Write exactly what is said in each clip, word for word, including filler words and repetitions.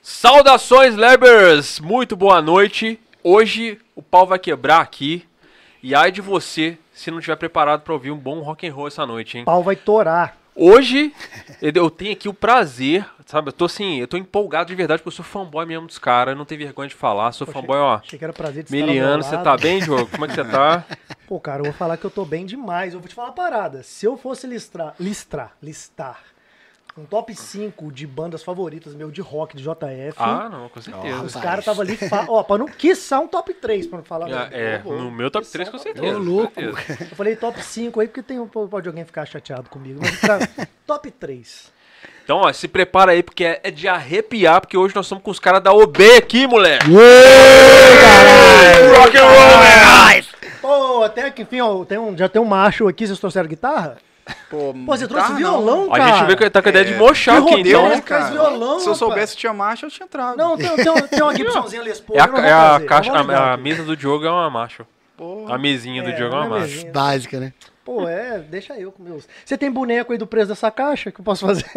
Saudações, Lebers! Muito boa noite. Hoje o pau vai quebrar aqui. E ai de você se não estiver preparado para ouvir um bom rock and roll essa noite, hein? O pau vai torar. Hoje eu tenho aqui o prazer, sabe? Eu tô assim, eu tô empolgado de verdade porque eu sou fanboy mesmo dos caras. Não tenho vergonha de falar. Sou Poxa, fanboy, ó. Achei que era prazer de Miliano, você tá bem, Diogo? Como é que você tá? Pô, cara, eu vou falar que eu tô bem demais. Eu vou te falar uma parada. Se eu fosse listrar, listrar, listar um top cinco de bandas favoritas meu de rock, de J F. Ah, não, com certeza. Os caras estavam ali, fa... ó, pra não quiçar um top três, pra não falar. Ah, é, vou, vou. no meu top três com certeza. Ô, louco. Com certeza. Eu falei top cinco aí porque tem, pode alguém ficar chateado comigo. Mas pra... top três. Então, ó, se prepara aí porque é, é de arrepiar, porque hoje nós estamos com os caras da O B aqui, moleque. Caralho! Rock and roll, Pô, até que enfim, ó, tem um, já tem um macho aqui, vocês trouxeram guitarra? Pô, Pô, você trouxe tá, violão, não. cara? A gente vê que tá com a ideia de É. mochar Que aqui, rodeio, então. né? Traz violão, Se eu rapaz. soubesse que tinha marcha, eu tinha trago. Não, tem, tem, tem uma Gibsonzinha Les Paul. É a, eu não vou é a trazer, caixa, eu vou ligar a, a aqui. mesa do Diogo é uma macho. Porra. A mesinha do É, Diogo é uma não é macho. mesinha. Básica, né? Pô, é, deixa eu com meus. Você tem boneco aí do preço dessa caixa que eu posso fazer?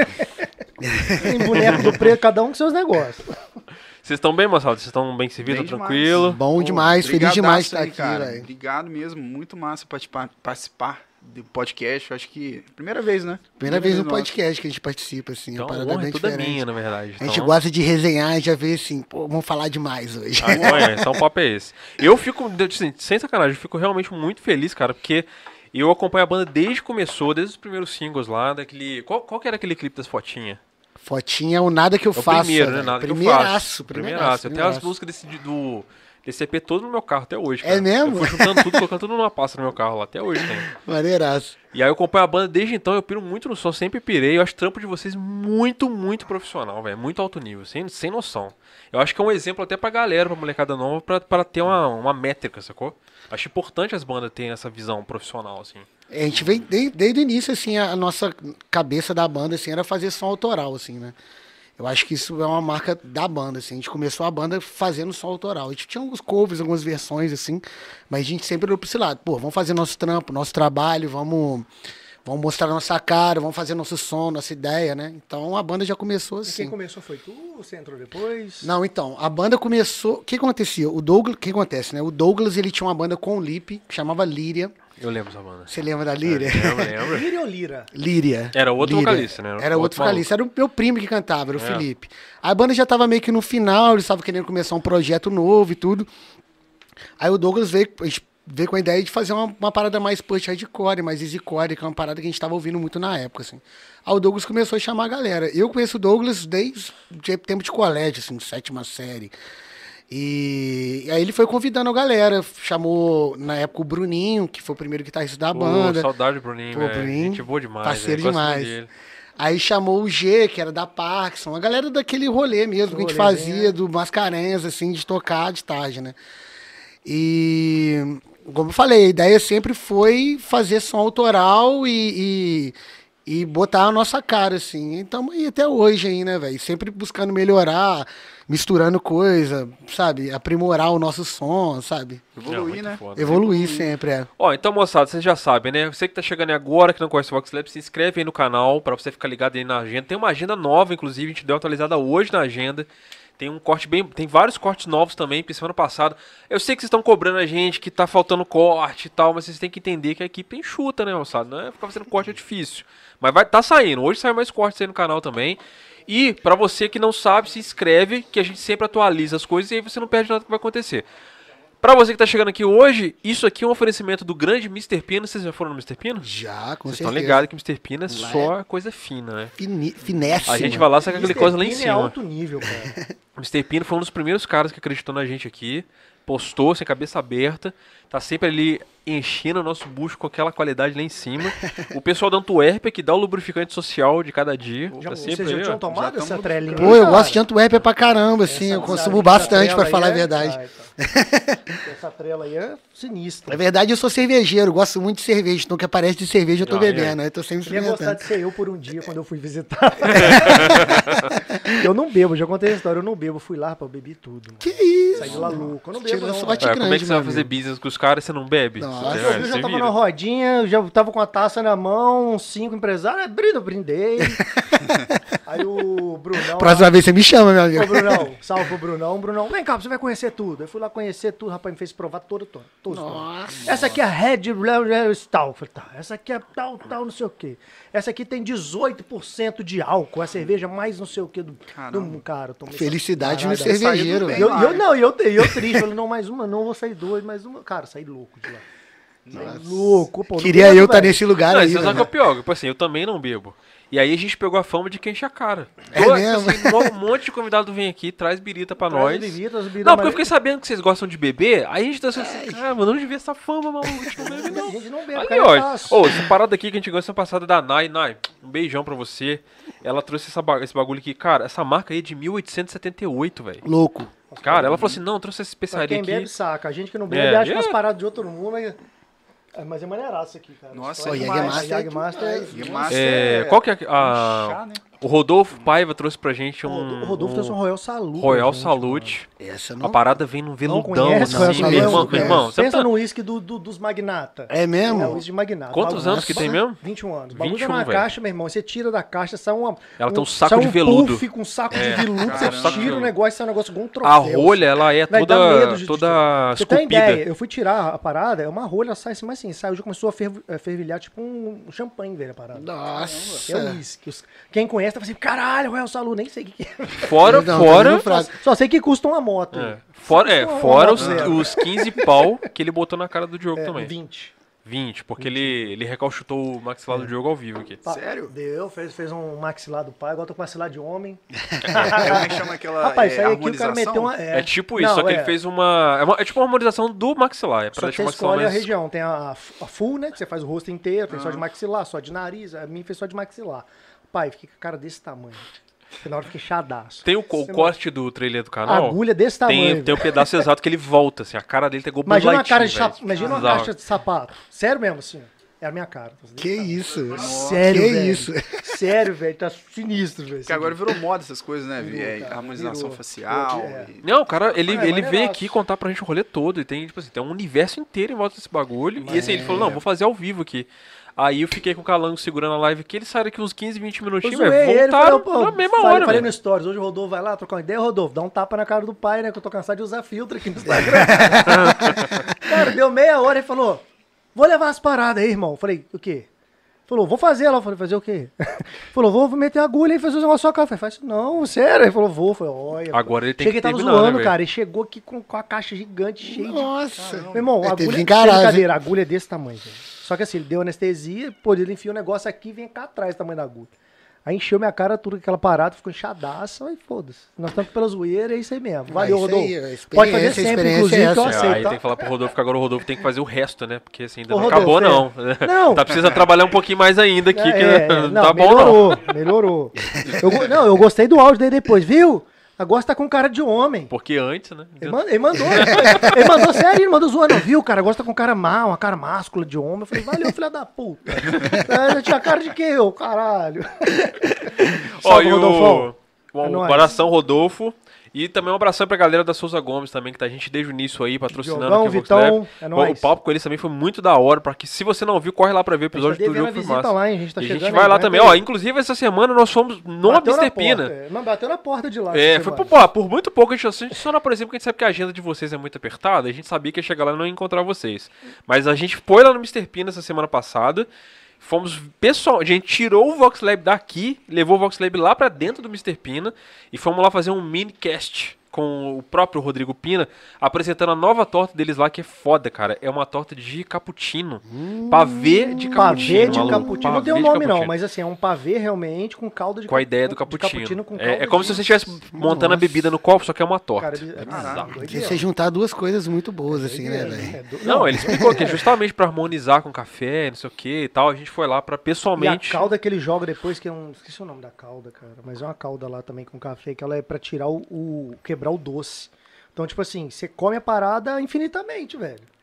Tem boneco do preço, cada um com seus negócios. Vocês estão bem, moçada? Vocês estão bem servidos, Bem tranquilo? Bom Pô, demais, feliz demais de brigadaço estar aí, aqui, cara. velho. Obrigado mesmo, muito massa participar, participar do podcast. Eu acho que primeira vez, né? Primeira vez no nossa. podcast que a gente participa, assim, Então, a a parada é honra é bem toda diferente. minha, na verdade. A gente Então, gosta de resenhar e já vê assim, pô, vamos falar demais hoje. Ah, é, só um papo é esse. Eu fico, assim, sem sacanagem, eu fico realmente muito feliz, cara, porque eu acompanho a banda desde que começou, desde os primeiros singles lá, daquele... Qual, qual que era aquele clipe das fotinhas? Fotinha é o nada que eu É o faço. primeiro, né? velho. Nada que eu Primeiraço, faço. primeiraço. Eu tenho as primeiraço. músicas desse, do, desse E P todo no meu carro até hoje, cara. É mesmo? Eu fui juntando tudo, colocando tudo numa pasta no meu carro lá, até hoje tem. Maneiraço. E aí eu acompanho a banda desde então, eu piro muito no som, sempre pirei. Eu acho o trampo de vocês muito, muito profissional, velho. Muito alto nível, sem, sem noção. Eu acho que é um exemplo até pra galera, pra molecada nova, pra, pra ter uma, uma métrica, sacou? Acho importante as bandas terem essa visão profissional, assim. A gente vem desde, desde o início, assim, a, a nossa cabeça da banda, assim, era fazer som autoral, assim, né? Eu acho que isso é uma marca da banda, assim. A gente começou a banda fazendo som autoral. A gente tinha alguns covers, algumas versões, assim, mas a gente sempre olhou pra esse lado. Pô, vamos fazer nosso trampo, nosso trabalho, vamos, vamos mostrar nossa cara, vamos fazer nosso som, nossa ideia, né? Então a banda já começou E assim. quem começou foi tu? Você entrou depois? Não, então, a banda começou... O que acontecia? O Douglas... O que acontece, né? O Douglas, ele tinha uma banda com o Lipe, que chamava Líria. Eu lembro essa banda. Você lembra da Líria? Eu lembro. Líria ou Lira? Líria. Era outro Líria. vocalista, né? Era Era outro outro vocalista. Era o meu primo que cantava, era o É. Felipe. A banda já tava meio que no final, eles estavam querendo começar um projeto novo e tudo. Aí o Douglas veio, a gente veio com a ideia de fazer uma, uma parada mais post-hardcore, mais easycore, que é uma parada que a gente tava ouvindo muito na época, assim. Aí o Douglas começou a chamar a galera. Eu conheço o Douglas desde o tempo de colégio, assim, sétima série. E aí ele foi convidando a galera, chamou na época o Bruninho, que foi o primeiro guitarrista da Pô, banda. saudade do Bruninho, Pô, velho. Bruninho, Gente boa demais, parceiro velho. Gosto demais. muito dele. Aí chamou o G, que era da Parkinson, a galera daquele rolê mesmo que a gente Rolezinho, fazia, né? do Mascarenhas, assim, de tocar de tarde, né? E, como eu falei, a ideia sempre foi fazer som autoral e, e, e botar a nossa cara, assim. Então, aí até hoje aí, né, velho? Sempre buscando melhorar, misturando coisa, sabe? Aprimorar o nosso som, sabe? Não, Evoluir, muito né? foda. Evoluir sempre, é. Ó, então, moçada, vocês já sabem, né? Você que tá chegando aí agora, que não conhece o Vox Lab, se inscreve aí no canal pra você ficar ligado aí na agenda. Tem uma agenda nova, inclusive, a gente deu uma atualizada hoje na agenda. Tem um corte bem... Tem vários cortes novos também, porque semana passada... Eu sei que vocês estão cobrando a gente, que tá faltando corte e tal, mas vocês têm que entender que a equipe enxuta, né, moçada? Não é ficar fazendo corte é difícil. Mas vai tá saindo. Hoje sai mais cortes aí no canal também. E, pra você que não sabe, se inscreve, que a gente sempre atualiza as coisas e aí você não perde nada que vai acontecer. Pra você que tá chegando aqui hoje, isso aqui é um oferecimento do grande mister Pina. Vocês já foram no mister Pina? Já, com Vocês certeza. estão ligados que mister Pina é Lá só coisa fina, né? Fini, finesse. A gente vai lá, saca aquele mister coisa lá em Pina é cima. alto nível, cara. mister Pina foi um dos primeiros caras que acreditou na gente aqui. Postou, sem cabeça aberta. Tá sempre ali enchendo o nosso bucho com aquela qualidade lá em cima. O pessoal da Antuérpia que dá o lubrificante social de cada dia. Já, tá vocês sempre já aí, tinham ó. tomado Já essa tamo- trelinha? Pô, eu cara? gosto de Antuérpia pra caramba, assim, Essa- eu essa- consumo essa bastante, trela pra aí falar a é- verdade. Ah, então. Essa trela aí é sinistra. Na verdade, eu sou cervejeiro, gosto muito de cerveja, então o que aparece de cerveja eu tô Ah, e aí? bebendo, eu tô sempre Eu ia gostar experimentando. de ser eu por um dia quando eu fui visitar. Eu não bebo, já contei a história, eu não bebo. Fui lá, pá, eu bebi tudo. Mano. Que isso? Saí de lá louco. Eu não bebo, Tirou não. sorte É, velho. como é que grande, você vai meu fazer amigo. business com os caras e você não bebe? Nossa. É, Eu, eu já se tava vira. na rodinha, já tava com a taça na mão, uns cinco empresários, brinde, brindei. Aí o Brunão... Próxima vez você me chama, meu Ô, amigo. Brunão, salve o Brunão. Brunão, vem cá, você vai conhecer tudo. Eu fui lá conhecer tudo, rapaz, me fez provar todo, todo. todo Nossa. Essa aqui é a Red Tal. Eu falei, tá. Essa aqui é tal, tal, não sei o quê. Essa aqui tem dezoito por cento de álcool, a cerveja mais não sei o quê do, do cara. Eu tomei essa Felicidade no parada. cervejeiro, bem. E eu, velho. e eu, não, e eu, e eu triste, falei, não, mais uma, não, vou sair dois, mais uma. Cara, saí louco de lá. Saí louco, pô. não Queria aguento, eu estar velho. nesse lugar Não, aí, isso é só que é o velho. pior. Tipo assim, eu também não bebo. E aí a gente pegou a fama de quem enche a cara. É Pô, mesmo? assim, um monte de convidado vem aqui, traz birita pra Traz nós. bebidas, bebidas Não, porque eu mais- fiquei sabendo que vocês gostam de beber, aí a gente tá assim, cara, mano, eu não devia essa fama, maluco, a gente não bebe A não. gente não bebe, Aí, cara, é ó, fácil. ô, essa parada aqui que a gente ganhou semana passada da Nai, Nai, um beijão pra você. Ela trouxe essa ba- esse bagulho aqui, cara, essa marca aí é de mil oitocentos e setenta e oito, velho. Louco. Cara, ela falou assim, não, trouxe essa Pra especiaria quem aqui. bebe, saca. A gente que não bebe, É, acha é. umas paradas de outro mundo, mas... é, mas é maneiraço aqui, cara. Nossa, Só o é Jägermeister demais. Jägermeister é... Jägermeister É, qual que é a... chá, né? O Rodolfo Paiva trouxe pra gente O um... Rodolfo- o Rodolfo um trouxe um Royal Salute. Royal pra gente, Salute. Essa A não. parada vem num Não veludão, conhece Royal assim, Salute? meu irmão, Não meu irmão, conhece. você Pensa tá... no uísque do, do- dos magnata. É mesmo? É o uísque de magnata. Quantos Bagulho- anos que tem mesmo? vinte e um anos. O bagulho vinte e tá um, na velho. caixa, meu irmão. Você tira da caixa, sai uma... Ela tem um saco sai de um veludo. puff com um saco É, de veludo, caramba. você tira o negócio, sai um negócio igual um troféu. A rolha, ela é Vai dar toda, medo de- toda Você tem esculpida. ideia? Eu fui tirar a parada, é uma rolha, sai assim, mas assim, saiu, já começou a ferv- a fervilhar tipo um champanhe, velho, a parada. Nossa. É o uísque. Os- Quem conhece tá assim, caralho, Royal Salute, nem sei o que, que é. Fora, Não, fora... tá fraco. Só sei que custa uma moto. É, fora, é, Custa uma fora moto os, zero. os quinze pau que ele botou na cara do Diogo É, também. vinte. vinte, porque ele, ele recalchutou o maxilar do Diogo ao vivo aqui. Pa- Sério? Deu, fez, fez um maxilar do pai, agora tô com maxilar de homem. É, como chama aquela Rapaz, é, isso aí aqui o cara harmonização? meteu uma. É, tipo isso, Não, só que é. ele fez uma é, uma. é tipo uma harmonização do maxilar. É pra Só que deixar você o maxilar escolhe a mais. região. Tem a, a full, né? Que você faz o rosto inteiro, tem só de maxilar, só de nariz. A minha fez só de maxilar. Pai, fiquei com a cara desse tamanho. Na hora eu fiquei chadaço. Tem o, co- o Você corte do trailer do A canal. agulha desse tamanho. Tem, tem o pedaço exato que ele volta, assim. A cara dele tem igual Buzz Imagina uma Lightyear, cara de velho. chap... Imagina uma Bizarro. caixa de sapato. Sério mesmo, assim. ó. É a minha cara. Que isso? Sério, que velho. isso? Sério, velho. Tá sinistro, velho. Porque agora virou moda essas coisas, né? Vi? Virou, É, cara, harmonização virou. facial. É. e- Não, o cara, ele, Ah, é ele veio maneiraço. aqui contar pra gente o rolê todo. E tem, tipo assim, tem um universo inteiro em volta desse bagulho. E assim, ele falou, É. não, vou fazer ao vivo aqui. Aí eu fiquei com o Calango segurando a live aqui, eles saíram aqui uns quinze, vinte Eu minutinhos, zoei velho. ele, Voltaram falei, pô, na mesma falei, hora, falei no velho. Stories, hoje o Rodolfo vai lá trocar uma ideia, Rodolfo, dá um tapa na cara do pai, né, que eu tô cansado de usar filtro aqui no Instagram. Cara, deu meia hora e falou, vou levar as paradas aí, irmão. Falei, o quê? Falou, vou fazer ela. Eu falei, fazer o quê? Falou, vou meter a agulha e fazer um negócio só cara. Eu falei, faz isso não, sério. Ele falou, vou. Eu falei, olha. Agora ele tem Cheguei, que tava terminar, né, zoando, velho? cara. Ele chegou aqui com, com a caixa gigante, cheia de... Nossa. Meu irmão, É, a teve agulha, que encarar, sem brincadeira, viu? a agulha é desse tamanho, velho. Só que assim, ele deu anestesia, pô, ele enfia o negócio aqui e vem cá atrás o tamanho da agulha. Aí encheu minha cara, tudo aquela parada, ficou inchadaça, aí foda-se. Nós estamos pela zoeira, é isso aí mesmo. Valeu, isso Rodolfo. aí, a Pode fazer experiência, a sempre, experiência inclusive, é que eu essa. É, aceito, aí tá? tem que falar pro Rodolfo que agora o Rodolfo tem que fazer o resto, né? Porque assim, ainda Ô, não Rodolfo, acabou, é. não. Não. Tá precisando trabalhar um pouquinho mais ainda aqui, que É, não, tá bom, não. melhorou, melhorou. Eu, go- não, eu gostei do áudio dele depois, viu? Agora você tá com cara de homem. Porque antes, né? Ele, man- ele mandou, ele mandou sério, ele mandou zoando, não, viu, cara? Agora você tá com cara mal, uma cara máscula de homem. Eu falei, valeu, filha da puta. É, eu tinha cara de quê, ô, caralho? Ó, Salve, e Rodolfão. o, um É nóis. abração, Rodolfo. E também um abração pra galera da Souza Gomes também, que tá a gente desde o início aí, patrocinando Diogão, aqui o Vox Vitão, Lab. é O- nóis. O papo com eles também foi muito da hora, pra que se você não viu, corre lá pra ver o A gente episódio tá do devendo jogo, a foi visita massa. lá, hein? A gente tá E a gente chegando vai aí, lá vai também. ter- Ó, inclusive essa semana nós fomos no Bateu na mister Pina. porta, é. Mas bateu na porta de lá. É, essa foi semana. por, pô, por muito pouco, a gente, a gente só não apareceu porque a gente sabe que a agenda de vocês é muito apertada, a gente sabia que ia chegar lá e não ia encontrar vocês. Mas a gente foi lá no mister Pina essa semana passada, fomos, pessoal, a gente tirou o Vox Lab daqui, levou o Vox Lab lá pra dentro do mister Pina e fomos lá fazer um mini cast com o próprio Rodrigo Pina, apresentando a nova torta deles lá, que é foda, cara. É uma torta de cappuccino. Pavê de cappuccino. Pavê de maluco. cappuccino. Não Pavê tem o de nome não, cappuccino. mas assim, é um pavê realmente com calda de Com a cap- ideia do de cappuccino. com É, calda é como de- se você estivesse montando a bebida no copo, só que é uma torta. Cara, é Caraca. bizarro, Se você juntar duas coisas muito boas, assim, né, velho? É do- Não, ele explicou que é justamente pra harmonizar com café, não sei o que e tal. A gente foi lá pra E a pessoalmente. calda que ele joga depois, que é um. Esqueci o nome da calda, cara. Mas é uma calda lá também com café, que ela é pra tirar o. o- quebrar o doce. Então, tipo assim, você come a parada infinitamente, velho.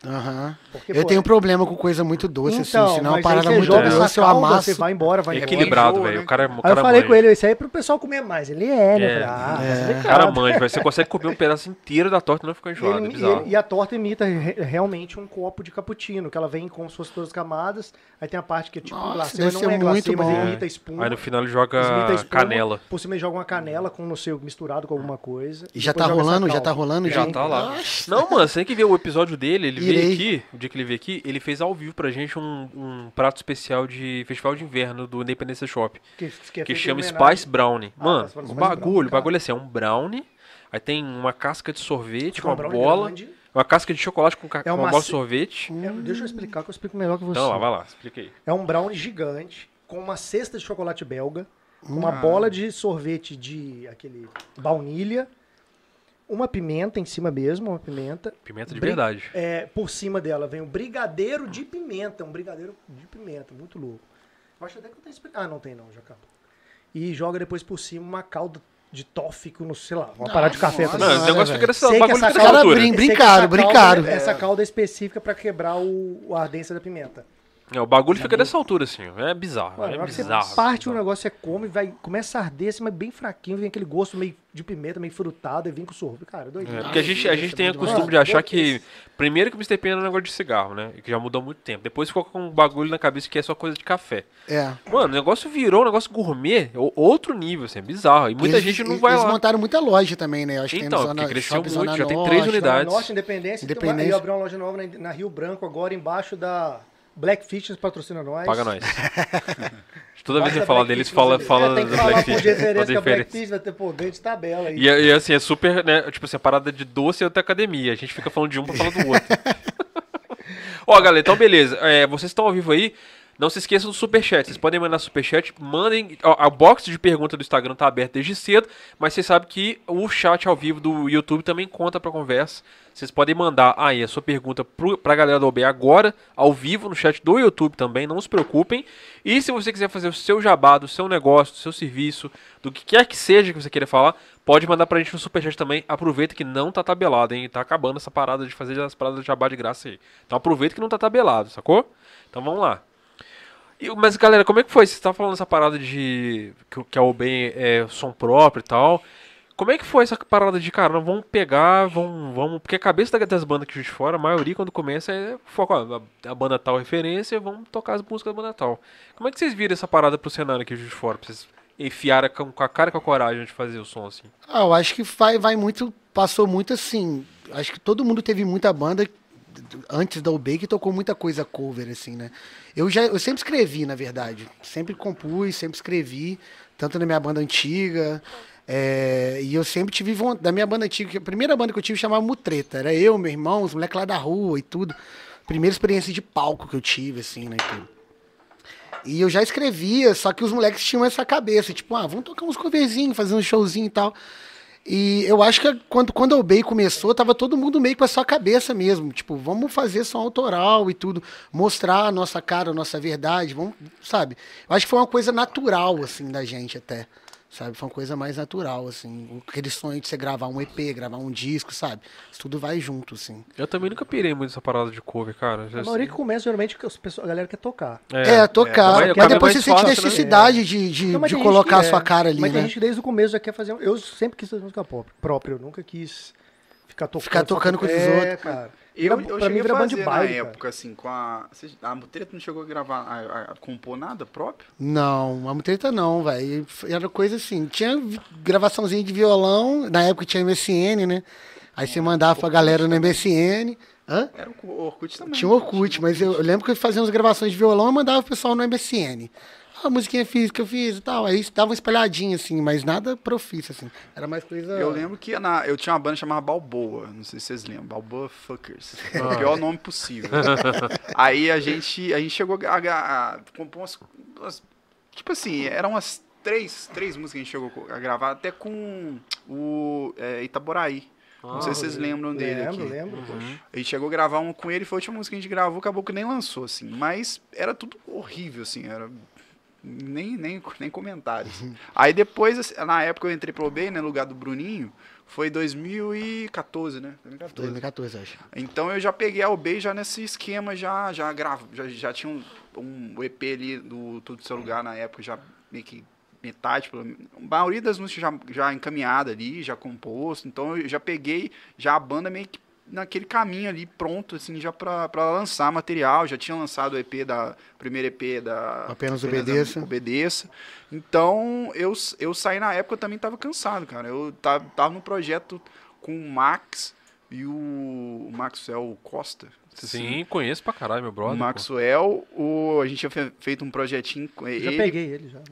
Aham. Porque, Eu pô, tenho problema com coisa muito doce, assim. então, Senão é uma mas parada aí você muito joga essa doce, eu calda, amasso. você vai embora, vai É embora. equilibrado, enjoa, velho. né? O cara, o Aí eu cara falei manja. com ele, isso aí é pro pessoal comer mais. Ele é, né? É. Eu falei, ah, É. você O vem cara cá. manja, velho. Você consegue comer um pedaço inteiro da torta e não fica enjoado. Ele- É bizarro. e, e a torta imita re- realmente um copo de cappuccino, que ela vem com suas todas as camadas, aí tem a parte que é tipo Nossa, glacê, deve mas não ser é glacê, muito mas bom. imita a espuma. Aí no final ele imita a joga espuma, canela. Por cima ele joga uma canela com, não sei, misturado com alguma coisa. E já depois tá joga essa rolando? Já calda. tá rolando? Já Tem. tá lá. Nossa. Não, mano, você tem que ver o episódio dele. Ele Irei. veio aqui, o dia que ele veio aqui, ele fez ao vivo pra gente um, um prato especial de Festival de Inverno do Independência Shop. Que, que, é Que feito chama em homenagem- Spice Brownie. Ah, Mano, tá, você fala o Spice bagulho, Brownie, o bagulho é assim, é um brownie, aí tem uma casca de sorvete, Com uma brownie bola, grande. uma casca de chocolate com, ca- É com uma uma bola de ce- sorvete. É, deixa eu explicar que eu explico melhor que você. Então, lá, vai lá, explica aí. É um brownie gigante com uma cesta de chocolate belga, com uma Ah. bola de sorvete de aquele baunilha, uma pimenta em cima mesmo, uma pimenta. Pimenta de Bri- verdade. É, por cima dela vem um brigadeiro de pimenta, um brigadeiro de pimenta, muito louco. Eu acho até que eu tenho explicado. Ah, não tem não, já acabou. E joga depois por cima uma calda de toffee com, sei lá, uma parada de café. nossa. também. Não, o negócio velho. fica nessa, Sei o que bagulho essa fica calda- nessa altura. brin- sei que brincaram, essa calda- brincaram. Essa calda é específica pra quebrar o, a ardência da pimenta. É, o bagulho fica dessa altura, assim. É bizarro. Mano, na é hora que você bizarro. parte o bizarro. negócio, você come, vai, começa a arder, assim, mas bem fraquinho, vem aquele gosto meio de pimenta, meio frutado, e vem com sorvete. Cara, doidinho. É, porque a gente, a Nossa, gente tem o bom costume demais. de achar Mano, que. Primeiro que o mister P era um negócio de cigarro, né? E que já mudou há muito tempo. Depois ficou com um bagulho na cabeça que é só coisa de café. É. Mano, o negócio virou um negócio gourmet, o- outro nível, assim, é bizarro. E muita Eles- gente não eles vai lá. montaram muita loja também, né? Eu acho que Então, tem no porque Zona cresceu Shopping, muito, Zona já tem Norte. três Zona unidades. Norte, Independência, Independência. Tem uma, e abriu uma loja nova na, na Rio Branco agora, embaixo da Black Fitness, patrocina nós. Paga nós. Toda vez Embaixo que da eu falar Black deles, Fitness fala, ali. fala é, tem que da falar Black por Fish. referência Fala que a Black diferença. Fitness vai ter, pô, ganho de tabela aí. E, e assim, é super, né? Tipo assim, a parada de doce é outra academia. A gente fica falando de um pra falar do outro. Ó, galera, então beleza. É, vocês estão ao vivo aí. Não se esqueçam do superchat. Vocês podem mandar superchat. Mandem. A, a box de pergunta do Instagram tá aberta desde cedo. Mas vocês sabem que o chat ao vivo do YouTube também conta pra conversa. Vocês podem mandar aí a sua pergunta pro, pra galera do O B agora, ao vivo, no chat do YouTube também. Não se preocupem. E se você quiser fazer o seu jabá, do seu negócio, do seu serviço, do que quer que seja que você queira falar, pode mandar pra gente no superchat também. Aproveita que não tá tabelado, hein? Tá acabando essa parada de fazer as paradas de jabá de graça aí. Então aproveita que não tá tabelado, sacou? Então vamos lá. E, mas galera, como é que foi? Você tava falando essa parada de que, que a O B é som próprio e tal. Como é que foi essa parada de, cara, não vamos pegar, vamos, vamos... Porque a cabeça das bandas aqui de fora, a maioria quando começa é foco, ó, a, a banda tal referência, vamos tocar as músicas da banda tal. Como é que vocês viram essa parada pro cenário aqui de fora? Pra vocês enfiarem com, com a cara e com a coragem de fazer o som assim? Ah, eu acho que vai, vai muito, passou muito assim. Acho que todo mundo teve muita banda antes da U B que tocou muita coisa cover, assim, né? Eu, já, eu sempre escrevi, na verdade. Sempre compus, sempre escrevi, tanto na minha banda antiga. É, e eu sempre tive vontade. Da minha banda antiga, que a primeira banda que eu tive chamava Mutreta. Era eu, meu irmão, os moleques lá da rua e tudo. Primeira experiência de palco que eu tive, assim, né? Tudo. E eu já escrevia, só que os moleques tinham essa cabeça, tipo, ah, vamos tocar uns coverzinhos, fazer um showzinho e tal. E eu acho que quando, quando a U B começou, tava todo mundo meio com a sua cabeça mesmo. Tipo, vamos fazer som autoral e tudo, mostrar a nossa cara, a nossa verdade, vamos, sabe? Eu acho que foi uma coisa natural, assim, da gente até, sabe? Foi uma coisa mais natural, assim. Aquele sonho de você gravar um E P, gravar um disco, sabe? Isso tudo vai junto, assim. Eu também nunca pirei muito nessa parada de cover, cara. Já- A maioria que começa, geralmente, que as pessoas, a galera quer tocar. É, tocar. é, mas caminho depois mais você sente fácil, né? necessidade de, de, Não, mas de tem colocar a gente que sua é, cara ali, Mas tem né? gente que desde o começo já quer fazer... um- Eu sempre quis fazer música pop- própria, eu nunca quis ficar tocando. Ficar só tocando com os é, outros. cara. Eu, Vira- eu pra mim cheguei a vira banda fazer de baile, na cara. época, assim, com a... Vocês- A Mutreta não chegou a gravar, a, a- a compor nada próprio? Não, a mutreta não, velho. Era coisa assim. Tinha vi- gravaçãozinha de violão, na época tinha M S N, né? Aí você mandava pra galera no M S N. Hã? Era o Orkut também. Tinha o Orkut, mas eu, eu lembro que eu fazia umas gravações de violão e mandava o pessoal no M S N. Ah, a musiquinha fiz que eu fiz e tal. Aí dava uma espalhadinha, assim, mas nada profício, assim. Era mais coisa. Eu lembro que na, eu tinha uma banda chamada Balboa, não sei se vocês lembram, Balboa Fuckers. É o pior nome possível. Aí a gente, a gente chegou a, a, a compor umas, umas... Tipo assim, eram umas três, três músicas que a gente chegou a gravar, até com o é, Itaboraí. Não sei se vocês lembram dele lembro, aqui. Lembro, poxa. A gente chegou a gravar um com ele, foi a última música que a gente gravou, acabou que nem lançou, assim. Mas era tudo horrível, assim, era... nem, nem, nem comentários. Aí depois, assim, na época eu entrei pro O B, né, no lugar do Bruninho, foi dois mil e quatorze, né? dois mil e quatorze. dois mil e quatorze, acho. Então eu já peguei a O B já nesse esquema, já, já gravo, já, já tinha um, um E P ali do Tudo Seu Lugar na época, já meio que metade, pelo menos. A maioria das músicas já, já encaminhada ali, já composto, então eu já peguei já a banda meio que naquele caminho ali, pronto, assim, já pra, pra lançar material, já tinha lançado o E P da, primeiro E P da... Apenas Obedeça. Obedeça. Então, eu, eu saí na época, eu também tava cansado, cara, eu tava, tava no projeto com o Max e o, o Maxwell Costa. Sim, conheço pra caralho, meu brother. O Maxwell, o, a gente tinha fe- feito um projetinho com ele. Já peguei ele, já.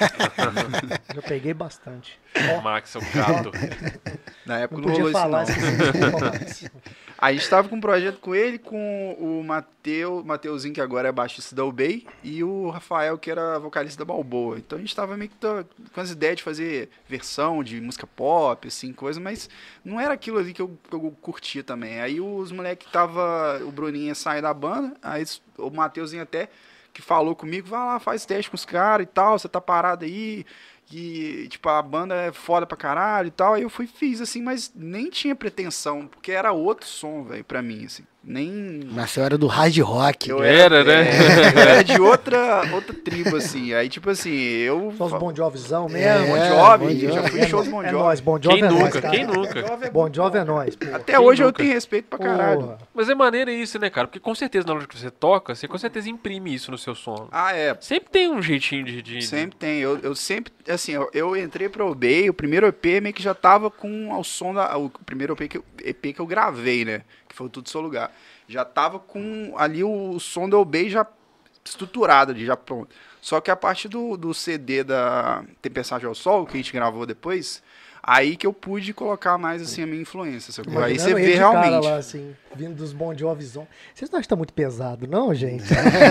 Já peguei bastante. O Max é um gato. Na época Não não, podia rolou falar, isso, não. esqueci, desculpa, Max. A gente tava com um projeto com ele, com o Mateu, Mateuzinho, que agora é baixista da Ubey, e o Rafael, que era vocalista da Balboa. Então a gente tava meio que tô- com as ideias de fazer versão de música pop, assim, coisa, mas não era aquilo ali que eu, que eu curtia também. Aí os moleques tava, o Bruninho ia sair da banda, aí o Mateuzinho até, que falou comigo, vai lá, faz teste com os caras e tal, você tá parado aí, e, tipo, a banda é foda pra caralho e tal. Aí eu fui fiz, assim, mas nem tinha pretensão, porque era outro som, velho, pra mim, assim. Nem... Marcel era do hard rock. Eu Era, né? é, eu era de outra, outra tribo, assim. Aí, tipo assim, eu... Só os Bon Jovizão É, mesmo. Bon Bon Jovi, Jovi. eu já fui em show do Bon É Jovi. nóis, Bon Jovi Quem é nóis, nunca? cara. Quem nunca? Bon Jovi é nóis, pô. Até Quem hoje eu nunca? tenho respeito pra caralho. Porra. Mas é maneiro isso, né, cara? Porque com certeza na hora que você toca, você com certeza imprime isso no seu som. Ah, é. Sempre tem um jeitinho de... de- Sempre tem. Eu, eu sempre, assim, eu, eu entrei pra O B, o primeiro E P meio que já tava com o som da... O primeiro E P que, eu- E P que eu gravei, né? Que foi o Tudo Seu Lugar. Já tava com ali o, o som da O B já estruturado ali, já pronto. Só que a partir do, do C D da Tempestade ao Sol, que a gente gravou depois, aí que eu pude colocar mais, assim, a minha influência. Sabe? Aí você Imaginando ele vê de cara realmente. lá, assim, vindo dos Bon Jovizão. Vocês não acham que tá muito pesado, não, gente?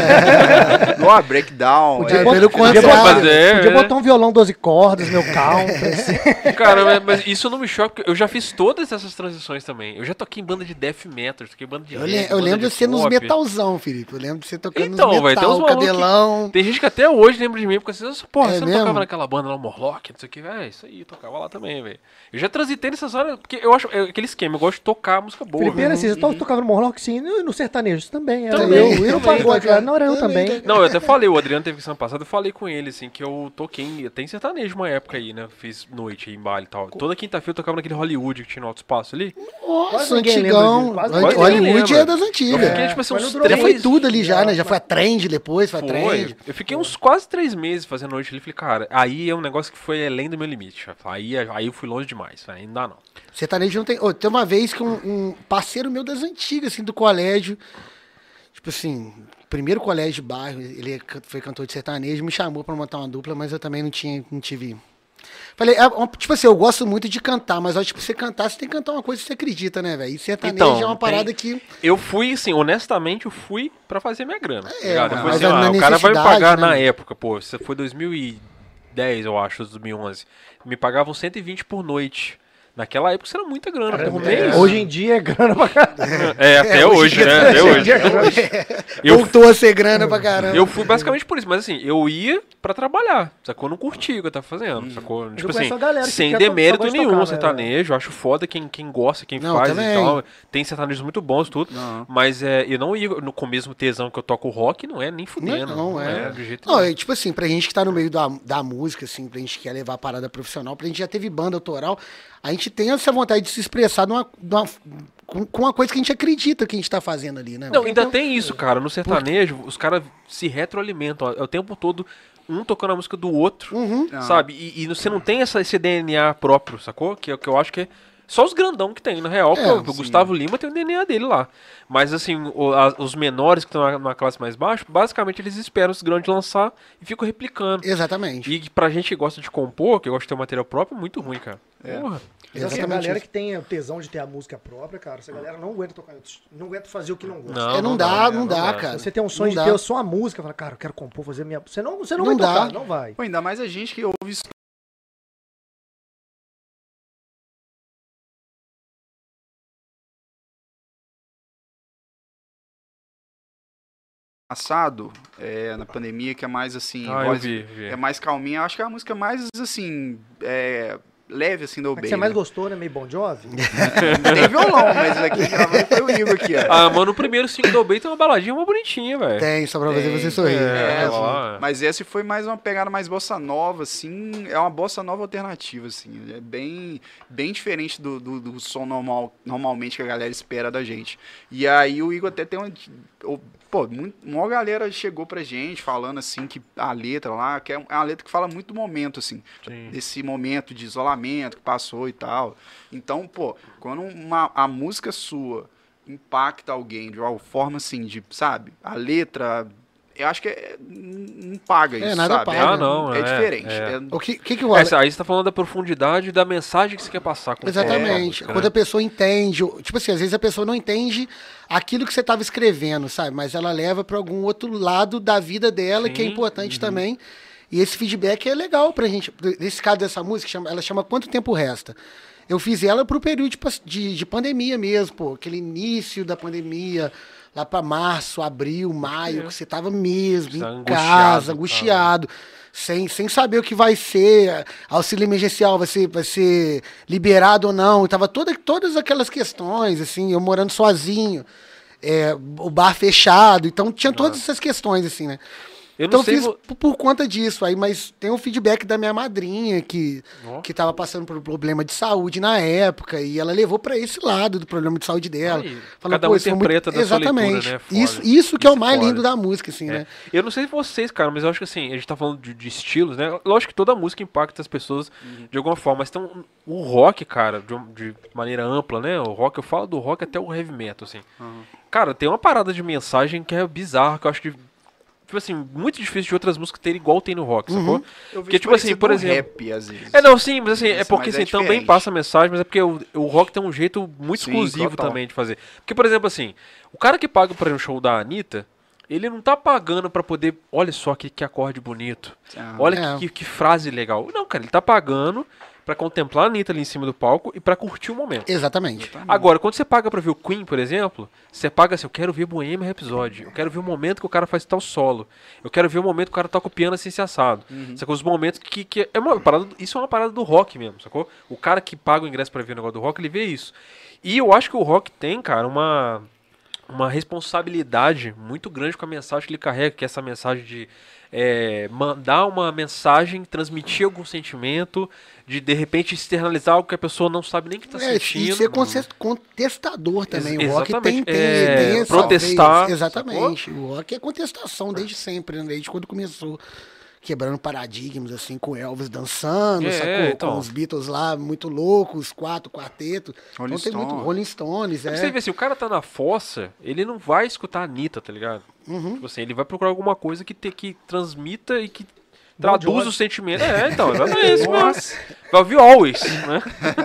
Ó, breakdown. Podia, é, bot- pelo podia, contrário. botar, Mas é, podia é. botar um violão doze cordas, meu counter, assim. Cara, mas- mas isso não me choca, porque eu já fiz todas essas transições também. Eu já toquei em banda de death metal, toquei em banda de Eu, reggae, le- eu banda lembro de você nos pop. metalzão, Felipe. Eu lembro de você tocando Então, nos velho, tem uns metal, malucos cabelão. Tem gente que até hoje lembra de mim, porque assim, porra, É você não mesmo? tocava naquela banda lá, Morlock, não sei o que, é isso aí, eu tocava lá também, velho. Eu já transitei nessas horas, porque eu acho, é aquele esquema, eu gosto de tocar música boa, Felipe, velho. assim, você to- tocava no Morlock, sim, e no sertanejo isso também. Era Também, eu, e no também. pagode, era, não era eu também. Não, eu até falei, o Adriano teve que semana passada, eu falei com ele, assim, que eu toquei, em- até em sertanejo uma época aí, né, fiz noite aí em baile e tal. Toda quinta-feira eu tocava naquele Hollywood que tinha no Alto Espaço ali. Nossa, Quase ninguém antigão. lembra disso, quase ninguém Hollywood lembra. é das Eu antigas. fiquei, tipo assim, mas uns não durou Já foi três... tudo ali já, né? Já foi a trend depois, foi a trend. Foi. Eu fiquei uns quase três meses fazendo noite ali. Falei, cara, aí é um negócio que foi além do meu limite. Aí, aí eu fui longe demais. Falei, não dá não. Sertanejo não tem. Ô, tem uma vez que um, um parceiro meu das antigas, assim, do colégio, tipo assim, primeiro colégio de bairro, ele é can- foi cantor de sertanejo, me chamou pra montar uma dupla, mas eu também não tinha, não tive. Falei, é, um- tipo assim, eu gosto muito de cantar, mas ó, tipo, você cantar, você tem que cantar uma coisa que você acredita, né, velho? E sertanejo Então, é uma tem- parada que. Eu fui, assim, honestamente, eu fui pra fazer minha grana. tá É, ligado? Eu mas fui assim, é ah, na o cara vai me necessidade, pagar né, na mano? época, pô. Isso foi dois mil e dez, eu acho, dois mil e onze. Me pagavam cento e vinte por noite. Naquela época isso era muita grana por mês. Hoje em dia é grana pra caralho. É, até É, hoje hoje, em né? dia- Até Hoje em hoje. dia é grana. Eu Voltou a ser grana pra caramba. Eu fui basicamente por isso, mas assim, eu ia pra trabalhar, sacou? Eu não curtia o que eu tava fazendo, sacou? Tipo assim, conheço uma galera que sem quer to- demérito só gosta de nenhum, tocar, né? sertanejo, eu acho foda quem, quem gosta, quem Não, faz também. e tal. Tem sertanejos muito bons e tudo, Não. mas é, eu não ia no, com o mesmo tesão que eu toco rock, não é nem fudendo. Não, é. de jeito Não, nenhum. é, tipo assim, pra gente que tá no meio da, da música, assim, pra gente que quer levar a parada profissional, pra gente já teve banda autoral, a gente tem essa vontade de se expressar numa, numa- com, com uma coisa que a gente acredita que a gente tá fazendo ali, né? Não, ainda Então, tem isso, cara. No sertanejo, os caras se retroalimentam. É o tempo todo um tocando a música do outro, Uhum. sabe? E, e você não tem essa, esse D N A próprio, sacou? Que, é o que eu acho que é só os grandão que tem, na real. É, porque o sim. Gustavo Lima tem o D N A dele lá. Mas, assim, o- a- os menores que estão na, na classe mais baixa, basicamente eles esperam os grandes lançar e ficam replicando. Exatamente. E pra gente que gosta de compor, que gosta de ter um material próprio, é muito ruim, cara. Porra. Mas assim, a Exatamente galera isso. que tem o tesão de ter a música própria, cara, essa galera não aguenta tocar, não aguenta fazer o que não gosta. Não, É, não, não dá, dá, não, não dá, dá. cara. Você tem um sonho Não de dá. ter só a música, fala, cara, eu quero compor, fazer minha. Você não, você não, Não vai dá. tocar, não vai. Pô, ainda mais a gente que ouve isso Passado, é, na pandemia, que é mais assim, Ah, eu voz- vi, vi. é mais calminha. Eu acho que é a música mais assim, é, leve assim da A Obey. que você mais né? gostou, né? Meio Bon Jovi? Tem violão, mas aqui gravando foi o Igor aqui, ó. Ah, mano, o primeiro single do Obey tem uma baladinha uma bonitinha, velho. Tem, só pra fazer Tem, você sorrir. é, É, lá, lá. mas esse foi mais uma pegada mais bossa nova, assim, é uma bossa nova alternativa, assim, é bem, bem diferente do, do, do som normal, normalmente que a galera espera da gente. E aí o Igor até tem um, o- pô, muito, uma galera chegou pra gente falando, assim, que a letra lá, que é uma letra que fala muito do momento, assim, Sim. desse momento de isolamento que passou e tal. Então, pô, quando uma, a música sua impacta alguém de uma forma assim, de, sabe, a letra, eu acho que é, não paga isso, nada sabe? paga. É, Ah, não, é, é, diferente. é. É- O que, que, que o É, Ale- aí você tá falando da profundidade da mensagem que você quer passar com Exatamente. com a música, Quando né? a pessoa entende, o- tipo assim, às vezes a pessoa não entende aquilo que você estava escrevendo, sabe? Mas ela leva para algum outro lado da vida dela, que é Sim, importante também. E esse feedback é legal pra gente. Nesse caso dessa música, chama- ela chama Quanto Tempo Resta? Eu fiz ela pro período de, pas- de, de pandemia mesmo, pô. Aquele início da pandemia, lá pra março, abril, maio, que você tava mesmo Você em tá angustiado, casa, tá. angustiado. Sem, sem saber o que vai ser, auxílio emergencial vai ser, vai ser liberado ou não. E tava toda, todas aquelas questões, assim, eu morando sozinho, é, o bar fechado, então tinha todas essas questões, assim, né? Eu Então não eu sei fiz vo- por, por conta disso aí, mas tem um feedback da minha madrinha que, Ó. que tava passando por um problema de saúde na época e ela levou pra esse lado do problema de saúde dela. Aí, Falou, cada pô, um isso foi muito- interpreta da sua Exatamente. leitura, né? Foda. Isso, isso que é o Isso é mais foda. lindo da música, assim, É. né? Eu não sei vocês, cara, mas eu acho que assim, a gente tá falando de, de estilos, né? Lógico que toda música impacta as pessoas de alguma forma, mas então o rock, cara, de, um- de maneira ampla, né? O rock, eu falo do rock até o heavy metal, assim. Cara, tem uma parada de mensagem que é bizarra, que eu acho que, tipo assim, muito difícil de outras músicas terem igual tem no rock, sacou? eu vejo Porque, tipo assim, parecido por no exemplo... rap, às vezes. É, não, sim, mas assim, é Mas- porque mas é assim, também diferente. passa mensagem, mas é porque o, o rock tem um jeito muito Sim, exclusivo total. também de fazer. Porque, por exemplo, assim, o cara que paga para um show da Anitta, ele não tá pagando pra poder, olha só que, que acorde bonito, Ah, olha É. que, que frase legal. Não, cara, ele tá pagando pra contemplar a Anitta ali em cima do palco e pra curtir o momento. Exatamente. Agora, quando você paga pra ver o Queen, por exemplo, você paga assim, eu quero ver Bohemian Rhapsody, eu quero ver o momento que o cara faz tal solo, eu quero ver o momento que o cara toca o piano assim, se assado. Sacou? Os momentos que, que é uma parada, isso é uma parada do rock mesmo, sacou? O cara que paga o ingresso pra ver o negócio do rock, ele vê isso. E eu acho que o rock tem, cara, uma, uma responsabilidade muito grande com a mensagem que ele carrega, que é essa mensagem de é, mandar uma mensagem, transmitir algum sentimento, de de repente externalizar algo que a pessoa não sabe nem que tá É, sentindo. e ser conce- contestador também. Ex- o rock tem, exatamente. tem, É, tem essa protestar, vez. Exatamente. O rock é contestação desde sempre, né? Desde quando começou. Quebrando paradigmas, assim, com Elvis dançando, É, sacou? então. Com os Beatles lá, muito loucos, quatro, quarteto. Rolling então tem muito Stones. Rolling Stones, É. Você é. vê, se o cara tá na fossa, ele não vai escutar a Anitta, tá ligado? Uhum. Tipo assim, ele vai procurar alguma coisa que, te, que transmita e que Bon traduz Jovi. o sentimento. É, então, exatamente. Mas vai ouvir Always, né?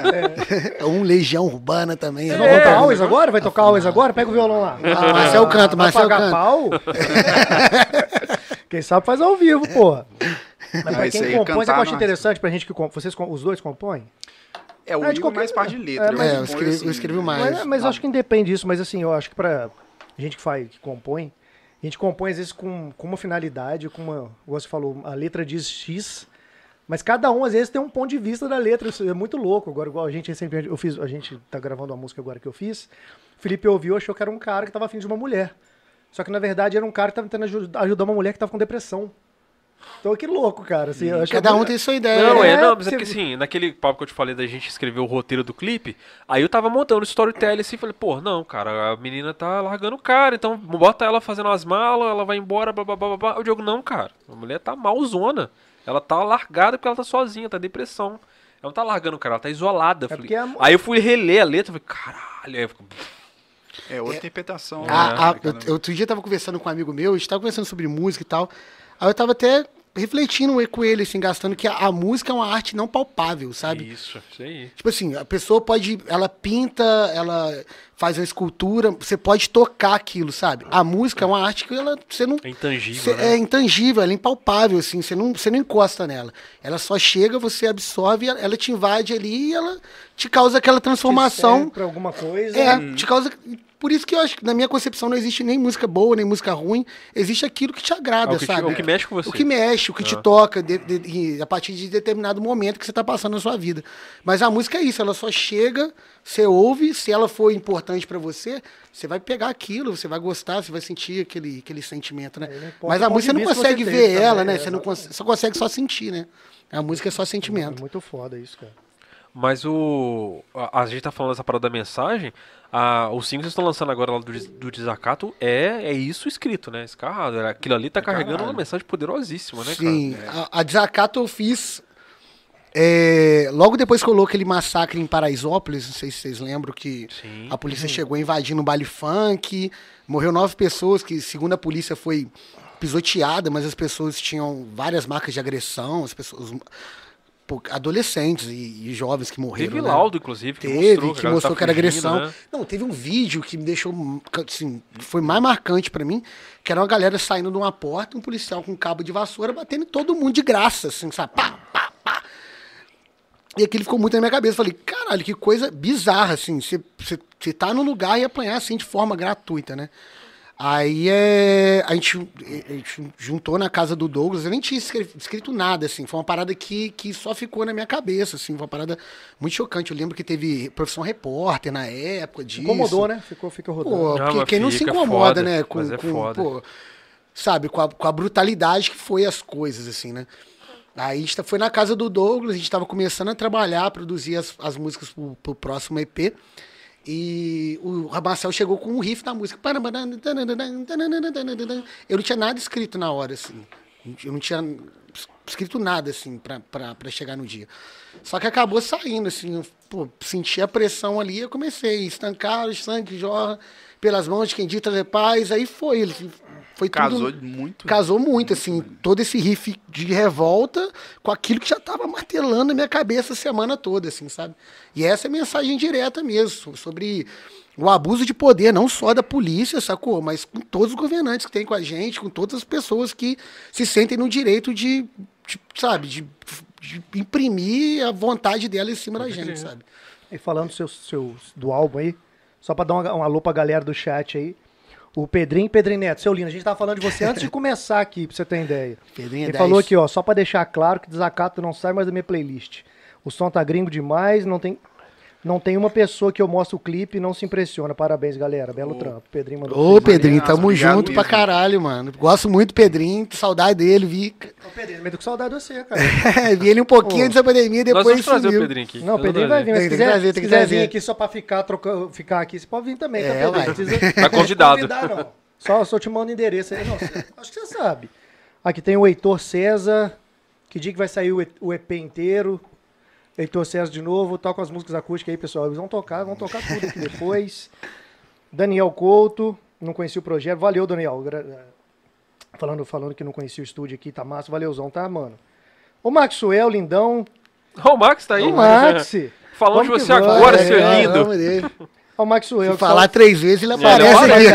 Um Legião Urbana também. Vocês é vão bom cantar pra- Always agora? Vai tocar Always agora? Pega o violão lá. Ah, Marcel canta, Vai Marcel pagar canta. pau? Quem sabe faz ao vivo, porra. Mas pra Ah, isso quem aí, compõe, você cantar acha não- interessante pra gente que comp- vocês com- os dois compõem? É, o É, de Igor qualquer- mais parte de letra. é, eu mas- É, eu componho, escrevi, assim, eu escrevi mais. Mas, mas eu acho que independe disso, mas assim, eu acho que pra gente que faz, que compõe, a gente compõe às vezes com, com uma finalidade, com uma, como você falou, a letra diz X, mas cada um às vezes tem um ponto de vista da letra, isso é muito louco. Agora, igual a gente recentemente, eu fiz, a gente tá gravando uma música agora que eu fiz, o Felipe ouviu, achou que era um cara que tava afim de uma mulher. Só que na verdade era um cara que tava tentando aju- ajudar uma mulher que tava com depressão. Então que louco, cara. Assim, eu acho Cada que- um tem sua ideia. Não, né? é, É, não, mas é você- porque assim, naquele papo que eu te falei da gente escrever o roteiro do clipe, aí eu tava montando o storytelling assim, falei, pô, não, cara, a menina tá largando o cara, então bota ela fazendo as malas, ela vai embora, blá blá blá blá, blá. O Diogo, não, cara, a mulher tá malzona, ela tá largada porque ela tá sozinha, tá em depressão. Ela não tá largando o cara, ela tá isolada. É Falei- porque a mu- Aí eu fui reler a letra, falei, caralho, aí eu fico, É outra interpretação. A- a- né? eu, eu, outro dia eu tava conversando com um amigo meu, a gente tava conversando sobre música e tal. Aí eu tava até refletindo com ele, assim, gastando que a, a música é uma arte não palpável, sabe? isso, isso aí. Tipo assim, a pessoa pode. Ela pinta, ela faz uma escultura, você pode tocar aquilo, sabe? A música é uma arte que ela, você não... É intangível, Cê, né? É intangível, ela é impalpável, assim, você não, você não encosta nela. Ela só chega, você absorve, ela te invade ali e ela te causa aquela transformação. Pra alguma coisa. É, te causa... Por isso que eu acho que na minha concepção não existe nem música boa, nem música ruim. Existe aquilo que te agrada, É o que te- sabe? o que mexe com você. O que mexe, o que te Ah. toca de- de- de- a partir de determinado momento que você está passando na sua vida. Mas a música é isso, ela só chega, você ouve, se ela for importante para você, você vai pegar aquilo, você vai gostar, você vai sentir aquele, aquele sentimento, né? É, não importa Mas a o ponto música você de não vista que consegue você ver teve ela, também, né? é, Você não cons- só consegue só sentir, né? A música é só É sentimento. muito foda isso, cara. Mas o. A, a gente tá falando dessa parada da mensagem. A, o single que vocês estão lançando agora lá do, Des- do Desacato é, é isso escrito, né? Escarrado. Aquilo ali tá carregando caralho. uma mensagem poderosíssima, né, Sim, a, a Desacato eu fiz é, logo depois que rolou aquele massacre em Paraisópolis, não sei se vocês lembram que Sim. a polícia chegou invadindo um baile funk, morreu nove pessoas, que segundo a polícia foi pisoteada, mas as pessoas tinham várias marcas de agressão, as pessoas, pô, adolescentes e, e jovens que morreram. Teve né? laudo, inclusive, que Teve, mostrou que, a galera mostrou tá que era fugindo, agressão. né? Não, teve um vídeo que me deixou, assim, foi mais marcante pra mim, que era uma galera saindo de uma porta, um policial com um cabo de vassoura batendo em todo mundo de graça, assim, sabe? Pá, pá, pá. E aquilo ficou muito na minha cabeça. Falei, caralho, que coisa bizarra, assim, você você tá no lugar e apanhar, assim, de forma gratuita, né? Aí é, a, gente, a gente juntou na casa do Douglas, eu nem tinha escre- escrito nada, assim, foi uma parada que, que só ficou na minha cabeça, assim, foi uma parada muito chocante. Eu lembro que teve profissão repórter na época disso. Incomodou, né? Ficou, fica rodando. Pô, Não, porque mas quem não se fica incomoda, foda, né? Com, mas é com, foda. pô, sabe, com a, com a brutalidade que foi as coisas, assim, né? Aí a gente tá- foi na casa do Douglas, a gente tava começando a trabalhar, a produzir as, as músicas pro, pro próximo E P. E o Marcel chegou com um riff na música. Eu não tinha nada escrito na hora, assim. Eu não tinha escrito nada, assim, pra, pra, pra chegar no dia. Só que acabou saindo, assim. Eu, pô, senti a pressão ali, eu comecei a estancar, o sangue jorra pelas mãos de quem dita é paz. Aí foi, ele foi Casou tudo... muito. Casou muito, assim, todo esse riff de revolta com aquilo que já tava martelando na minha cabeça a semana toda, assim, sabe? E essa é a mensagem direta mesmo, sobre o abuso de poder, não só da polícia, sacou? Mas com todos os governantes que tem com a gente, com todas as pessoas que se sentem no direito de, de sabe, de, de imprimir a vontade dela em cima da gente, sabe? E falando seu, seu, do álbum aí, só pra dar uma, um alô pra galera do chat aí. O Pedrinho, Pedrinho Neto, seu lindo, a gente tava falando de você antes de começar aqui, pra você ter ideia. Pedrinho é Ele dez. falou aqui, ó, só pra deixar claro que Desacato não sai mais da minha playlist. O som tá gringo demais, não tem, não tem uma pessoa que eu mostro o clipe e não se impressiona. Parabéns, galera. Belo trampo. Pedrinho mandou. Ô, Pedrinho, Nossa, tamo obrigado junto pra mesmo. caralho, mano. Gosto muito do Pedrinho, saudade dele, vi. Ô, Pedrinho, meio com saudade de você, cara. vi ele um pouquinho Ô. antes da pandemia, Nós depois vamos trazer sumiu. o Pedrinho aqui. Não, o Nós Pedrinho vamos vai vir, trazer. mas se Tem que quiser, trazer, se tem que quiser trazer. vir aqui só pra ficar, troca, ficar aqui, você pode vir também, tá, É, Pedrinho? uai. Não precisa Tá convidado. convidar, não. Só, só te mando o endereço aí. Não, você- acho que você sabe. Aqui tem o Heitor César. Que dia que vai sair o E- o E P inteiro? Heitor César de novo. Toca as músicas acústicas aí, pessoal. Eles vão tocar, vão tocar tudo aqui depois. Daniel Couto. Não conhecia o projeto. Valeu, Daniel. Gra- Falando, falando que não conhecia o estúdio aqui, tá massa. Valeuzão, tá, mano? O Maxwell, lindão. Ó, o Max tá aí. O Max. Falando de Vamos você que vamos. agora, É, seu é, lindo. vamos ver. Ó, o Maxwell. Se que falar tá- três vezes, ele ele aparece aparece.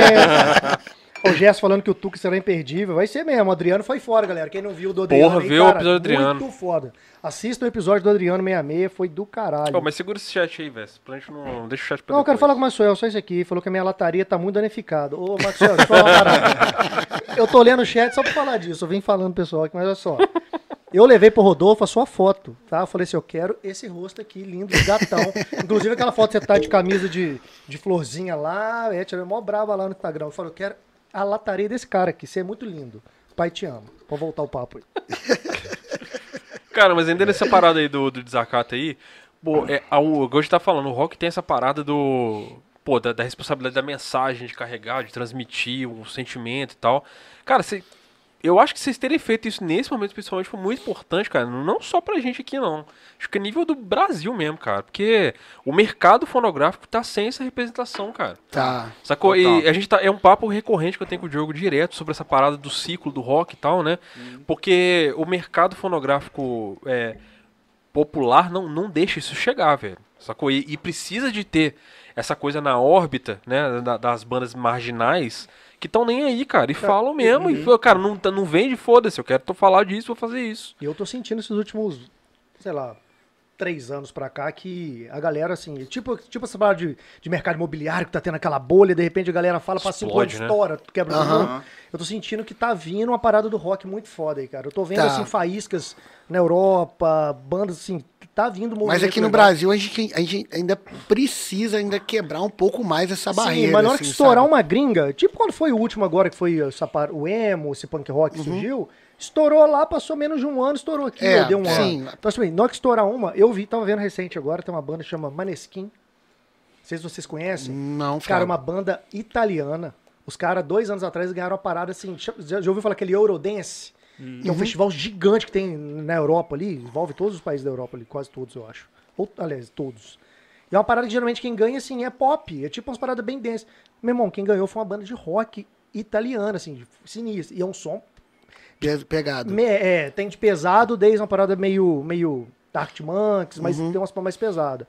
aqui. O Gerson falando que o Tuque será imperdível. Vai ser mesmo. O Adriano foi fora, galera. Quem não viu o do Adriano Porra, aí, vê o cara, episódio do Adriano. Muito foda. Assista o episódio do Adriano sessenta e seis. Foi do caralho. Ô, mas segura esse chat aí, velho. Pra gente não... Deixa o chat pra Não, eu quero depois. falar com o Maxwell, só isso aqui. Falou que a minha lataria tá muito danificada. Ô, Maxwell, deixa eu falar uma parada. Eu tô lendo o chat só pra falar disso. Eu vim falando, pessoal, aqui, mas olha só. Eu levei pro Rodolfo a sua foto, tá? Eu falei assim, eu quero esse rosto aqui, lindo, de gatão. Inclusive aquela foto que você tá de camisa de, de florzinha lá, é, tirei mó brava lá no Instagram. Eu falei, eu quero a lataria desse cara aqui, você é muito lindo. Pai, te amo. Pode voltar o papo aí. Cara, mas ainda nessa parada aí do, do desacato aí, pô, é, a, o que a gente tá falando, o rock tem essa parada do... Pô, da, da responsabilidade da mensagem, de carregar, de transmitir um sentimento e tal. Cara, cê, eu acho que vocês terem feito isso nesse momento, principalmente, foi muito importante, cara. Não só pra gente aqui, não. Acho que é nível do Brasil mesmo, cara. Porque o mercado fonográfico tá sem essa representação, cara. Tá. Sacou? Total. E a gente tá, é um papo recorrente que eu tenho com o Diogo direto sobre essa parada do ciclo do rock e tal, né? Porque o mercado fonográfico é, popular não, não deixa isso chegar, velho. Sacou? E, e precisa de ter essa coisa na órbita, né, da- das bandas marginais, que estão nem aí, cara, e falam mesmo, e, fala, cara, não, tá- não vende, foda-se, eu quero tô falar disso, vou fazer isso. E eu tô sentindo esses últimos, sei lá, três anos pra cá que a galera, assim, tipo, tipo essa parada de, de mercado imobiliário que tá tendo aquela bolha, de repente a galera fala pra cinco anos, Explode, né? estoura, quebra Aham. tudo. Eu tô sentindo que tá vindo uma parada do rock muito foda aí, cara. Eu tô vendo, Tá. assim, faíscas na Europa, bandas, assim, que tá vindo um Mas movimento aqui no legal. Brasil a gente, a gente ainda precisa ainda quebrar um pouco mais essa barreira. Sim, mas na hora que assim, estourar sabe? uma gringa, tipo quando foi o último agora, que foi essa par- o emo, esse punk rock Uhum. que surgiu, estourou lá, passou menos de um ano, estourou aqui, É, ó, deu um sim. ano. Então, assim, na hora que estourar uma, eu vi, tava vendo recente agora, tem uma banda que chama Maneskin. Não sei se vocês conhecem. Não, Cara, Fábio. uma banda italiana. Os caras, dois anos atrás, ganharam uma parada assim. Já, já ouviu falar aquele Eurodance? Que é um festival gigante que tem na Europa ali. Envolve todos os países da Europa ali, quase todos, eu acho. Ou, aliás, todos. E é uma parada que geralmente quem ganha, assim, é pop. É tipo umas paradas bem densas. Meu irmão, quem ganhou foi uma banda de rock italiana, assim, sinistra. E é um som. Pe- Pegado. me- é, tem de pesado, desde uma parada meio, meio Dark Monks, mas tem umas mais pesadas.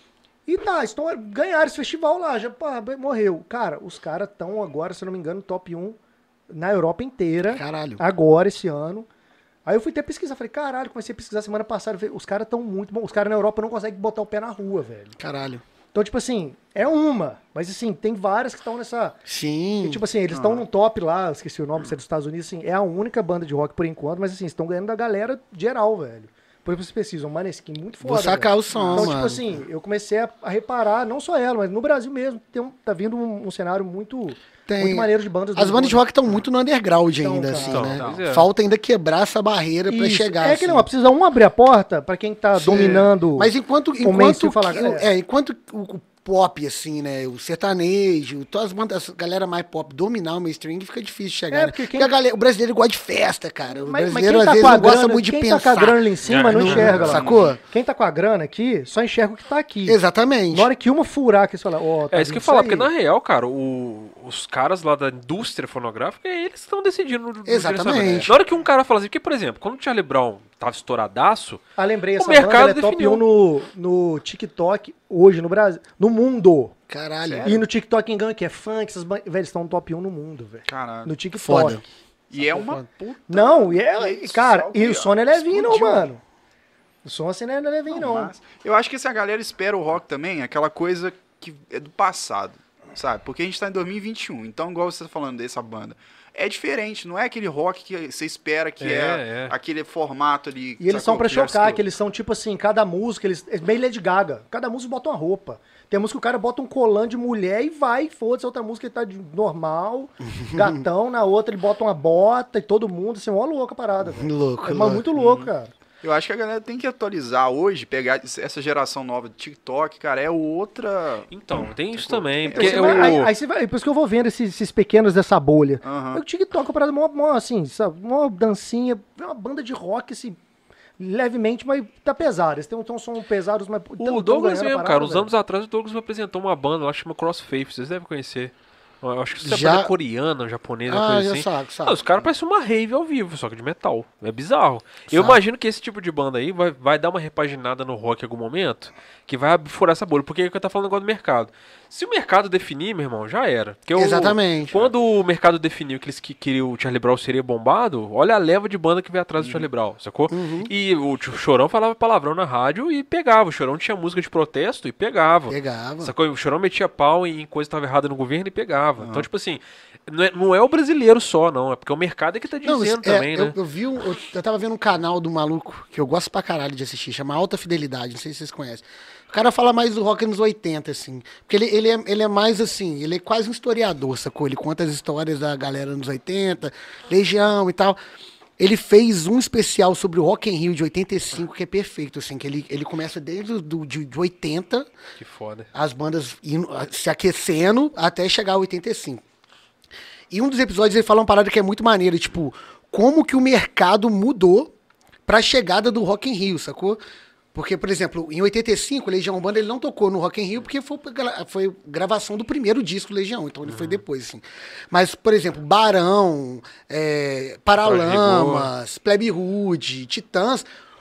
E tá, estão, ganharam esse festival lá, já pá, morreu. Cara, os caras estão agora, se eu não me engano, top um na Europa inteira. Caralho. Agora, esse ano. Aí eu fui até pesquisar, falei, caralho, comecei a pesquisar semana passada, falei, os caras estão muito bons. Os caras na Europa não conseguem botar o pé na rua, velho. Caralho. Então, tipo assim, é uma, mas assim, tem várias que estão nessa... Sim. E, tipo assim, eles estão num top lá, esqueci o nome, se é dos Estados Unidos, assim, é a única banda de rock por enquanto, mas assim, estão ganhando da galera geral, velho. Por exemplo, vocês precisam, Maneskin, muito foda. Vou sacar velho. o som, Então, mano. tipo assim, eu comecei a, a reparar, não só ela, mas no Brasil mesmo, tem um, tá vindo um, um cenário muito, Tem. muito maneiro de bandas. As do- bandas de rock estão muito no underground Então, ainda, cara. assim, Então, né? pois é. Falta ainda quebrar essa barreira pra Isso, chegar, É que assim. não, precisa um abrir a porta pra quem tá dominando. Mas enquanto, o enquanto, mainstream falar, que- é. é, enquanto o, o pop, assim, né? O sertanejo, todas as bandas, a galera mais pop dominar o mainstream, fica difícil de chegar. É, né? porque porque quem- a galera, o brasileiro gosta de festa, cara. O Mas, mas brasileiro, quem tá às vezes, com a não gosta grana, muito de quem pensar. tá com a grana ali em cima É, não não- enxerga lá. sacou? Quem tá com a grana aqui, só enxerga o que tá aqui. Exatamente. Na hora que uma furar, que você fala, ó, tá É isso que eu vindo ia falar, aí. porque na real, cara, o- os caras lá da indústria fonográfica, eles que estão decidindo no, no Exatamente. direcionamento. Na hora que um cara fala assim, porque, por exemplo, quando o Charlie Brown tava estouradaço, Ah, lembrei, o essa mercado banda ela é top definiu. um no, no TikTok hoje, no Brasil. No mundo. Caralho. E no TikTok quem ganha, que é funk, essas bandas. Velho, eles estão no top um no mundo, velho. Caralho. No TikTok. Foda. E é uma puta. Não, e é. Que isso, Cara, salve, e o ó. som não é levinho, não, Explodiu. mano. O som assim não é levinho, não. Mas eu acho que essa galera espera o rock também, aquela coisa que é do passado, sabe? Porque a gente tá em dois mil e vinte e um, então, igual você tá falando dessa banda, é diferente, não é aquele rock que você espera que É, é, é. aquele formato ali. E eles sacou? são pra Que já chocar, estou- que eles são tipo assim, cada música, eles. É meio Lady Gaga. Cada música bota uma roupa. Tem música que o cara bota um colã de mulher e vai, foda-se, a outra música ele tá de normal, gatão, na outra ele bota uma bota e todo mundo, assim, ó, louca a parada, velho. Louco, É mas louco. muito louco, cara. Eu acho que a galera tem que atualizar hoje, pegar essa geração nova de TikTok, cara, é outra. então, tem isso também. Aí Porque Aí, você o, vai- aí, aí você vai, por isso que eu vou vendo esses, esses pequenos dessa bolha. Aham. O TikTok é uma parada mó, mó, assim, sabe, uma dancinha, é uma banda de rock, assim, levemente, mas tá pesado. Eles têm um, têm um som pesados, mas... tão- tão o Douglas ganhando a mesmo, parada, cara, uns velho. anos atrás o Douglas me apresentou uma banda lá que chama Crossfaith, vocês devem conhecer. Eu acho que isso é Já- banda coreana, japonesa, Ah, coisa já assim. saco, saco. Ah, os caras parecem uma rave ao vivo, só que de metal. É bizarro. Eu Saco. imagino que esse tipo de banda aí vai, vai dar uma repaginada no rock em algum momento, que vai furar essa bolha. Porque é o que eu tô falando agora do mercado. Se o mercado definir, meu irmão, já era. Porque o- Exatamente. quando o mercado definiu que eles que queriam o Charlie Brown seria bombado, olha a leva de banda que veio atrás do Charlie Brown, sacou? Uhum. E o Ch- Chorão falava palavrão na rádio e pegava. O Chorão tinha música de protesto e pegava. Pegava. Sacou? O Chorão metia pau em coisa que tava errada no governo e pegava. Então, tipo assim, não é, não é o brasileiro só, não. É porque o mercado é que tá Não, dizendo é, também, eu, né? eu vi um, eu, eu tava vendo um canal do maluco que eu gosto pra caralho de assistir, chama Alta Fidelidade, não sei se vocês conhecem. O cara fala mais do rock nos oitenta, assim. Porque ele, ele, é, ele é mais assim, ele é quase um historiador, sacou? Ele conta as histórias da galera nos oitenta, Legião e tal. Ele fez um especial sobre o Rock in Rio de oitenta e cinco, que é perfeito, assim, que ele, ele começa desde o do, de, de oitenta, Que foda. as bandas indo- se aquecendo até chegar a oitenta e cinco. E um dos episódios ele fala uma parada que é muito maneira, tipo, como que o mercado mudou pra chegada do Rock in Rio, sacou? Porque, por exemplo, em oitenta e cinco, Legião Urbana ele não tocou no Rock in Rio porque foi, gra- foi gravação do primeiro disco Legião, então ele foi depois, assim. Mas, por exemplo, Barão, é, Paralamas, Plebe Rude, Titãs,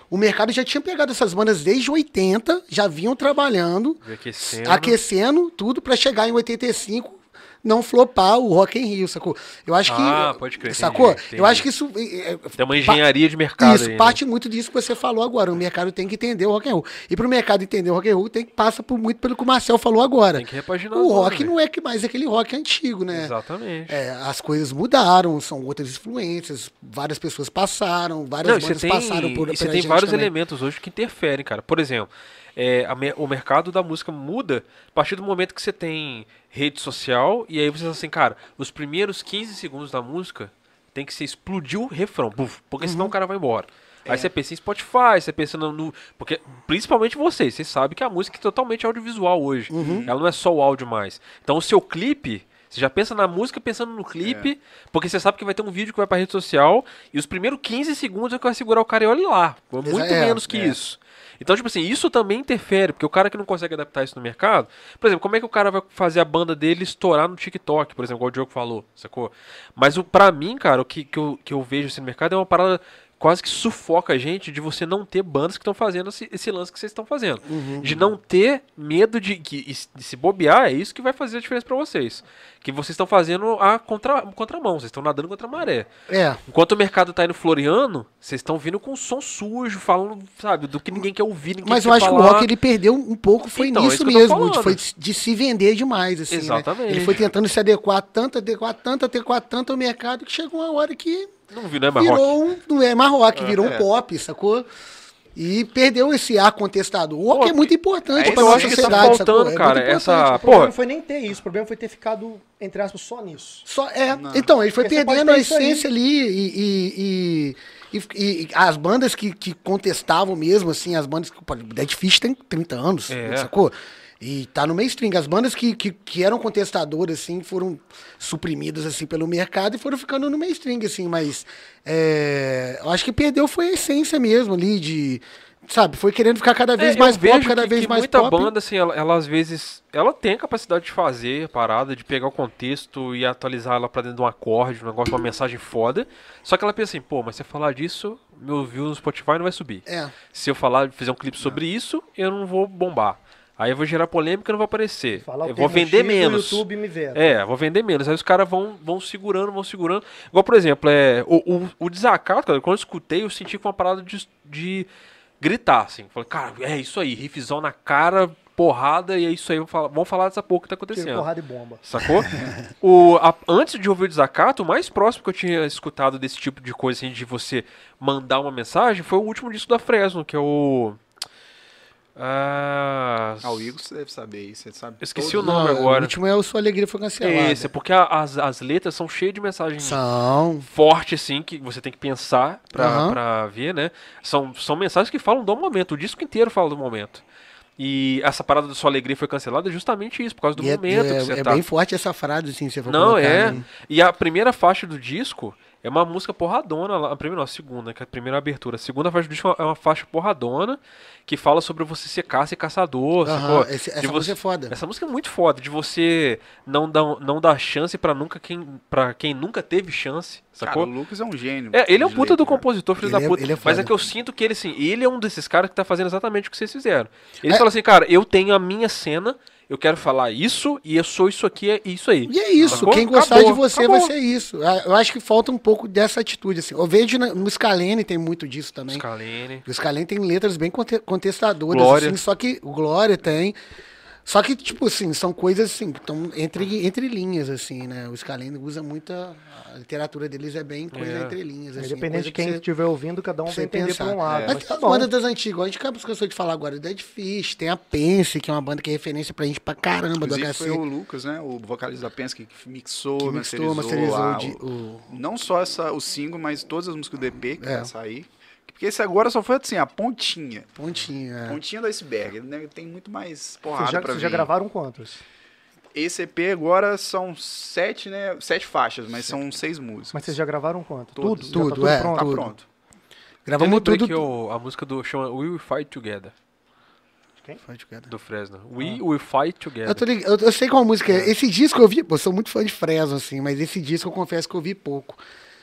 o mercado já tinha pegado essas bandas desde oitenta, já vinham trabalhando, Aquecendo. aquecendo tudo pra chegar em oitenta e cinco, não flopar o Rock in Rio, sacou? Eu acho que... Ah, pode crer, Sacou? entendi, entendi. Eu acho que isso... é, é, Tem uma engenharia de mercado Isso, aí, parte né? muito disso que você falou agora. O mercado tem que entender o rock and roll. E pro mercado entender o rock and roll, tem que passa por muito pelo que o Marcel falou agora. Tem que repaginar O tudo, rock velho. não é que mais aquele rock antigo, né? Exatamente. É, as coisas mudaram, são outras influências, várias pessoas passaram, várias Não, e você bandas tem, passaram por e você pela tem gente vários também. elementos hoje que interferem, cara. Por exemplo, é, a me- o mercado da música muda a partir do momento que você tem rede social e aí você fala assim, cara, os primeiros quinze segundos da música tem que ser explodir o refrão, buf, porque senão o cara vai embora. Aí você pensa em Spotify, você pensa no, no- Porque, principalmente vocês, vocês sabem que a música é totalmente audiovisual hoje. Ela não é só o áudio mais. Então o seu clipe, você já pensa na música pensando no clipe, porque você sabe que vai ter um vídeo que vai pra rede social e os primeiros quinze segundos é que vai segurar o cara e olha lá. Muito é, menos que é. isso. Então, tipo assim, isso também interfere, porque o cara que não consegue adaptar isso no mercado, por exemplo, como é que o cara vai fazer a banda dele estourar no TikTok, por exemplo, igual o Diogo falou, sacou? Mas o, pra mim, cara, o que, que, eu, que eu vejo assim no mercado é uma parada quase que sufoca a gente de você não ter bandas que estão fazendo esse, esse lance que vocês estão fazendo. De não ter medo de, que, de se bobear, é isso que vai fazer a diferença pra vocês. Que vocês estão fazendo a contra, contramão, vocês estão nadando contra a maré. É, Enquanto o mercado tá indo floreando, vocês estão vindo com som sujo, falando, sabe, do que ninguém quer ouvir, ninguém mas quer eu acho falar. que o rock ele perdeu um pouco, foi Então, é isso nisso que eu tô mesmo, de, falando. foi de se vender demais, assim, né? Exatamente. Ele foi tentando se adequar tanto, adequar tanto, adequar tanto ao mercado que chegou uma hora que Não vi, né, Marroque? virou um, não é mais rock, virou é. um pop, sacou? E perdeu esse ar contestador. O rock Pô, é muito importante é pra isso, Eu nossa acho que tá sociedade, sacou? faltando, É muito cara, importante. essa... O problema Pô, não foi nem ter isso, o problema foi ter ficado, entre aspas, só nisso. Só, é, então, ele foi Porque você perdendo pode a ter isso aí. essência ali e, e, e, e- e as bandas que, que contestavam mesmo, assim, as bandas que. Pô, Dead Fish tem trinta anos, É. sacou? E tá no mainstream. As bandas que, que, que eram contestadoras, assim, foram suprimidas, assim, pelo mercado e foram ficando no mainstream, assim, mas é, eu acho que perdeu foi a essência mesmo ali de. Sabe, foi querendo ficar cada vez é, mais eu pop, vejo cada que, vez que mais muita pop. banda, assim, ela, ela às vezes, ela tem a capacidade de fazer a parada, de pegar o contexto e atualizar ela pra dentro de um acorde, um negócio, uma mensagem foda. Só que ela pensa assim, pô, mas se eu falar disso, meu view no Spotify não vai subir. É. Se eu falar, fizer um clipe sobre isso, eu não vou bombar. Aí eu vou gerar polêmica e não vou aparecer. Falar o eu vou termo vender X, o menos. YouTube me veta. É, vou vender menos. Aí os caras vão, vão segurando, vão segurando. Igual, por exemplo, é, o, o, o Desacato, cara, quando eu escutei, eu senti que foi uma parada de, de gritar, assim. Falei, cara, é isso aí, riffzão na cara, porrada, e é isso aí, vamos falar, vamos falar dessa porra que tá Tiro, acontecendo. porrada e bomba. Sacou? o, a- antes de ouvir o Desacato, o mais próximo que eu tinha escutado desse tipo de coisa, assim, de você mandar uma mensagem, foi o último disco da Fresno, que é o... Ah, Ah, o Igor você deve saber isso, você sabe. Eu esqueci todos. o nome Não, agora. O último é o Sua Alegria Foi Cancelada. Esse, é porque a- as, as letras são cheias de mensagens São. forte, assim, que você tem que pensar pra, Aham. pra ver, né? São, são mensagens que falam do momento, o disco inteiro fala do momento. E essa parada da Sua Alegria Foi Cancelada é justamente isso, por causa do E é, momento é, que você é tá. bem forte essa frase, assim, se você for Não, colocar, é. né? E a primeira faixa do disco é uma música porradona. lá- A primeira, não, a segunda, que é a primeira abertura. A segunda faixa do disco é uma faixa porradona que fala sobre você ser caça e caçador. Aham, sacou? esse- essa De música você- é foda. Essa música é muito foda, de você não dar, não dar chance pra nunca quem, pra quem nunca teve chance, Cara, sacou? o Lucas é um gênio. É, ele é um de puta do letra. compositor, filho Ele da é- puta. ele é Mas foda. é que eu sinto que ele, assim, ele é um desses caras que tá fazendo exatamente o que vocês fizeram. Ele É. fala assim, cara, eu tenho a minha cena, eu quero falar isso, e eu sou isso aqui, é isso aí. E é isso, Sacou? quem gostar Acabou, de você acabou. vai ser isso. Ah, Eu acho que falta um pouco dessa atitude, assim. Eu vejo na- no Scalene tem muito disso também. Scalene. O Scalene tem letras bem conte- contestadoras, Glória. assim, só que o Glória tem. Só que, tipo assim, são coisas assim, que estão entre, entre linhas, assim, né? O Scalene usa muita. A literatura deles é bem coisa É. entre linhas, assim. Independente coisa de que quem você- estiver ouvindo, cada um você vai entender pensar. por um lado. É. Mas Mas tem tá as bom. bandas das antigas, a gente acaba esquecendo de falar agora, Dead Fish, tem a Pense, que é uma banda que é referência pra gente pra caramba do Inclusive H C. foi o Lucas, né? O vocalista da Penske que mixou, Que masterizou, mixou, masterizou a- de- o- o- não só essa, o single, mas todas as músicas do E P que É. vai sair. Porque esse agora só foi assim, a pontinha. Pontinha. é. Pontinha do iceberg, né? Tem muito mais porrada Vocês já, pra vocês vir. já gravaram quantos? Esse E P agora são sete, né? Sete faixas, mas são seis músicas. Mas vocês já gravaram quanto? Todos. Tudo? Tudo, já tá tudo é. pronto? Tá tudo. pronto. Eu Gravamos lembrei tudo. que o- a música do chama We Will Fight Together, do Fresno. We Will Fight Together. Eu, tô lig- eu, eu sei qual música é. Esse disco eu vi. Pô, eu sou muito fã de Fresno, assim, mas esse disco eu confesso que eu vi pouco.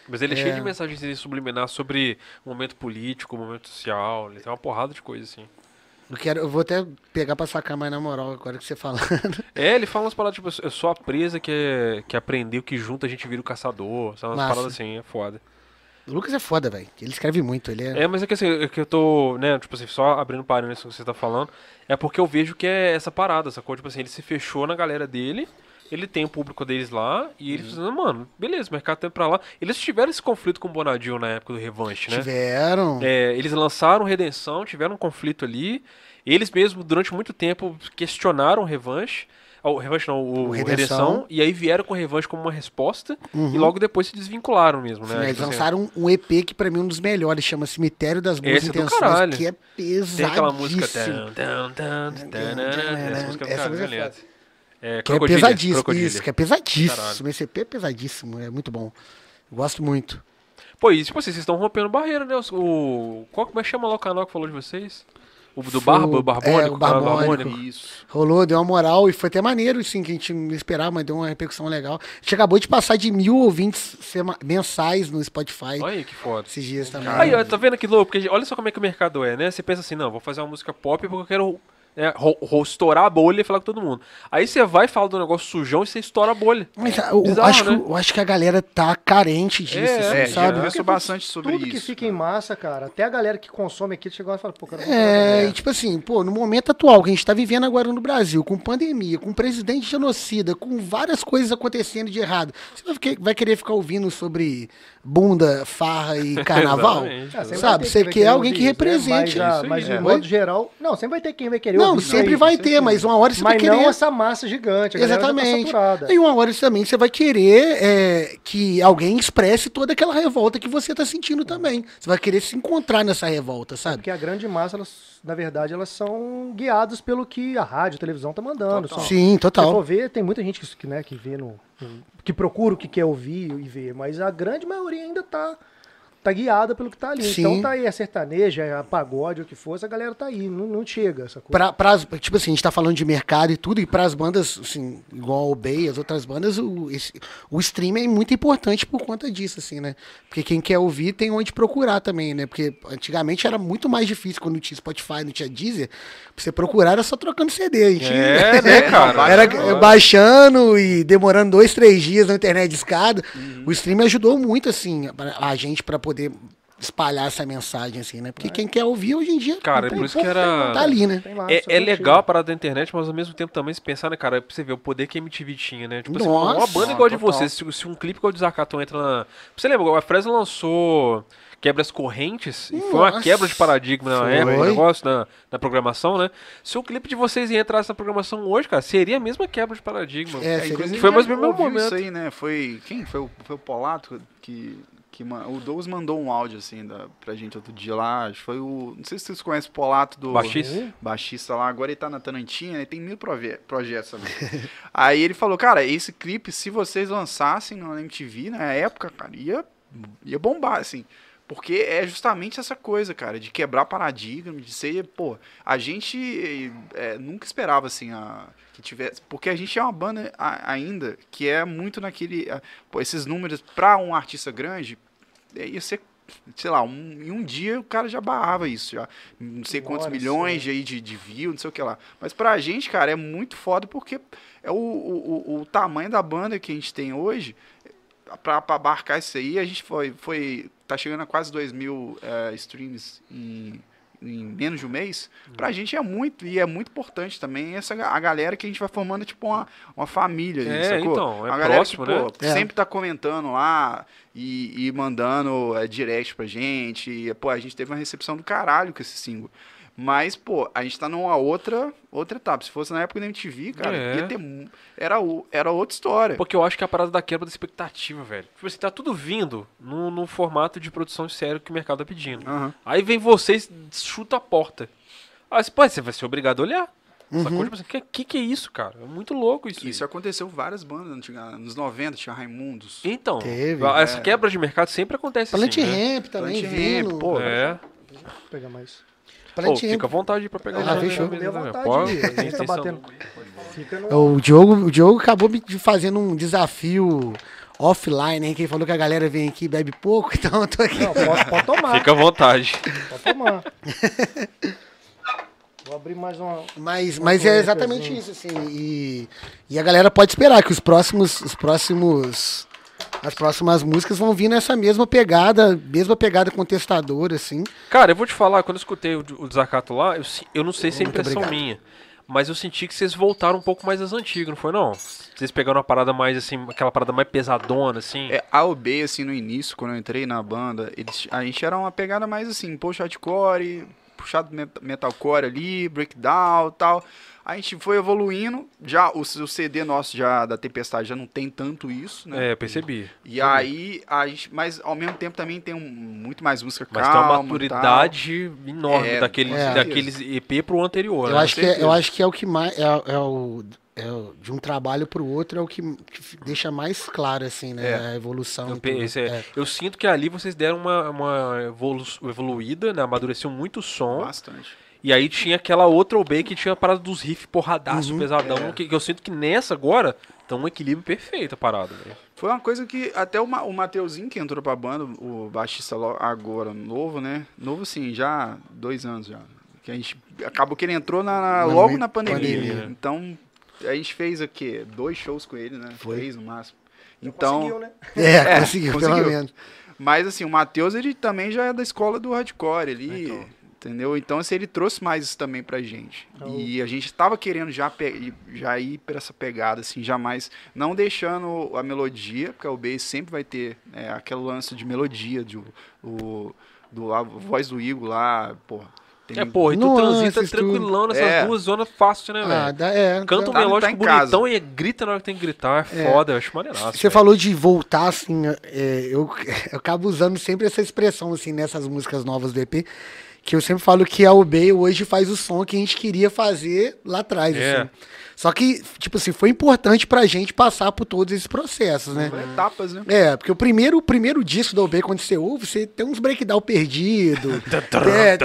Mas ele é, É. cheio de mensagens subliminares sobre o momento político, o momento social. Ele tem uma porrada de coisa, assim. Eu, quero, eu vou até pegar pra sacar mais na moral agora que você falando. É, ele fala umas palavras tipo, eu sou a presa que, é, que aprendeu que junto a gente vira o caçador. São umas Massa. paradas assim, é foda. O Lucas é foda, velho. Ele escreve muito, ele é... É, mas é que assim, é que eu tô, né, tipo assim, só abrindo parênteses no que você tá falando, é porque eu vejo que é essa parada, sacou? Tipo assim, ele se fechou na galera dele, ele tem o público deles lá, e eles dizendo, mano, beleza, o mercado tá indo pra lá. Eles tiveram esse conflito com o Bonadil na época do Revanche, né? Tiveram. É, eles lançaram Redenção, tiveram um conflito ali. Eles mesmos, durante muito tempo, questionaram o Revanche. O Revanche não, o, O o Redenção. Redenção. E aí vieram com o Revanche como uma resposta. E logo depois se desvincularam mesmo, Sim, né? eles Tipo assim, lançaram um E P que pra mim é um dos melhores, chama Cemitério das Boas Esse é do Intenções, caralho. que é pesadíssimo. tem aquela música. Tan, tan, tan, tan, essa música é do Essa caralho, música é violenta. foda. É, Que é Crocodília, pesadíssimo, Crocodília. isso, que é pesadíssimo. Caralho. Esse E P é pesadíssimo, é muito bom. Eu gosto muito. Pô, e tipo assim, vocês estão rompendo barreira, né? Os- O, qual, como é que chama lá o canal que falou de vocês? O do Foi Barba, o- o Barbônico? é, o Barbônico. canal do Barbônico. Isso. Rolou, deu uma moral e foi até maneiro, assim, que a gente não esperava, mas deu uma repercussão legal. A gente acabou de passar de mil ouvintes sema- mensais no Spotify Olha aí que foda. esses dias também. Aí, ó, tá vendo que louco? Porque olha só como é que o mercado é, né? Você pensa assim, não, vou fazer uma música pop porque eu quero né, ro- ro- estourar a bolha e falar com todo mundo. Aí você vai e fala do negócio sujão e você estoura a bolha. Mas ah, eu, Bizarro, acho, né? que, eu acho que a galera tá carente disso, É, assim, É, sabe? já conversou bastante sobre Tudo isso. que fica em massa, cara, até a galera que consome aqui chegou e fala, pô, cara, É, e tipo assim, pô, no momento atual que a gente tá vivendo agora no Brasil, com pandemia, com presidente genocida, com várias coisas acontecendo de errado, você vai, fique- vai querer ficar ouvindo sobre bunda, farra e carnaval? Exatamente. Ah, sempre vai Sabe, ter você quem vai quer querer alguém que ouvir isso, né? represente. Mas, ah, Isso aí, mas de é. modo geral, não, sempre vai ter quem vai querer Não, ouvir isso sempre aí, vai com ter, certeza. mas uma hora você vai Mas querer... não essa massa gigante, a galera já tá Exatamente. saturada. E uma hora também você vai querer é, que alguém expresse toda aquela revolta que você tá sentindo também. Você vai querer se encontrar nessa revolta, sabe? Porque a grande massa, elas, na verdade, elas são guiadas pelo que a rádio, a televisão tá mandando. Total. São- Sim, Se total. for ver, tem muita gente que, que, né, que vê no, no- que procura o que quer ouvir e ver, mas a grande maioria ainda tá, tá guiada pelo que tá ali. Sim. Então tá aí a sertaneja, a pagode, o que for, essa galera tá aí, não, não chega essa coisa. Pra, pras- tipo assim, a gente tá falando de mercado e tudo, e pras bandas, assim, igual o Bay, as outras bandas, o, esse- o stream é muito importante por conta disso, assim, né? Porque quem quer ouvir tem onde procurar também, né? Porque antigamente era muito mais difícil quando não tinha Spotify, não tinha Deezer, pra você procurar era só trocando C D. A gente É, né, cara? era Agora- baixando e demorando dois, três dias na internet de escada. O stream ajudou muito, assim, a, a gente pra poder espalhar essa mensagem, assim, né? Porque quem quer ouvir hoje em dia Cara, não é tem por isso pouco, que era- tá ali, né? Tem lá, É, só é não legal a chega. parada da internet, mas ao mesmo tempo também se pensar, né, cara, pra você ver o poder que a M T V tinha, né? Tipo assim, Nossa, uma banda igual a de total. vocês, se, se um clipe igual o Desacato entra na... Você lembra, a Fresno lançou Quebras Correntes, e foi uma Nossa, quebra de paradigma na foi. época, o negócio, na, na programação, né? Se o clipe de vocês ia entrar nessa programação hoje, cara, seria a mesma quebra de paradigma. É, É, seria- inclusive, Foi mais quem ou menos no ouviu momento. isso aí, né? Foi. Quem? Foi o, foi o Polato que. que ma- o Douglas mandou um áudio assim da, pra gente outro dia lá. Acho que foi o. Não sei se vocês conhecem o Polato do. Baixista? Baixista lá. Agora ele tá na Tarantina, ele tem mil prove- projetos também. Aí ele falou, cara, esse clipe, se vocês lançassem na M T V na época, cara, ia, ia bombar, assim. Porque é justamente essa coisa, cara, de quebrar paradigma, de ser, pô, a gente é, nunca esperava, assim, a, que tivesse, porque a gente é uma banda a- ainda que é muito naquele, a- pô, esses números, pra um artista grande, é, ia ser, sei lá, um, em um dia o cara já barrava isso, já, não sei quantos Horas, milhões é. aí de, de view, não sei o que lá. Mas pra gente, cara, é muito foda porque é o, o, o, o tamanho da banda que a gente tem hoje, pra, pra abarcar isso aí, a gente foi, foi tá chegando a quase dois mil eh, streams em, em menos de um mês. Pra gente é muito, e é muito importante também essa, a galera que a gente vai formando tipo uma, uma família. ali, É, sacou? então, é a galera próximo, que, pô, né? É. sempre tá comentando lá e, e mandando eh, direct pra gente. E, pô, a gente teve uma recepção do caralho com esse single. Mas, pô, a gente tá numa outra, outra etapa. Se fosse na época da M T V, cara, É. ia ter, mu- era, o- era outra história. Porque eu acho que é a parada da quebra da expectativa, velho. Tipo assim, tá tudo vindo no, no formato de produção de série que o mercado tá pedindo. Aham. Aí vem vocês, chuta a porta. Aí você, pô, você vai ser obrigado a olhar. Sacou? Tipo assim, que, que que é isso, cara? É muito louco isso. Isso aí. aconteceu várias bandas antiga- nos noventa, tinha Raimundos. Então, Teve, essa é. quebra de mercado sempre acontece Planet assim, né? Ramp também, Planet vindo. Ramp, pô. É. Vou pegar mais. Pô, Planet fica à Ramp. vontade pra pegar Ah, já na fechou. mesa Dê à também. vontade, Pode, a gente tem tá extensão. batendo. Fica no... O Diogo, o Diogo acabou me de fazendo um desafio offline, hein? Quem falou que a galera vem aqui e bebe pouco, então eu tô aqui. Não, pode, pode tomar. Fica à vontade. Pode tomar. Vou abrir mais uma... Mas, mas é exatamente isso, assim. E, e a galera pode esperar que os próximos, os próximos, as próximas músicas vão vir nessa mesma pegada, mesma pegada contestadora, assim. Cara, eu vou te falar, quando eu escutei o, o Desacato lá, eu, se- eu não sei se é Muito impressão obrigado. minha, mas eu senti que vocês voltaram um pouco mais às antigas, não foi não? Vocês pegaram uma parada mais assim, aquela parada mais pesadona, assim. É, a O B, assim, no início, quando eu entrei na banda, eles, a gente era uma pegada mais assim, post-hardcore, puxado met- metalcore ali, breakdown e tal. A gente foi evoluindo, já o, o C D nosso já da Tempestade já não tem tanto isso, né? É, eu percebi. E aí, a gente, mas ao mesmo tempo também tem um, muito mais música Mas calma. tem uma e tal. maturidade enorme É, daqueles, é. daqueles E P pro anterior, Eu né? acho, que é, certeza. eu acho que é o que mais. É, é o, é o- de um trabalho pro outro é o que, que f- deixa mais claro, assim, né? É. A evolução. Eu, e pe- tudo. esse é- É. eu sinto que ali vocês deram uma, uma evolu- evoluída, né? Amadureceu muito o som. Bastante. E aí tinha aquela outra O B que tinha a parada dos riffs porradaço, Uhum. pesadão. É. Que, que eu sinto que nessa agora tá um equilíbrio perfeito a parada, velho. Foi uma coisa que até o, Ma- o Mateuzinho que entrou pra banda, o baixista lo- agora, novo, né? Novo assim, já há dois anos já. Que a gente acabou que ele entrou na, na- Na logo meio- na pandemia. pandemia. Então, a gente fez o quê? Dois shows com ele, né? Foi. Três no máximo. Então, Conseguiu, né? É, É, conseguiu, pelo conseguiu. menos. mas assim, o Matheus, ele também já é da escola do hardcore ali, Então. entendeu? Então, assim, ele trouxe mais isso também pra gente. Então- E a gente tava querendo já, pe- já ir pra essa pegada, assim, jamais, não deixando a melodia, porque o bass sempre vai ter é, aquele lance de melodia, de, o, o- do, a voz do Igor lá, porra. Tem, É, porra, e tu Nuances, transita tudo. tranquilão nessas É. duas zonas fácil, né, Ah, velho? dá, é. Canta um tá- melódico tá em bonitão casa. e grita na hora que tem que gritar. É É. foda, eu acho maneiraço. Você velho. falou de voltar, assim, é, eu, eu acabo usando sempre essa expressão, assim, nessas músicas novas do E P, que eu sempre falo que a O B hoje faz o som que a gente queria fazer lá atrás, É. assim. Só que, tipo assim, foi importante pra gente passar por todos esses processos, né? São etapas, né? É, porque o primeiro, o primeiro disco da O B, quando você ouve, você tem uns breakdown perdido. é,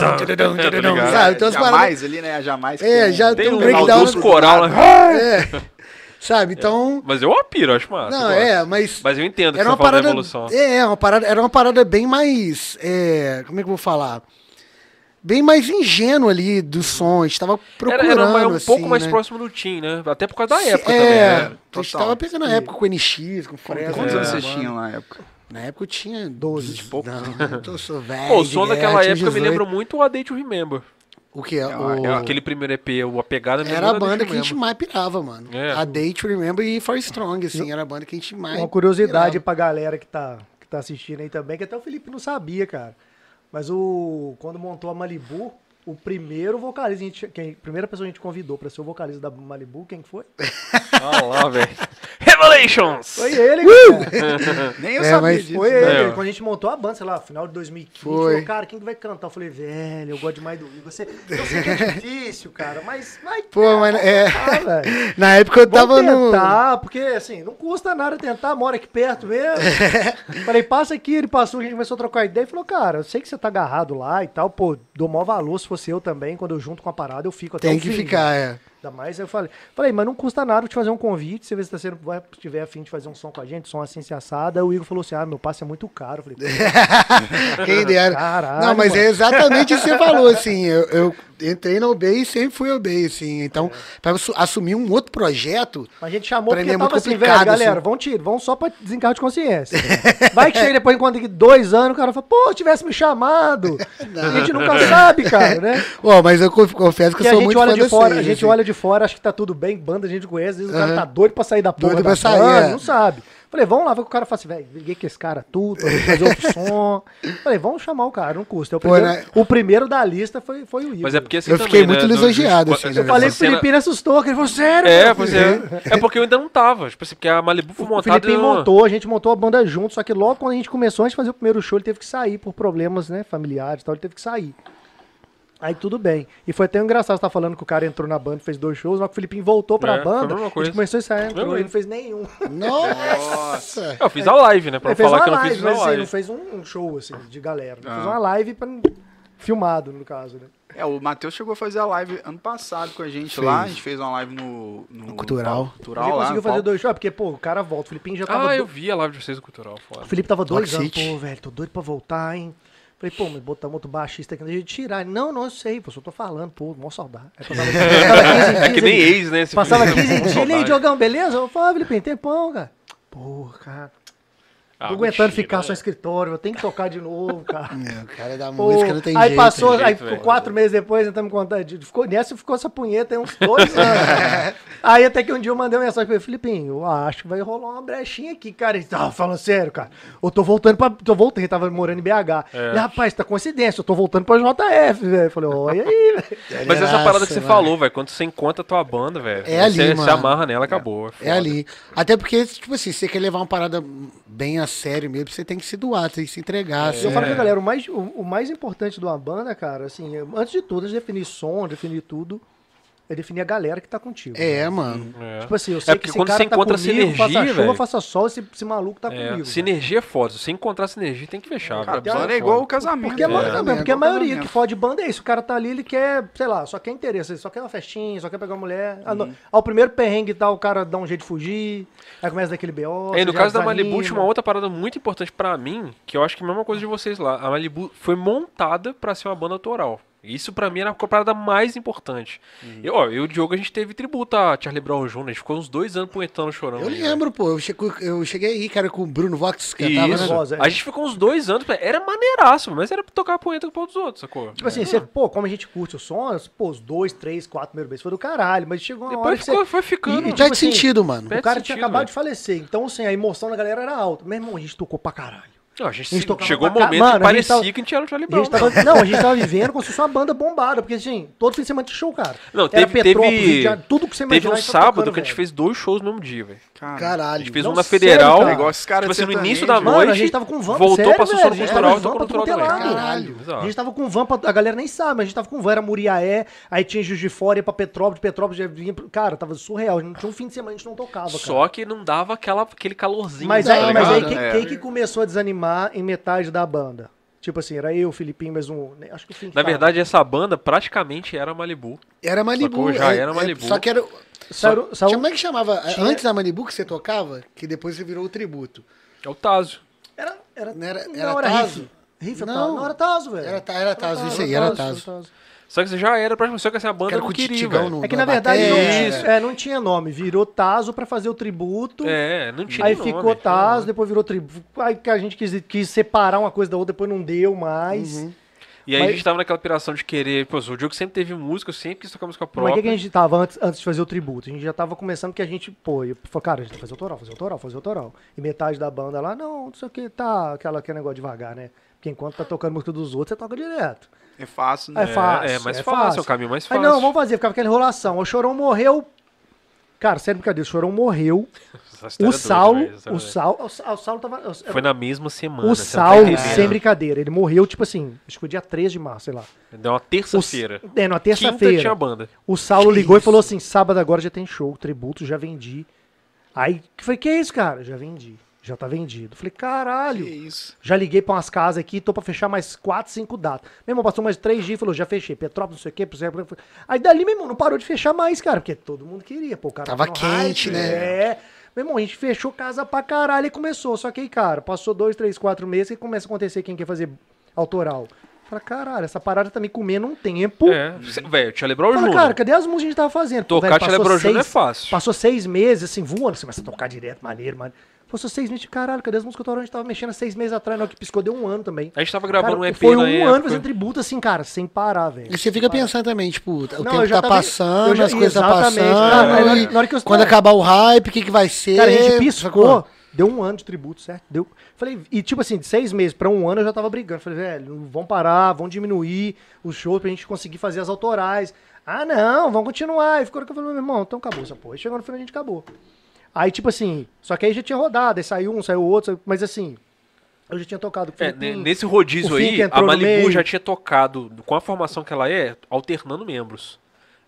sabe? Então as paradas. jamais ali, né? Jamais. É, tem já um- tem Tem um um breakdown. dos coral lá. É, sabe? Então. Mas eu apiro, eu acho massa. Não, eu gosto. é, mas. Mas eu entendo que Era você uma tá falando da parada. evolução. É, uma parada, era uma parada bem mais. é, como é que eu vou falar? Bem mais ingênua ali do som. A gente tava Era, procurando. era um assim, pouco mais né? próximo do Tim, né? Até por causa da época é, também, né? a gente Total. tava pegando na época com o N X, com o Fresno. Quantos É, anos vocês mano. tinham na época? Na época eu tinha doze de pouco. Não, eu sou velho. Pô, o som de daquela guerra, tinha época me dezoito. lembra muito o A Day to Remember. O que? É, É, o... é Aquele primeiro E P, o A Pegada me Era a lembra banda Day que to a gente Remember. mais pirava, mano. É. A Day to Remember e For Strong, assim, era a banda que a gente mais. Uma curiosidade pirava. pra galera que tá, que tá assistindo aí também, que até o Felipe não sabia, cara. Mas o quando montou a Malibu, o primeiro vocalista, a gente, quem, a primeira pessoa que a gente convidou pra ser o vocalista da Malibu, quem que foi? Ah lá, velho. Revelations! Foi ele, Uh! cara. Nem eu É, sabia mas disso. Foi né? ele. É. Quando a gente montou a banda, sei lá, final de dois mil e quinze, Foi. falou, cara, quem que vai cantar? Eu falei, velho, eu gosto demais do Igor. Você, eu sei que é difícil, cara, mas vai Pô, mas é. tentar, velho. Na época eu tava Vamos no. tentar, porque assim, não custa nada tentar, mora aqui perto mesmo. Falei, passa aqui, ele passou, a gente começou a trocar ideia e falou, cara, eu sei que você tá agarrado lá e tal, pô, dou maior valor se fosse eu também, quando eu junto com a parada, eu fico até Tem o que fim, ficar, né? é. Ainda mais eu falei, falei, mas não custa nada eu te fazer um convite, você vê se tá sendo, vai, se tiver afim de fazer um som com a gente, som assim se assada. O Igor falou assim, ah, meu passe é muito caro. Eu falei, Quem dera. caralho, Não, mas mano. é exatamente o que você falou, assim. Eu, eu entrei na O B e sempre fui O B, assim. Então, pra assu- assumir um outro projeto. Mas a gente chamou Pra mim porque é muito tava assim, velho, complicado, galera, assim. vão tirar, vão só pra desencargo de consciência. Vai que chega depois, enquanto daqui dois anos, o cara fala, pô, tivesse me chamado. A gente nunca sabe, cara, né? Ó, mas eu conf- confesso que Porque eu a sou gente muito olha fã de de fora, vocês, a gente assim. olha de fora, acha que tá tudo bem, banda, a gente conhece, às vezes o cara Aham. tá doido pra sair da porra Doido da pra sair, banda, é. não sabe. Falei, vamos lá, vai que o cara fala assim, velho, liguei com esse cara tudo, pra gente fazer outro som. Falei, vamos chamar o cara, não custa. É O Pô, primeiro, né? o primeiro da lista foi, foi o Igor. Mas é porque assim Eu também, fiquei muito né, no- lisonjeado, assim, essa né, Eu falei essa que o cena- Filipinho assustou, que ele falou, sério? É, cara?" pois é. É porque eu ainda não tava. Tipo assim, porque a Malibu foi O montada... Filipinho numa- montou, a gente montou a banda junto, só que logo quando a gente começou, a gente fazer o primeiro show, ele teve que sair por problemas, né, familiares e tal, ele teve que sair. Aí tudo bem. E foi até engraçado você tá falando que o cara entrou na banda e fez dois shows, na hora que o Filipinho voltou pra É, foi a banda, mesma a coisa. gente começou a ensaiar, entrou, Mesmo ele não fez nenhum. Nossa! Eu fiz a live, né? Pra Ele não fez falar uma que eu não live, fiz mas a assim, live. não fez um, um show, assim, de galera. Ele Ah. fez uma live pra... filmado, no caso, né? É, o Matheus chegou a fazer a live ano passado com a gente Fez. lá. A gente fez uma live no... no Cultural. A Cultural gente lá. conseguiu fazer Paulo. dois shows, porque, pô, o cara volta. O Filipinho já tava... Ah, do- eu vi a live de vocês no Cultural, foda. O Felipe tava dois Rock anos. City. Pô, velho, tô doido pra voltar, hein? Falei, pô, mas botamos outro baixista aqui, não deixa de tirar. Ele, não, não, eu sei, pô, só tô falando, pô, mó saudade. Aí passava, passava quinze, É que quinze nem dias. ex, né? esse Passava filme. quinze dias, ele, Saudade. Diogão, beleza? Eu falei, ah, Felipe, tempão, cara. Porra, cara. Ah, Tô aguentando mentira, ficar né? só no escritório, eu tenho que tocar de novo, cara. É, o cara da Pô, música não tem aí jeito. passou, tem jeito, aí velho. quatro meses depois, então me contando, ficou, nessa ficou essa punheta aí uns dois anos. Aí até que um dia eu mandei uma mensagem pra ele, Filipinho, eu acho que vai rolar uma brechinha aqui, cara. Ele tava falando sério, cara. Eu tô voltando pra. Tô voltando, ele tava morando em B H. É. Ele, rapaz, tá coincidência, eu tô voltando pra J F, velho. Eu falei, olha aí, velho. Mas essa Nossa, parada que você mano. falou, velho, quando você encontra a tua banda, velho, É ali, você se mano. amarra nela, acabou. É foda. ali. Até porque, tipo assim, você quer levar uma parada bem a sério mesmo, você tem que se doar, tem que se entregar. assim. Eu falo pra galera, o mais, o, o mais importante de uma banda, cara, assim, antes de tudo, antes de definir som, definir tudo, é definir a galera que tá contigo. É, né? mano. É. Tipo assim, eu sei porque que esse quando cara você tá encontra comigo, faça sinergia, chuva, velho. faça sol, esse, esse maluco tá É, comigo. sinergia é foda. Se você encontrar sinergia, tem que fechar. Cara, velho. banda É é igual o foda. casamento. Porque, a, né? ma- É, não, porque a igual maioria casamento. que fode banda é isso. O cara tá ali, ele quer, sei lá, só quer interesse, ele só quer uma festinha, só quer pegar uma mulher. Ah, no- Ao primeiro perrengue e tal, o cara dá um jeito de fugir, aí começa daquele B O. É, no você caso já da Malibu, desanima. tinha uma outra parada muito importante pra mim, que eu acho que é a mesma coisa de vocês lá. A Malibu foi montada pra ser uma banda autoral. Isso pra mim era a parada mais importante. Eu, ó, eu e o Diogo, a gente teve tributo a Charlie Brown Júnior A gente ficou uns dois anos punhetando, chorando. Eu aí, lembro, pô. Eu cheguei, eu cheguei aí, cara, com o Bruno Vox, que cantava, Isso. né? Voz, é. A gente ficou uns dois anos, era maneiraço, mas era pra tocar punheta com os outros, sacou? Tipo assim, você, pô, como a gente curte o som, pô, os dois, três, quatro primeiros meses foi do caralho, mas chegou uma hora Depois que ficou, você... foi ficando. E- e, Perde tipo assim, sentido, mano. O Perde cara sentido, tinha acabado velho. de falecer, então assim, a emoção da galera era alta. Meu irmão, a gente tocou pra caralho. Não, a gente, A gente tocava chegou um pra ca- momento Mano, que a gente parecia tava- que a gente era o Charlie A Brown. gente tava, não, a gente tava vivendo como se fosse uma banda bombada, porque assim, todo fim de semana tinha show, cara. Não, Era teve, Petrópolis, teve, Rio de Janeiro, tudo que você teve imaginar, um a gente tá sábado tocando, que a gente velho. fez dois shows no mesmo dia, velho. Cara, A Caralho. gente fez Não, um na sério, Federal, cara. É igual esses caras de tipo assim, no sertanejo. início da Mano, noite, a gente tava com van, voltou sério, pra Associação velho, Cultural era e tocou van no pra tudo que é Cultural lado. também. Caralho. Exato. A gente tava com van, pra, a galera nem sabe, mas a gente tava com van, era Muriaé, aí tinha Juiz de Fora, ia pra Petrópolis, Petrópolis já vinha, pro- cara, tava surreal, não tinha um fim de semana, a gente não tocava, cara. Só que não dava aquela, aquele calorzinho. Mas tá aí, mas aí ligado? quem, É. quem que começou a desanimar em metade da banda? Tipo assim, era eu, o Filipinho, mais um, né, acho que o Fim que Na tava. verdade, essa banda praticamente era Malibu. Era Malibu. Sacou? Já é- era é- Malibu. Só que era... Saiu- saiu- Como é que chamava? Tinha- Antes da Malibu que você tocava, que depois você virou o tributo. É o Tazo. Era, era, Não era- não, era era Tazo? Riff. Riff Não. não, não era Tazo, velho. Era, ta- era Tazo, isso aí, era Tazo. Só que você já era praticamente. Só que assim, a banda Era não com o queria, Titigão velho. no- É que na na verdade não, bateria. isso, é, não tinha nome, virou Tazo pra fazer o tributo. É, não tinha Aí nome, ficou tinha Tazo, nome. depois virou tributo. Aí que a gente quis, quis separar uma coisa da outra, depois não deu mais. Uhum. E aí Mas- a gente tava naquela piração de querer. Pô, o Diogo sempre teve música, eu sempre quis tocar música Mas própria. o que, que a gente tava antes, antes de fazer o tributo? A gente já tava começando que a gente, pô, eu falei, cara, a gente vai fazer autoral, fazer autoral, fazer autoral. E metade da banda lá, não, não sei o que, tá, aquela, aquele negócio devagar, né? Porque enquanto tá tocando música dos outros, você toca direto. É fácil, É né? fácil. é mais é fácil, é o caminho mais Aí fácil. não, vamos fazer, ficava aquela enrolação. O Chorão morreu. Cara, sério, brincadeira, o Chorão morreu. Essa história O é doida, Saulo, velho, essa o história Saulo, o Saulo, o Saulo tava. é- Foi na mesma semana. O você não tá Saulo, entendendo. sem brincadeira, ele morreu, tipo assim, acho que foi dia três de março, sei lá. Deu uma O, terça-feira. é, numa Quinta tinha terça-feira. banda. O Saulo Que ligou e isso? falou assim: sábado agora já tem show, tributo, já vendi. Aí, que foi, que é isso, cara? Já vendi. Já tá vendido. Falei, caralho. Que isso. Já liguei pra umas casas aqui, tô pra fechar mais quatro, cinco datas. Meu irmão, passou mais três dias e falou, já fechei. Petrópolis, não sei o quê. Aí dali, meu irmão, não parou de fechar mais, cara, porque todo mundo queria. Pô, o cara Tava no quente, hype, né? É. Meu irmão, a gente fechou casa pra caralho e começou. Só que aí, cara, passou dois, três, quatro meses e começa a acontecer quem quer fazer autoral. Fala, caralho, essa parada tá me comendo um tempo. É, cê- velho, Charlie Brown Fala, Júnior cara, cadê as músicas que a gente tava fazendo? Pô, Tocar velho, Charlie passou Brown Júnior é seis- fácil. Passou seis meses, assim, voando. Você começa a tocar direto, maneiro, mano. Passou seis meses, caralho, cadê as músicas que eu tava mexendo há seis meses atrás? Não, que piscou, deu um ano também. A gente tava gravando Cara, um E P foi na um época. ano fazendo tributo, assim, cara, sem parar, velho. E você fica pensando também, tipo, o Não, tempo eu já tá tava- passando, eu já- as coisas tá exatamente, passando. cara, aí na hora- e na hora que eu- quando acabar o hype, o que, que vai ser? Cara, a gente piscou, sacou? deu um ano de tributo, certo? Deu. Falei, e tipo assim, de seis meses pra um ano eu já tava brigando. Falei, velho, vamos parar, vamos diminuir os shows pra gente conseguir fazer as autorais. Ah, não, vamos continuar. E ficou que eu falei, meu irmão, então acabou essa porra. Aí chegou no final a gente acabou. Aí, tipo assim, só que aí já tinha rodado, aí saiu um, saiu outro, saiu- mas assim, eu já tinha tocado com o É, Filipinho. ne- nesse rodízio o Fink aí, a entrou no Malibu meio. já tinha tocado, com a formação que ela é, alternando membros.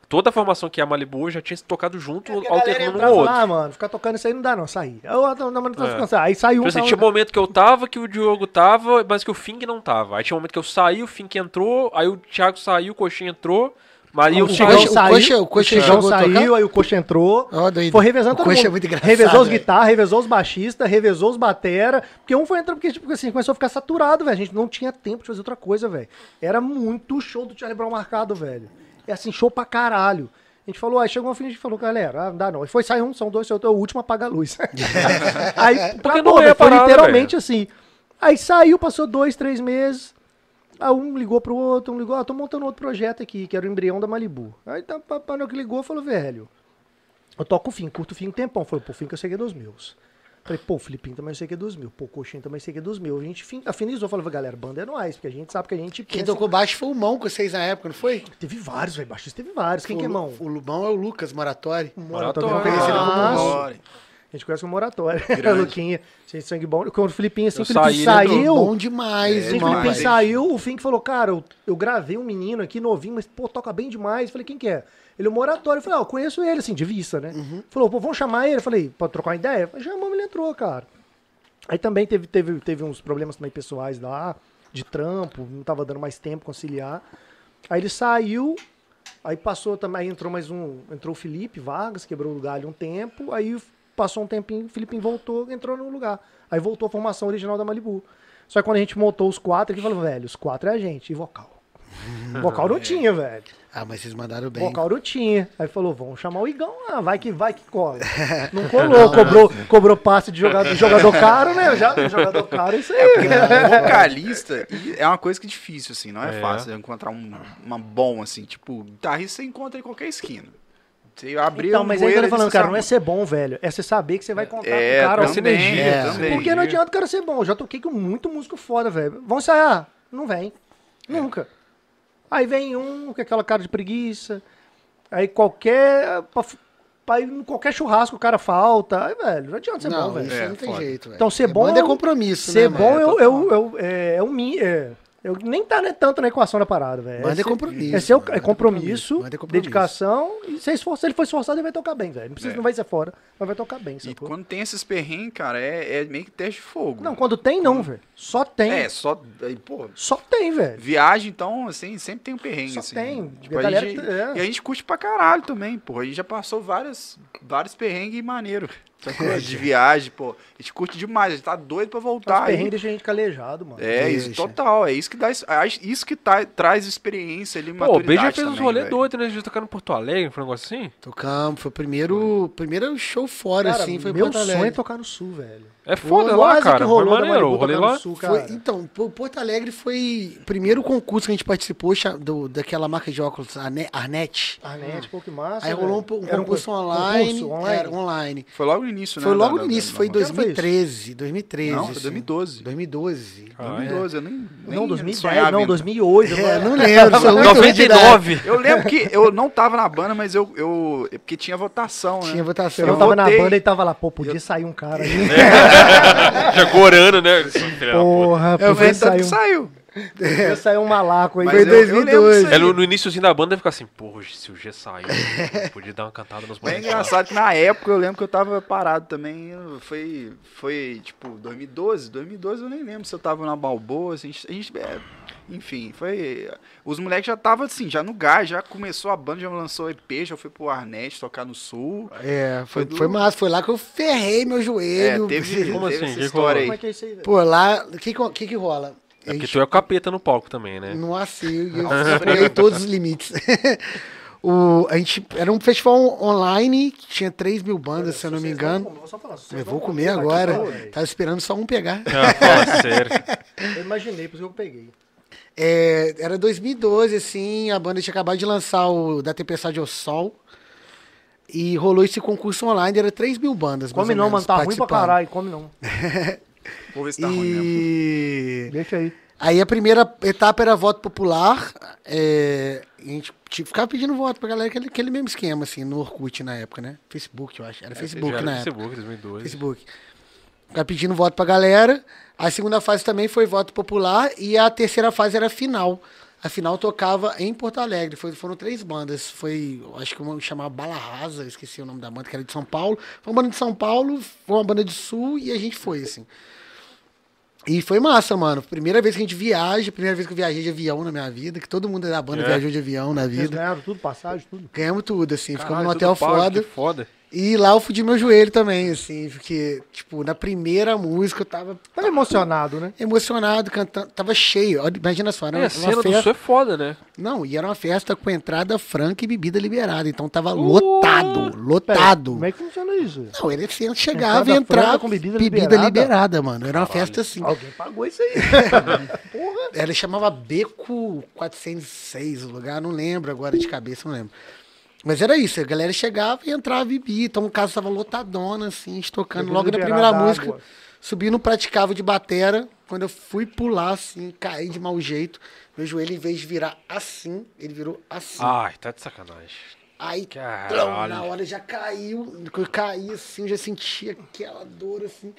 Toda a formação que é a Malibu já tinha se tocado junto, É, porque a galera alternando um entrava ou outro. lá, mano, ficar tocando isso aí não dá não, sair. Eu, não, não, não, não, É. não, aí saiu um, Tipo assim, saiu tinha outro. momento que eu tava, que o Diogo tava, mas que o Fink não tava. Aí tinha momento que eu saí, o Fink entrou, aí o Thiago saiu, o Coxinha entrou, Maria o eu Chigão saí. Coxa- o saiu, Coxa- o o Coxa Chigão chegou a saiu, tocar? aí o Coxa entrou. Ó, doido. Foi revezando O todo Coxa mundo. é muito engraçado, Revezou os velho. guitarras, revezou os baixistas, revezou os batera. Porque um foi entrando porque, tipo assim, começou a ficar saturado, velho. A gente não tinha tempo de fazer outra coisa, velho. Era muito show do Charlie Brown marcado, velho. É assim, show pra caralho. A gente falou, aí chegou um fim, a gente falou, galera, ah, não dá não. E foi sair um, são dois, saiu o último, apaga a luz. Aí, Porque acabou, não é velho, foi parada, literalmente assim. Aí saiu, passou dois, três meses. Aí um ligou pro outro, um ligou, ah, tô montando outro projeto aqui, que era o embrião da Malibu. Aí tá, papai que ligou, falou, velho, eu toco o fim, curto o fim um tempão. Falei, pô, o fim que eu sei que é dos meus. Falei, pô, o Filipinho também eu sei que é dos meus. Pô, o Coxinha também sei que é dos meus. A gente fin- afinizou, falou, galera, banda é nóis, porque a gente sabe que a gente Quem pensa... tocou baixo foi o Mão com vocês na época, não foi? Teve vários, velho, baixista teve vários. Quem o, que é Lu- mão? O Lubão é o Lucas Moratori. Moratório. Moratório. Conhecido como Ah, Mão. Bora. A gente conhece o Moratório. Grande. Luquinha, cheio de sangue bom. Quando o Filipinho, assim, Eu o Filipinho saí, né, saiu... Bom demais, É, Assim, o irmão. Filipinho demais. saiu, o Fink falou, cara, eu, eu gravei um menino aqui novinho, mas, pô, toca bem demais. Falei, quem que é? Ele é o Moratório. Eu falei, ah, eu conheço ele, assim, de vista, né? Falou, pô, vamos chamar ele? Eu falei, pode trocar uma ideia? Eu falei, chamamos, ele entrou, cara. Aí também teve, teve, teve uns problemas também pessoais lá, de trampo, não tava dando mais tempo conciliar. Aí ele saiu, aí passou também, aí entrou mais um, entrou o Felipe Vargas, quebrou o lugar ali um tempo, aí passou um tempinho, o Filipinho voltou, entrou no lugar. Aí voltou a formação original da Malibu. Só que quando a gente montou os quatro, ele falou, velho, os quatro é a gente, e vocal? Vocal não tinha, velho. Ah, mas vocês mandaram bem. Vocal não tinha. Aí falou, vamos chamar o Igão lá, vai que vai que cola. Não colou, cobrou, cobrou passe de jogador, de jogador caro, né? Já, jogador caro, é isso aí. Porque vocalista e é uma coisa que é difícil, assim, não é, É. fácil você encontrar um, uma bom, assim, tipo, guitarrista você encontra em qualquer esquina. Você abrir Então, um mas aí que eu bueiro tô falando, ali, cara, você não é sabe- ser bom, velho. É você saber que você vai contar É, com o cara. também, sinergia, é, também. também. Porque não adianta o cara ser bom. Eu já toquei com muito músico foda, velho. Vão ensaiar? Não vem. Nunca. Aí vem um com aquela cara de preguiça. Aí qualquer. Pra, pra ir em qualquer churrasco o cara falta. Aí, velho, não adianta ser Não, bom, velho. isso É, não tem foda. jeito, velho. Então, ser bom Banda é é um- compromisso, Ser né, bom mano? eu, total. eu, eu, é, é um mi. É, eu nem tá né, tanto na equação da parada, velho. Banda é ser- compromisso, É, ser o- banda é é compromisso, compromisso, banda é compromisso. dedicação. E se, esfor- se ele for esforçado, ele vai tocar bem, velho. Não, precisa, É. não vai ser fora, mas vai tocar bem, E sacou? quando tem esses perrengues, cara, é, é meio que teste de fogo. Não, quando tem, não, velho. Só tem. É, só. Aí, pô, Só tem, velho. viagem, então, assim, sempre tem um perrengue, Só assim. tem. Tipo, A a galera- gente, é. E a gente curte pra caralho também, pô. A gente já passou várias, vários perrengues maneiros. De viagem, pô. A gente curte demais, a gente tá doido pra Os voltar. perrengues aí. deixam a gente calejado, mano. É, isso, Deixa. total. É isso que dá. Isso que tá, traz experiência ali, Pô, o B já maturidade fez uns também, rolê velho. doidos, né? A gente tocando em Porto Alegre, foi um negócio assim? Tocamos, foi o primeiro, primeiro show fora, Cara, assim, foi em meu Porto sonho é Alegre. tocar no sul, velho. É foda Pô, lá, quase cara. que Foi rolou da maneiro. Malibu O rolê tocar no lá. sul, Foi, cara. então, Pô- Porto Alegre foi o primeiro concurso que a gente participou cha- do, daquela marca de óculos, a Ne- Arnet. Arnet, pô, que massa. Aí rolou um, po- um Era concurso co- online, concurso online. Era online. Foi logo no início, né? Foi logo da- no da- início, da- foi em da- Que ano foi dois mil e treze, dois mil e treze. Não, foi assim. dois mil e doze. dois mil e doze. Ah, dois mil e doze, eu nem, nem Não, dois mil e dez, sonhava não, ainda. dois mil e oito. É, mano. não lembro, sou muito ruim de idade. noventa e nove. Eu lembro que eu não tava na banda, mas eu. eu é porque tinha votação, né? Tinha votação. Eu não Eu tava na votei. banda e tava lá, pô, podia sair um cara aí. Já gorando, né? Filha da puta. Porra, Eu podia vi tanto que sair um, saiu. podia sair um malaco aí. Mas Foi eu- dois mil e eu lembro doze. disso aí. É, no, no iníciozinho da banda fica assim, pô, se o G sair, podia dar uma cantada nos Mas é moleques. engraçado que na época eu lembro que eu tava parado também. eu- Foi, foi tipo, dois mil e doze. dois mil e doze eu nem lembro se eu tava na Balboa. Assim, a gente, é, enfim, foi. Os moleques já estavam assim, já no gás, já começou a banda, já lançou E P, já foi pro Arnet tocar no Sul. É, foi, Foi do- foi massa. Foi lá que eu ferrei meu É, joelho. teve, Como teve assim? essa Que história Como é aí. que é isso aí, velho? Pô, lá, o que, que, que que rola? É porque tu é o capeta no palco também, né? Nossa, eu, eu superei todos os limites. o, a gente, era um festival online que tinha três mil bandas, se eu não me engano. Vou só falar, se vocês Eu não vou comer comerem, agora. vai que vai, velho. Tava esperando só um pegar. Ah, fala sério. Eu imaginei, por isso que eu peguei. É, era dois mil e doze, assim, a banda tinha acabado de lançar o Da Tempestade ao Sol. E rolou esse concurso online, era três mil bandas. mais Come ou não, menos, mano, tá ruim pra participando. caralho, come não. Vou ver se tá ruim mesmo. E Deixa aí. aí a primeira etapa era voto popular. É, a gente tinha- ficava pedindo voto pra galera, aquele, aquele mesmo esquema, assim, no Orkut na época, né? Facebook, eu acho. Era Facebook Já era na época. Facebook, dois mil e doze. Facebook. Ficava pedindo voto pra galera. A segunda fase também foi voto popular. E a terceira fase era final. A final tocava em Porto Alegre. Foi, foram três bandas. Foi, acho que uma chamava Bala Rasa, esqueci o nome da banda, que era de São Paulo. Foi uma banda de São Paulo, foi uma banda de Sul e a gente foi, assim. E foi massa, mano. Primeira vez que a gente viaja, primeira vez que eu viajei de avião na minha vida, que todo mundo da banda É. viajou de avião na Vocês vida. ganharam tudo, passagem, tudo. Ganhamos tudo, assim. Ficamos Caralho, num tudo hotel pago, foda. que foda. E lá eu fudi meu joelho também, assim, porque, tipo, na primeira música eu tava Tava emocionado, né? emocionado, cantando, tava cheio. Olha, imagina só, era É, uma, a cena uma do festa. Sul é foda, né? Não, e era uma festa com entrada franca e bebida liberada, então tava Uh! lotado, Pera, lotado. como é que funciona isso? Não, ele assim, chegava Entrada e entrava franca com bebida bebida liberada? liberada, mano. Era uma festa assim. Alguém pagou isso aí. Porra. Ela chamava Beco quatrocentos e seis, o lugar, não lembro agora de cabeça, não lembro. Mas era isso, a galera chegava e entrava e bebia. Então o caso tava lotadona, assim, estocando. Bebida Logo na liberada, primeira música, água. subi no praticável de batera. Quando eu fui pular, assim, caí de mau jeito. Meu joelho, em vez de virar assim, ele virou assim. Ai, tá de sacanagem. Aí, Caralho. plum, na hora já caiu. Quando eu caí assim, eu já sentia aquela dor assim.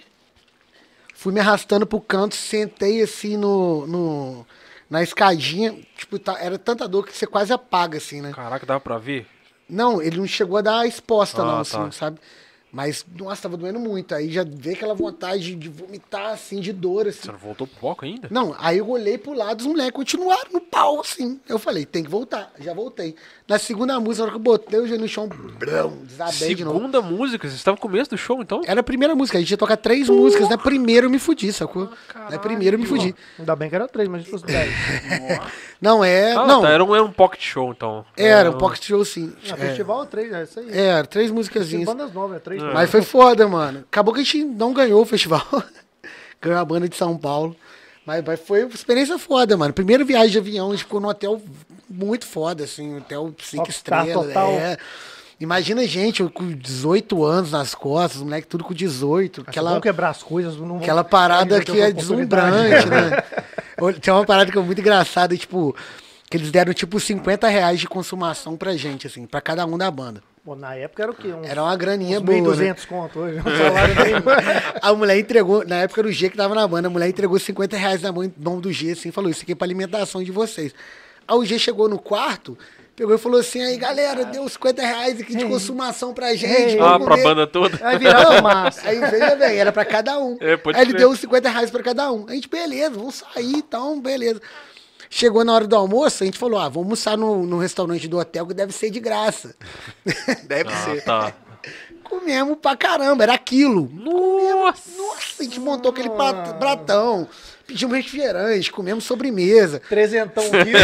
Fui me arrastando pro canto, sentei assim no, no, na escadinha. Tipo, tá, era tanta dor que você quase apaga, assim, né? Caraca, dava pra ver? Não, ele não chegou a dar exposta, Ah, não, tá. assim, sabe? Mas, nossa, tava doendo muito. Aí já veio aquela vontade de, de vomitar, assim, de dor, assim. Você não voltou pro palco ainda? Não, aí eu olhei pro lado, os moleques continuaram no pau, assim. Eu falei, tem que voltar. Já voltei. Na segunda música, na hora que eu botei o joelho no chão, blum, desabei de novo. Segunda música, vocês estavam no começo do show, então? Era a primeira música, a gente ia tocar três músicas. Na primeira eu me fudi, sacou? Na primeira eu me fudi. Ainda bem que era três, mas se fosse dez. Não, é. Ah, não, tá, era um, era um pocket show, então. era um pocket show, sim. Na É, festival é três, é isso aí. é, era três Tem musicazinhas. bandas novas, é três. Mas foi foda, mano. Acabou que a gente não ganhou o festival. Ganhou a banda de São Paulo. Mas, mas foi uma experiência foda, mano. Primeira viagem de avião, a gente ficou num hotel muito foda, assim, um hotel cinco Popstar estrelas. total. É. Imagina gente eu com dezoito anos nas costas, os moleques tudo com dezoito. Aquela... Aquela, quebrar as coisas. Não aquela vão- parada Ainda que tem é uma oportunidade. deslumbrante, né? Tem uma parada que é muito engraçada, tipo, que eles deram tipo cinquenta reais de consumação pra gente, assim, pra cada um da banda. Pô, na época era o quê? Uns, Era uma graninha uns boa, mil e né? duzentos conto hoje. Um salário bem... A mulher entregou, na época era o G que tava na banda, a mulher entregou cinquenta reais na mão, mão do G, assim, falou, isso aqui é pra alimentação de vocês. Aí o G chegou no quarto, pegou e falou assim, aí galera, deu cinquenta reais aqui de consumação pra gente. Ei. Ah, vamos pra comer." banda toda? Aí virava massa. Aí veja bem, era pra cada um. É, pode Aí ele crer. deu cinquenta reais pra cada um. A gente, beleza, vamos sair, então, beleza. Chegou na hora do almoço, a gente falou, ah, vamos almoçar no, no restaurante do hotel, que deve ser de graça. Deve Ah, ser. tá. Comemos pra caramba, era aquilo. Nossa! Nossa, a gente montou aquele pat- pratão, pedimos refrigerante, comemos sobremesa. Trezentão vivo.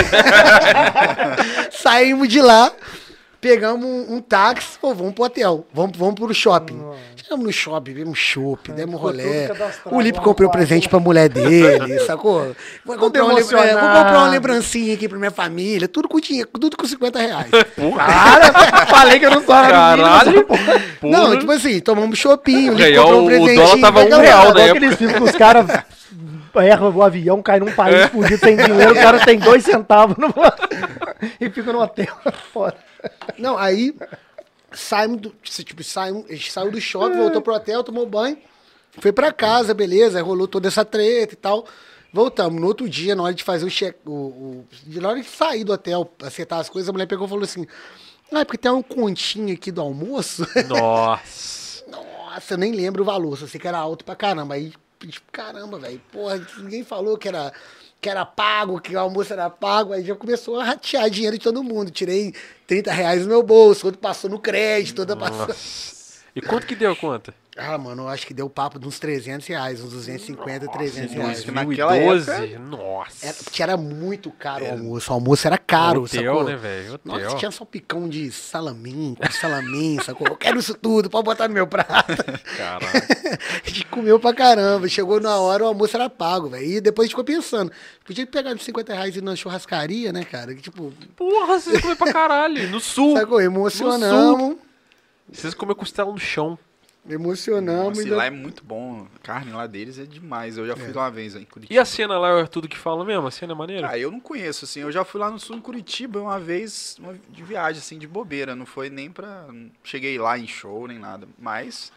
Saímos de lá, pegamos um, um táxi, pô, vamos pro hotel, vamos, vamos pro shopping. Chegamos no shopping, vimos chopp, demos ficou rolê. tudo cadastrado O Lipe lá no comprou quarto. presente pra mulher dele, sacou? Vou comprar, um lembra- é, vou comprar uma emocionado. lembrancinha aqui pra minha família, tudo com dinheiro, tudo com cinquenta reais. Cara, falei que eu não sou Caralho! Não, Porra. tipo assim, tomamos chopinho, o Lipe Real, comprou um o presentinho. dólar tava pra um galera. real, Igual né? aqueles filmes que os caras erram o avião, cai num país fudido sem dinheiro, o cara tem dois centavos no... e fica no hotel. Foda. Não, aí saímos do, tipo, saímos, a gente saiu do shopping, voltou pro hotel, tomou banho, foi pra casa, beleza, aí rolou toda essa treta e tal. Voltamos. No outro dia, na hora de fazer o check, o, o, na hora de sair do hotel, acertar as coisas, a mulher pegou e falou assim: ah, é porque tem um continho aqui do almoço. Nossa! Nossa, eu nem lembro o valor, só sei que era alto pra caramba. Aí, tipo, caramba, velho, porra, ninguém falou que era, que era pago, que o almoço era pago. Aí já começou a ratear dinheiro de todo mundo. Tirei trinta reais no meu bolso, outro passou no crédito, outra passou. Nossa! E quanto que deu a conta? Ah, mano, eu acho que deu papo de uns trezentos reais, uns duzentos e cinquenta, trezentos reais. dois mil. dois mil e naquela doze? época- Nossa! Era, porque era muito caro o almoço. O almoço era caro, Hotel, sacou? né, velho? Hotel. Nossa, tinha só picão de salamim, com salamim, sacou? Eu quero isso tudo, pode botar no meu prato. Caralho. A gente comeu pra caramba. Chegou na hora, o almoço era pago, velho. E depois a gente ficou pensando, podia pegar uns cinquenta reais e ir na churrascaria, né, cara? Que tipo, Porra, vocês comem pra caralho. No sul. sacou? Emocionamos. Vocês comem costela no chão. Emocionamos. Nossa, e e deu- lá é muito bom. A carne lá deles é demais. Eu já fui lá uma vez ó, em Curitiba. E a cena lá é tudo que fala mesmo? A cena é maneira? Ah, eu não conheço, assim. Eu já fui lá no sul, em Curitiba, uma vez uma, de viagem, assim, de bobeira. Não foi nem pra... Cheguei lá em show, nem nada. Mas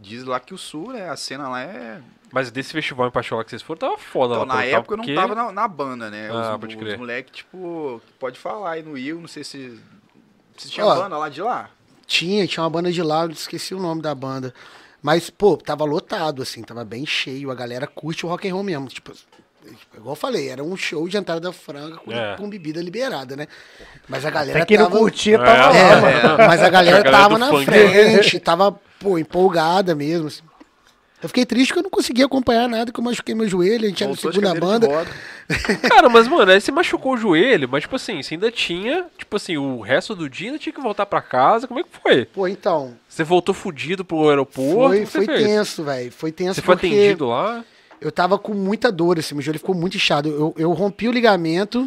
diz lá que o Sul, né, a cena lá é... Mas desse festival em Pachorra que vocês foram, tava foda Então, lá. na pô, época eu porque... não tava na, na banda, né? Ah, os pode os crer. moleques, tipo, pode falar aí no Will, não sei se... Se tinha Ó, banda lá de lá? Tinha, tinha uma banda de lá, eu esqueci o nome da banda. Mas, pô, tava lotado, assim, tava bem cheio. A galera curte o rock and roll mesmo. Tipo, igual eu falei, era um show de entrada franca com, É. com bebida liberada, né? Mas a galera Até quem não tava... curtia É. tava É, lá, mano. mas a galera, A galera tava do na funk. frente, tava, pô, empolgada mesmo, assim. Eu fiquei triste porque eu não conseguia acompanhar nada, que eu machuquei meu joelho, a gente era na Voltou de segunda cadeira de banda. roda. Cara, mas, mano, aí você machucou o joelho, mas, tipo assim, você ainda tinha, tipo assim, o resto do dia ainda tinha que voltar pra casa. Como é que foi? Pô, então, Você voltou fudido pro aeroporto? foi, o que você foi fez? tenso, velho. Foi tenso Você foi porque atendido lá? eu tava com muita dor, assim, meu joelho ficou muito inchado. Eu, eu rompi o ligamento,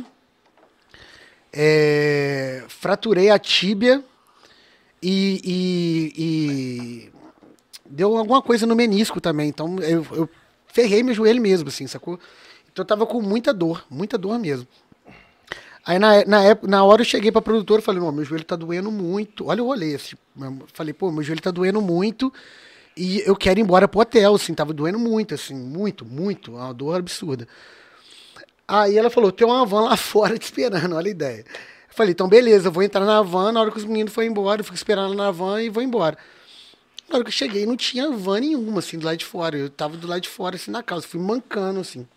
é, fraturei a tíbia e, e- e deu alguma coisa no menisco também. Então eu, eu ferrei meu joelho mesmo, assim, sacou? Então eu tava com muita dor, muita dor mesmo. Aí na, na, época, na hora eu cheguei pra produtora e falei, não, meu joelho tá doendo muito. Olha o rolê, assim, falei, pô, meu joelho tá doendo muito e eu quero ir embora pro hotel, assim, tava doendo muito, assim, muito, muito, uma dor absurda. Aí ela falou, tem uma van lá fora te esperando, olha a ideia. Eu falei, então beleza, eu vou entrar na van, na hora que os meninos forem embora, eu fico esperando na van e vou embora. Na hora que eu cheguei, não tinha van nenhuma, assim, do lado de fora. Eu tava do lado de fora, assim, na casa, fui mancando, assim.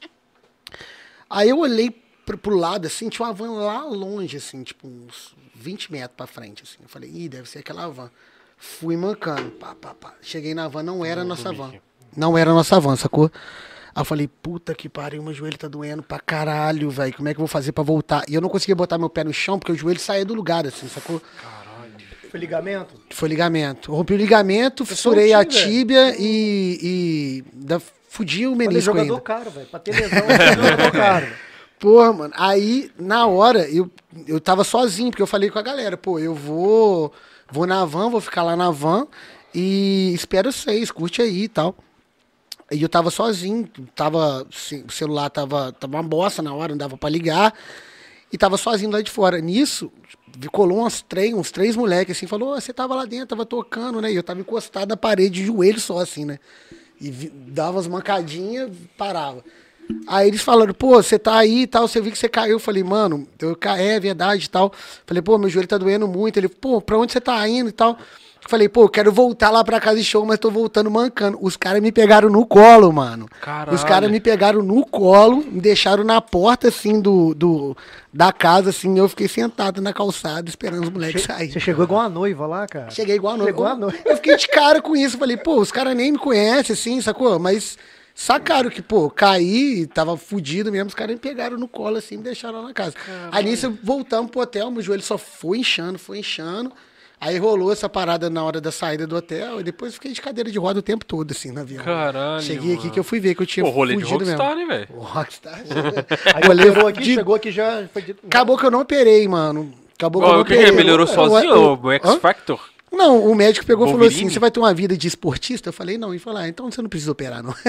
Aí eu olhei pro, pro lado, assim, tinha uma van lá longe, assim, tipo uns vinte metros pra frente, assim. Eu falei, ih, deve ser aquela van. Fui mancando, pá, pá, pá. Cheguei na van, não era a nossa van. Não era a nossa van, sacou? Aí eu falei, puta que pariu, meu joelho tá doendo pra caralho, velho. Como é que eu vou fazer pra voltar? E eu não conseguia botar meu pé no chão, porque o joelho saía do lugar, assim, sacou? Foi ligamento? Foi ligamento. Eu rompi o ligamento, sou fissurei um a time, tíbia e, e da, fudi o Olha, menisco jogador ainda. caro, velho. Pra ter lesão, é jogador caro. Porra, mano. Aí, na hora, eu, eu tava sozinho, porque eu falei com a galera, pô, eu vou, vou na van, vou ficar lá na van e espero vocês, curte aí e tal. E eu tava sozinho, tava, assim, o celular tava, tava uma bosta na hora, não dava pra ligar. E tava sozinho lá de fora. Nisso, colou uns três, uns três moleques assim, falou, oh, você tava lá dentro, tava tocando, né? E eu tava encostado na parede, de joelho só, assim, né? E vi, dava umas mancadinhas, parava. Aí eles falaram, pô, você tá aí e tal, você viu que você caiu. Eu falei, mano, eu caí, é verdade e tal. Falei, pô, meu joelho tá doendo muito. Ele, pô, pra onde você tá indo e tal? Eu falei, pô, eu quero voltar lá pra casa de show, mas tô voltando mancando. Os caras me pegaram no colo, mano. Caralho. Os caras me pegaram no colo, me deixaram na porta, assim, do, do, da casa, assim. Eu fiquei sentado na calçada, esperando os moleques saírem. Você chegou igual uma noiva lá, cara? Cheguei igual a noiva. Chegou a noiva. Eu fiquei de cara com isso. Falei, pô, os caras nem me conhecem, assim, sacou? Mas sacaram que, pô, caí, tava fudido mesmo. Os caras me pegaram no colo, assim, me deixaram lá na casa. Caramba. Aí nisso, voltamos pro hotel, meu joelho só foi inchando, foi inchando. Aí rolou essa parada na hora da saída do hotel. E depois fiquei de cadeira de roda o tempo todo, assim, no avião. Caralho, Cheguei aqui mano. que eu fui ver que eu tinha Pô, rolê de fudido rockstar, mesmo. né, velho? O Rockstar. Aí Rolê chegou aqui, de- chegou aqui já foi dito. Acabou que eu não operei, mano. Acabou que eu Ó, não o que, que operei. ele melhorou Eu- sozinho? eu- O X Hã? Factor? Não, o médico pegou e falou Wolverine? assim, você vai ter uma vida de esportista? Eu falei, não. E falou, ah, então você não precisa operar, não.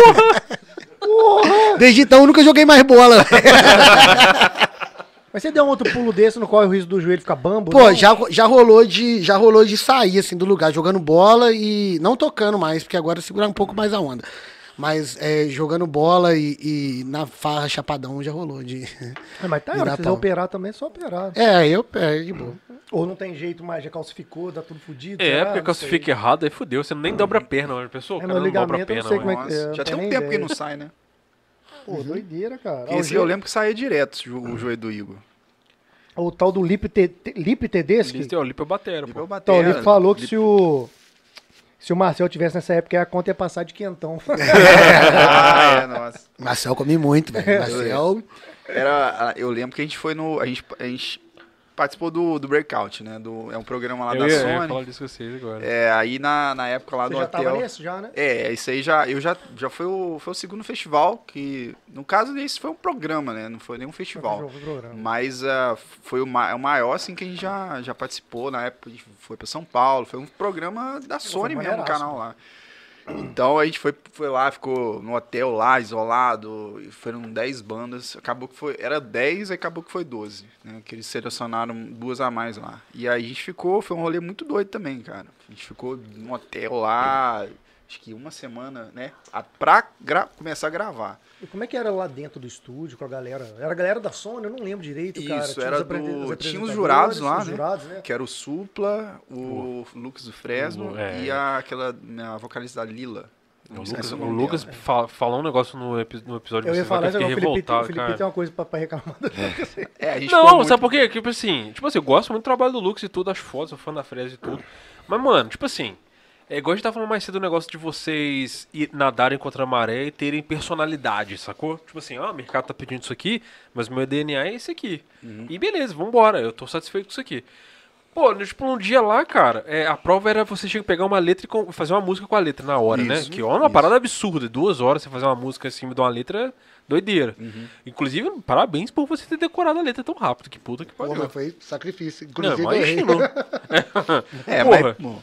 Desde então eu nunca joguei mais bola. Mas você deu um outro pulo desse no qual o risco do joelho fica bambo? Pô, não? já, já, rolou de, já rolou de sair, assim, do lugar, jogando bola e não tocando mais, porque agora segurar um pouco mais a onda. Mas é, jogando bola e, e na farra chapadão já rolou de... Ah, mas tá, de se dar quiser pau. operar também é só operar. É, eu, é, de boa. Ou não tem jeito mais, já calcificou, dá tudo fudido. É, será? porque Não calcifica sei. errado, aí fudeu. Você nem dobra a perna, mano. Pessoa, É, o meu cara não dobra a ligamento, eu perna, não sei mano. como é que- Nossa, eu já não tem um tenho tempo que ideia. não sai, né? Pô, doideira, cara. Porque Ah, o esse joelho- eu lembro que saía direto o, o joelho do Igor. O tal do Lip, Te, Te- Lip Tedeschi. Liste é o Lipa Batera, Tipo, eu pô. bati, Então, ele era- falou que Lip- se o. Se o Marcel tivesse nessa época, a conta ia passar de quentão. Ah, é, nossa. Marcel come muito, velho. Marcel... Era, eu lembro que a gente foi no... A gente, a gente participou do, do Breakout, né? Do, é um programa lá Eu da ia, eu ia Sony. falar disso com vocês agora. É, aí na, na época lá Você do já hotel... tava nesse, já, né? É, isso aí já, eu já, já foi, o, foi o segundo festival, que no caso esse foi um programa, né? Não foi nenhum festival. Foi pro programa. Mas uh, foi o, ma- é o maior, assim, que a gente já, já participou na época, a gente foi pra São Paulo, foi um programa da Sony mesmo, no maneiraço. canal lá. Então a gente foi, foi lá, ficou no hotel lá, isolado, e foram dez bandas, acabou que foi, era dez, aí acabou que foi doze, né, que eles selecionaram duas a mais lá. E aí a gente ficou, foi um rolê muito doido também, cara. A gente ficou no hotel lá, acho que uma semana, né? a- Pra gra- começar a gravar. E como é que era lá dentro do estúdio com a galera? Era a galera da Sony? Eu não lembro direito, cara. Isso, Tinha era os apre- do- os tinha os apresentadores, jurados lá, os né? jurados, né? Que era o Supla, o Lucas do Fresno O- é. e a, aquela a vocalista da Lila. O Não sei Lucas, se é o nome Lucas dela. fa- falou um negócio no, epi- no episódio Eu de ia vocês lá falar que isso, eu o fiquei Felipe, tem- o revoltado, Felipe cara. tem uma coisa pra, pra reclamar. É, a gente Não, ficou muito- sabe por quê? Tipo assim, tipo assim, eu gosto muito do trabalho do Lucas e tudo, acho foda, sou fã da Fresa e tudo. Mas, mano, tipo assim, é igual a gente tava falando mais cedo do negócio de vocês ir nadarem contra a maré e terem personalidade, sacou? Tipo assim, ó, o mercado tá pedindo isso aqui, mas meu D N A é esse aqui. E beleza, vambora, eu tô satisfeito com isso aqui. Pô, tipo, um dia lá, cara, é, a prova era você tinha que pegar uma letra e com- fazer uma música com a letra na hora, né? Isso, Que é uma isso. parada absurda, duas horas você fazer uma música em cima de uma letra, doideira. Inclusive, parabéns por você ter decorado a letra tão rápido, que puta que Pô, pariu. mas foi sacrifício. Não, Inclusive, eu mas errei. não. É, Porra. mas, pô,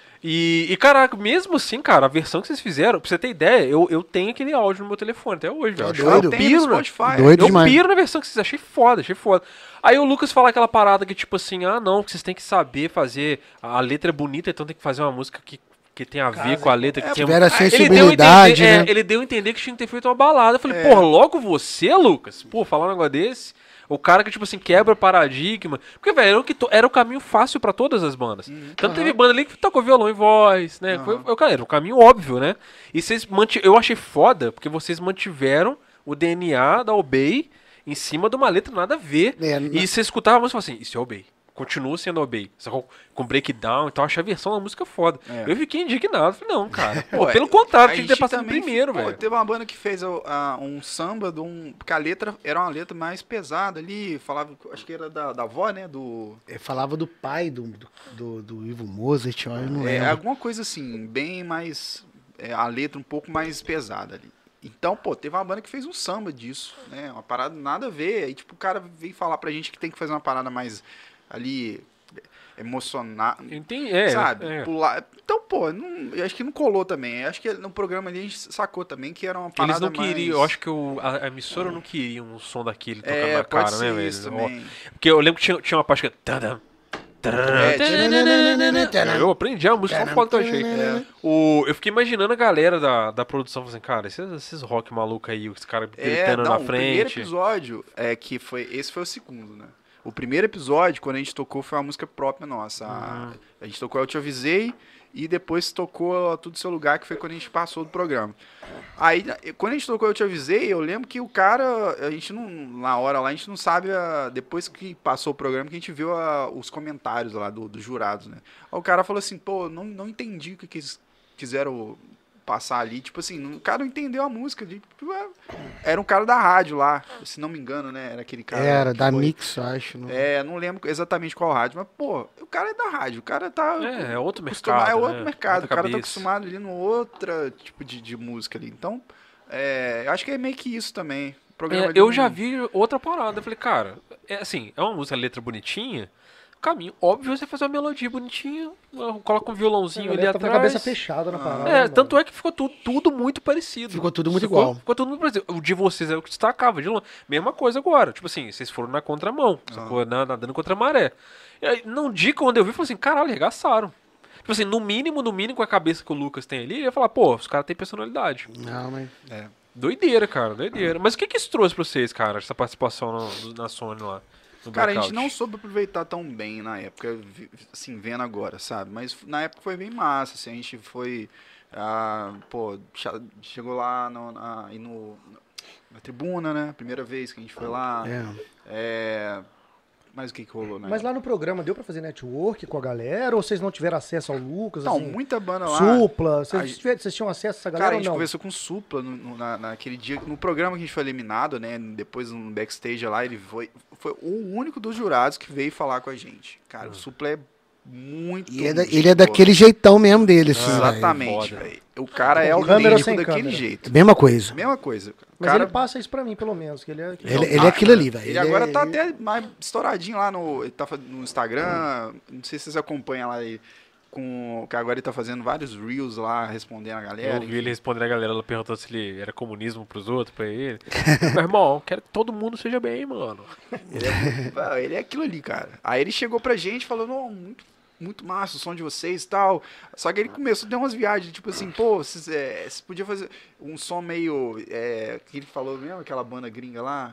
E, e, caraca, mesmo assim, cara, a versão que vocês fizeram, pra você ter ideia, eu, eu tenho aquele áudio no meu telefone até hoje, velho. É Acho- doido. Eu tem piro, no né? Spotify. Doido Eu demais. piro na versão que vocês achei foda, achei foda. Aí o Lucas fala aquela parada que, tipo assim, ah, não, que vocês têm que saber fazer. A letra é bonita, então tem que fazer uma música que, que tem a ver Casa, com a letra. Que é, tem tiver a ele deu a sensibilidade, entender, é, né? ele deu a entender que tinha que ter feito uma balada. Eu falei, É. porra, logo você, Lucas? Pô, falar um negócio desse. O cara que, tipo assim, quebra paradigma. Porque, velho, era, o que to- era o caminho fácil pra todas as bandas. Tanto teve banda ali que tocou violão e voz, né? Foi, foi, cara, era um caminho óbvio, né? E vocês manti- eu achei foda, porque vocês mantiveram o D N A da Obey em cima de uma letra nada a ver. É, E você escutava a música e falava assim, isso é Obey. Continua sendo Obey. Sacou? Com breakdown, então eu achei a versão da música foda. É. Eu fiquei indignado. Falei, não, cara. Pô, Pô, pelo contrário, a tinha que ter gente passado também- primeiro, pô, velho. Teve uma banda que fez ó, ah, um samba de um. Porque a letra era uma letra mais pesada ali. Falava, acho que era da, da avó, né? Do. Eu falava do pai do, do, do, do Ivo Mozart, ó, eu não É, lembro. alguma coisa assim, bem mais. É, a letra um pouco mais pesada ali. Então, pô, teve uma banda que fez um samba disso, né? Uma parada nada a ver. Aí, tipo, o cara veio falar pra gente que tem que fazer uma parada mais ali. Emocionar. Entendi, é, sabe? é. Pular. Então, pô, não, eu acho que não colou também. Eu acho que no programa ali a gente sacou também que era uma parada Eles não mais... queriam, eu acho que o, a, a emissora não queria um som daquele tocando É, na pode cara, ser né, velho? isso também. Porque eu lembro que tinha, tinha uma parte que. Tadam, tadam, É, tadam. Eu aprendi a música tão foda que eu achei. É. O, eu fiquei imaginando a galera da, da produção falando assim, cara, esses, esses rock maluco aí, os caras É, gritando não, na o primeiro frente. episódio, é que foi, esse foi o segundo, né? O primeiro episódio, quando a gente tocou, foi uma música própria nossa. A, Uhum. a gente tocou Eu Te Avisei e depois tocou Tudo Seu Lugar, que foi quando a gente passou do programa. Aí, quando a gente tocou Eu Te Avisei, eu lembro que o cara, a gente não, na hora lá, a gente não sabe, a, depois que passou o programa, que a gente viu a, os comentários lá do- dos jurados, né? Aí o cara falou assim, pô, não, não entendi o que, que eles quiseram passar ali, tipo assim, não- o cara não entendeu a música, tipo, é, era um cara da rádio lá, se não me engano, né, era aquele cara... Era, que da foi- Mix, eu acho. Não... É, não lembro exatamente qual rádio, mas, pô, o cara é da rádio, o cara tá... É, é outro acostumado- mercado, É outro né? mercado, Outra o cara tá cabeça. acostumado ali no outro tipo de, de música ali, então, é, eu acho que é meio que isso também. O programa É, ali eu não- já vi outra parada. Eu falei, cara, é assim, é uma música, letra bonitinha. Caminho óbvio você fazer uma melodia bonitinha, coloca um A violãozinho ali galera tá com a atrás. cabeça fechada na parada. É, né, tanto mano? é que ficou tudo, tudo muito parecido. Ficou tudo muito Ficou- igual. Ficou tudo muito parecido. O de vocês é o que destacava, de longe. Mesma coisa agora. Tipo assim, vocês foram na contramão, sacou? Na- nadando contra a maré. E aí, num dia quando eu vi, eu falei assim, caralho, arregaçaram. Tipo assim, no mínimo, no mínimo com a cabeça que o Lucas tem ali, eu ia falar, pô, os caras têm personalidade. Não, mas... É. Doideira, cara, doideira. Mas o que que isso trouxe pra vocês, cara, essa participação no- na Sony lá? no Cara, a gente Blackout? não soube aproveitar tão bem na época, vi- assim, vendo agora, sabe? Mas na época foi bem massa, assim, a gente foi, ah, pô, cha- chegou lá no, na, aí no, na tribuna, né? Primeira vez que a gente foi lá. É. É, mas o que que rolou, né? Mas lá no programa deu pra fazer network com a galera? Ou vocês não tiveram acesso ao Lucas? Não, assim? muita banda lá. Supla? a Vocês, gente- tiveram- vocês tinham acesso a essa Cara, galera a gente ou não? conversou com o Supla no, no- na, naquele dia, no programa que a gente foi eliminado, né? Depois no backstage lá, ele foi, foi o único dos jurados que veio falar com a gente. Cara, o Supla é muito. E é da- gente ele é boa. daquele jeitão mesmo dele, assim. velho. Exatamente, Foda. velho. O cara é Com câmera ou autêntico sem daquele câmera? jeito. Mesma coisa. Mesma coisa. O Mas cara, ele passa isso pra mim, pelo menos. Que ele é... Ele, ele é aquilo ali, velho. Ele, agora é- tá até mais estouradinho lá no, ele tá fa- no Instagram. Não sei se vocês acompanham lá ele, com que agora ele tá fazendo vários reels lá respondendo a galera. Eu vi ele respondendo a galera, ela perguntou se ele era comunismo pros outros, pra ele. Meu irmão, eu quero que todo mundo seja bem, mano. Ele é, Pô, ele é aquilo ali, cara. Aí ele chegou pra gente e falou, não, muito muito massa o som de vocês e tal. Só que ele começou a ter umas viagens, tipo assim, pô, vocês é, vocês podiam fazer um som meio, é, que ele falou mesmo, aquela banda gringa lá,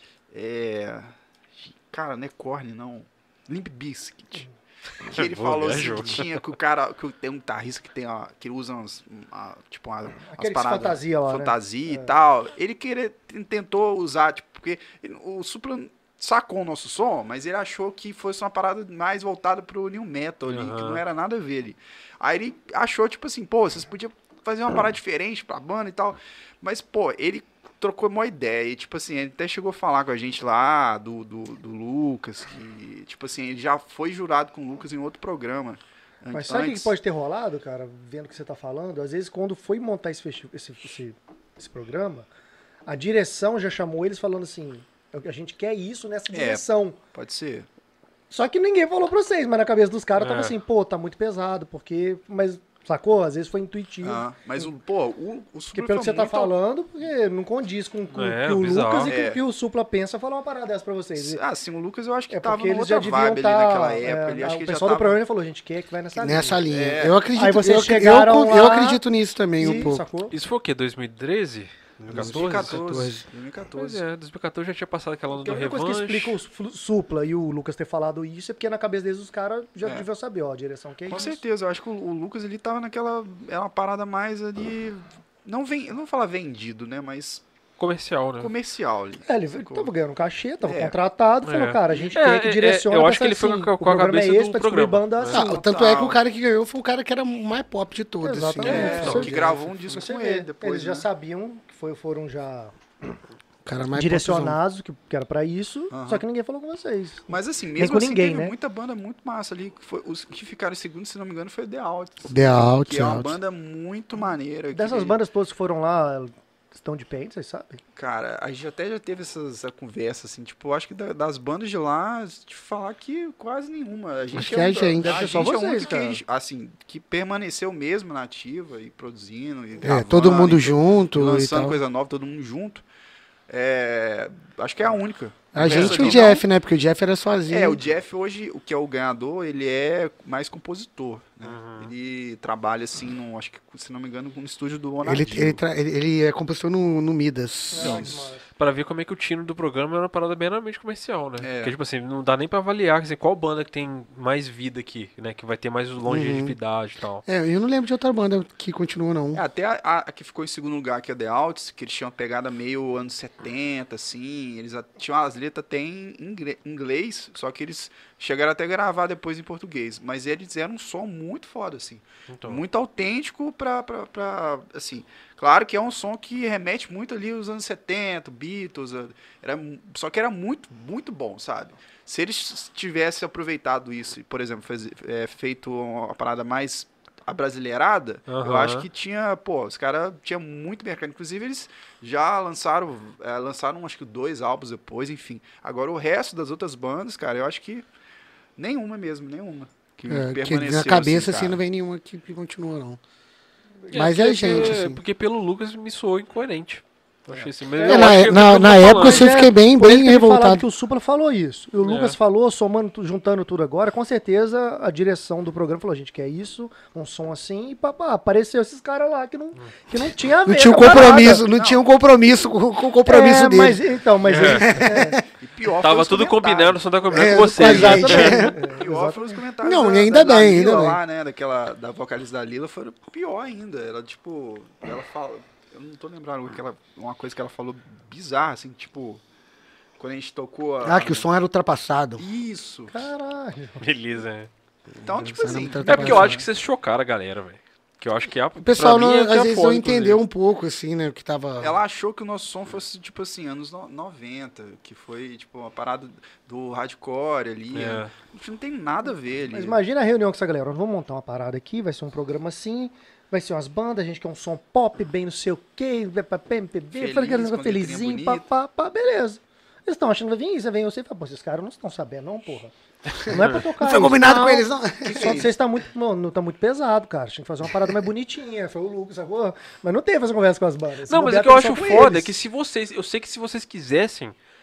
é, cara, não é Korn, não, Limp Bizkit. Que ele Boa, falou assim, viajou. que tinha, que o cara, que tem um guitarrista que tem, ó, que usa uns, uma, tipo, uma, umas Aqueles paradas, fantasia lá, né? fantasia e É. tal. Ele queria, tentou usar, tipo, porque ele- o Supla sacou o nosso som, mas ele achou que fosse uma parada mais voltada pro new metal ali, que Aham. não era nada a ver ali. Aí ele achou, tipo assim, pô, vocês podiam fazer uma parada diferente pra banda e tal. Mas, pô, ele trocou uma ideia. E, tipo assim, ele até chegou a falar com a gente lá, do, do, do Lucas, que, tipo assim, ele já foi jurado com o Lucas em outro programa. Mas Antes- sabe o que antes. que pode ter rolado, cara? Vendo o que você tá falando, às vezes quando foi montar esse, festi- esse, esse, esse programa, a direção já chamou eles falando assim, a gente quer isso nessa direção. Pode ser. Só que ninguém falou pra vocês, mas na cabeça dos caras tava É. assim, pô, tá muito pesado, porque... Mas, sacou? Às vezes foi intuitivo. Ah, mas, o, pô, o, o Porque Supla pelo que você foi tá muito- falando, porque não condiz com, com É, o que o bizarro. Lucas e com É. o que o Supla pensa falar uma parada dessa pra vocês. Ah, sim, o Lucas eu acho que É tava porque numa eles já outra deviam vibe ali estar... naquela época. ele, acho o que ele já pessoal do tava... programa falou, a gente quer que vai nessa linha. Nessa linha. É. Eu acredito, Aí vocês eu, chegaram eu, eu lá- acredito nisso também um Sim, pouco. sacou? Isso foi o quê? dois mil e treze? dois mil e quatorze. dois dois mil e Pois quatorze. é, dois mil e quatorze já tinha passado aquela onda Porque a do única coisa que revanche. explica o Flu- Supla e o Lucas ter falado isso é porque na cabeça deles os caras já É. deviam saber, ó, a direção que é Com isso. certeza, eu acho que o, o Lucas ele tava naquela. É uma parada mais ali. Não vem, eu não vou falar vendido, né? Mas Comercial, né? comercial ali. É, ele sacou? tava ganhando cachê, tava É. contratado, falou, É. cara, a gente É, quer que é, direcione. eu pra acho que ele ser foi assim, com a- o com a programa cabeça é esse do pra descobrir programa. banda É. assim. Ah, tanto é que o cara que ganhou foi o cara que era o mais pop de todos. Assim, Exatamente. né? É, Isso que aí. gravou um disco Você com vê, ele depois. Eles já né? sabiam que foi, foram já O cara mais direcionados, que, que era pra isso, Aham. só que ninguém falou com vocês. Mas assim, Nem mesmo com assim, ninguém, teve né? muita banda muito massa ali. Que foi, os que ficaram em segundo, se não me engano, foi o The Out. The Out, Que é uma Out. banda muito maneira. Dessas que, bandas todas que foram lá, estão de pé, vocês sabem? Cara, a gente até já teve essas, essa conversa, assim, tipo, eu acho que da- das bandas de lá, te falar que quase nenhuma. A gente Acho que é a gente. A Deve ser gente só é o vocês, único cara. que, assim, que permaneceu mesmo na ativa e produzindo e É, gravando, todo mundo e junto e lançando tal. coisa nova, todo mundo junto. É, acho que é a única. A O gente resto e o não. Jeff, né? Porque o Jeff era sozinho. É, o Jeff hoje, o que é o ganhador, ele é mais compositor, né? Uhum. Ele trabalha, assim, no, acho que, se não me engano, no estúdio do Ele, Ronaldinho. ele, tra- ele, ele é compositor no, no Midas. Isso. Pra ver como é que o tino do programa é uma parada meramente comercial, né? É. Porque, tipo assim, não dá nem pra avaliar assim, qual banda que tem mais vida aqui, né? Que vai ter mais longevidade e tal. É, eu não lembro de outra banda que continua, não. É, até a, a- a que ficou em segundo lugar, que é The Outs, que eles tinham uma pegada meio anos setenta, assim. Eles a- tinham as letras até em ingre- inglês, só que eles chegaram até a gravar depois em português. Mas eles eram um som muito foda, assim. Então, Muito autêntico pra, pra, pra, assim... Claro que é um som que remete muito ali aos anos setenta, Beatles, a- era, mu- só que era muito, muito bom, sabe? Se eles tivessem aproveitado isso, e, por exemplo, fez- é, feito uma parada mais abrasileirada, eu Aham. acho que tinha, pô, os caras tinham muito mercado. Inclusive, eles já lançaram, é, lançaram acho que dois álbuns depois, enfim. Agora, o resto das outras bandas, cara, eu acho que nenhuma mesmo, nenhuma. Que É, que permaneceu na cabeça, assim, cara. não vem nenhuma que, que continua, não. é, Mas é porque- gente, assim. Porque pelo Lucas me soou incoerente. Eu achei assim, mas É, eu É, na, acho que na, eu tô na falando. época eu Mas é, fiquei bem, por isso bem que ele falava revoltado. que o Supla falou isso. E o É. Lucas falou, somando, tu- juntando tudo agora, com certeza a direção do programa falou, a gente quer isso, um som assim, e papá, apareceu esses caras lá que não, que não tinha a ver Não tinha um com a parada. compromisso, não tinha um compromisso com, com o compromisso é, dele. mas então, mas eles- é, E pior foi Tava os tudo comentários. combinando, só tá combinando É, com vocês. com a né? gente. exatamente. Pior foram os comentários Não, da, e ainda da, da bem, Lila ainda lá, né, daquela, da vocalista da Lila, foi pior ainda. Ela, tipo, ela fala... Eu não tô lembrando aquela, uma coisa que ela falou bizarra, assim, tipo... Quando a gente tocou a... Ah, que o som era ultrapassado. Isso. Caralho. Beleza, né? Então, tipo Essa assim... não tá- É porque eu acho que vocês chocaram a galera, velho. Que eu acho que é a, O pessoal, pra não, mim, é que é às a vezes, foda, não entendeu inclusive. um pouco, assim, né, o que tava... Ela achou que o nosso som fosse, tipo assim, anos no- noventa, que foi, tipo, uma parada do hardcore ali. É. A gente não tem nada a ver ali. Mas imagina a reunião com essa galera, nós vamos montar uma parada aqui, vai ser um programa assim, vai ser umas bandas, a gente quer um som pop, bem não sei o quê, M P B, Feliz, falei que era um com negócio letrinha felizinho, bonita. pá, pá, pá, beleza. Eles estão achando que vai vir isso, vem você e fala, pô, esses caras não estão sabendo não, porra. Não é pra tocar Não foi isso, combinado não. com eles, não. O som de vocês tá muito, não, não tá muito pesado, cara. Tinha que fazer uma parada mais bonitinha. Foi o Lucas, sacou? Mas não teve essa conversa com as bandas. Não, mas o que eu acho foda é que se vocês. Eu sei que se vocês quisessem,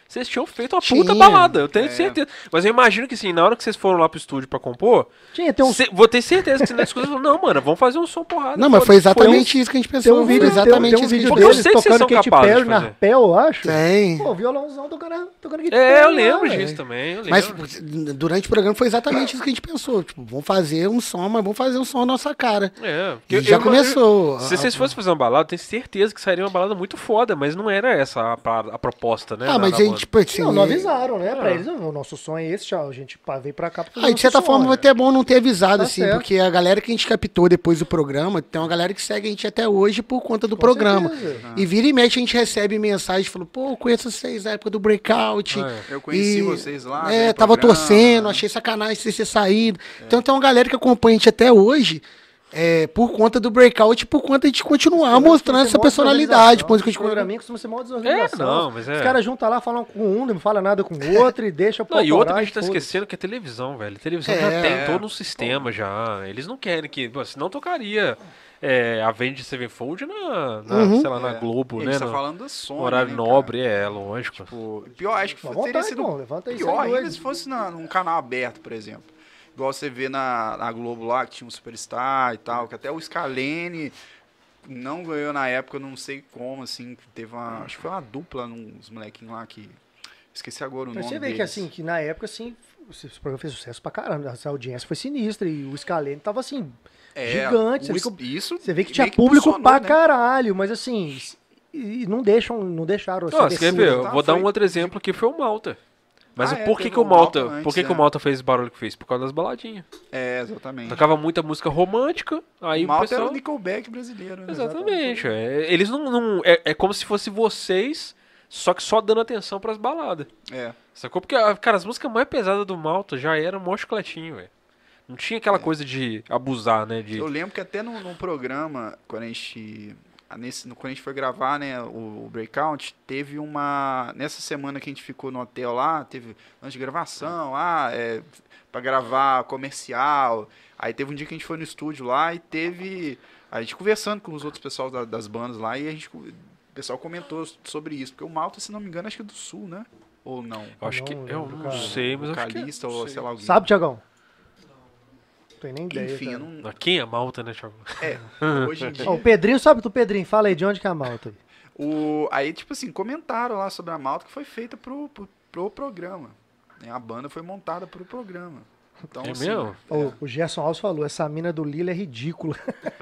vocês tinham feito uma Tinha. puta balada, eu tenho É. certeza. Mas eu imagino que assim, na hora que vocês foram lá pro estúdio pra compor, Tinha, tem um, cê- vou ter certeza que você na discussão falou, não, mano, vamos fazer um som porrada. Não, mas foi foda-se, exatamente isso que a gente tem pensou. um vídeo, foi tem, exatamente tem um isso que a vídeo gente Porque eu deles sei que vocês tocando são Katy capazes de Perry na fazer. arpel, eu acho. Tem. Pô, violãozão tocando, tocando Katy É, eu Perry lá, lembro velho. disso também, eu lembro. Mas durante o programa foi exatamente isso que a gente pensou. Tipo, vamos fazer um som, mas vamos fazer um som à nossa cara. É, E já começou. Se vocês fossem fazer uma balada, eu tenho certeza que sairia uma balada muito foda, mas não era essa a, a- a proposta, né? Ah, da- mas da a gente, banda. tipo assim. Não, não avisaram, né? É. Pra eles, o nosso sonho é esse, tchau. A gente pá, veio pra cá pra fazer Ah, de certa nosso forma sonho. vai até bom não ter avisado, Tá assim, certo. porque a galera que a gente captou depois do programa, tem uma galera que segue a gente até hoje por conta do Com programa. certeza. E vira e mexe a gente recebe mensagem, falou, pô, eu conheço vocês na época do Breakout. É. Eu conheci E, vocês lá. É, no tava programa, torcendo, né? achei sacanagem vocês terem saído. Então tem uma galera que acompanha a gente até hoje, é, por conta do Breakout, por conta de a gente continuar mostrando essa personalidade. Por isso que a gente Esse programinha costuma ser mó desorganização. É, não, mas é. Os caras juntam lá, falam com um, não fala nada com o outro e deixa o Não, e outra que a gente tá foda-se. esquecendo que é televisão, velho. Televisão É. já tem todo um sistema já. Eles não querem que. Pô, senão tocaria é, Avenged Sevenfold na, na Uhum. sei lá, na É. Globo, E a né? gente tá no falando da Sony, horário né, nobre, é, lógico. cara? Tipo, pior, acho que Fica à teria vontade, sido pô, levanta aí, pior sai ainda dois. se fosse na, num canal aberto, por exemplo. Igual você vê na, na Globo lá, que tinha um Superstar e tal, que até o Scalene não ganhou na época, eu não sei como, assim, que teve uma, acho que foi uma dupla, uns molequinhos lá que, esqueci agora o Mas nome você vê deles. que assim, que na época, assim, esse programa fez sucesso pra caramba. Essa audiência foi sinistra e o Scalene tava assim, É, gigante. Você o vê es- que, isso você vê que meio tinha público impulsionou, pra né? caralho, mas assim, e e não deixam, não deixaram. Ó, você quer ver? Eu tá? vou dar Foi- um outro exemplo que foi o Malta. Mas Ah, o é, por que, teve que o o Malta Malta, por antes, que, que o é. Malta fez o barulho que fez? Por causa das baladinhas. É, exatamente. Tocava muita música romântica, aí o o Malta pessoal... era o Nickelback brasileiro, né? Exatamente. É, eles não. não- é, é como se fosse vocês, só que só dando atenção pras baladas. É. Sacou? Porque, ah, cara, as músicas mais pesadas do Malta já eram mó chicletinho, velho. Não tinha aquela coisa de abusar, né? De... Eu lembro que até no, no programa, quando a gente. Nesse, quando a gente foi gravar, né, o, o Breakout, teve uma. Nessa semana que a gente ficou no hotel lá, teve antes de gravação, ah, é, pra gravar comercial. Aí teve um dia que a gente foi no estúdio lá e teve. A gente conversando com os outros pessoal da- das bandas lá e a gente. O pessoal comentou sobre isso. Porque o Malta, se não me engano, acho que é do sul, né? Ou não? Eu acho Não que. Eu lembro, não cara. sei, mas eu acho que. Vocalista é, ou sei. sei lá alguém. Sabe, Tiagão? Não tenho nem ideia. Enfim, cara. eu não. Quem é Malta, né, Thiago? É, hoje em dia. Ó, o Pedrinho, sabe do Pedrinho? Fala aí de onde que é a malta aí. O, aí, tipo assim, comentaram lá sobre a Malta que foi feita pro, pro, pro programa. Né? A banda foi montada pro programa. Então, É assim, mesmo? Ó, o Gerson Alves falou, essa mina do Lila é ridícula.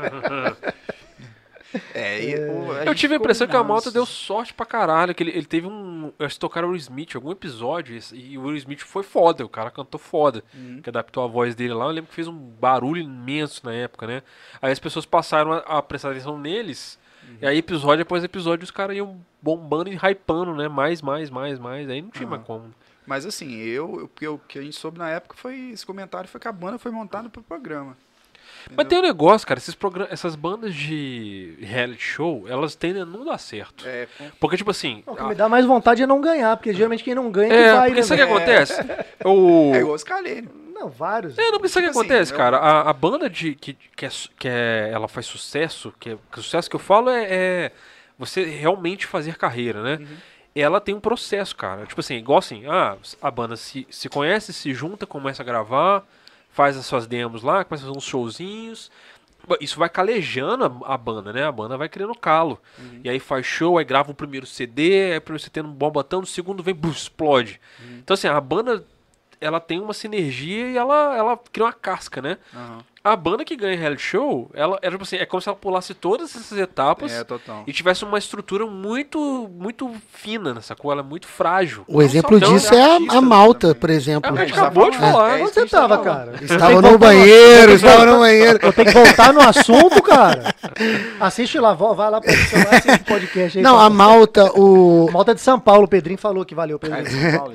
É, e o- a Eu gente tive a ficou impressão que a nossa. Malta deu sorte pra caralho. Que ele, ele teve um. Eles tocaram o Will Smith em algum episódio. E o Will Smith foi foda. O cara cantou foda. Uhum. Que adaptou a voz dele lá. Eu lembro que fez um barulho imenso na época, né? Aí as pessoas passaram a, a prestar atenção neles. Uhum. E aí, episódio após episódio, os caras iam bombando e hypando, né? Mais, mais, mais, mais. Aí não tinha mais como. Mas assim, eu, eu- o que eu- que a gente soube na época foi. Esse comentário foi que a banda foi montada pro programa. Mas tem um negócio, cara. Esses program... Essas bandas de reality show, elas tendem a não dar certo. É, com- Porque, tipo assim. O que a- me dá mais vontade é não ganhar, porque geralmente quem não ganha É, que vai, porque né, sabe o que velho? acontece? O... é igual os Scalene. Não, vários. É, não, porque sabe o que Tipo assim, acontece, eu- cara? A, a banda de, que, que, é, su- que é, ela faz sucesso, que, é, que o sucesso que eu falo é, é você realmente fazer carreira, né? Ela tem um processo, cara. Tipo assim, igual assim, ah, a banda se, se conhece, se junta, começa a gravar, faz as suas demos lá, começa a fazer uns showzinhos. Isso vai calejando a, a banda, né? A banda vai criando calo. E aí faz show, aí grava o primeiro C D, aí o primeiro C D não bomba tanto, o segundo vem, buf, explode. Então assim, a banda, ela tem uma sinergia e ela, ela cria uma casca, né? Aham. A banda que ganha reality show, ela é tipo assim, é como se ela pulasse todas essas etapas É, total. e tivesse uma estrutura muito muito fina, nessa coisa, ela é muito frágil. O exemplo só- disso não, é a, artistas a Malta, também. por exemplo. É, a gente tá acabou de falando, falar. é isso Onde que a você gente tá tava, falando. cara? Estava Tem que no voltar banheiro, estava no banheiro. Eu tenho que voltar no assunto, cara. Assiste lá, vo- vai lá pro celular, assiste o podcast aí. Não, cara. a Malta, o, Malta de São Paulo, o Pedrinho falou que valeu, Pedrinho.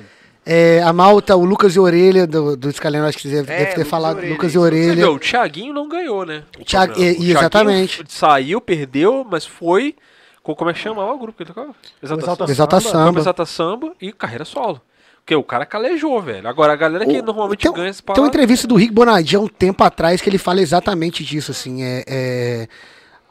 é, a Malta, o Lucas e Orelha, do, do Scalene, acho que deve, É, deve ter Lucas falado, e Orelha, Lucas e isso. Você Orelha. viu, o Thiaguinho não ganhou, né? o Thiago- programa. e- O Thiaguinho exatamente. f- saiu, perdeu, mas foi. com- Como é que chama lá o grupo que ele tocava? Exalta Exalta Samba. Exalta Samba. Foi Samba. pro Exalta Samba e carreira solo. Porque o cara calejou, velho. Agora, a galera que O- normalmente tem, ganha esse tem uma entrevista do Rick Bonadio há um tempo atrás que ele fala exatamente disso, assim, é, é,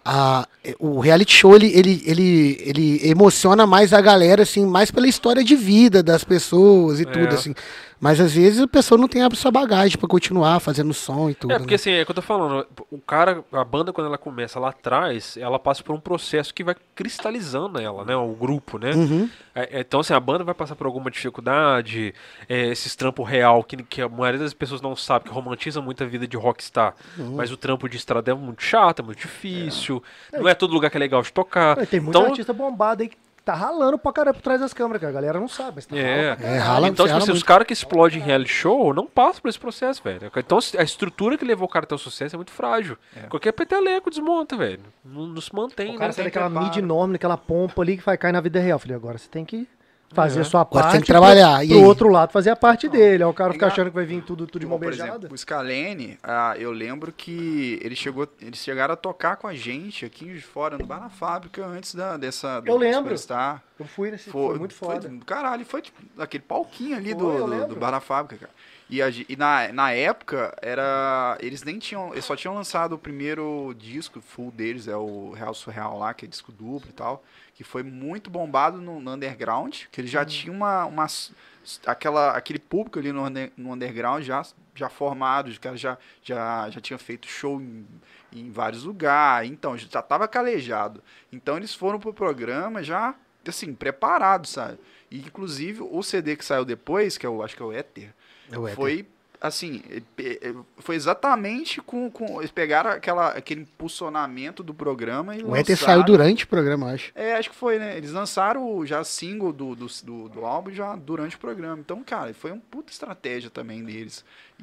a, o reality show, ele, ele, ele, ele emociona mais a galera, assim, mais pela história de vida das pessoas e É. tudo, assim. Mas às vezes a pessoa não tem essa bagagem pra continuar fazendo som e tudo. É, porque né? assim, é o que eu tô falando, o cara, a banda quando ela começa lá atrás, ela passa por um processo que vai cristalizando ela, né, o grupo, né. Uhum. É, é, então assim, a banda vai passar por alguma dificuldade, é, esses trampos real, que, que a maioria das pessoas não sabe, que romantiza muito a vida de rockstar, Uhum. mas o trampo de estrada é muito chato, é muito difícil, não é todo lugar que é legal de tocar. Tem muito Então, artista bombado aí que tá ralando pra caramba por trás das câmeras, cara. A galera não sabe, mas tá É, ralando pra É, caralho. rala, então, você tipo rala assim, os muito. caras que explodem em reality show não passam por esse processo, velho. Então, a estrutura que levou o cara até o sucesso é muito frágil. Qualquer peteleco desmonta, velho. Não, não se mantém, O né? cara sai tem daquela preparo. mídia enorme, daquela pompa ali que vai cair na vida real. Falei, agora você tem que fazer É. a sua Agora parte. tem que trabalhar, Pro, e pro aí? outro lado fazer a parte dele. Aí o cara fica Engra- achando que vai vir tudo, tudo de mão Por beijada. exemplo, o Scalene, ah, eu lembro que ele chegou, eles chegaram a tocar com a gente aqui de fora, no bar na fábrica, antes da, dessa... do Eu lembro. Superstar. Eu fui nesse, foi, muito foda. Foi, caralho, foi tipo, aquele palquinho ali Foi, do, eu do, lembro. do bar na fábrica, cara. E, a, ge- e na, na época, era, eles nem tinham, eles só tinham lançado o primeiro disco full deles, é o Real Surreal lá, que é disco duplo e tal, que foi muito bombado no, no underground, que ele já tinha uma, uma s- aquela, aquele público ali no, under- no underground já, já formado, os caras já, já, já tinham feito show em, em vários lugares, então já tava calejado. Então eles foram pro programa já, assim, preparados, sabe? E inclusive o C D que saiu depois, que é o, acho que é o Éter, É o Éter. foi assim, eh, eh, foi exatamente com, com eles pegaram aquela, aquele impulsionamento do programa e O Éter lançaram- saiu durante o programa, eu acho. É, acho que foi, né? Eles lançaram o já single do, do, do, do álbum já durante o programa. Então, cara, foi uma puta estratégia também deles.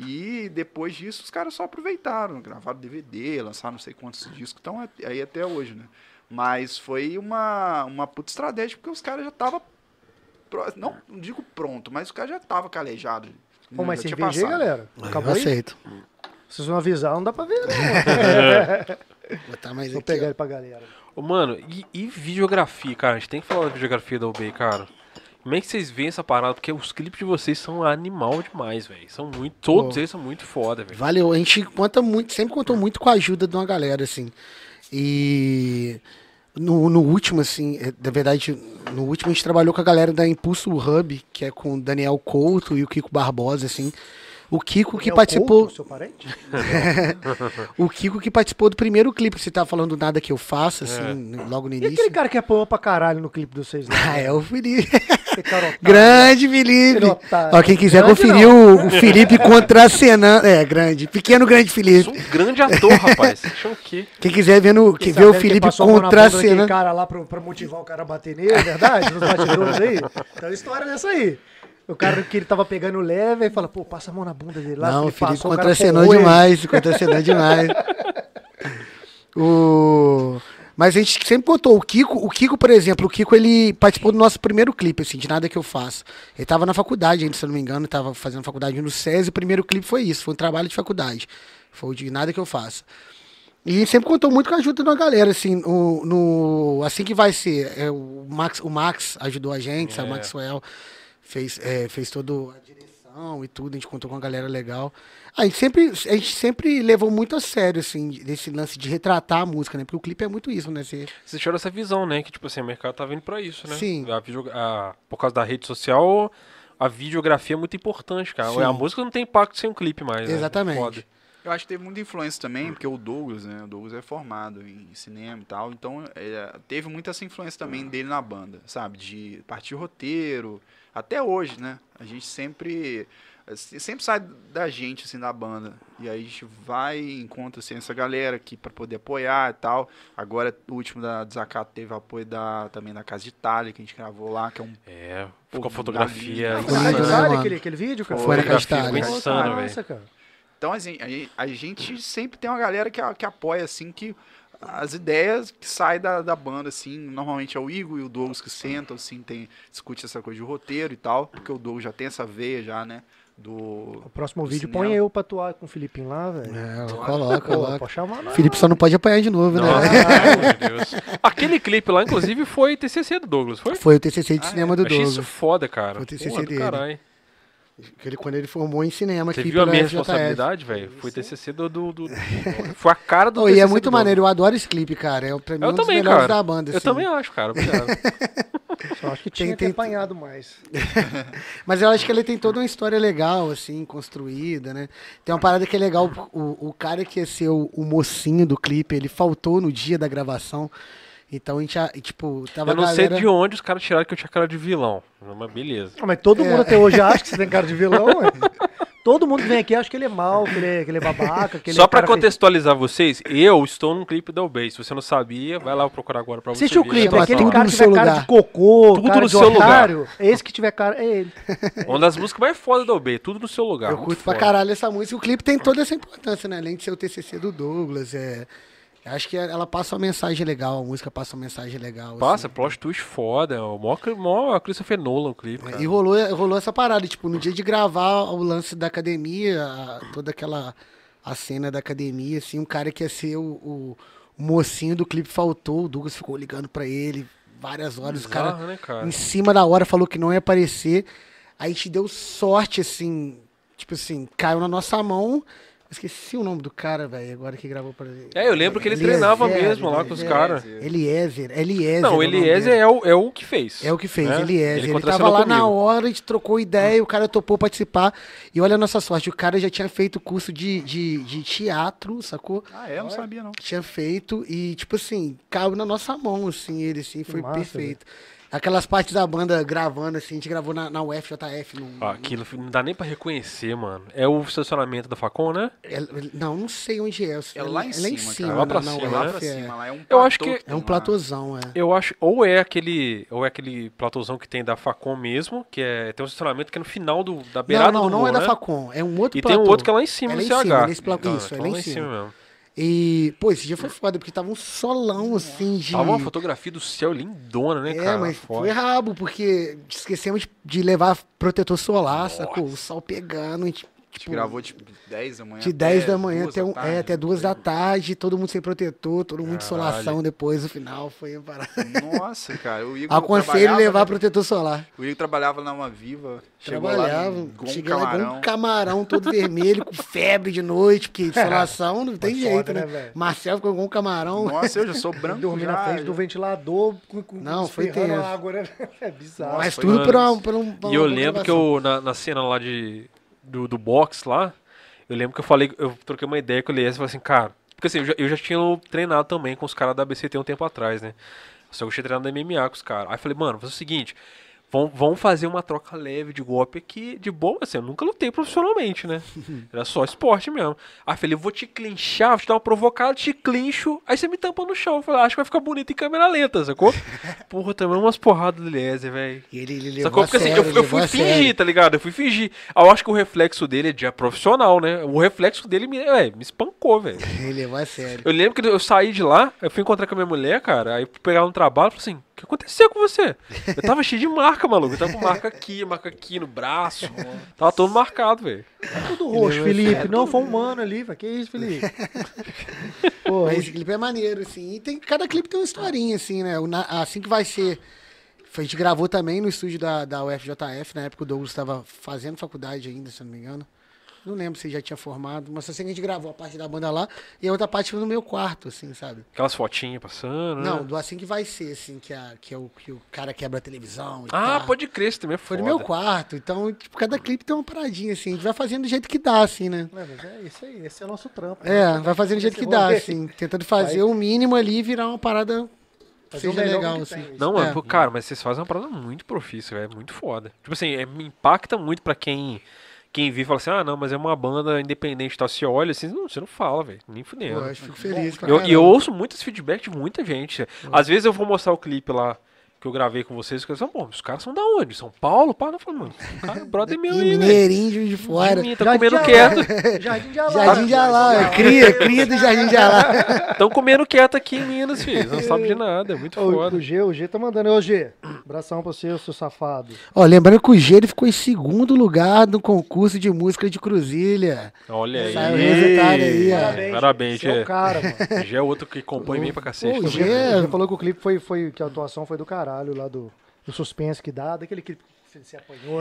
E depois disso, os caras só aproveitaram, gravaram D V D, lançaram não sei quantos discos, então aí até hoje, né? Mas foi uma, uma puta estratégia, porque os caras já estavam. Não, não digo pronto, mas os caras já estavam calejados. Pô, mas já tinha cerveja aí, passado. galera. Eu Acabou aí? aceito. Se vocês não avisar, não dá pra ver, não. Vou botar mais Vou aqui, pegar ó. ele pra galera. Ô, mano, e, e videografia, cara? A gente tem que falar da videografia da U B, cara. Como é que vocês veem essa parada? Porque os clipes de vocês são animal demais, velho. São muito. Todos Pô. eles são muito foda, velho. Valeu, a gente conta muito, sempre contou muito com a ajuda de uma galera, assim. E no, no último, assim, é, na verdade, no último a gente trabalhou com a galera da Impulso Hub, que é com o Daniel Couto e o Kiko Barbosa, assim. O Kiko que Daniel participou. Couto, seu parente? O Kiko que participou do primeiro clipe que você tá falando Nada Que Eu Faça, assim, logo no E início. aquele cara que apanhou pra caralho no clipe dos seis lá? Ah, é o Felipe. Aquele cara otário. Grande Felipe. Aquele otário. Ó, quem quiser Grande conferir não. o, o Felipe contracenando. É, grande. Pequeno grande Felipe. Sou um grande ator, rapaz. Vocês acham o quê? Quem quiser vendo, que Fiquei vê o sabendo que Felipe passou a mão na bunda daquele contracenando. cara lá pra, pra motivar o cara a bater nele, é verdade? Nos bastidores aí? Então a história é dessa aí. O cara que ele tava pegando leve, aí fala, pô, passa a mão na bunda dele lá. Não, o ele Felipe passou, o cara contracenou forrou ele. demais, contracenou demais. O... Mas a gente sempre contou, o Kiko, o Kiko, por exemplo, o Kiko, ele participou do nosso primeiro clipe, assim, de Nada Que Eu Faço. Ele tava na faculdade ainda, se eu não me engano, tava fazendo faculdade no SESI, o primeiro clipe foi isso, foi um trabalho de faculdade. Foi o de Nada Que Eu Faça. E a gente sempre contou muito com a ajuda de uma galera, assim, no, no- assim que vai ser, é, o, Max, o Max ajudou a gente, sabe, o É. Maxwell fez, é, fez toda a direção e tudo, a gente contou com uma galera legal. A gente sempre, a gente sempre levou muito a sério, assim, desse lance de retratar a música, né, porque o clipe é muito isso, né, você... Vocês tiveram essa visão, né? Que, tipo assim, o mercado tá vindo pra isso, né? Sim. A video- a- por causa da rede social, a videografia é muito importante, cara. Sim. A música não tem impacto sem um clipe mais, né? Exatamente. Foda. Eu acho que teve muita influência também, porque o Douglas, né? O Douglas é formado em cinema e tal, então é, teve muita essa influência também dele na banda, sabe? De partir roteiro, até hoje, né? A gente sempre sempre sai da gente, assim, da banda, e aí a gente vai e encontra, assim, essa galera aqui pra poder apoiar e tal. Agora, o último da Desacato teve apoio da, também da Casa de Itália, que a gente gravou lá, que é um... É, Pô, ficou fotografia. da Foi na Insano, Casa de né, Itália, mano? aquele, aquele vídeo, cara? Foi na Casa de Fotografia Itália. ficou Pô, insano, massa, velho. cara. Então, assim, a, a gente sempre tem uma galera que, que apoia, assim, que as ideias que saem da, da banda, assim, normalmente é o Igor e o Douglas que sentam, assim, tem, discute essa coisa de roteiro e tal, porque o Douglas já tem essa veia já, né, do... O próximo do vídeo cinema. põe eu pra atuar com o Filipinho lá, velho. É, coloca, Pô, coloca. pode chamar nós. Felipe só não pode apanhar de novo, Nossa, né? meu Deus. Aquele clipe lá, inclusive, foi T C C do Douglas, foi? Foi o T C C de Ah, cinema é. do Achei Douglas. isso foda, cara. Foi o T C C Porra do dele. caralho. Ele, quando ele formou em cinema Você aqui viu a pela minha F J F. responsabilidade, velho? Foi T C C do, do, do- Foi a cara do Oh, T C C e é muito do maneiro, Douglas. eu adoro esse clipe, cara. É pra mim Eu um dos também, melhores cara. da banda. Eu assim. também acho, cara. Obrigado. Só acho que Tem- tinha que tem- ter apanhado mais. Mas eu acho que ele tem toda uma história legal, assim, construída, né? Tem uma parada que é legal, o, o cara que ia ser o, o mocinho do clipe, ele faltou no dia da gravação. Então a gente, já, tipo, tava Eu não a sei galera... de onde os caras tiraram que eu tinha cara de vilão. Mas beleza. Ah, mas todo É. mundo até hoje acha que você tem cara de vilão, ué. Todo mundo que vem aqui acha que ele é mau, que ele é, que ele é babaca, que ele Só é pra cara contextualizar vocês, eu estou num clipe da Obey. Se você não sabia, vai lá procurar agora pra você Assiste o ver. clipe, Chama aquele tudo cara no que seu tiver cara lugar. de cocô, Tudo cara no de seu lugar. otário, esse que tiver cara, é ele. Uma das músicas mais fodas da Obey, tudo no seu lugar. Eu muito curto pra foda. caralho essa música. O clipe tem toda essa importância, né? Além de ser o T C C do Douglas, é... eu acho que ela passa uma mensagem legal, a música passa uma mensagem legal. Passa, assim. plot twist foda. É o maior, maior Christopher Nolan o clipe, cara. E rolou, rolou essa parada, tipo, no dia de gravar o lance da academia, a- toda aquela a cena da academia, assim, um cara que ia ser o, o- o mocinho do clipe faltou, o Douglas ficou ligando pra ele várias horas, o cara Bizarro, né, cara? em cima da hora falou que não ia aparecer, aí a gente deu sorte, assim, tipo assim, caiu na nossa mão. Esqueci o nome do cara, velho, agora que gravou pra ele. É, eu lembro que ele Eliezer, treinava mesmo lá com os Eliezer. caras. Eliezer, Eliezer. Não, o é o nome Eliezer dele. é o, é o que fez. É o que fez, né? Eliezer. Ele, tava contracenou lá na comigo. hora, a gente trocou ideia, o cara topou participar. E olha a nossa sorte, o cara já tinha feito curso de, de, de teatro, sacou? Ah, é? Eu não sabia, não. Tinha feito e, tipo assim, caiu na nossa mão, assim, ele, assim, foi massa, perfeito. Aquelas partes da banda gravando, assim, a gente gravou na, na U F J F. No, Ah, aquilo não dá nem pra reconhecer, mano. É o estacionamento da Facom, né? é- não, não sei onde é. É lá em cima, cara. Lá pra na, na cima, É lá U F, pra é. cima, lá é um Eu acho platô que- tem É um lá. platôzão, é. Eu acho, ou é aquele, ou é aquele platôzão que tem da Facom mesmo, que é, tem um estacionamento que é no final do, da beirada Não, não, do não morro, é da né? Facom, é um outro E tem um platô. outro que é lá em cima, É no lá em C H. cima, nesse pla- Então, isso, é então lá em lá em cima. cima mesmo. E, pô, esse dia foi foda, porque tava um solão, assim, de... Tava uma fotografia do céu lindona, né, É, cara? mas Foda. foi rabo, porque esquecemos de, de levar protetor solar, sacou? O sol pegando, a gente, A gente tipo, gravou tipo dez da manhã. de dez até da manhã duas até, da um, tarde, é, até duas da tarde, todo mundo sem protetor, todo mundo de Caralho. solação depois, no final, foi parar. Nossa, cara. O Igor Aconselho trabalhava, levar né? protetor solar. O Igor trabalhava na Uma Viva. Chegou Trabalhava, lá igual um cheguei lá igual camarão. um camarão todo vermelho, com febre de noite, porque insolação não tem Mas jeito, foda, né? né, velho? Marcel ficou igual um camarão. Nossa, eu já sou branco Dormir já. na frente do ventilador, com, com Não, foi espirrando tenso. água, né? É bizarro. Mas foi tudo anos. por uma, por um, por E eu uma lembro que gravação. eu, na, na cena lá de, do, do box lá, eu lembro que eu falei, eu troquei uma ideia com o Elias e falei assim, cara, porque assim, eu já, eu já tinha treinado também com os caras da A B C T um tempo atrás, né? Só que eu tinha treinado na M M A com os caras. Aí eu falei, mano, faz o seguinte, vamos, vamos fazer uma troca leve de golpe aqui, de boa, assim, eu nunca lutei profissionalmente, né? Era só esporte mesmo. Aí eu falei, eu vou te clinchar, vou te dar uma provocada, te clincho, aí você me tampa no chão. Eu falei, acho que vai ficar bonito em câmera lenta, sacou? Porra, também umas porradas do Eliezer, velho. E ele, ele levou Sacou? a Porque assim, sério, eu, ele eu levou fui a fingir, sério. tá ligado? Eu fui fingir. Eu acho que o reflexo dele é de profissional, né? O reflexo dele me, véi, me espancou, velho. Ele levou a sério. Eu lembro que eu saí de lá, eu fui encontrar com a minha mulher, cara, aí fui pegar um trabalho, falei assim, o que aconteceu com você? Eu tava cheio de marca, maluco. Eu tava com marca aqui, marca aqui no braço. Tava todo marcado, velho. Tudo roxo, Felipe. Não, foi um mano ali, velho. Que isso, Felipe? Pô, Mas esse clipe é maneiro, assim. E tem, cada clipe tem uma historinha, assim, né? O na- assim que vai ser. A gente gravou também no estúdio da, da U F J F, na época o Douglas estava fazendo faculdade ainda, se eu não me engano. Não lembro se já tinha formado, mas só sei que a gente gravou a parte da banda lá e a outra parte foi no meu quarto, assim, sabe? Aquelas fotinhas passando, né? Não, do assim que vai ser, assim, que, a, que, é o, que o cara quebra a televisão e Ah, tal. pode crer, isso também é Foi foda. no meu quarto, então, tipo, cada clipe tem uma paradinha, assim, a gente vai fazendo do jeito que dá, assim, né? Não, mas é isso aí. Esse é o nosso trampo. É, vai fazendo do jeito que dá, assim, tentando fazer Vai. o mínimo ali e virar uma parada que Fazer o seja melhor legal, que assim. tem. Não, mano, É. pô, cara, mas vocês fazem uma parada muito profícia, velho. Muito foda. Tipo assim, é, me impacta muito pra quem, quem vive e fala assim, ah, não, mas é uma banda independente e tal. Você olha assim, não, você não fala, velho. Nem fudendo. Pô, eu fico feliz pra Eu, e caramba. eu ouço muito esse feedback de muita gente. Às vezes eu vou mostrar o clipe lá que eu gravei com vocês, que eu falo, pô, os caras são da onde? São Paulo? Pá, não falo, mano, o cara é brother meu Ih, aí, velho. mineirinho de Juiz de fora. De mim, tá Jardim comendo de quieto. Alá. Jardim de Alá. Jardim de Alá, é cria, cria do Jardim de Alá. Estão comendo quieto aqui em Minas, filho. Não sabe de nada, é muito Ô, foda. o G, o G tá mandando. Ô, G, abração pra você, seu safado. Ó, lembrando que o G ele ficou em segundo lugar no concurso de música de Cruzilha. Olha aí. Saiu o resultado aí, ó. Parabéns. Parabéns, Você é Gê. o cara, mano. Já é outro que compõe bem pra cacete. Pô, O também. G, G- o G falou que o clipe foi, foi. Que a atuação foi do caralho lá do, do suspense que dá, daquele clipe que você apanhou, né?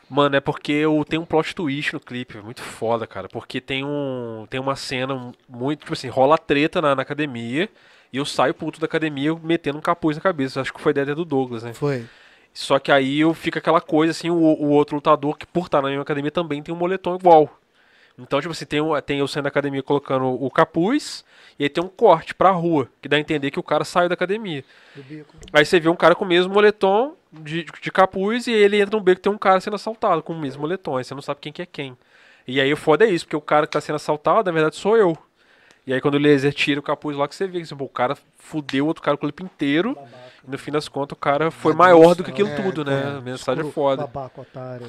Mano, é porque eu tenho um plot twist no clipe, é muito foda, cara. Porque tem um, tem uma cena muito, tipo assim, rola treta na, na academia e eu saio puto da academia metendo um capuz na cabeça. Acho que foi ideia do Douglas, né? Foi. Só que aí eu fica aquela coisa assim, o, o outro lutador que por estar na minha academia também tem um moletom igual. Então, tipo assim, tem, um, tem eu saindo da academia colocando o capuz e aí tem um corte pra rua, que dá a entender que o cara saiu da academia. Do bico. Aí você vê um cara com o mesmo moletom de, de capuz e ele entra num beco e tem um cara sendo assaltado com o mesmo moletom. Aí você não sabe quem que é quem. E aí o foda é isso, porque o cara que tá sendo assaltado, na verdade, sou eu. E aí quando o laser tira o capuz lá que você vê, que assim, pô, o cara fudeu o outro cara com o clipe inteiro. Babaca. E no fim das contas o cara foi Bagunça, maior do que aquilo é, tudo, né? é. A mensagem é Escuro, foda. Babaca, otário.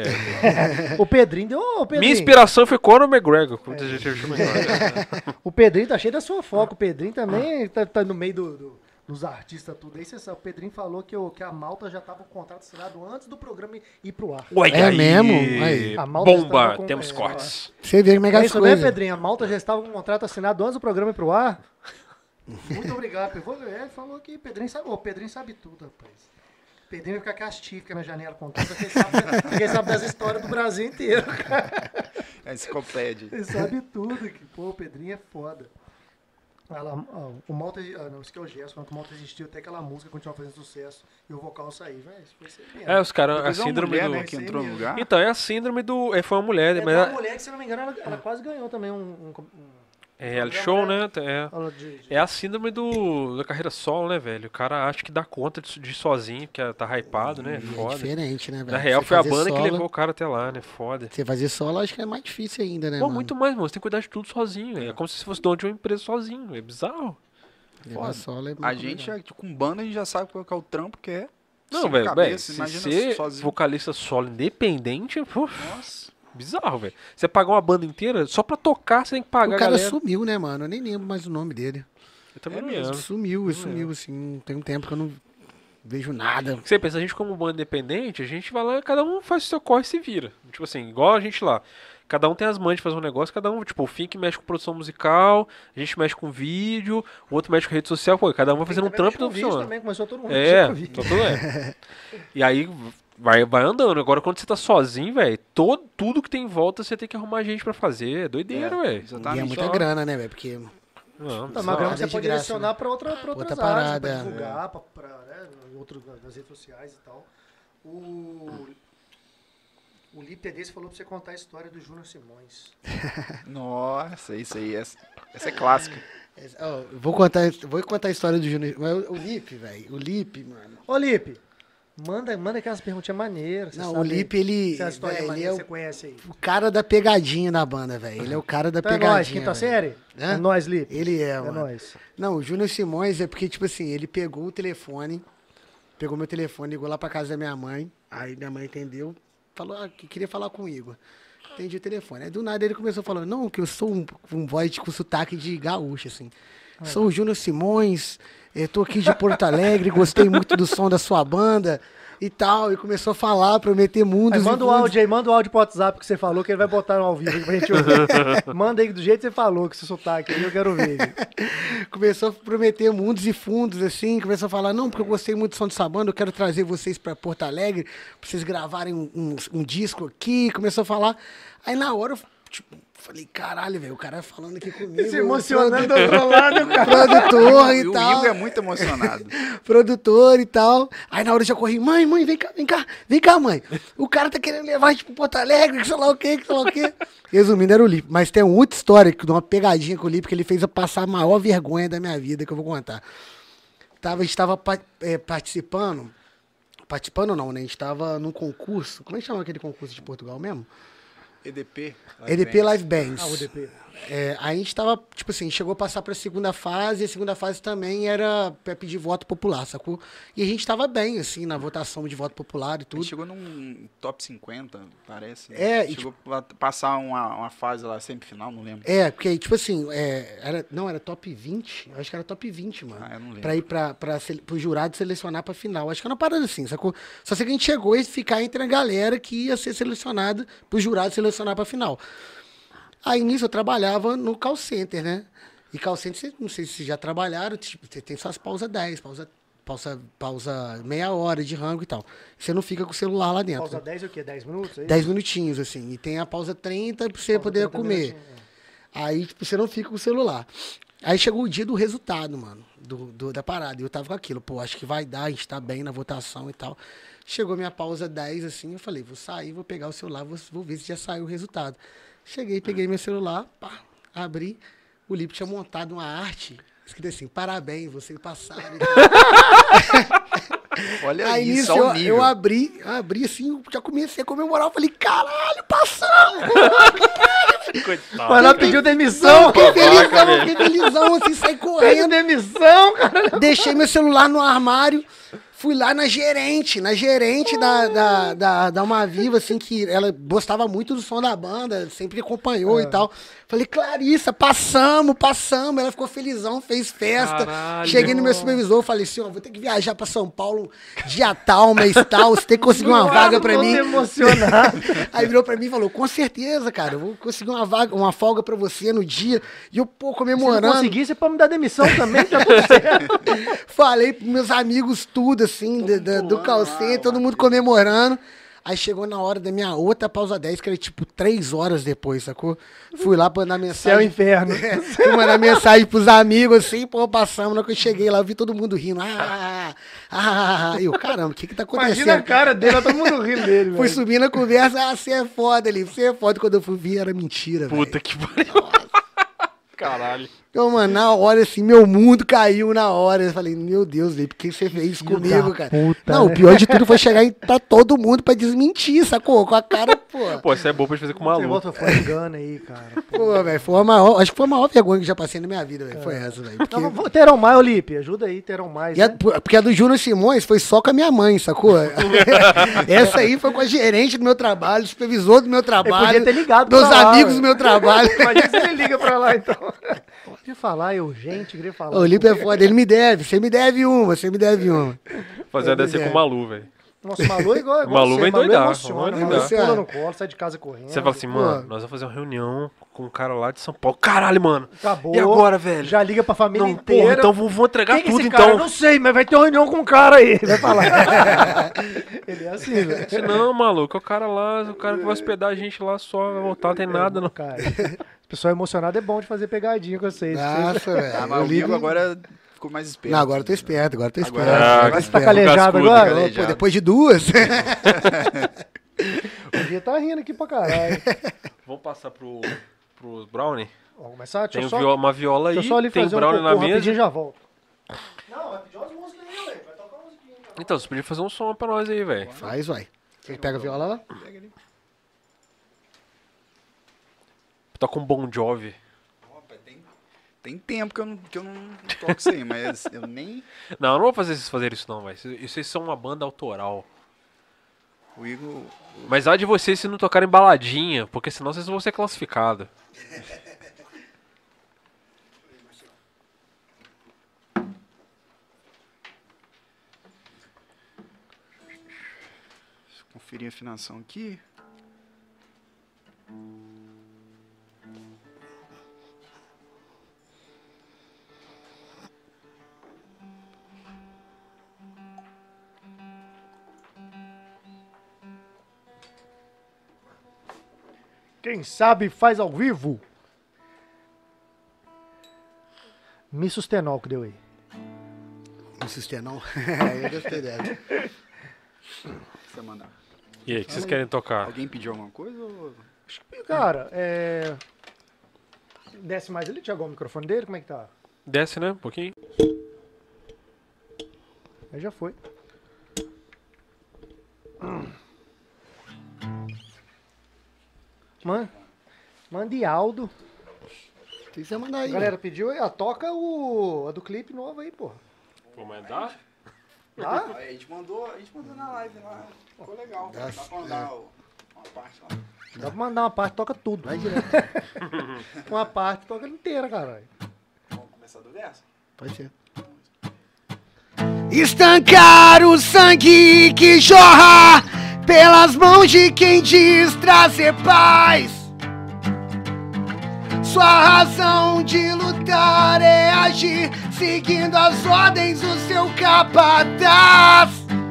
É. O Pedrinho deu. Ô, Pedrinho. Minha inspiração foi Conor McGregor. Como a gente chama. O Pedrinho tá cheio da sua foca. O Pedrinho também tá, tá no meio do, do- dos artistas tudo aí. Você sabe, o Pedrinho falou que, o, que a Malta já tava com o contrato assinado antes do programa ir pro ar. Olha É aí. mesmo? Aí. A malta estava Bomba, com- temos é, cortes. Você vê como é que É as isso mesmo, coisas. Pedrinho? A Malta já estava com o contrato assinado antes do programa ir pro ar? Muito obrigado, Pedrinho. Ele falou que Pedrinho sabe, ô, Pedrinho sabe tudo, rapaz. Pedrinho vai ficar castifica na janela contando, porque ele sabe, porque ele sabe das histórias do Brasil inteiro, cara. É enciclopédia. Ele sabe tudo. Que, pô, o Pedrinho é foda. Ah, lá, ó, o Malta, ah, não, isso que é o gesto, quando o Malta existiu, até aquela música continuava fazendo sucesso e o vocal sair, velho. Isso foi ser mesmo. É, os caras, a Depois é uma síndrome mulher, do... né, que entrou no lugar. Então, é a síndrome do... É, foi uma mulher, É, mas tem uma é, mulher que, se não me engano, ela, ela quase ganhou também um... um, um é reality show, né? É, aula de, de- é a síndrome do, da carreira solo, né, velho? O cara acha que dá conta de, de sozinho, porque tá hypado, né? É Foda. diferente, né, velho? Na real, Você foi a fazer banda que solo- levou o cara até lá, né? Foda. Você fazer solo, acho que é mais difícil ainda, né, Pô, mano? muito mais, mano. Você tem que cuidar de tudo sozinho. É como se você fosse dono de uma empresa sozinho. É bizarro. Levar Foda. solo é muito A gente, legal. é, tipo, com banda, a gente já sabe qual que é o trampo que é. Não, Cinco velho, velho. cabeças, Se imagina ser sozinho. vocalista solo independente, pô, Nossa. bizarro, velho. Você pagar uma banda inteira, só pra tocar você tem que pagar O a cara galera. sumiu, né, mano? Eu nem lembro mais o nome dele. Eu também É não mesmo. lembro. Sumiu, sumiu, assim. Tem um tempo que eu não vejo nada. Você pensa, a gente como banda independente, a gente vai lá, cada um faz o seu corre e se vira. Tipo assim, igual a gente lá. Cada um tem as mães de fazer um negócio, cada um, tipo, o Fink mexe com produção musical, a gente mexe com vídeo, o outro mexe com rede social, pô, cada um vai fazendo um Também trampo e mexe não com vídeo funciona. também, começou todo mundo É, mexer com vídeo. então tudo é. E aí vai, vai andando. Agora quando você tá sozinho, velho, todo tudo que tem em volta você tem que arrumar gente pra fazer. É doideira, É, velho. E é exatamente. muita só- grana, né, velho? Porque Não, Tá, só- mas grana nada você de pode graça, direcionar né? pra, outra, pra outras Outra áreas, parada, pra é. divulgar, pra, pra né, em outro, nas redes sociais e tal. O, o Lipe desse falou pra você contar a história do Júnior Simões. Nossa, isso aí. Essa, essa é clássica. Esse- ó, eu vou contar, vou contar a história do Júnior. Mas o, o Lipe, velho. O Lipe, mano. Ô, Lipe, manda, manda aquelas perguntinhas maneiras. você Não, sabe o Lipe, ele. Se a história é velho, ele maneira, é você o, conhece aí. o cara da pegadinha da banda, velho. Ele é o cara da Então é pegadinha. nóis, quinta velho. série? Hã? É nóis, Lipe. Ele é, É mano. nóis. Não, o Júnior Simões é porque, tipo assim, ele pegou o telefone, pegou meu telefone, ligou lá pra casa da minha mãe. Aí minha mãe entendeu, falou ah, que queria falar com o Igor. Entendi o telefone. Aí do nada ele começou falando, não, que eu sou um, um voz com sotaque de gaúcho, assim. Sou o Júnior Simões, eu tô aqui de Porto Alegre, gostei muito do som da sua banda e tal. E começou a falar, prometer mundos Aí e manda o fundos. áudio aí, manda o áudio pro WhatsApp que você falou, que ele vai botar no ao vivo aí pra gente ouvir. Manda aí do jeito que você falou, que esse sotaque aí eu quero ver. Começou a prometer mundos e fundos, assim, começou a falar, não, porque eu gostei muito do som dessa banda, eu quero trazer vocês pra Porto Alegre, pra vocês gravarem um, um, um disco aqui, começou a falar. Aí na hora eu, tipo, falei, caralho, velho, o cara falando aqui comigo. Se emocionando do produ- outro lado, cara. Produtor E e o tal. Igor é muito emocionado. Produtor e tal. Aí na hora eu já corri, mãe, mãe, vem cá, vem cá, vem cá, mãe. O cara tá querendo levar a gente pro Porto Alegre, que sei lá o quê, que sei lá o quê. Resumindo, era o Lipe. Mas tem uma outra história, de uma pegadinha com o Lipe, que ele fez eu passar a maior vergonha da minha vida, que eu vou contar. Tava, a gente tava pa- é, participando, participando não, né? A gente tava num concurso, como é que chama aquele concurso de Portugal mesmo? E D P. E D P Live Bands. Ah, o D P. É, aí a gente tava, tipo assim, chegou a passar pra segunda fase, e a segunda fase também era pra pedir voto popular, sacou? E a gente tava bem, assim, na votação de voto popular e A gente tudo. chegou num top cinquenta, parece. né? É, e Chegou a passar uma, uma fase lá, semifinal, não lembro. É, porque, tipo assim, é, era, não, era top vinte, eu acho que era top vinte, mano. Ah, eu não lembro. Pra ir pra, pra, sele- pro jurado selecionar pra final. Acho que era uma parada assim, sacou? Só sei que a gente chegou e ficar entre a galera que ia ser selecionada pro jurado selecionar pra final. Aí nisso eu trabalhava no call center, né? E call center, cê- não sei se vocês já trabalharam, tipo, você tem suas pausas dez, pausa pausa, pausa meia hora de rango e tal. Você não fica com o celular lá dentro. Pausa dez o quê? dez minutos? É isso? dez minutinhos, assim. E tem a pausa trinta pra você Pausa poder trinta comer. minutinhos, é. Aí, tipo, você não fica com o celular. Aí chegou o dia do resultado, mano, do, do- da parada. E eu tava com aquilo, pô, acho que vai dar, a gente tá bem na votação e tal. Chegou minha pausa dez, assim, eu falei, vou sair, vou pegar o celular, vou, vou ver se já saiu o resultado. Cheguei, peguei meu celular, pá, abri. O Lipe tinha montado uma arte, escrito assim, parabéns, vocês passaram. Olha Aí isso, nisso olha o eu, nível. eu abri, abri assim, já comecei a comemorar, eu falei, caralho, passamos! Coitado. Mas ela cara. pediu demissão. Fiquei felizão, velho. fiquei felizão, assim, saí Pediu correndo. demissão, cara. Deixei meu celular no armário, fui lá na gerente, na gerente da, da, da, da Uma Viva, assim, que ela gostava muito do som da banda, sempre acompanhou e tal. Falei, Clarissa, passamos, passamos. Ela ficou felizão, fez festa. Caralho. Cheguei no meu supervisor, falei assim, ó, vou ter que viajar pra São Paulo dia tal, mês tal, você tem que conseguir uma vaga pra mim. Emocionado. Aí virou pra mim e falou, com certeza, cara, eu vou conseguir uma vaga, uma folga pra você no dia. E eu, pô, Se não comemorando. conseguisse, pra me dar demissão também, tá tudo certo. Falei pros meus amigos tudo, assim, da- da- do pulando calcete, lá, todo mundo comemorando. Aí chegou na hora da minha outra pausa dez, que era tipo três horas depois, sacou? Fui lá pra mandar Céu e mensagem. inferno. Fui mandar mensagem pros amigos, assim, pô, passamos. Na hora que eu cheguei lá, eu vi todo mundo rindo. Ah, ah, ah, ah, ah. E eu, caramba, o que que tá acontecendo? Imagina a cara dele, todo mundo rindo dele, Fui velho. subindo a conversa, ah, você é foda ali, você é foda. Quando eu fui ver, era mentira, velho. Puta que pariu. Caralho. Então, mano, na hora, assim, meu mundo caiu na hora. Eu falei, meu Deus, velho, por que você fez isso Filho comigo, da cara? puta, Não, né? o pior de tudo foi chegar em- pra todo mundo pra desmentir, sacou? Com a cara, pô. Pô, isso é bom pra gente fazer com o Você maluco. volta, foi engano aí, cara. Pô, velho, foi a maior, acho que foi a maior vergonha que já passei na minha vida, velho. Foi essa, velho. Porque, Então, vou- terão mais, Olipe. Ajuda aí, terão mais. e a, Né? porque a do Júnior Simões foi só com a minha mãe, sacou? Essa aí foi com a gerente do meu trabalho, supervisor do meu trabalho. podia ter ligado Dos pra lá, amigos velho. do meu trabalho. Imagina se ele liga pra lá, então. Queria falar, é urgente, queria falar. O Lipe é foda, ele me deve, você me deve uma, você me deve uma. Fazer uma dessa É. com o Malu, velho. Nossa, o Malu é igual, igual Malu você, vai Malu endoidar, emociona, Malu vai Malu endoidar. pula no colo, sai de casa correndo. Você fala assim, mano, Pô. nós vamos fazer uma reunião com um cara lá de São Paulo. Caralho, mano. Acabou. E agora, velho? Já liga pra família Não, inteira. porra, então vou, vou entregar Quem que é tudo, esse cara? então. Não sei, mas vai ter uma reunião com um cara aí. Vai falar. Ele é assim, velho. Disse, Não, maluco, é o cara lá, o cara que vai hospedar a gente lá só, vai voltar, não tem nada, não. Cara, o pessoal emocionado é bom de fazer pegadinha com vocês. Nossa, velho. Ah, mas o Lipe agora ficou mais esperto. Não, agora eu tô esperto, agora eu tô esperto. Agora- agora eu tô Ah, Tá esperto. calejado cascudo, agora? calejado. Pô, depois de duas. O dia tá rindo aqui pra caralho. Vamos passar pro, pro Brownie? Vamos começar? Deixa Tem eu um só, viola- uma viola aí, deixa eu só ali tem o fazer um Brownie cocô na mesa. rapidinho e já volto. Não, vai pedir umas músicas aí, velho. Vai tocar uma musiquinha. Então. Então, você podia fazer um som pra nós aí, velho. Faz, vai. Você pega a viola lá? Toca um Bon Jovi. Opa, tem, tem tempo que eu não, que eu não toco isso aí, mas eu nem... Não, eu não vou fazer vocês fazerem isso não, velho. Isso- Vocês são uma banda autoral. O Igor... Mas há de vocês se não tocarem baladinha, porque senão vocês vão ser classificados. Deixa eu conferir a afinação aqui. Quem sabe faz ao vivo. Me sustenol que deu aí. Não assistia, não. Eu gostei dela. Você mandar. E aí, o que vocês querem tocar? Alguém pediu alguma coisa ou... Cara, é... Desce mais ali, Thiago, o microfone dele, como é que tá? Desce, né? Um pouquinho. Aí já foi. Man, mande Aldo. O que você mandar aí? A galera pediu aí, ó, toca o, a do clipe novo aí, porra. Vou mandar? Tá? A gente mandou, a gente mandou na live lá. Ficou legal. Dá pra mandar o- uma parte lá. Dá pra mandar uma parte, toca tudo. Vai direto. Uma parte, toca inteira, caralho. Vamos começar do verso? Pode ser. Estancar o sangue que jorra pelas mãos de quem diz trazer paz. Sua razão de lutar é agir seguindo as ordens do seu capataz.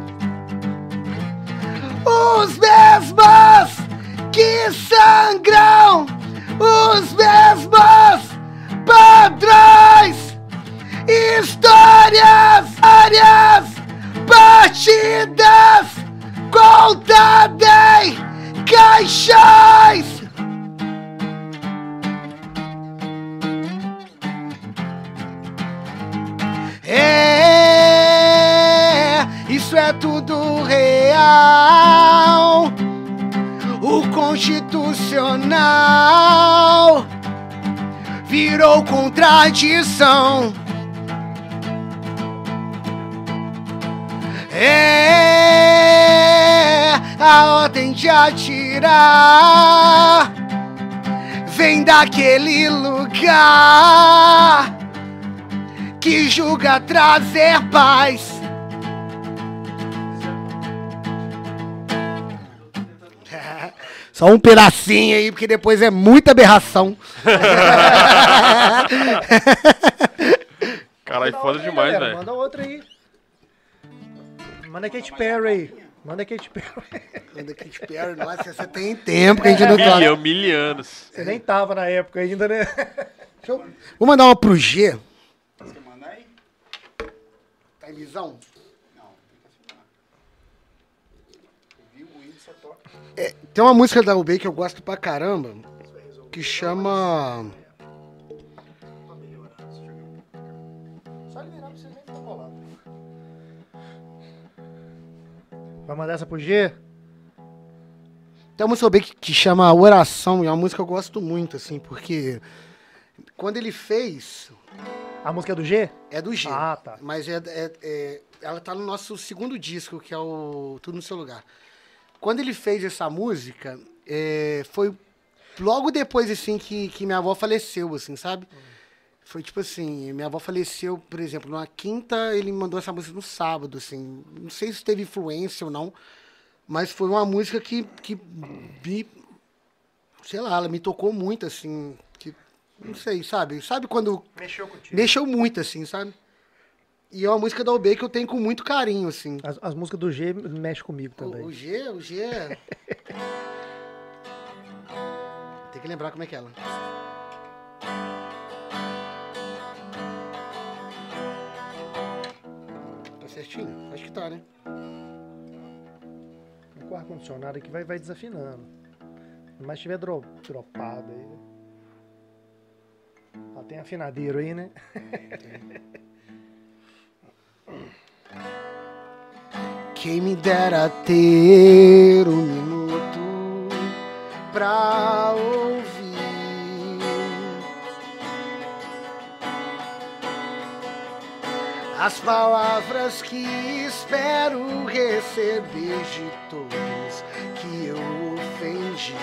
Os mesmos que sangram, os mesmos padrões, histórias, áreas, partidas, contadas em caixões. É, isso é tudo real. O constitucional virou contradição. É, a ordem de atirar vem daquele lugar que julga trazer paz. Só um pedacinho aí, porque depois é muita aberração. Caralho, foda aí, demais, galera, velho. Manda outra aí. Manda Katy Perry aí. Manda Katy Perry. Manda Katy Perry, nossa, você tem tempo que a gente não toca. Milhão, mil anos. Você nem tava na época ainda, né? Deixa eu- Vou mandar uma pro G. Você manda aí? Tá em visão? Não, tem que assinar. O vivo aí só toca. É, tem uma música da U B que eu gosto pra caramba, que chama... Só liberar pra vocês nem ficar colado. Vai mandar essa pro G? Tem uma música da U B que, que chama Oração, e é uma música que eu gosto muito, assim, porque quando ele fez, A música é do G? é do G, Ah, tá. mas é, é- é- ela tá no nosso segundo disco, que é o Tudo no Seu Lugar. Quando ele fez essa música, é, foi logo depois, assim, que, que minha avó faleceu, assim, sabe? Foi tipo assim, minha avó faleceu, por exemplo, numa quinta, ele me mandou essa música no sábado, assim. Não sei se teve influência ou não, mas foi uma música que, que me, sei lá, ela me tocou muito, assim, que, não sei, sabe? Sabe quando Mexeu contigo. mexeu muito, assim, sabe? E é uma música da U B que eu tenho com muito carinho, assim. As, as músicas do G mexem comigo também. O, o G, o G é... Tem que lembrar como é que é ela. Tá certinho? Acho que tá, né? Com o ar-condicionado aqui vai, vai desafinando. Mas tiver dro, dropado aí. Ó, tem afinadeiro aí, né? Quem me dera ter um minuto pra ouvir as palavras que espero receber de todos que eu ofendi.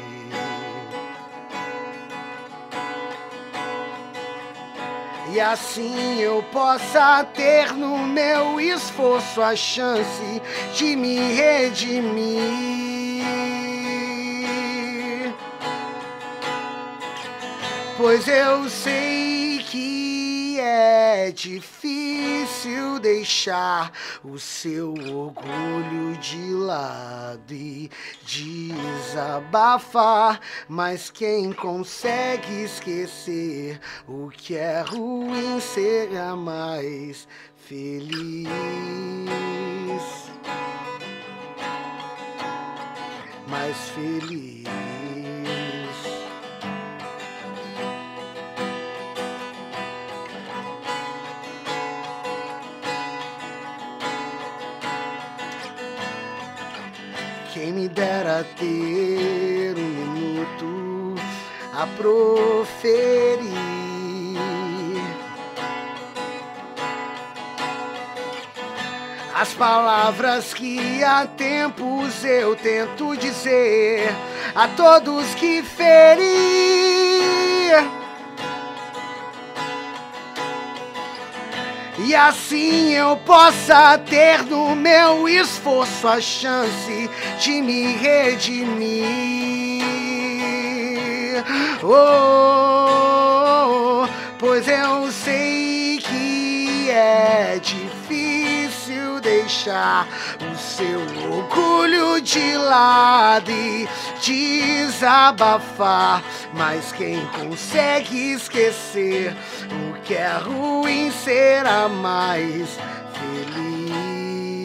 E assim eu possa ter no meu esforço a chance de me redimir. Pois eu sei que é difícil deixar o seu orgulho de lado e desabafar, mas quem consegue esquecer o que é ruim será mais feliz. Mais feliz. Quem me dera ter um minuto a proferir as palavras que há tempos eu tento dizer a todos que feri. E assim eu possa ter no meu esforço a chance de me redimir. Oh, pois eu sei que deixar o seu orgulho de lado e desabafar. Mas quem consegue esquecer o que é ruim será mais feliz.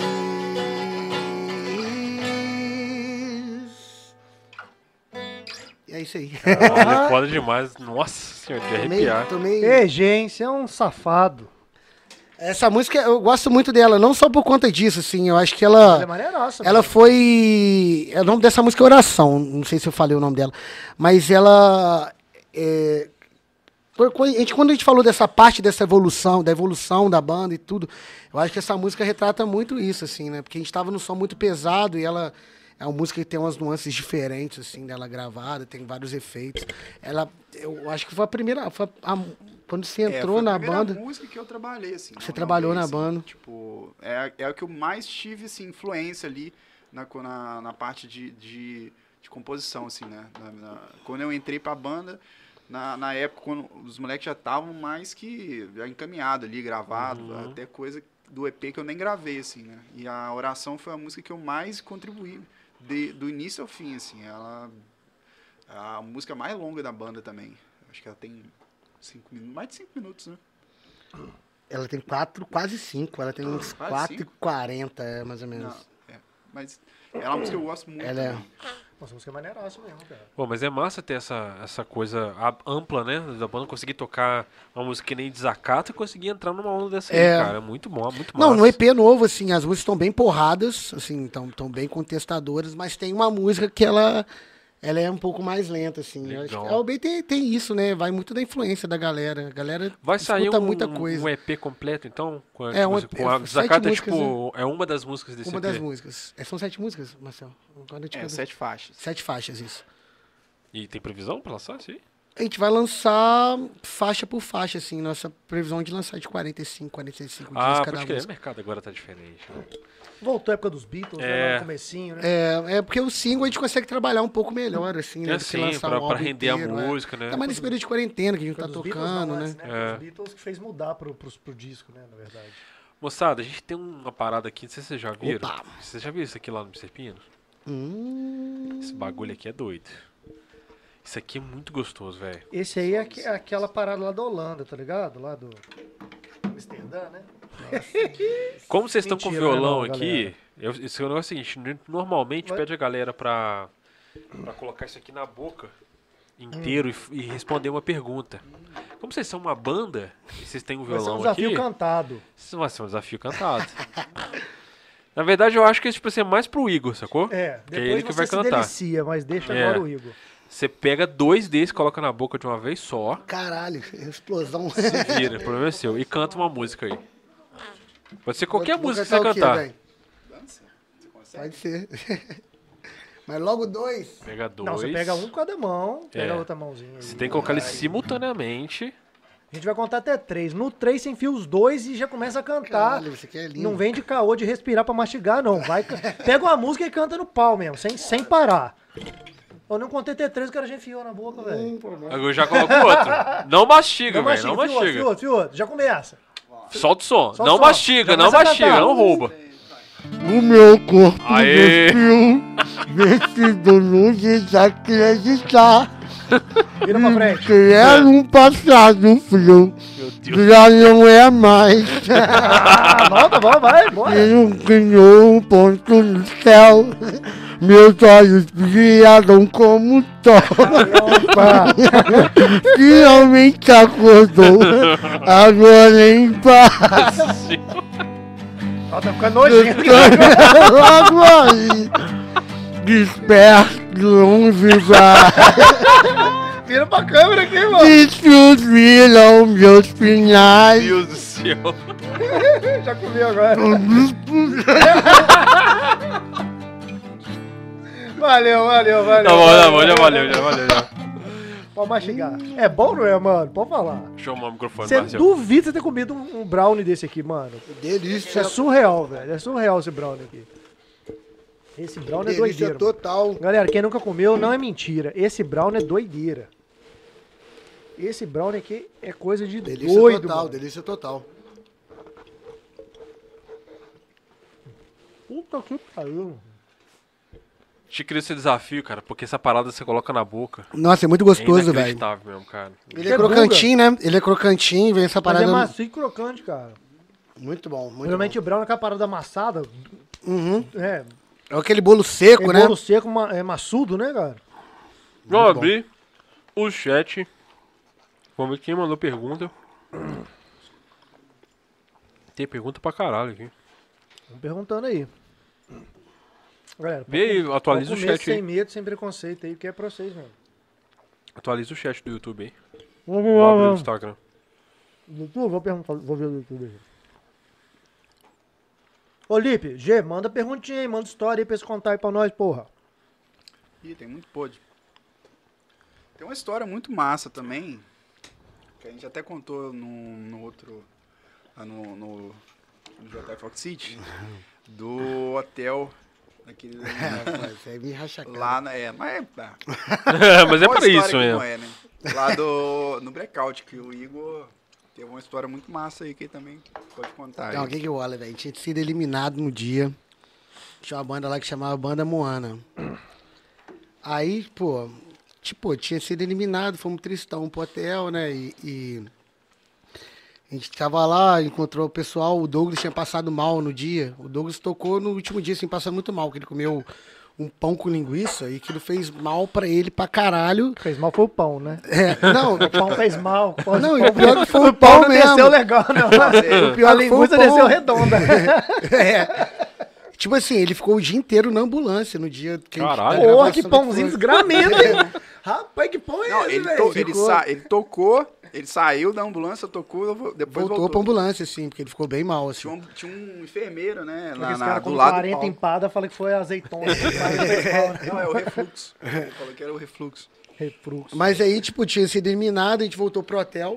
E é isso aí. Olha, foda demais. Nossa senhora, de Tomei, arrepiar. tomei... Ei, gente, você é um safado. Essa música, eu gosto muito dela, não só por conta disso, assim, eu acho que ela... Ela é maneiraça. Ela mano. foi... O nome dessa música é Oração, não sei se eu falei o nome dela, mas ela... É, a gente, quando a gente falou dessa parte dessa evolução, da evolução da banda e tudo, eu acho que essa música retrata muito isso, assim, né? Porque a gente tava num som muito pesado e ela... É uma música que tem umas nuances diferentes, assim, dela gravada, tem vários efeitos. Ela, eu acho que foi a primeira... Foi a, quando você entrou é, foi na a primeira banda... música que eu trabalhei, assim. Você não- trabalhou não na assim, banda. Tipo, é, é o que eu mais tive, assim, influência ali na, co- na, na parte de, de, de composição, assim, né? Na- na- quando eu entrei pra banda, na, na época, quando os moleques já estavam mais que já encaminhados ali, gravado, Uhum. até coisa do E P que eu nem gravei, assim, né? E a Oração foi a música que eu mais contribuí, de, do início ao fim, assim. Ela é a música mais longa da banda também. Acho que ela tem cinco minutos, mais de cinco minutos, né? Ela tem quatro, quase cinco. Ela tem uns Quase quatro e cinco? quarenta, é, mais ou menos. Não, é. Mas ela é uma música que eu gosto muito. Ela é- também. Nossa, a música é maneiraça mesmo, cara. Pô, mas é massa ter essa, essa coisa a- ampla, né? Da banda conseguir tocar uma música que nem Desacato e conseguir entrar numa onda dessa É. aí, cara. É muito bom, muito massa. Não, no E P novo, assim, as músicas estão bem porradas, assim, estão bem contestadoras, mas tem uma música que ela, ela é um pouco mais lenta, assim. Eu acho que Legal. a O B tem, tem isso, né? Vai muito da influência da galera. A galera Vai sair escuta um, muita coisa. um E P completo, então? Com a, É, um música- E P, com a sete Desacato é músicas, tipo, é uma das músicas desse Uma E P. das músicas. É, são sete músicas, Marcelo? Agora eu te É, quero- sete faixas. Sete faixas, isso. E tem previsão pra lançar isso aí? A gente vai lançar faixa por faixa, assim. Nossa previsão é de lançar de quarenta e cinco, quarenta e cinco dias Ah, cada pode crer, o música. mercado agora tá diferente. né? Voltou a época dos Beatles, É. né? No comecinho, né? É, é porque o single a gente consegue trabalhar um pouco melhor, assim, né? É do que sim, lançar pra, um pra álbum render inteiro, a é. música, né? Ainda mais nesse período de quarentena que a gente tá Foi dos Beatles, tocando, não, né? antes, Foi É. dos Beatles que fez mudar pro, pro, pro disco, né? Na verdade. Moçada, a gente tem uma parada aqui, não sei se vocês já viram. Opa. Vocês já viram isso aqui lá no mister Pino? Hum, Esse bagulho aqui é doido. Isso aqui é muito gostoso, velho. Esse aí é aque- é aquela parada lá da Holanda, tá ligado? Lá do Amsterdã, né? Como vocês estão com o Mentira, violão não, aqui, eu, esse é o negócio é o seguinte, normalmente Vai. pede a galera pra, pra colocar isso aqui na boca inteiro e f- e, responder uma pergunta. Como vocês são uma banda e vocês têm um Vai ser um violão desafio aqui, cantado. isso vai ser um desafio cantado. Na verdade, eu acho que esse tipo assim, é mais pro Igor, sacou? É, Que é depois ele que você vai se cantar. delicia, mas deixa É. agora o Igor. Você pega dois desses, coloca na boca de uma vez só, caralho, explosão. se vira, o problema é seu, e canta uma música aí. Pode ser qualquer Vou música que você cantar o quê, cantar. velho? Pode ser. Mas logo dois. Pega dois. Não, você pega um com cada mão, pega É. a outra mãozinha. aí. Você tem que colocar eles simultaneamente. A gente vai contar até três. No três você enfia os dois e já começa a cantar. Caralho, isso aqui é lindo. Não vem de caô de respirar pra mastigar, não. Vai, ca- pega uma música e canta no pau mesmo, sem, sem parar. Eu não contei até três, o cara já enfiou na boca, velho. Agora eu já coloco outro. Não mastiga, Não velho. Não mastiga, fio outro, fio mastiga. outro, fio outro. Já começa. Solta o som. Solta o Não som. mastiga, Já não começa a mastiga, cantar. não rouba. O meu corpo Aê! decido no desacreditar. Vira pra frente. Quero um passado frio, Meu Deus. já não é mais. Ah, volta, volta, vai, bora. E não ganhou um ponto no céu. Meus olhos brilharam como sol. Opa. Finalmente acordou. Agora em paz. Ó, tá ficando nojento. Logo aí. Desperto longe vai. Vira pra câmera aqui, mano. Destruíram meus finais. Meu Deus do céu. Já comeu agora. Valeu, valeu, valeu. Tá bom, tá bom, já valeu, já valeu. Já. Pode mastigar. É bom ou não é, mano? Pode falar. Deixa eu arrumar o microfone, Você Marcelo. duvida você ter comido um, um brownie desse aqui, mano. Isso Delícia. é surreal, velho. É surreal esse brownie aqui. Esse brownie é Delícia doideira. total. Galera, quem nunca comeu, não é mentira. Esse brownie é doideira. Esse brownie aqui é coisa de Delícia doido, total, mano. delícia total. Puta que pariu. Te queria esse desafio, cara, porque essa parada você coloca na boca. Nossa, é muito É gostoso, velho. inacreditável mesmo, cara. Ele é crocantinho, né? Ele é crocantinho, vem essa Mas parada... é macio e crocante, cara. Muito bom, muito Geralmente bom. o brown é com a parada amassada. Uhum. É, É aquele bolo seco, é né? bolo seco, ma- é maçudo, né, cara? Vamos abrir o chat. Vamos ver quem mandou pergunta. Tem pergunta pra caralho aqui. Vamos perguntando aí. Galera, Vê aí, atualiza o pode comer chat sem aí. medo, sem preconceito aí, que é pra vocês mesmo. Atualiza o chat do YouTube aí. Vamos Vou lá, abrir o vamos. Instagram. YouTube, vou perguntar, vou ver o YouTube aí. Ô, Lipe, G, manda perguntinha aí, manda história aí pra eles contar aí pra nós, porra. Ih, tem muito pode. Tem uma história muito massa também, que a gente até contou no, no outro, lá no, no, no J F Fox City, do hotel, daquele, Mas é me racha a cara. lá, na, é, mas é, ah, Mas é qual para história isso que mesmo. não é, né? Lá do, no Blackout, que o Igor teve uma história muito massa aí, que ele também pode contar. Não, o aí. que que rola, velho? Tinha sido eliminado no dia. Tinha uma banda lá que chamava Banda Moana. Aí, pô, tipo, tinha sido eliminado, fomos tristão pro hotel, né? E, e a gente tava lá, encontrou o pessoal, o Douglas tinha passado mal no dia. O Douglas tocou no último dia, assim, passando muito mal, que ele comeu um pão com linguiça e aquilo fez mal pra ele pra caralho. Fez mal foi o pão, né? É, não, O pão fez mal. O pão, não, o e o pior que foi o pão pão não mesmo. desceu legal, não. O pior A que foi o linguiça pão. desceu redonda. É. Tipo assim, ele ficou o dia inteiro na ambulância no dia que a gente- Caralho. da Porra, que gravação pãozinho foi. desgramento, hein? Rapaz, que pão é Não, esse, ele, velho? to- ele, Ficou- sa- ele tocou, ele saiu da ambulância, tocou, depois Voltou, voltou. pra ambulância, assim, porque ele ficou bem mal, assim. Tinha um, tinha um enfermeiro, né, Porque lá esse na- cara do com lado do quarenta palco. empada fala que foi azeitona. Não, é o refluxo. Ele falou que era o refluxo. Refluxo. Mas aí, tipo, tinha sido eliminado, a gente voltou pro hotel.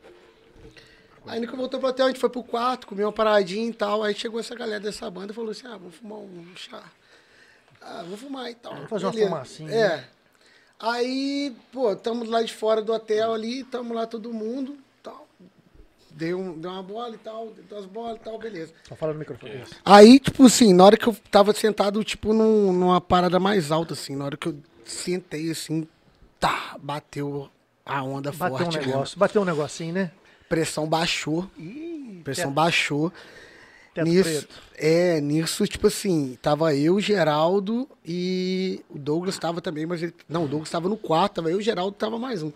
Aí, no que voltou pro hotel, a gente foi pro quarto, comeu uma paradinha e tal. Aí chegou essa galera dessa banda e falou assim, ah, vamos fumar um chá. Ah, vou fumar e tal. Vamos fazer uma Beleza. fumacinha, É. né? Aí, pô, tamo lá de fora do hotel ali, tamo lá todo mundo, tal. Dei, um, dei uma bola e tal, dei duas bolas e tal, beleza. Só fala no microfone. Isso. Aí, tipo assim, na hora que eu tava sentado, tipo, num- numa parada mais alta, assim, na hora que eu sentei, assim, tá, bateu a onda Bateu um forte mesmo. negócio. Bateu um negocinho, né? Pressão baixou, Ih, pressão teto- baixou. teto Nisso, preto. é, nisso, tipo assim, tava eu, Geraldo e o Douglas tava também, mas ele, não, o Douglas tava no quarto, tava eu, o Geraldo, tava mais um.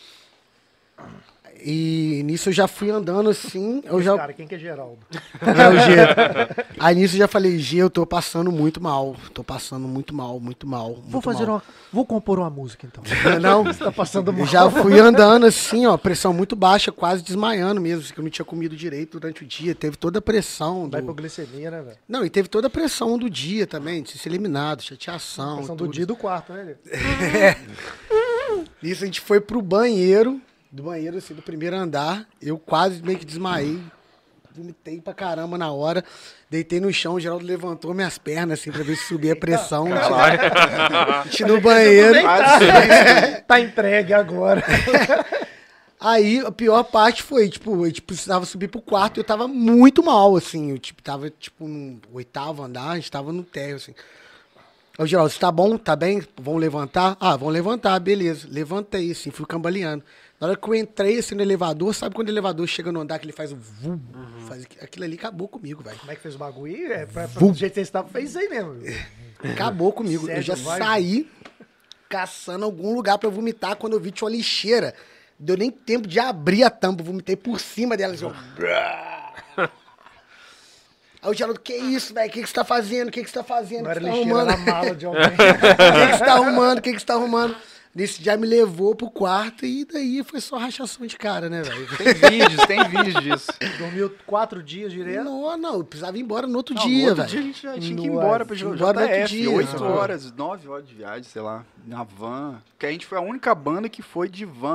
E nisso eu já fui andando assim, eu já... Cara, quem que é Geraldo? É o G. Aí nisso eu já falei, G, eu tô passando muito mal. Tô passando muito mal, muito mal. Muito Vou fazer mal. uma... Vou compor uma música, então. Não, Você tá passando mal. eu já fui andando assim, ó, pressão muito baixa, quase desmaiando mesmo, que eu não tinha comido direito durante o dia. Teve toda a pressão. Vai Do... pra glicemia, né, velho? Não, e teve toda a pressão do dia também, de ser eliminado, chateação. Pressão do tudo. dia e do quarto, né? Nisso a gente foi pro banheiro, do banheiro, assim, do primeiro andar. Eu quase meio que desmaiei. Vomitei pra caramba na hora. Deitei no chão, o Geraldo levantou minhas pernas, assim, pra ver se subia a pressão. A gente no banheiro. Tá entregue agora. Aí a pior parte foi, tipo, a gente precisava subir pro quarto e eu tava muito mal, assim. Eu, tipo, tava, tipo, no oitavo andar, a gente tava no térreo, assim. Ô, Geraldo, você tá bom? Tá bem? Vão levantar? Ah, vão levantar, beleza. Levantei, assim, fui cambaleando. Na hora que eu entrei, assim, no elevador, sabe quando o elevador chega no andar que ele faz o vum? Uhum. Faz, aquilo ali acabou comigo, velho. Como é que fez o bagulho? É, pra, pra, Vum. do jeito que você estava, fez isso aí mesmo. Acabou comigo. Sério, eu já vai? saí caçando algum lugar pra vomitar quando eu vi tinha uma lixeira. Deu nem tempo de abrir a tampa, vomitei por cima dela, assim, ó. Aí o Geraldo, que isso, velho? O que, que você tá fazendo? O que, que você tá fazendo? Não O era que você tá lixeira, arrumando? era mala de alguém. O que, que você tá arrumando? O que, que você tá arrumando? Nisso já me levou pro quarto e daí foi só rachação de cara, né, velho? Tem vídeos, tem vídeos disso. Dormiu quatro dias direto. Não, não, eu precisava ir embora no outro Não, dia, no outro velho. dia a gente já tinha que ir Nossa, embora pra tinha que ir J embora no outro F, dia, oito né? horas, nove horas de viagem, sei lá, na van. Porque a gente foi a única banda que foi de van.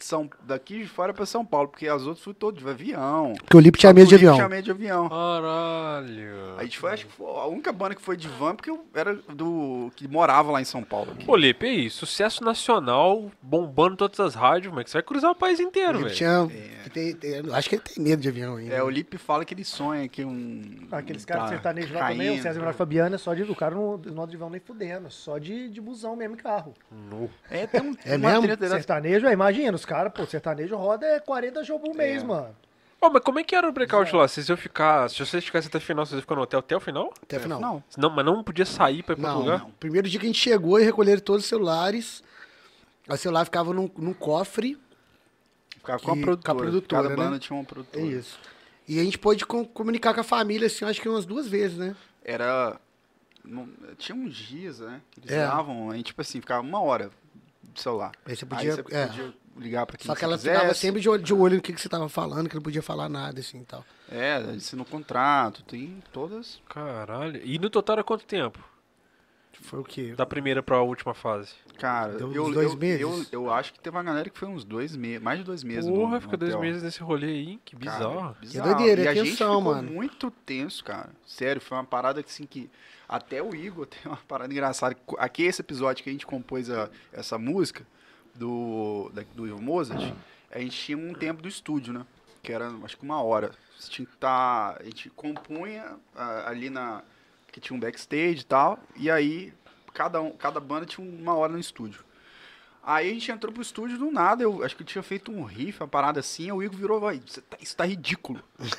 de São, daqui de fora pra São Paulo, porque as outras fui todo de avião. Porque o Lipe tinha Só medo que de o Lipe avião. tinha medo de avião. Caralho. A gente foi, acho que foi a única banda que foi de van, porque eu era do. Que morava lá em São Paulo. Aqui. Pô, Lipe, aí, sucesso nacional, bombando todas as rádios, como é que você vai cruzar o país inteiro, Ele velho? tinha, tem- tem- acho que ele tem medo de avião ainda. É, o Lipe fala que ele sonha que um. Aqueles um caras tá sertanejos lá também, o caindo. César Menor Fabiano, é só de. O cara não, não de vão nem fudendo, só de, de busão mesmo em carro. Nu. É, tem um, É uma mesmo? treta dessa- Sertanejo, é, imagina, os caras, pô, sertanejo roda é quarenta shows por mês, É. mano. Ô, mas como é que era o breakout lá? Vocês iam ficar. Se vocês ficassem até o final, vocês iam ficar no hotel até o final? Até o final. Não. Não, mas não podia sair pra ir pra outro Não, lugar? não. Primeiro dia que a gente chegou e recolheram todos os celulares. O celular ficava num, num cofre. Ficava com a Que- produtora. com a produtora, Cada né? banda tinha uma É produtora. isso. E a gente pôde com- comunicar com a família, assim, acho que umas duas vezes, né? Era. não- tinha uns dias, né? Que eles É. davam, a gente, tipo assim, ficava uma hora do celular. Aí você podia- Aí você é. podia ligar pra quem Só que você ela quisesse. ficava sempre de olho, de olho no que, que você tava falando, que não podia falar nada, assim, e tal. É, assinou contrato, tem todas. Caralho. E no total era quanto tempo? Foi o quê? Da primeira pra última fase? Cara, Deu uns eu, dois eu, meses? Eu, eu acho que teve uma galera que foi uns dois meses, mais de dois meses. no- Porra, no fica dois hotel. meses nesse rolê aí, que Cara, bizarro. bizarro. Que doideira, e é a gente tensão, ficou mano. muito tenso, cara. Sério, foi uma parada assim que até o Igor tem uma parada engraçada. Aqui esse episódio que a gente compôs a- essa música do da, do Ivo Mozart, a gente tinha um tempo do estúdio, né? Que era acho que uma hora. Você tinha que tá, a gente compunha ah, ali na que tinha um backstage e tal, e aí cada um, cada banda tinha uma hora no estúdio. Aí a gente entrou pro estúdio do nada, eu acho que eu tinha feito um riff, uma parada assim, aí o Igor virou, vai, isso tá, isso tá ridículo.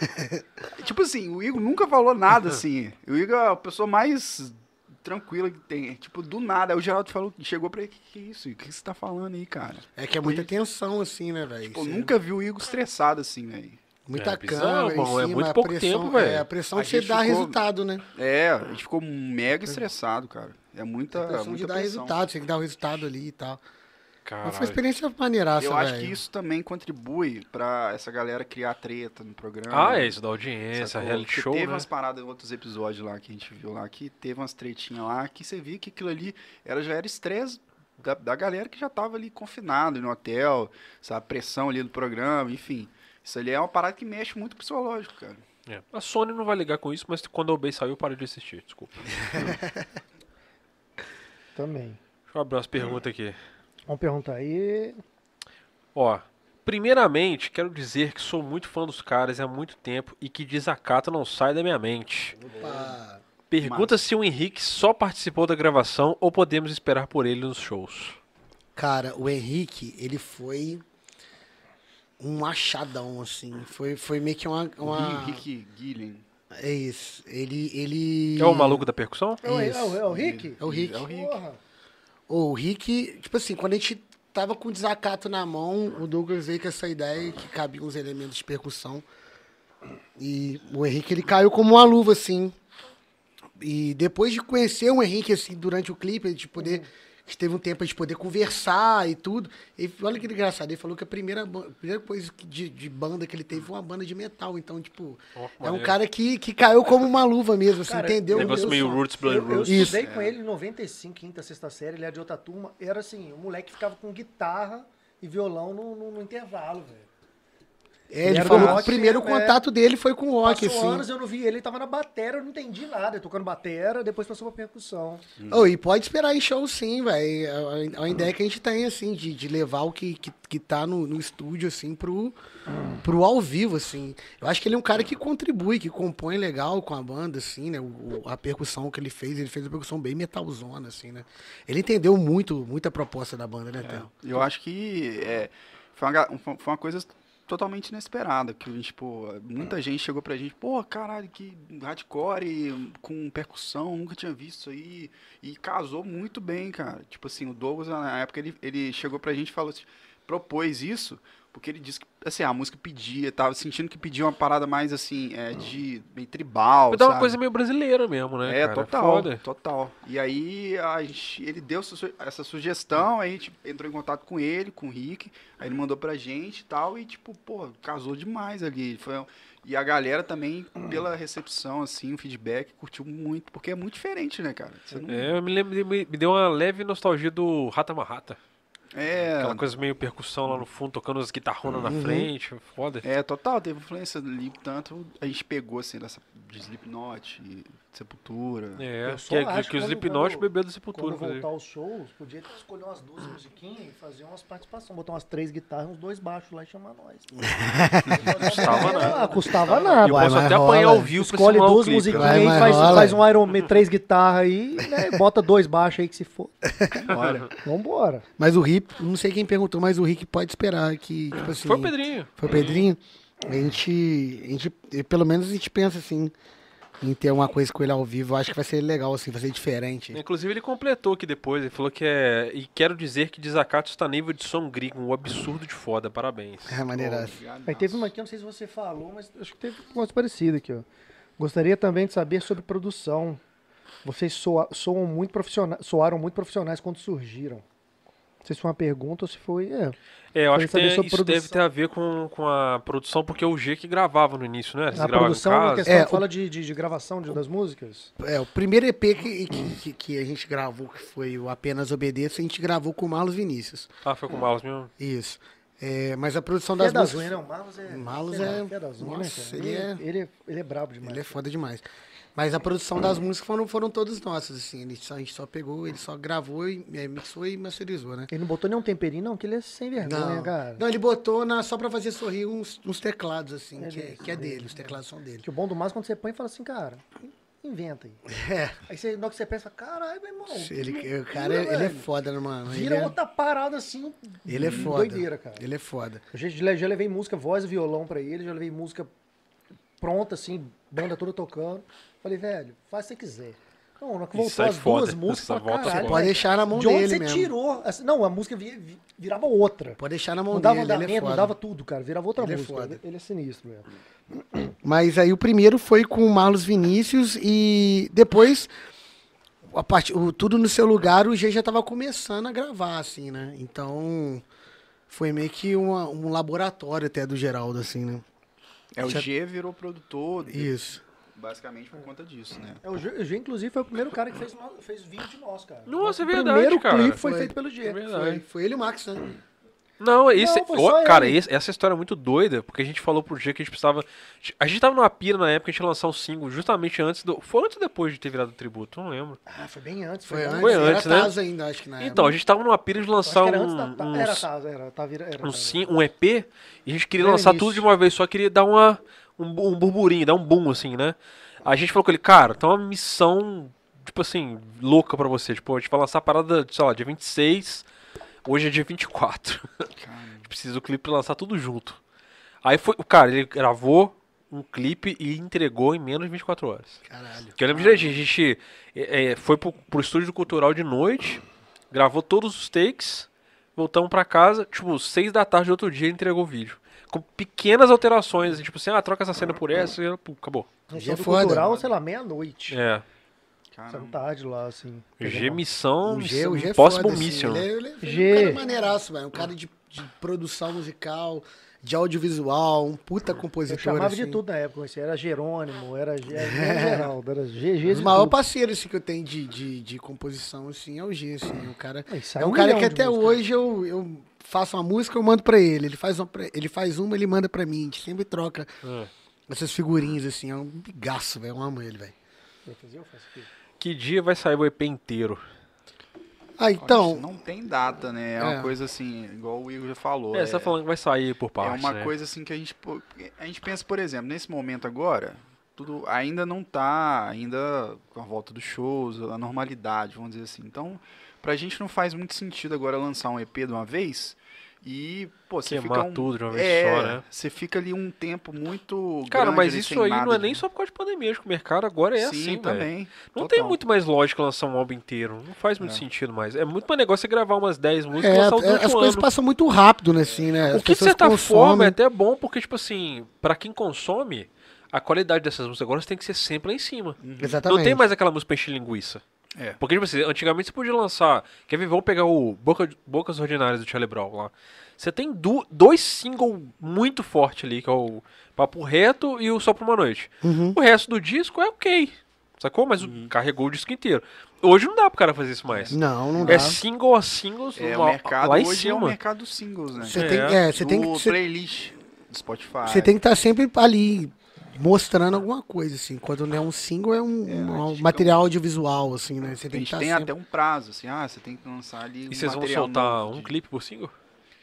Tipo assim, o Igor nunca falou nada assim. O Igor é a pessoa mais tranquila que tem. Tipo, do nada. Aí o Geraldo falou, chegou pra ele, que que é isso? O que você tá falando aí, cara? É que é muita tensão, assim, né, velho? Pô, Você- nunca vi o Igor estressado assim, velho. Muita É bizarro, câmera em bom, é cima, muito a pouco pressão- tempo, velho. É, a pressão A de você gente dar ficou- resultado, né? É, a gente ficou mega estressado, cara. É muita, A pressão muita de dar pressão. resultado, você tem que dar o resultado ali e tal. Mas foi uma Caralho. experiência maneiraça, Eu acho velho. que isso também contribui pra essa galera criar treta no programa. Ah, é isso da audiência, Sacou? reality Porque show, teve né? umas paradas em outros episódios lá que a gente viu lá, que teve umas tretinhas lá, que você via que aquilo ali era, já era estresse da, da galera que já tava ali confinado no hotel, sabe, pressão ali do programa, enfim. Isso ali é uma parada que mexe muito com o psicológico, cara. É. A Sony não vai ligar com isso, mas quando o Obey saiu, para de assistir, desculpa. Também. Deixa eu abrir umas perguntas aqui. Vamos perguntar aí. Ó, primeiramente, quero dizer que sou muito fã dos caras há muito tempo e que desacato não sai da minha mente. Opa. Pergunta se o Henrique só participou da gravação ou podemos esperar por ele nos shows. Cara, o Henrique, ele foi um machadão, assim. Foi, foi meio que uma... O uma... Rick Gillian. É isso. Ele... ele... É o maluco da percussão? É o, é Isso. o, é o Rick? É o Rick. É o Rick. Porra. Ô, O Rick, tipo assim, quando a gente tava com o desacato na mão, o Douglas veio com essa ideia que cabia uns elementos de percussão. E o Henrique, ele caiu como uma luva, assim. E depois de conhecer o Henrique, assim, durante o clipe, de poder... A gente teve um tempo de poder conversar e tudo. E olha que engraçado, ele falou que a primeira, ba- a primeira coisa que- de, de banda que ele teve foi uma banda de metal. Então, tipo, Ó, é um maneiro. cara que, que caiu como uma luva mesmo, assim, Cara, entendeu? Negócio o meio som. Roots, Blood Eu, eu Roots. Isso. estudei com ele em noventa e cinco, quinta, sexta série, ele era de outra turma. Era assim, o moleque ficava com guitarra e violão no, no- no intervalo, velho. É, ele Era falou do que o rock primeiro mesmo, é. contato dele foi com o rock, Passou assim. anos, eu não vi ele, ele tava na batera, eu não entendi nada, tocando batera, depois passou pra percussão. Oh, e pode esperar em show sim, velho. É uma ideia que a gente tem, assim, de, de levar o que, que, que tá no, no estúdio, assim, pro, pro ao vivo, assim. Eu acho que ele é um cara que contribui, que compõe legal com a banda, assim, né? O, o- a percussão que ele fez, ele fez uma percussão bem metalzona, assim, né? Ele entendeu muito, muita proposta da banda, né, Theo? Eu acho que é, foi, uma, ga- um- foi uma coisa totalmente inesperada, que tipo, muita gente chegou pra gente, pô, caralho, que hardcore com percussão, nunca tinha visto isso aí, e casou muito bem, cara. Tipo assim, o Douglas, na época, ele, ele chegou pra gente e falou assim, propôs isso, porque ele disse que, assim, a música pedia, tava sentindo que pedia uma parada mais, assim, é, de meio tribal, Vai dar uma sabe? coisa meio brasileira mesmo, né, É, cara? total, Foda. total. E aí a gente, ele deu essa, su- essa sugestão, aí a gente entrou em contato com ele, com o Rick, aí ele mandou pra gente e tal, e tipo, pô, casou demais ali. Foi, um- e a galera também, pela recepção, assim, o feedback, curtiu muito, porque é muito diferente, né, cara? Você não- É, eu me, lembro, me me deu uma leve nostalgia do Rata Marrata. É, Aquela coisa meio percussão lá no fundo, tocando as guitarronas na frente, foda. é, total, teve influência ali, tanto a gente pegou, assim, dessa, de Slipknot, Sepultura. É, Eu só que, que, acho que o quando- Slipknot quando- bebeu do Sepultura, Quando voltar inclusive. aos shows, podia escolher umas duas musiquinhas e fazer umas participações. Botar umas três guitarras, uns dois baixos lá e chamar nós. Custava nada. Ah, custava nada. E eu Vai, posso mas até rola. apanhar ao vivo pra Escolhe simular o duas clipe. musiquinhas Vai, aí, mas faz, rola. faz um Iron Man, três guitarras aí, né, bota dois baixos aí que se for. Olha, Vambora. Mas o Rick, não sei quem perguntou, mas o Rick pode esperar que, tipo assim... Foi o Pedrinho. Foi o Pedrinho? A gente, a gente, pelo menos a gente pensa assim, em ter uma coisa com ele ao vivo. Eu acho que vai ser legal, assim, vai ser diferente. Inclusive ele completou aqui depois, ele falou que é... E quero dizer que Desacato está nível de som gringo, um absurdo de foda, parabéns. É, maneiraço. Aí teve uma aqui, eu não sei se você falou, mas acho que teve um negócio parecido aqui, ó. Gostaria também de saber sobre produção. Vocês soa, soam muito profissionais, soaram muito profissionais quando surgiram. Não sei se foi uma pergunta ou se foi... É. É, eu acho Queria que saber tem- sobre isso deve produção. ter a ver com, com a produção, porque é o G que gravava no início, né? Eles A gravavam em produção, a casa. questão É, que fala de, de, de gravação de, das músicas. É, o primeiro E P que, que, que- que a gente gravou, que foi o Apenas Obedeça, a gente gravou com o Marlos Vinícius. Ah, foi com o Marlos mesmo. Isso. É, mas a produção Fé das das músicas... unhas, não. O Marlos é... Marlos sei lá, é- Fé das unhas, nossa, né, cara? ele é- Ele é, ele é brabo demais. Ele é foda demais. Mas a produção das músicas foram, foram todas nossas, assim. Ele só, a gente só pegou, ele só gravou, e, é, mixou e masterizou, né? Ele não botou nenhum temperinho, não, que ele é sem vergonha, Não, cara. não, ele botou na, só pra fazer sorrir uns, uns teclados, assim, É que, é, dele, que é é dele, dele. os teclados são dele. Que o bom do Marlos, quando você põe, fala assim, cara, inventa aí. É, Aí você, na hora que você pensa, caralho, meu irmão. ele, o cara, vira, ele é velho. foda, né, mano? Vira ele é, outra parada assim. ele é foda. Doideira, cara. Ele é foda. Eu já, já já levei música, voz e violão pra ele, já levei música pronta, assim, banda toda tocando. Falei, velho, faz o que você quiser. Não, na hora que Isso voltou aí as foda. duas músicas, Essa eu falei, volta caralho, foda. Pode velho, deixar na mão de onde dele você mesmo. tirou? Assim, não, a música vi- vi- virava outra. Pode deixar na mão Mudava dele, ele é andamento, foda. mudava tudo, cara. Virava outra Ele é música. foda. Ele, ele é sinistro mesmo. Mas aí o primeiro foi com o Marlos Vinícius e depois, a parte, o Tudo no Seu Lugar, o G já tava começando a gravar, assim, né? Então, foi meio que uma- um laboratório até do Geraldo, assim, né? é, o Já- G virou produtor, Isso. basicamente por conta disso, né? É, o G, o G, inclusive, foi o primeiro cara que fez, no- fez vídeo de nós, cara. Nossa, é O verdade, primeiro cara. clipe foi, Foi. feito pelo G. É verdade. Foi, foi ele e o Max, né? Não, esse, Não, foi ó, só cara, ele. esse- essa história é muito doida, porque a gente falou pro G que a gente precisava. A gente tava numa pira na época, a gente ia lançar um single justamente antes do. Foi antes ou depois de ter virado tributo? Não lembro. Ah, foi bem antes. Foi antes, Foi antes, era né? Taz ainda, acho que na Então, a época. gente tava numa pira de Acho lançar que era um, antes da... ta- uns- Era, tá, era, tá, vira- era, um, tá. sim- um E P e a gente queria Era lançar início. tudo de uma vez, só queria dar uma, um, bu- um burburinho, dar um boom, assim, né? A gente falou com ele, cara, tem uma missão, tipo assim, louca pra você. Tipo, a gente vai lançar a parada, sei lá, dia vinte e seis, hoje é dia vinte e quatro. A gente precisa do clipe pra lançar tudo junto. Aí foi, o cara, ele gravou um clipe e entregou em menos de vinte e quatro horas. Caralho. Que eu lembro direitinho, a gente é, é, foi pro, pro estúdio do Cultural de noite, gravou todos os takes, voltamos pra casa, tipo, seis da tarde do outro dia ele entregou o vídeo. Com pequenas alterações, tipo assim, ah, troca essa cena por essa e pum, acabou. No G show é do foda, cultural, mano. sei lá, meia-noite. É. Saiu Caramba. tarde lá, assim. G missão, O G, o G é Impossible foda, assim, Mission. ele é, ele é- ele é G. um cara maneiraço, velho. Um cara de, de produção musical, de audiovisual, um puta Eu compositor, chamava assim. de tudo na época, assim, era Jerônimo, era, G- era Geraldo, era G G Os maiores parceiros assim, que eu tenho de, de, de composição, assim, é o G, assim. O cara, Aí sai é um um cara milhão que de até música. hoje eu, eu faço uma música, eu mando pra ele. Ele faz, uma, pra- ele faz uma, ele manda pra mim. A gente sempre troca É. essas figurinhas, assim. É um bigaço, velho. Eu amo ele, velho. Eu fazia, eu faço aqui. Que dia vai sair o E P inteiro? Ah, Olha, então... isso não tem data, né? É, É. uma coisa assim, igual o Igor já falou. É, você tá falando que vai sair por É parte, uma né? coisa assim que a gente pô, a gente pensa, por exemplo, nesse momento agora, tudo ainda não tá ainda com a volta dos shows, a normalidade, vamos dizer assim. Então, pra gente não faz muito sentido agora lançar um E P de uma vez e, pô, você Queimar fica um, tudo de uma vez é, só, né? Você fica ali um tempo muito Cara, grande mas ali isso sem aí nada não é de- nem só por causa de pandemia, acho que o mercado agora é Sim, assim, velho. também. Não total. tem muito mais lógica lançar um álbum inteiro. Não faz muito É. sentido mais. É muito mais negócio você gravar umas dez músicas e É, lançar o é, durante as um coisas ano. passam muito rápido, né, assim, né? O As que, de pessoas certa consomem. forma, é até bom, porque, tipo assim, pra quem consome, a qualidade dessas músicas agora tem que ser sempre lá em cima. Exatamente. Não tem mais aquela música pra encher linguiça. É. Porque, tipo assim, antigamente você podia lançar... Quer ver? Vamos pegar o Boca, Bocas Ordinárias do Charlie Brown lá. Você tem du- dois singles muito fortes ali, que é o Papo Reto e o Só Por Uma Noite. Uhum. O resto do disco é ok. sacou? Mas o- carregou o disco inteiro. Hoje não dá pro cara fazer isso mais. Não, não dá. É single a singles É, lá, o mercado lá em hoje é o cima. mercado dos singles, né? Você É. tem, é, você do tem que você, playlist do Spotify. você tem que estar sempre ali mostrando alguma coisa, assim. Quando não é um single, é um, É, um a gente material fica- audiovisual, assim, né? Você A tem que gente estar tem sempre... até um prazo, assim, ah, você tem que lançar ali E um vocês vão material soltar novo um de- clipe por single?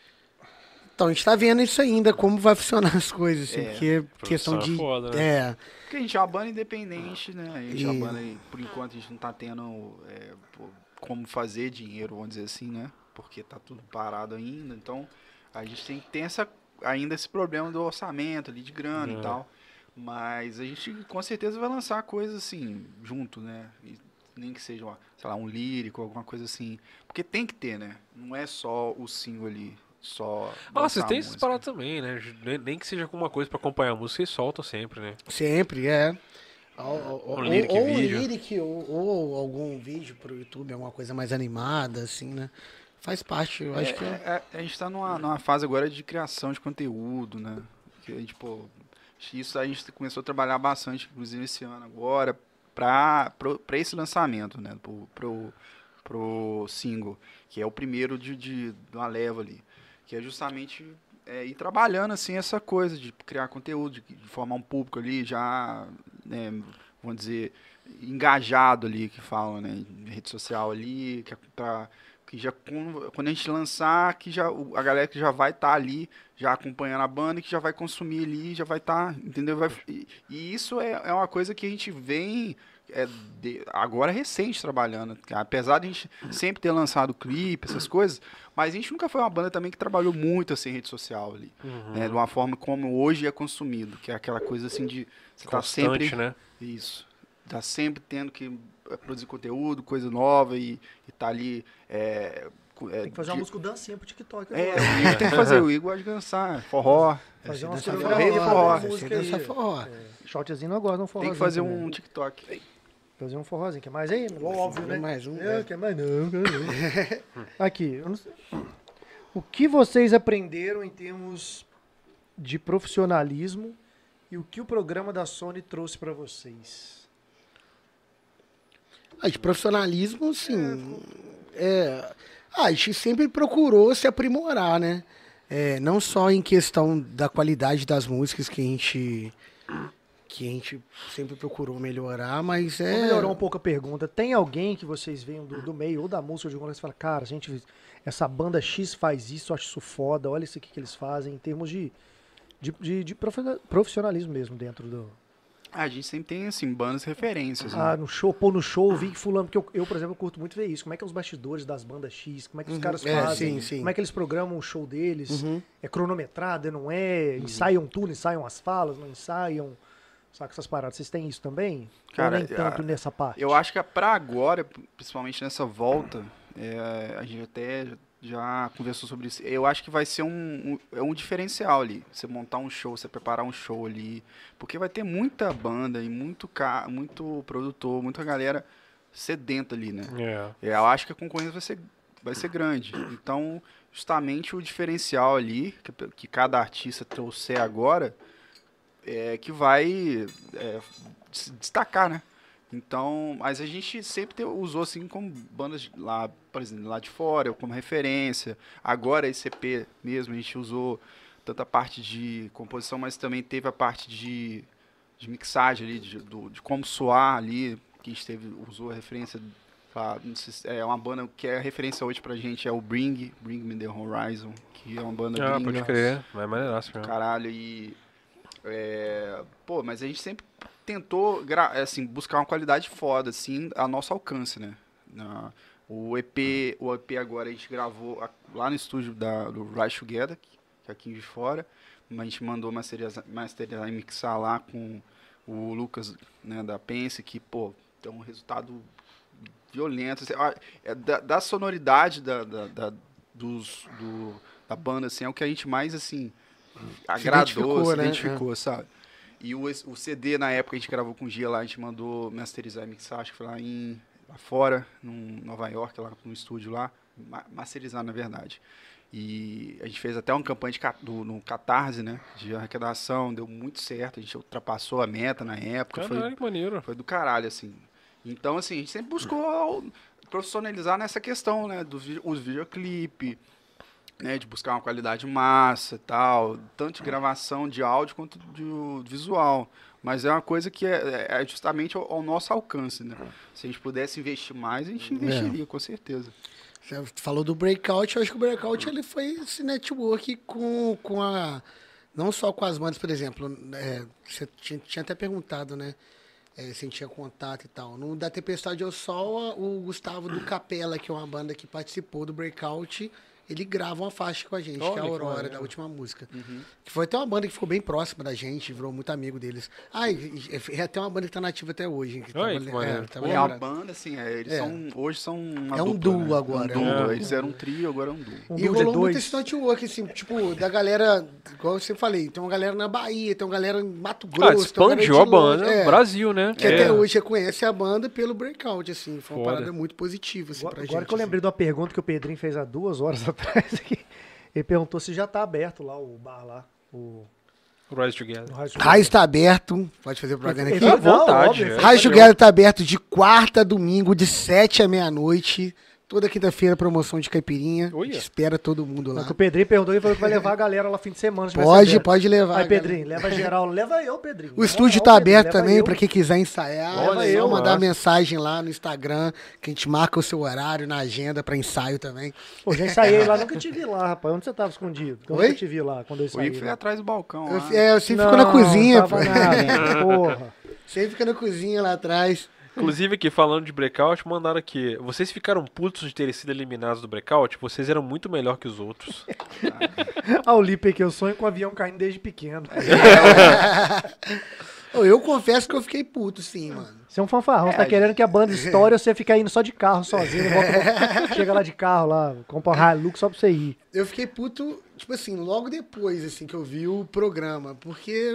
Então, a gente tá vendo isso ainda, como vai funcionar as coisas, assim, É, porque é questão produção é de... foda, né? É, Porque a gente é uma banda independente, né? A gente é E- uma banda, por enquanto, a gente não tá tendo é, pô, como fazer dinheiro, vamos dizer assim, né? Porque tá tudo parado ainda, então a gente tem, tem essa, ainda esse problema do orçamento ali, de grana É. e tal. Mas a gente com certeza vai lançar coisas assim, junto, né? E nem que seja, uma, sei lá, um lírico, alguma coisa assim. Porque tem que ter, né? Não é só o single ali, só. Ah, lançar vocês a têm essas música. paradas também, né? Nem, nem que seja alguma coisa pra acompanhar a música, vocês soltam sempre, né? sempre, é. Ou, ou, ou, Um lyric ou vídeo. lyric, ou, ou algum vídeo pro YouTube, alguma coisa mais animada, assim, né? Faz parte, eu acho É, que... é, é, a gente tá numa, numa fase agora de criação de conteúdo, né? Que a gente, pô, isso a gente começou a trabalhar bastante, inclusive esse ano agora, pra, pro, pra esse lançamento, né? Pro, pro, pro single, que é o primeiro de, de, de uma leva ali. Que é justamente é, ir trabalhando, assim, essa coisa de criar conteúdo, de, de formar um público ali já, né, vamos dizer, engajado ali, que falam, né? Em rede social ali, que é pra... que já quando quando a gente lançar, que já o- a galera que já vai estar ali, já acompanhando a banda, que já vai consumir ali, já vai estar, entendeu? Vai, e, e isso é, é uma coisa que a gente vem é, de- agora recente trabalhando, apesar de a gente sempre ter lançado clipe, essas coisas, mas a gente nunca foi uma banda também que trabalhou muito assim em rede social ali, né? De uma forma como hoje é consumido, que é aquela coisa assim de você tá Constante, sempre né? isso. Tá sempre tendo que eh, produzir conteúdo, coisa nova e, e tá ali. É, cu- é, Tem que fazer uma de- música dancinha pro TikTok É, agora. o Igor tem que fazer. O Igor gosta de dançar. Forró. Fazer uma dança coreografia, rei de forró. fazer uma Você música dança aí. forró. É, shortzinho não gosta de um forrozinho. Tem que fazer também. um TikTok. Fazer um forrozinho. Quer mais aí? Óbvio, né? Mais um, Eu, é. quer mais não, quer não. Aqui. Eu não sei. O que vocês aprenderam em termos de profissionalismo e o que o programa da Sony trouxe pra vocês? Ah, de profissionalismo, sim. É, ah, a gente sempre procurou se aprimorar, né? É, não só em questão da qualidade das músicas que a gente que a gente sempre procurou melhorar, mas Vou é melhorar um pouco a pergunta. Tem alguém que vocês veem do, do meio ou da música ou de alguma coisa e fala, cara, gente, essa banda X faz isso, eu acho isso foda, olha isso aqui que eles fazem em termos de, de, de, de profe- profissionalismo mesmo dentro do... Ah, a gente sempre tem, assim, bandas referências. Ah, Né? no show, pô, no show, eu vi que fulano, porque eu, eu, por exemplo, curto muito ver isso. Como é que é os bastidores das bandas X, como é que os caras É, fazem, sim, sim. como é que eles programam o show deles, Uhum. é cronometrado, não é, ensaiam tudo, ensaiam as falas, não ensaiam, saca essas paradas. Vocês têm isso também? Cara, Ou nem tanto a- nessa parte? Eu acho que é pra agora, principalmente nessa volta, é, a gente até já conversou sobre isso. Eu acho que vai ser um, um, é um diferencial ali. Você montar um show, você preparar um show ali. Porque vai ter muita banda e muito, ca, muito produtor, muita galera sedenta ali, né? É. Eu acho que a concorrência vai ser, vai ser grande. Então, justamente o diferencial ali, que, que cada artista trouxer agora, é que vai é, se destacar, né? Então, mas a gente sempre te- usou assim como bandas lá, por exemplo, lá de fora, como referência. Agora esse E P mesmo, a gente usou tanto a parte de composição, mas também teve a parte de, de mixagem ali, de, do, de como soar ali, que a gente teve, usou a referência, pra- não sei se- é uma banda que é referência hoje pra gente, é o Bring, Bring Me The Horizon, que é uma banda Ah, gringa. pode crer. Vai maneiraço mesmo. Caralho, e. É, pô, mas a gente sempre tentou gra- assim, buscar uma qualidade foda, assim, a nosso alcance, né? Na- o E P, o E P agora a gente gravou a- lá no estúdio da, do Rise Together, que é aqui de fora. A gente mandou masterizar, masterizar e mixar lá com o Lucas, né, da Pense, que, pô, tem um resultado violento. Assim, ó, é da, da sonoridade da, da, da, dos, do, da banda, assim, é o que a gente mais, assim, agradou, identificou, se né? identificou, sabe? E o, o C D, na época, a gente gravou com o Gia lá, a gente mandou masterizar e mixar, acho que foi lá, em, lá fora, em Nova York, lá no estúdio lá, ma- masterizar, na verdade. E a gente fez até uma campanha de, ca- do, no Catarse, né, de arrecadação, deu muito certo, a gente ultrapassou a meta na época, foi, Caralho, que maneiro. foi do caralho, assim. Então, assim, a gente sempre buscou profissionalizar nessa questão, né? Dos os videoclipe, né? De buscar uma qualidade massa e tal. Tanto de gravação de áudio quanto de visual. Mas é uma coisa que é, é justamente ao, ao nosso alcance, né? Se a gente pudesse investir mais, a gente investiria, é. com certeza. Você falou do Breakout, eu acho que o Breakout ele foi esse network com, com a... Não só com as bandas, por exemplo, é, você tinha, tinha até perguntado, né? É, se a gente tinha contato e tal. No Da Tempestade ao Sol, o Gustavo do Capela, que é uma banda que participou do Breakout, ele grava uma faixa com a gente, Olha, que é a Aurora, que da última música. Uhum. Que foi até uma banda que ficou bem próxima da gente, virou muito amigo deles. Ah, e, e, é até uma banda que tá nativa até hoje. Que Oi, tava, é, é, tava e a banda, assim, é, eles é. são, hoje são uma É um dupla, duo né? agora. Um duo. É. Eles eram um trio, agora é um duo. Um e duo rolou de muito dois. esse network, assim, tipo, da galera, igual eu sempre falei, tem uma galera na Bahia, tem uma galera em Mato Grosso. Ah, expandiu a banda, é, Brasil, né? Que é. até hoje reconhece a banda pelo Breakout, assim. Foi uma Foda. parada muito positiva, assim, Agora, pra agora gente. que eu lembrei assim. de uma pergunta que o Pedrinho fez há duas horas atrás aqui. Ele perguntou se já tá aberto lá o bar lá. O, Rise Together. o Rise Raio está aberto, pode fazer propaganda aqui? Ele- À vontade. óbvio, é. ele- Raio Together tá aberto de quarta a domingo, de sete à meia-noite. Toda quinta-feira, promoção de caipirinha. Olha. A gente espera todo mundo lá. Não, que o Pedrinho perguntou e falou que vai levar a galera lá fim de semana. se vai ser Pode, aberto. pode levar. Aí, galera. Pedrinho, leva geral. Leva eu, Pedrinho. O estúdio tá aberto também pra quem quiser ensaiar. Olha, é só eu, mandar massa. mensagem lá no Instagram, que a gente marca o seu horário na agenda pra ensaio também. Pô, já ensaiei lá, nunca te vi lá, rapaz. Onde você tava escondido? Eu Oi? nunca te vi lá quando eu O ensaiei. Ivo foi lá. atrás do balcão Eu, lá. é, eu sempre Não, fico na cozinha, pô. tava nada, porra. Sempre fica na cozinha lá atrás. Inclusive aqui, falando de Breakout, mandaram aqui. Vocês ficaram putos de terem sido eliminados do Breakout? Vocês eram muito melhor que os outros. Ah, o Lipe que eu sonho com o avião caindo desde pequeno. Ô, eu confesso que eu fiquei puto, sim, mano. Você é um fanfarrão, você tá querendo que a banda estoure ou você fica indo só de carro sozinho, volta, chega lá de carro lá, compra um Hilux só pra você ir. Eu fiquei puto, tipo assim, logo depois, assim, que eu vi o programa, porque,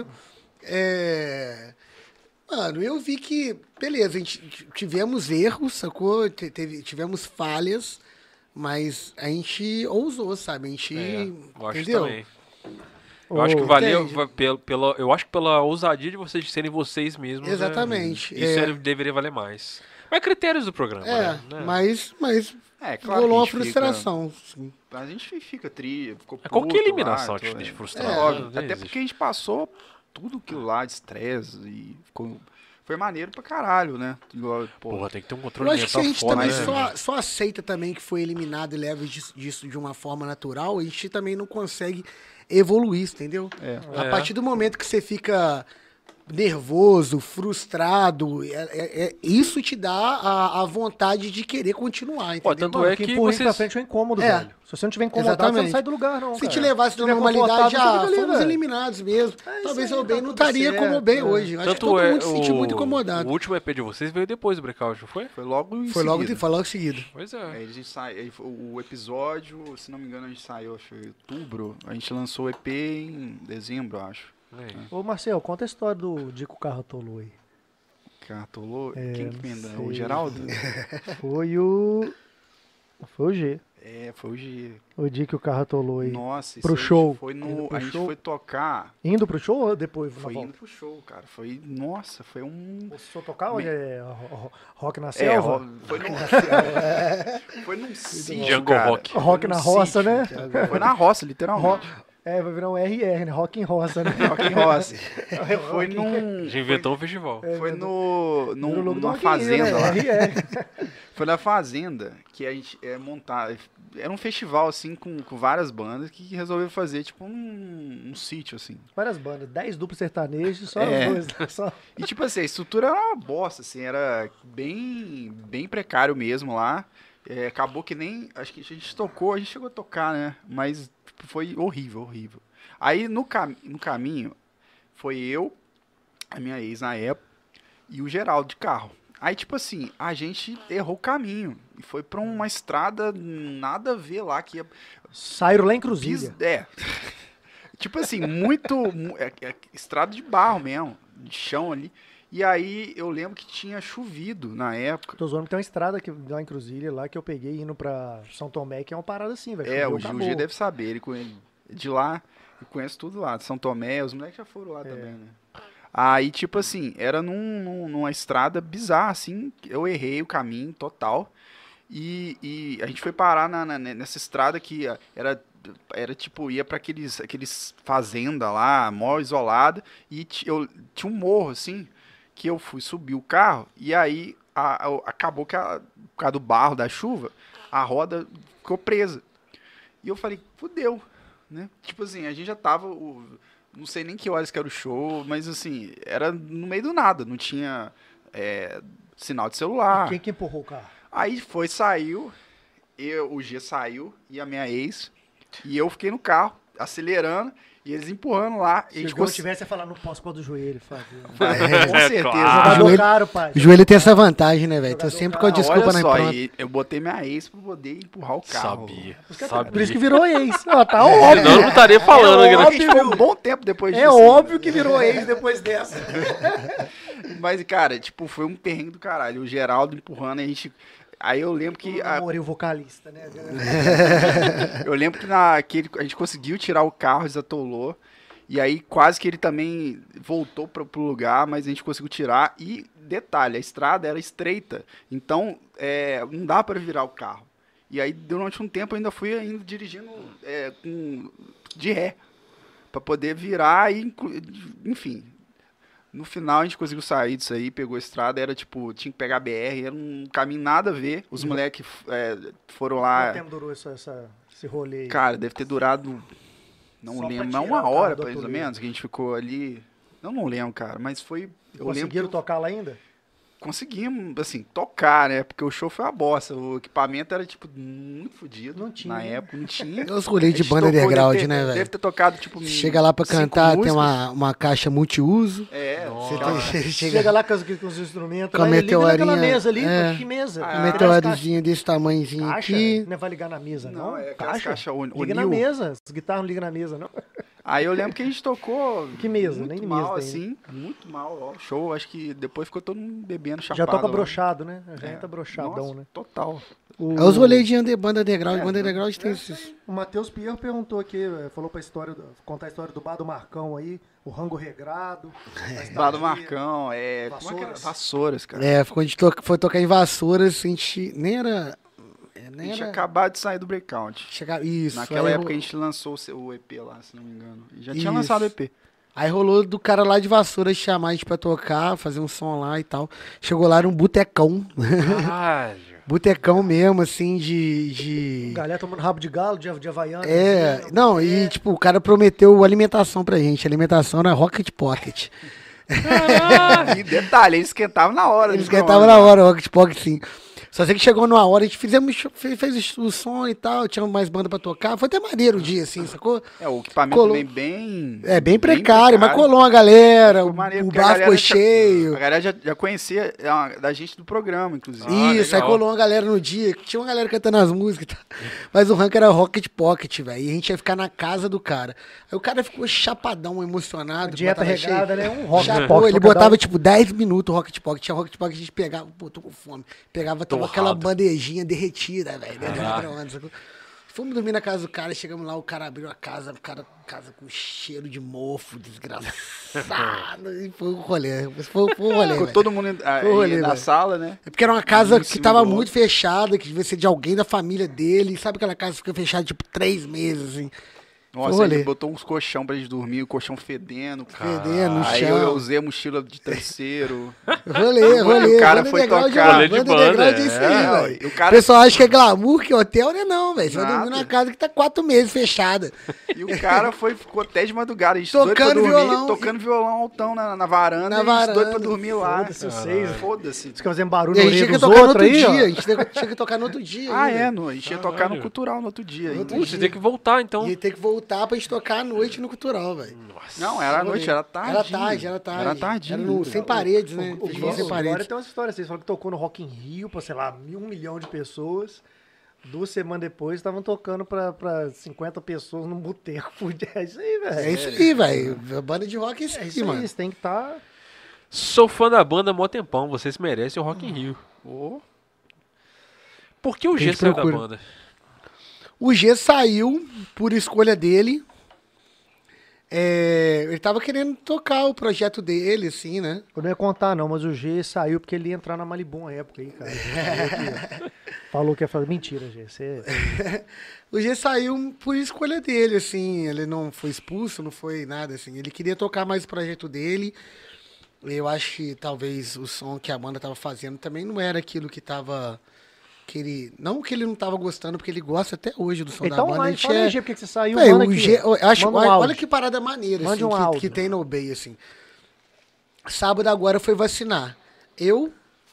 é... Mano, eu vi que, beleza, a gente tivemos erros, sacou? Te- Teve, tivemos falhas, mas a gente ousou, sabe? A gente, É, eu acho entendeu? também. Eu acho que Ô, valeu entende? va- pela, pela, eu acho que pela ousadia de vocês serem vocês mesmos. né? Exatamente, Isso é. era- deveria valer mais. Mas critérios do programa, É, né? Né? mas, mas É, claro rolou uma que a gente frustração. sim. Fica, a gente fica tri, ficou É, qualquer puto eliminação lá, te então, deixa é. frustrado. É, né? óbvio. Não Até existe. porque a gente passou tudo aquilo lá de estresse e ficou... Foi maneiro pra caralho, né? Igual, pô, Porra, tem que ter um Eu controle acho que se a mental gente foda, também né? só, só aceita também que foi eliminado e leva disso, disso de uma forma natural, a gente também não consegue evoluir, entendeu? É. A É. partir do momento que você fica nervoso, frustrado, é, é- é- isso te dá a, a vontade de querer continuar, Pô, entendeu? tanto Mano, é o que que empurra vocês- pra frente é o incômodo, É. velho. Se você não tiver incomodado, você Exatamente. não sai do lugar, não, Se cara. te levasse na tiver normalidade, confortável, ah, você fica ali, fomos velho. eliminados mesmo. É Talvez isso o aí, bem tá não tudo estaria como o certo, bem é. hoje. Eu acho que Tanto todo é, mundo se sentiu o, muito incomodado. o último E P de vocês veio depois do Breakout, não foi? foi logo em Foi logo, seguida. foi logo seguido. Pois é. Aí a gente sai, aí o episódio, se não me engano, a gente saiu, acho que foi em outubro. A gente lançou o E P em dezembro, acho. É. Ô, Marcel, conta a história do Dico Carrotolo aí. Cartolou. É, Quem que não manda? sei. O Geraldo? Foi o... Foi o G. É, foi o G. O dia que o carro atolou aí. Nossa, Pro isso aí show. Foi Indo no, pro a gente show. foi tocar. Indo pro show ou depois? na Foi volta? indo pro show, cara. Foi, nossa, foi um. Você só tocar onde é ro- ro- rock na É, selva? ro- foi num. foi num sítio. Jungle cara. Rock. Foi Rock num na roça, sítio. né? Foi na roça, Ro- literalmente. É, vai virar um R R, né? Rock em roça, né? Rock em roça. Foi num. Já inventou um festival. Foi no, Virou num, logo do numa Rock in Rio, fazenda né? lá. R R. Foi na fazenda que a gente é montar. Era um festival, assim, com, com várias bandas que resolveu fazer, tipo, um, um sítio, assim. Várias bandas, dez duplos sertanejos, só É. os dois lá. Só... E, tipo assim, a estrutura era uma bosta, assim, era bem, bem precário mesmo lá. É, acabou que nem. Acho que a gente tocou, a gente chegou a tocar, né? Mas tipo, foi horrível, horrível. Aí no, cam no caminho, foi eu, a minha ex na época, e o Geraldo de carro. Aí, tipo assim, a gente errou o caminho. E foi pra uma estrada nada a ver lá, que ia. Saíram lá em Pis, Cruzilha. é. Tipo assim, muito. mu- é- é estrada de barro mesmo, de chão ali. E aí eu lembro que tinha chovido na época. Tô zoando que tem uma estrada aqui, lá em Cruzilha, lá que eu peguei indo pra São Tomé, que é uma parada assim, velho. É, Choveu, o G, o acabou. G deve saber, ele conhe- de lá, ele conhece tudo lá, de São Tomé, os moleques já foram É. lá também, né? Aí, tipo assim, era num, num- numa estrada bizarra, assim, eu errei o caminho total. E, e a gente foi parar na, na- nessa estrada que ah, era, era tipo, ia pra aqueles, aqueles fazenda lá, mó isolada, e ti- eu tinha um morro, assim, que eu fui subir o carro, e aí a- a- acabou que, a, por causa do barro, da chuva, a roda ficou presa. E eu falei, fudeu, né? Tipo assim, a gente já tava, o- não sei nem que horas que era o show, mas assim, era no meio do nada, não tinha é, sinal de celular. Quem que empurrou o carro? Aí foi, saiu, eu, o G saiu e a minha ex, e eu fiquei no carro, acelerando, e eles empurrando lá. E a Se gente eu cons- tivesse a falar no pós do joelho, Fábio. É, com certeza. claro. Jogador joelho- caro, pai. O joelho tem essa vantagem, né, velho? Tô Jogador sempre com a caro. desculpa Olha na só, impronta. e eu botei minha ex pra poder empurrar o carro. Sabia. Por isso que Sabia. virou ex. Ó, tá óbvio. Senão eu não estaria falando. É né? óbvio, ficou um bom tempo depois É disso. óbvio que virou ex depois dessa. Mas, cara, tipo, foi um perrengue do caralho. O Geraldo empurrando, a gente... Aí eu lembro que... a- Namorei o vocalista, né? Eu lembro que na, que ele- a gente conseguiu tirar o carro, desatolou. E aí quase que ele também voltou para pro lugar, mas a gente conseguiu tirar. E detalhe, a estrada era estreita, então é, não dá para virar o carro. E aí durante um tempo eu ainda fui ainda dirigindo é, com, de ré, para poder virar e inclu- enfim. No final a gente conseguiu sair disso aí, pegou a estrada, era tipo, tinha que pegar a B R, era um caminho nada a ver. Os moleques é, foram lá. Quanto tempo durou essa, essa- esse rolê aí? Cara, deve ter durado, não Só lembro, pra mas tirar uma o carro hora, do mais ou atolê. menos, que a gente ficou ali. Eu não lembro, cara, mas foi. Eu lembro que Conseguiram eu- tocar lá ainda? conseguimos, assim, tocar, né? Porque o show foi uma bosta. O equipamento era, tipo, muito fodido. Não tinha, Na né? época, não tinha. É os rolês de A gente banda tocou, underground, deve ter- né, velho? Deve ter tocado, tipo. Chega lá pra cinco cantar, tem músicas. uma, uma caixa multiuso. É, Você Nossa. tem- Chega, chega lá com os, com os instrumentos, Com a lá, ele liga naquela meteorinha, mesa ali. é. Pô, que mesa? Ah, um Aquelas meteorizinho desse tamanhozinho Caixa? aqui. Não é vai ligar na mesa, não? Não, é aquelas caixa. caixas o- Liga na O'Neill. mesa. As guitarras não ligam na mesa, não. Aí eu lembro que a gente tocou. Que mesa? Muito Nem mesa mal, tem, assim. Muito mal. Ó, o show, acho que depois ficou todo mundo bebendo chapado. Já toca lá. brochado, né? Já É. entra brochadão, Nossa, né? Total. O, É os rolês de under, banda underground. É, banda né? underground tem esses. o Matheus Pierro perguntou aqui, eh, falou pra história, do- contar a história do bar do Marcão aí, o rango regrado. a Lá do estadia. Marcão, é. Como é que era? Vassouras. Vassouras, cara. É, quando a gente to- foi tocar em Vassouras, a gente nem era. é, A Nem gente era. acabado de sair do breakout. Chegar, isso. Naquela aí época a ro- gente lançou o seu- o E P lá, se não me engano. E já tinha Isso. lançado o E P. Aí rolou do cara lá de Vassouras chamar a gente pra tocar, fazer um som lá e tal. Chegou lá, era um botecão. Caralho. Botecão mesmo, assim, de. de... Galera tomando rabo de galo, de, de Havaiana. É, assim, não, e tipo, o cara prometeu alimentação pra gente. A alimentação era Rocket Pocket. E detalhe, eles esquentavam na hora. Eles no cantavam micro-ondas, na né? hora, Rocket Pocket, sim. Só sei que chegou numa hora, a gente fizemos, show- fez, fez o som e tal, tinha mais banda pra tocar. Foi até maneiro o dia, assim, sacou? É, o equipamento Colou- também bem. É, bem precário, mas colou uma galera, Foi o, maneiro, o porque a bar galera ficou já- cheio. A galera já, já conhecia é, da gente do programa, inclusive. Ah, Isso, aí legal. colou uma galera no dia, tinha uma galera cantando as músicas e tal. Mas o rank era Rocket Pocket, velho. E a gente ia ficar na casa do cara. Aí o cara ficou chapadão, emocionado. Dieta botava regrada, cheio. né? Um rock Chapou, pocket ele pra cada botava um. tipo dez minutos o Rocket Pocket. Tinha Rocket Pocket, a gente pegava, pô, tô com fome. Pegava, tava Torrado. aquela bandejinha derretida, velho. dentro do Caraca. micro-ondas, sacou? Fomos dormir na casa do cara, chegamos lá, o cara abriu a casa, o cara, casa com cheiro de mofo, desgraçado. E foi um rolê. Foi, foi um rolê. Ficou velho. todo mundo ah, Foi o rolê, na velho. sala, né? É porque era uma casa Um em que cima tava do muito outro. fechada, que devia ser de alguém da família dele. Sabe aquela casa que fica fechada tipo três meses, assim? Nossa, Foi um rolê. ele botou uns colchão pra gente dormir, o colchão fedendo. Fedendo no Aí chão. eu, eu usei a mochila de terceiro. Rolê, rolê. O cara banda foi underground tocar. é- Rolê de banda banda, underground é isso é, aí, ó, velho. e o O cara- pessoal acha que é glamour, que hotel não é não, velho. Você vai Nada. dormir numa casa que tá quatro meses fechada. E o cara foi, ficou até de madrugada. A gente doido pra Tocando dormir, violão. tocando violão altão na, na varanda. Na e a gente doido varanda. pra dormir lá. Foda-se vocês. Foda-se. Vocês ficam fazendo barulho E a na gente orelha tinha que dos tocar no outros outro aí, dia. ó. A gente tinha que tocar no outro dia. Ah, ainda. é, no, a gente ia tocar no Caralho. cultural no outro dia. ainda. Outro Putz, você tem que voltar então. E ter que voltar pra gente tocar à noite no cultural, velho. Nossa. Não, era à noite, era tarde. Era tarde, era tarde. Era tardinho. Era no- sem paredes, né? O, o, Festival o, sem o paredes. Glória tem umas histórias assim, eles falaram que tocou no Rock in Rio pra, sei lá, mil, um milhão de pessoas. Duas semanas depois, estavam tocando pra, pra cinquenta pessoas num boteco. É isso aí, velho. É isso aí, velho. A banda de rock é isso É aí, isso mano. aí, você tem que estar... Tá... Sou fã da banda há mó tempão. Vocês merecem o Rock in Rio. Ô, Por que o G gente saiu da procura. banda? O G saiu por escolha dele. É, ele tava querendo tocar o projeto dele, assim, né? Eu não ia contar, não, mas o G saiu porque ele ia entrar na Malibu na época aí, cara. Falou que, falou que ia fazer. Mentira, G. Você... O G saiu por escolha dele, assim. Ele não foi expulso, não foi nada, assim. Ele queria tocar mais o projeto dele. Eu acho que talvez o som que a banda tava fazendo também não era aquilo que tava... Que ele, não que ele não tava gostando, porque ele gosta até hoje do som Então, da banda. online, Ele fala é... aí, G, por que que você saiu? Véi, Manda o aqui, G, eu acho, manda um olha, áudio. olha que parada maneira, Mande assim, um que, áudio. que tem no Bay, assim. Sábado agora foi vacinar. Eu,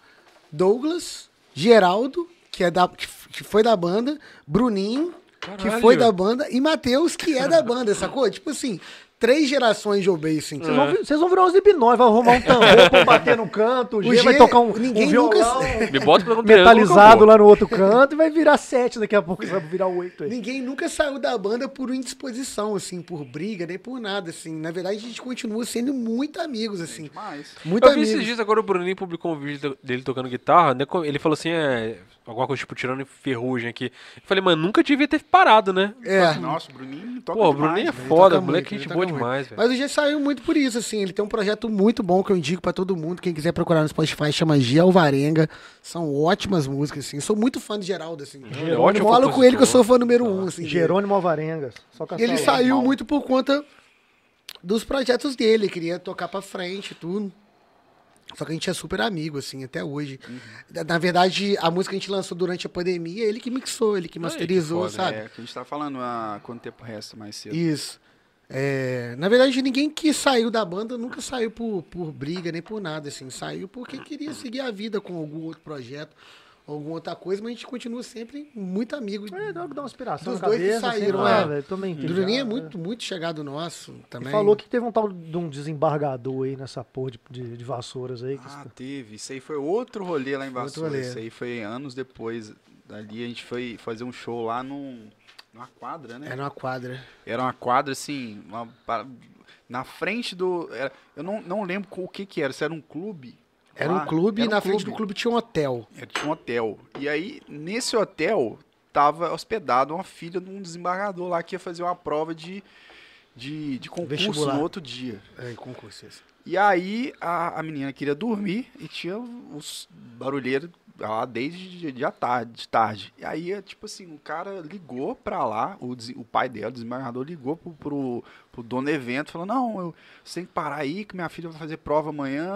Douglas, Geraldo, que, é da, que foi da banda, Bruninho, que Caralho. foi da banda, e Matheus, que é da banda, sacou? Tipo assim, três gerações de Obey, assim. Vocês vão, vocês vão virar uns hipnóis, vai arrumar um tambor pra bater no canto, o O G, G, vai tocar um, ninguém um violão nunca- Me bota pra um metalizado lá no outro canto e vai virar sete daqui a pouco, vai virar oito aí. Ninguém nunca saiu da banda por indisposição, assim, por briga, nem por nada, assim. Na verdade, a gente continua sendo muito amigos, assim. Demais. Muito Eu vi amigos. esses dias agora o Bruninho publicou um vídeo dele tocando guitarra, né? Ele falou assim, é, alguma coisa tipo tirando ferrugem aqui. Eu falei, mano, nunca devia ter parado, né? É. Nossa, o Bruninho toca Pô, o demais, Bruninho é velho. foda, toca moleque, muito, gente ele boa toca demais, velho. Mas o G saiu muito por isso, assim. Ele tem um projeto muito bom que eu indico pra todo mundo. Quem quiser procurar no Spotify, chama G Alvarenga. São ótimas músicas, assim. Sou muito fã de Geraldo, assim. Ele é Eu ótimo falo com ele que eu sou compositor. fã número um, assim. dele. Jerônimo Alvarengas. Só caçar Ele o- saiu mal. muito por conta dos projetos dele. Queria tocar pra frente e tudo. Só que a gente é super amigo, assim, até hoje. Na- Na verdade, a música que a gente lançou durante a pandemia, ele que mixou, ele que masterizou, que foda, sabe? É, que a gente tá falando há quanto tempo resta mais cedo. Isso. É, na verdade, ninguém que saiu da banda nunca saiu por, por briga nem por nada, assim. Saiu porque queria seguir a vida com algum outro projeto, alguma outra coisa, mas a gente continua sempre muito amigo. É, dá dá uma inspiração Dos na dois que cabeça. saíram, assim, é. ah, velho, tô meio O Bruninho é entediado, muito, muito chegado nosso né? também. E falou que teve um tal de um desembargador aí nessa porra de, de, de vassouras aí. Que Ah, teve. Isso aí foi outro rolê lá em Outro Vassoura. rolê. Isso aí foi anos depois. Dali a gente foi fazer um show lá num, numa quadra, né? É numa quadra. Era uma quadra, assim, uma pa- na frente do... era- eu não, não lembro o que que era, se era um clube. Era lá. um clube Era e um na frente do clube tinha um hotel. Era- tinha um hotel. E aí, nesse hotel, tava hospedado uma filha de um desembargador lá que ia fazer uma prova de, de, de concurso Vestibular. no outro dia. É, concurso esse. E aí, a, a menina queria dormir e tinha os barulheiros lá desde de, de, a tarde, de tarde. E aí, tipo assim, o cara ligou pra lá, o, des- o pai dela, o desembargador, ligou pro, pro, pro dono do evento, falou, não, eu, você tem que parar aí, que minha filha vai fazer prova amanhã.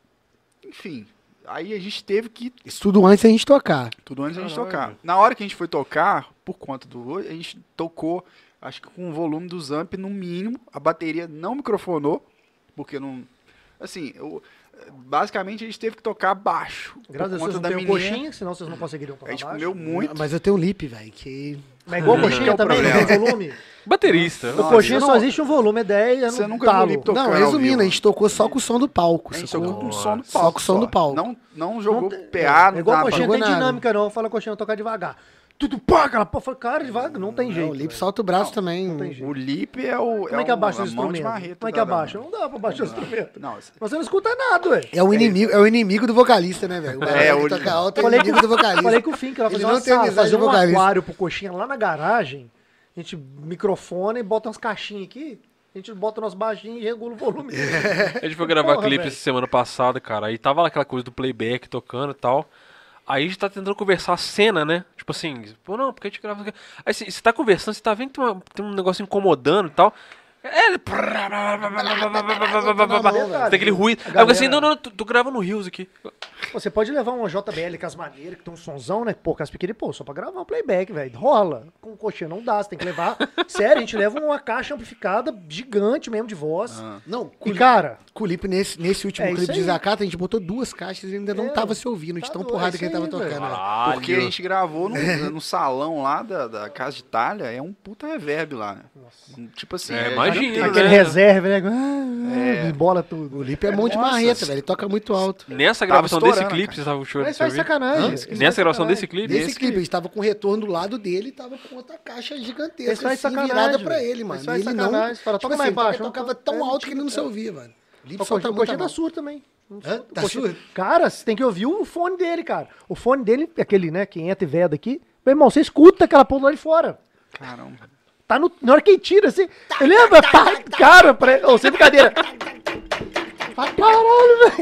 Enfim, aí a gente teve que, Isso tudo antes da gente tocar. tudo antes da gente Caralho. tocar. Na hora que a gente foi tocar, por conta do... A gente tocou, acho que com o volume dos amp no mínimo, a bateria não microfonou, porque não... Assim, eu, basicamente a gente teve que tocar baixo. Graças a por Deus conta vocês da não tem o menina. coxinha, senão vocês não conseguiriam A tocar gente baixo. comeu muito. Mas eu tenho um lip, velho, que... Mas é igual o Que é coxinha o também, não problema. tem volume. Baterista. O Nossa, coxinha você só não- existe um volume, é dez, é Você no nunca viu o talo. Lipe tocar Não, ao resumindo, vivo. a gente tocou só com o som do palco. A gente sacou? tocou com o som do Só palco. com o som do palco. Não, não jogou Não tem- P A, É não igual o dá coxinha, jogou não tem nada. dinâmica não. Fala coxinha, tocar devagar. Tudo pá, aquela porra. Fala, cara, devagar, não tem jeito. Não, o lip velho. solta o braço também. não tem jeito. O Lipe é o. Como é que abaixa o, o a mão de instrumento? marreta Como é que da- da- abaixa? Não dá pra baixar o instrumento. Não, isso- Você não escuta nada, ué. É o inimigo, é o inimigo do vocalista, né, velho? O É, é, o- o toca alto é o Falei inimigo do vocalista. Falei com o Fink, ela Ele fazer não uma tem sala, amizade fazer de um vocalista. aquário pro coxinha lá na garagem. A gente microfona e bota umas caixinhas aqui. A gente bota umas baixinhas e regula o volume. A gente foi gravar Porra, clipe velho. essa semana passada, cara. Aí tava lá aquela coisa do playback tocando e tal. Aí a gente tá tentando conversar a cena, né? Tipo assim, pô, não, porque a gente grava. Aí você você tá conversando, você tá vendo que tem, uma- tem um negócio incomodando e tal. É, ele. Tem aquele ruído. Aí eu falei assim: não, não, tu, tu grava no Rios aqui. Você pode levar uma J B L com as maneiras, que tem um sonzão, né? Pô, com as pequenas, pô, só pra gravar um playback, velho. Rola. Com coxinha não dá, você tem que levar. Sério, a gente leva uma caixa amplificada gigante mesmo de voz. Não, com E, cara, o Lipe, nesse, nesse último É isso clipe de aí. Zacata, a gente botou duas caixas e ele ainda não É, tava se ouvindo, de tá tão doido, porrada é que ele isso tava aí, velho. tocando. velho. Caralho. Porque a gente gravou no, no salão lá da, da Casa de Talha, é um puta reverb lá, né? Tipo assim, É, é imagina, gigantesco. aquele né? reserva, né? Ah, bola tudo. O Lipe é mão de Nossa. marreta, velho, ele toca muito alto. Nessa Tava gravação desse estourando, clipe, cara. vocês estavam chorando. Mas faz sacanagem. Isso Nessa faz gravação sacanagem. desse clipe? Nesse esse clipe, a gente tava com o retorno do lado dele e tava com outra caixa Esse gigantesca, faz assim, sacanagem, virada pra velho. ele, mano. Esse faz E ele não... sacanagem. Fala, tipo toca mais assim, baixo, ele não tocava toca- tão é, alto que ele não é. se ouvia, mano. O Lipe O solta coxinha, o muito coxinha a tá mão. surdo também. Hã? O Tá coxinha- surdo? Cara, você tem que ouvir o fone dele, cara. O fone dele, aquele, né, quem entra e veda aqui. Meu irmão, você escuta aquela porra lá de fora. Caramba. tá no, na hora que ele tira, assim, ele lembra, pá, cara, pra, ô, sem brincadeira. Fala, caralho,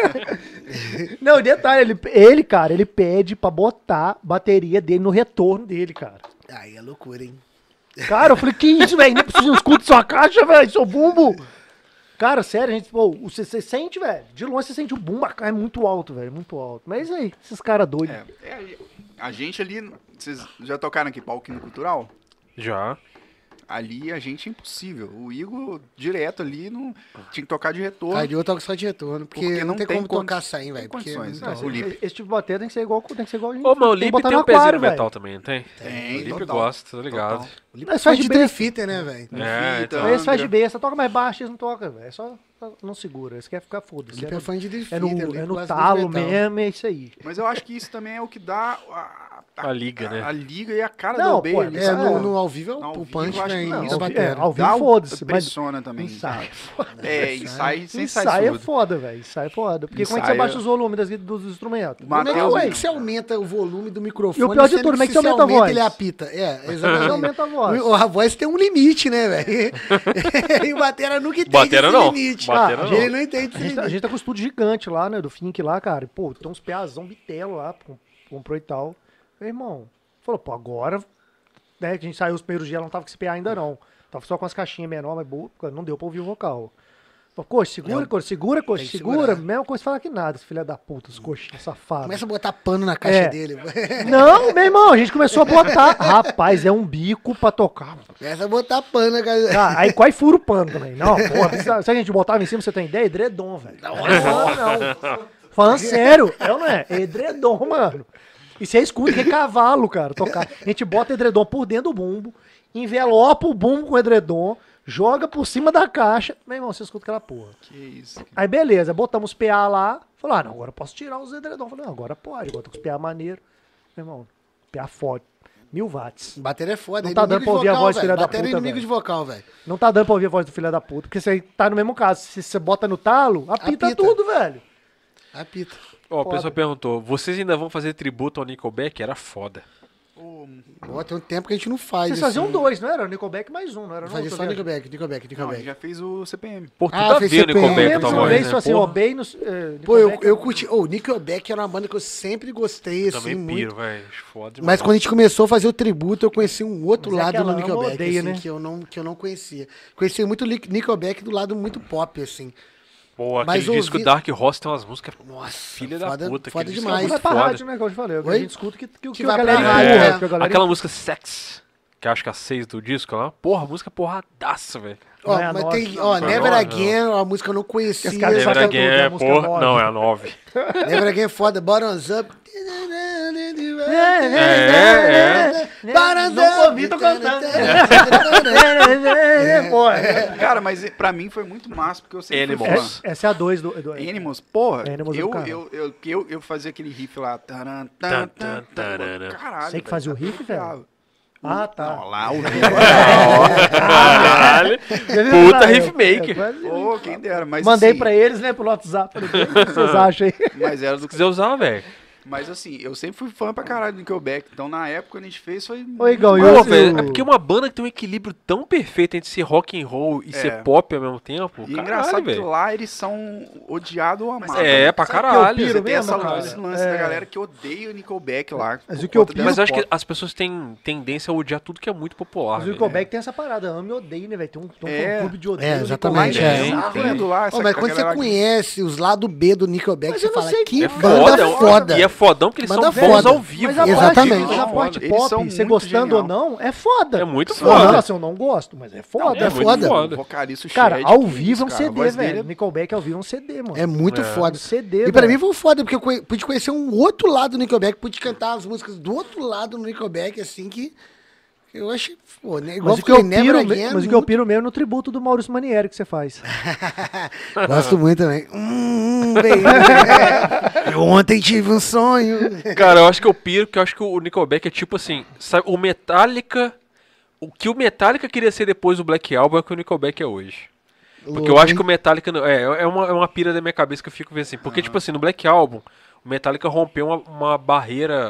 velho. Não, detalhe, ele, ele, cara, ele pede pra botar bateria dele no retorno dele, cara. Aí é loucura, hein? Cara, eu falei, que isso, velho? Nem preciso de um escudo sua caixa, velho, seu bumbo. Cara, sério, a gente, pô, você, você sente, velho, de longe você sente o bumbo, é muito alto, velho, muito alto. Mas aí, esses caras doidos. É, é, a gente ali, vocês já tocaram aqui palquinho cultural? Já. Ali a gente é impossível. O Igor, direto ali, não tinha que tocar de retorno. Aí eu toco só de retorno, porque, Porque não, não tem tem como condi- tocar sem, velho. tem Porque condições, não né? tem. O Lipe. Esse tipo de bateria tem que ser igual, tem que ser igual a gente. Ô, mas o tem que Lipe botar tem no um pezinho aquário, no metal velho. também, não tem? Tem, O Lipe total. gosta, tá ligado? Total. O Lipe Mas faz faz de de besta. drifter, né, velho? É, Fita, então. Esse faz de Angra. besta, toca mais baixo, eles não tocam, velho. É só, só não segura. Esse quer ficar O foda-se. Lipe é fã de drifter. É no, o Lipe é no gosta de talo metal. mesmo, é isso aí. Mas eu acho que isso também é o que dá a, A liga, né? A liga e a cara Não, do Obey pô, ali, É, sabe? no, no ao vivo é o, Ao o vivo, punch eu acho vem que da não, ao vi- bateria. é, ao vivo Dá o- foda-se, mas pressiona também. ensaio. É, ensaio sem Ensaio ensaio é surdo. foda, velho. Ensaio é foda. Porque como é que você Ensaio- baixa os volumes das, dos instrumentos? O Como é que- Mateus- como é que você aumenta o volume do microfone? E o pior de sendo tudo, como é que se você aumenta a voz? ele apita. É, exatamente. Você aumenta a voz. O- A voz tem um limite, né, velho? E o batera nunca entende Batera esse não. limite. Batera Ah, não. Ele não entende A esse gente, tá, a limite. gente tá com um estúdio gigante lá, né? Do Fink lá, cara. Pô, tem uns piazão bitelo lá, com- comprou e tal. Meu irmão, falou, pô, agora, né? Que a gente saiu os primeiros dias, ela não tava com esse P A ainda não. Tava só com as caixinhas menores, mas boa, não deu pra ouvir o vocal. Falei, coxa, segura, É, coxa, segura, coxa, tem que segura. segurar. Mesma coisa fala que nada, esse filho da puta, os coxinhos safados. Começa a botar pano na caixa É. dele. Não, meu irmão, a gente começou a botar. Rapaz, é um bico pra tocar. Começa a botar pano na caixa. Ah, aí quase fura o pano também. Não, porra, se a gente botava em cima, você tem ideia? Edredom, velho. Não, não, não. Falando sério, é ou não é? Edredom, mano. E você escuta que é cavalo, cara, tocar. A gente bota edredom por dentro do bumbo, envelopa o bumbo com edredom, joga por cima da caixa. Meu irmão, você escuta aquela porra. Que isso. Aí beleza, botamos P A lá. Falou, ah, não, agora eu posso tirar os edredom. Falei, não, agora pode, agora tô com os P A maneiro. Meu irmão, P A forte. Mil watts. Bateria é foda. Não tá dando inimigo pra de ouvir a vocal, voz, velho. filha da Bateria é puta, inimigo velho. de vocal, velho. Não tá dando pra ouvir a voz do filho da puta, porque você tá no mesmo caso. Se você bota no talo, apita, Apita. tudo, velho. Apita. Ó, a Foda. pessoa perguntou, vocês ainda vão fazer tributo ao Nickelback? Era foda. Ô, Pô, tem um tempo que a gente não faz. Vocês assim. faziam dois, não era? Nickelback mais um, não era? Fazia Não, só Nickelback, Nickelback, não, Nickelback. já fez o C P M. Pô, tudo Ah, a fez ver o C P M. Eu Nickelback lembro com a de uma voz, vez, né? assim, Porra, ó, bem no... eh, Pô, eu, Nickelback eu é- curti. Ô, o Nickelback era uma banda que eu sempre gostei, assim, Também muito. piro, velho. Foda demais. Mas quando a gente começou a fazer o tributo, eu conheci um outro Mas é lado aquela do ama Nickelback, odeia, assim, né? que, eu não, que eu não conhecia. Conheci muito Lic- Nickelback do lado muito pop, assim. Pô, aquele Mas disco ouvi- Dark Horse tem umas músicas... Nossa, Filha da foda, puta. foda aquele disco demais. é Vai muito pra foda. rádio, né, que eu te falei. O que Oi? a gente escuta que, que, que, Que a vai pra galera rádio, empurra, é. que a galera... Aquela música Sex, que acho que é a seis do disco lá. Porra, música porradaça, velho. Ó, Não é a mas nossa, tem, não, ó, não é Never não. Again, a música eu não conhecia. Esse cara só Never cantou, Again, tem a é, música porra. nove. Não, é a nove. Never Again é foda, Bottoms Up. É, é. Bottoms Não Up. ouvi, tô cantando. É, porra. Cara, mas pra mim foi muito massa, porque eu sempre fui Animals. fã. É- Essa é a dois do... do Animals, porra, Animals é do eu, caralho. eu, eu, eu, eu fazia aquele riff lá. Taran, Tan, tan, tan, tan, tarana. tan, caralho, Você que velho, fazia o sabe? riff, velho? Eu Ah, tá. Não, lá o riff. Caralho. Já viu Puta lá, riff eu- maker. eu quase- Pô, quem dera, mas Mandei assim, pra eles, né, pro WhatsApp. Falei, o que vocês acham aí? Mas era do Se quiser usar, velho. Mas assim, eu sempre fui fã pra caralho do Nickelback. Então na época quando a gente fez foi. Ô, Igão, muito eu- Pô, massa. velho, é porque uma banda que tem um equilíbrio tão perfeito entre ser rock and roll e É. ser pop ao mesmo tempo. E Caralho, engraçado que velho. lá eles são odiados ou amados. É, pra Sabe que eu caralho. piro Você tem mesmo, essa, cara? esse lance É. da galera que odeia o Nickelback lá. Mas por o que eu conta piro- Mas dessa eu acho que pop. as pessoas têm tendência a odiar tudo que é muito popular. Mas o velho. Nickelback tem essa parada, ame e odeio, né, velho? Tem um, tem um É. clube de odeio. É, do exatamente, Nickelback, é. bizarro, Tem velho. indo lá, Ô, essa, mas quando você galera- conhece os lados B do Nickelback, Mas você eu não fala, sei que É banda foda, foda. E é fodão porque eles Banda são bons foda. ao vivo. Mas a Exatamente. parte, mas a parte Eles são pop, você muito gostando ou genial. não, é foda. É muito Não, foda. não, assim, eu não gosto, mas é foda. É É muito foda. foda. O vocalista Cara, Shed, ao que vivo é um isso, cara, a C D, voz dele velho. é- Nickelback ao vivo é um C D, mano. É muito É. foda. Um C D, E pra velho. mim foi foda, porque eu conhe- pude conhecer um outro lado do Nickelback, pude cantar as músicas do outro lado do Nickelback, assim, que eu achei, pô, né, igual Mas o eu que eu falei, Never piro, Again me- é mas o que eu muito- piro mesmo é no tributo do Maurício Manieri que você faz. Gosto muito também. Hum, baby. Eu ontem tive um sonho. Cara, eu acho que eu piro, porque eu acho que o Nickelback é tipo assim, sabe, o Metallica, o que o Metallica queria ser depois do Black Album é o que o Nickelback é hoje. Porque eu acho que o Metallica, não- é, é uma, é uma pira da minha cabeça que eu fico vendo assim, porque tipo assim, no Black Album, o Metallica rompeu uma, uma barreira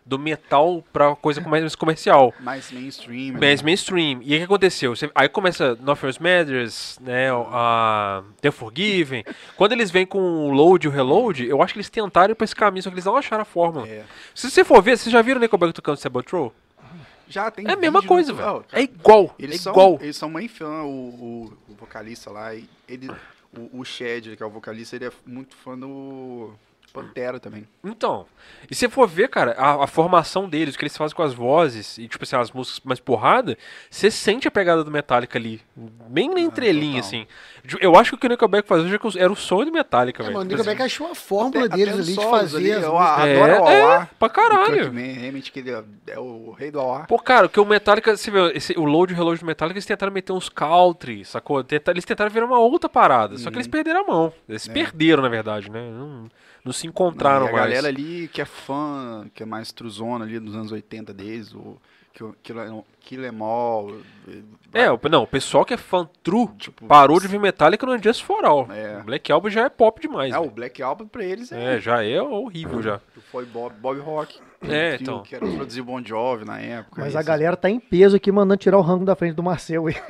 do metal pra coisa mais comercial. Mais mainstream. Mais né? mainstream. E aí o que aconteceu? Você- aí começa Northwest Matters, né? A The Forgiven. Quando eles vêm com o load e o reload, eu acho que eles tentaram ir pra esse caminho, só que eles não acharam a fórmula. É. Se você for ver, vocês já viram o Nickelback tocando Sepultura? Já tem É a mesma vídeo coisa, no- velho. Oh, cara, É igual. Eles é são, igual. eles são mãe fã, o, o, o vocalista lá, e ele, o, o Shed, que é o vocalista, ele é muito fã do Pantera também. Então, e se for ver, cara, a, a formação deles, o que eles fazem com as vozes, e tipo assim, as músicas mais porrada, você sente a pegada do Metallica ali, bem na entrelinha, total. assim. Eu acho que o que o Nickelback fazia era o sonho do Metallica, É, velho. mano, o Tipo Nickelback achou a fórmula Até- deles até os ali de solos fazer ali, as eu músicas. É, adoro o é, Auá. pra caralho. Realmente que ele é, é o rei do Auá. Pô, cara, que o Metallica, você vê, esse, o load e o reload do Metallica, eles tentaram meter uns country, sacou? Tenta- Eles tentaram virar uma outra parada, só que eles perderam a mão. Eles perderam, na verdade, né? Não, não se encontraram E a mais. galera ali que é fã, que é mais truzona ali dos anos oitenta deles, o Kill Em All. É, o- não, o pessoal que é fã true Tipo, parou de ver Metallica no Just For All. É. O Black Album já é pop demais. É, o velho. Black Album pra eles é. É, já é horrível já. Foi Bob, Bob Rock. É, que, então. Que era produzir o Bon Jovi na época. Mas esses- a galera tá em peso aqui mandando tirar o rango da frente do Marcel aí.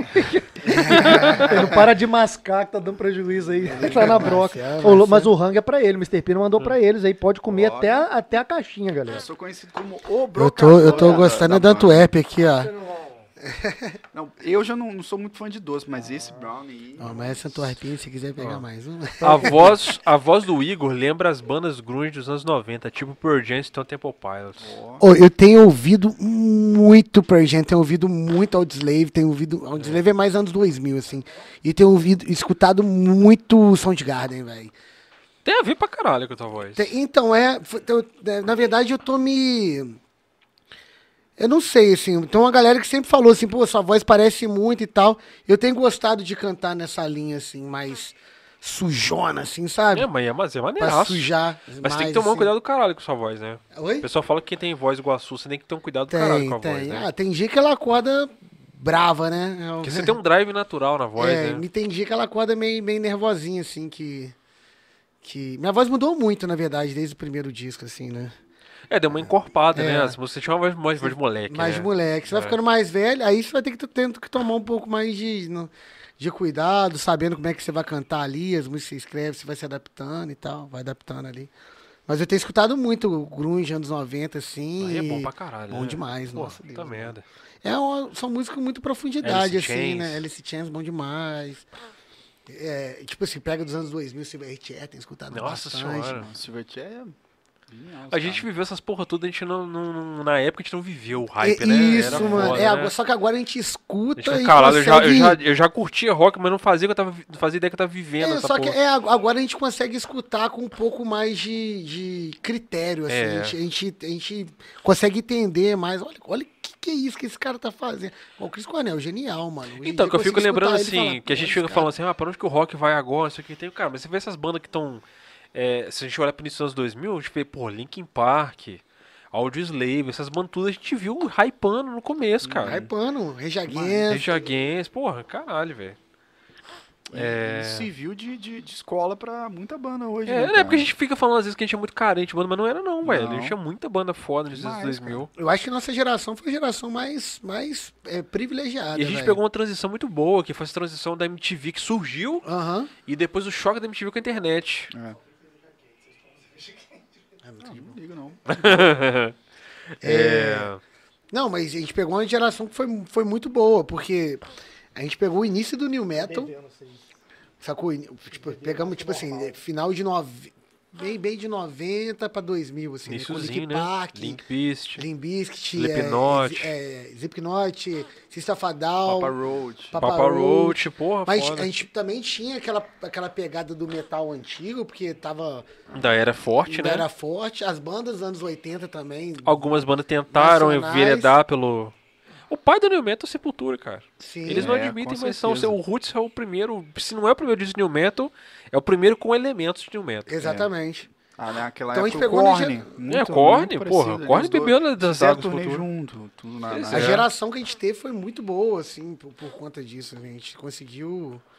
Ele não para de mascar que tá dando prejuízo aí. Tá na broca. Marcel, Ô, Marcel. mas o rango é pra ele, o mister P não mandou pra eles aí. Pode comer Pode. até a, até a caixinha, galera. Eu sou conhecido como o Eu brocador tô, eu tô da- gostando da da banda. Antuérpia aqui, ó. Não, eu já não, não sou muito fã de doce, mas esse brownie aí... Ó, mas essa Antuérpia, se quiser pegar Ó. mais um. A voz, a voz do Igor lembra as bandas grunge dos anos noventa, tipo Pearl Jam e Stone Temple Pilots. Ó, Ô, eu tenho ouvido muito Pearl Jam, tenho ouvido muito Audioslave, tenho ouvido... Audioslave é mais anos dois mil, assim. E tenho ouvido, escutado muito Soundgarden, velho. Tem a ver pra caralho com a tua voz. Tem- Então, é, foi- eu- é, na verdade eu tô me... Eu não sei, assim, tem uma galera que sempre falou assim, pô, sua voz parece muito e tal. Eu tenho gostado de cantar nessa linha, assim, mais sujona, assim, sabe? É, mas é, mas é Pra maneiraço. sujar. Mas mais, tem que tomar um assim. cuidado do caralho com sua voz, né? O Oi? pessoal fala que quem tem voz igual a sua, você tem que ter um cuidado do caralho Tem, com a tem. voz, né? Ah, tem dia que ela acorda brava, né? É o- Porque você tem um drive natural na voz, é, né? me tem dia que ela acorda meio, meio nervosinha, assim, que... que... Minha voz mudou muito, na verdade, desde o primeiro disco, assim, né? É, deu uma encorpada, É. né? As- Você tinha uma voz, mais voz de moleque, Mais né? moleque. Você vai É. ficando mais velho, aí você vai ter que tendo que tomar um pouco mais de, no- de cuidado, sabendo como é que você vai cantar ali, as músicas que você escreve, você vai se adaptando e tal, vai adaptando ali. Mas eu tenho escutado muito o grunge anos noventa, assim. Aí é bom e- pra caralho, Bom né? demais, Pô, nossa Deus. puta merda. É uma, são músicas com muita profundidade, Alice assim, Chains. né? Alice Chains, bom demais. É, tipo assim, pega dos anos dois mil, Silverchair, tem escutado Nossa bastante. senhora. o Silverchair é... genial, A gente cara. viveu essas porra toda, a gente não, não- não- na época a gente não viveu o É, hype, né? isso, Era mano. foda, é, né? agora- só que agora a gente A escuta gente fica e calado, eu já, eu, consegue... já, eu já curtia rock, mas não fazia, que eu tava, vi- não fazia ideia que eu tava vivendo É, essa só porra. que é, agora a gente consegue escutar com um pouco mais de, de critério, assim. É. A, gente, a, gente, a gente consegue entender mais. Olha, olha o que, que é isso que esse cara tá fazendo. Ó, o Chris Cornell, genial, mano. Hoje em Então, dia que eu fico consigo lembrando escutar ele e assim, falar, que a gente "Pô, fica esse falando cara-" assim, ah, pra onde que o rock vai agora, isso aqui tem, cara, mas você vê essas bandas que estão, se a gente olhar pro início dos anos dois mil, a gente vê, pô, Linkin Park, Audioslave, essas bandas tudo a gente viu hypando no começo, cara. Hypando, Rage Rage Against. Against, porra, caralho, velho. E- É. e serviu de, de, de escola pra muita banda hoje, É, né, não é cara? porque a gente fica falando às vezes que a gente é muito carente de banda, mas não era não, velho. A Não. gente tinha muita banda foda nos anos Demais, dois mil. Eu acho que nossa geração foi a geração mais, mais é, privilegiada. E a gente velho. pegou uma transição muito boa, que foi essa transição da M T V que surgiu Aham. e depois o choque da M T V com a internet. É. Não, não ligo, não. É. Não, mas a gente pegou uma geração que foi, foi muito boa, porque a gente pegou o início do New Metal, sacou? Tipo, pegamos, tipo assim, final de nove... Bem, bem de noventa pra dois mil, assim, né? Com Iniciozinho, Linkin né? Park, Link Beast. Limp Bizkit, Slipknot. é, é, Slipknot, System of a Down, Papa Road. Papa Papa Roach. Roach, porra, Mas foda. a gente também tinha aquela, aquela pegada do metal antigo, porque tava, Ainda era forte, ainda né? era forte. As bandas dos anos oitenta também. Algumas bandas tentaram Nacionais. enveredar pelo... O pai do New Metal é Sepultura, cara. Sim. Eles não É, admitem, com mas são... certeza. O Roots é o primeiro... Se não é o primeiro disco de New Metal, é o primeiro com elementos de New Metal. Exatamente. Ah, naquela Então a época gente o pegou na Korn. gen- muito- É, Korn, muito porra, parecido, Korn eles dois bebeu na- das fizeram águas do turnê futuro. junto, tudo na, Pois na A É. geração que a gente teve foi muito boa, assim, por, por conta disso. A gente conseguiu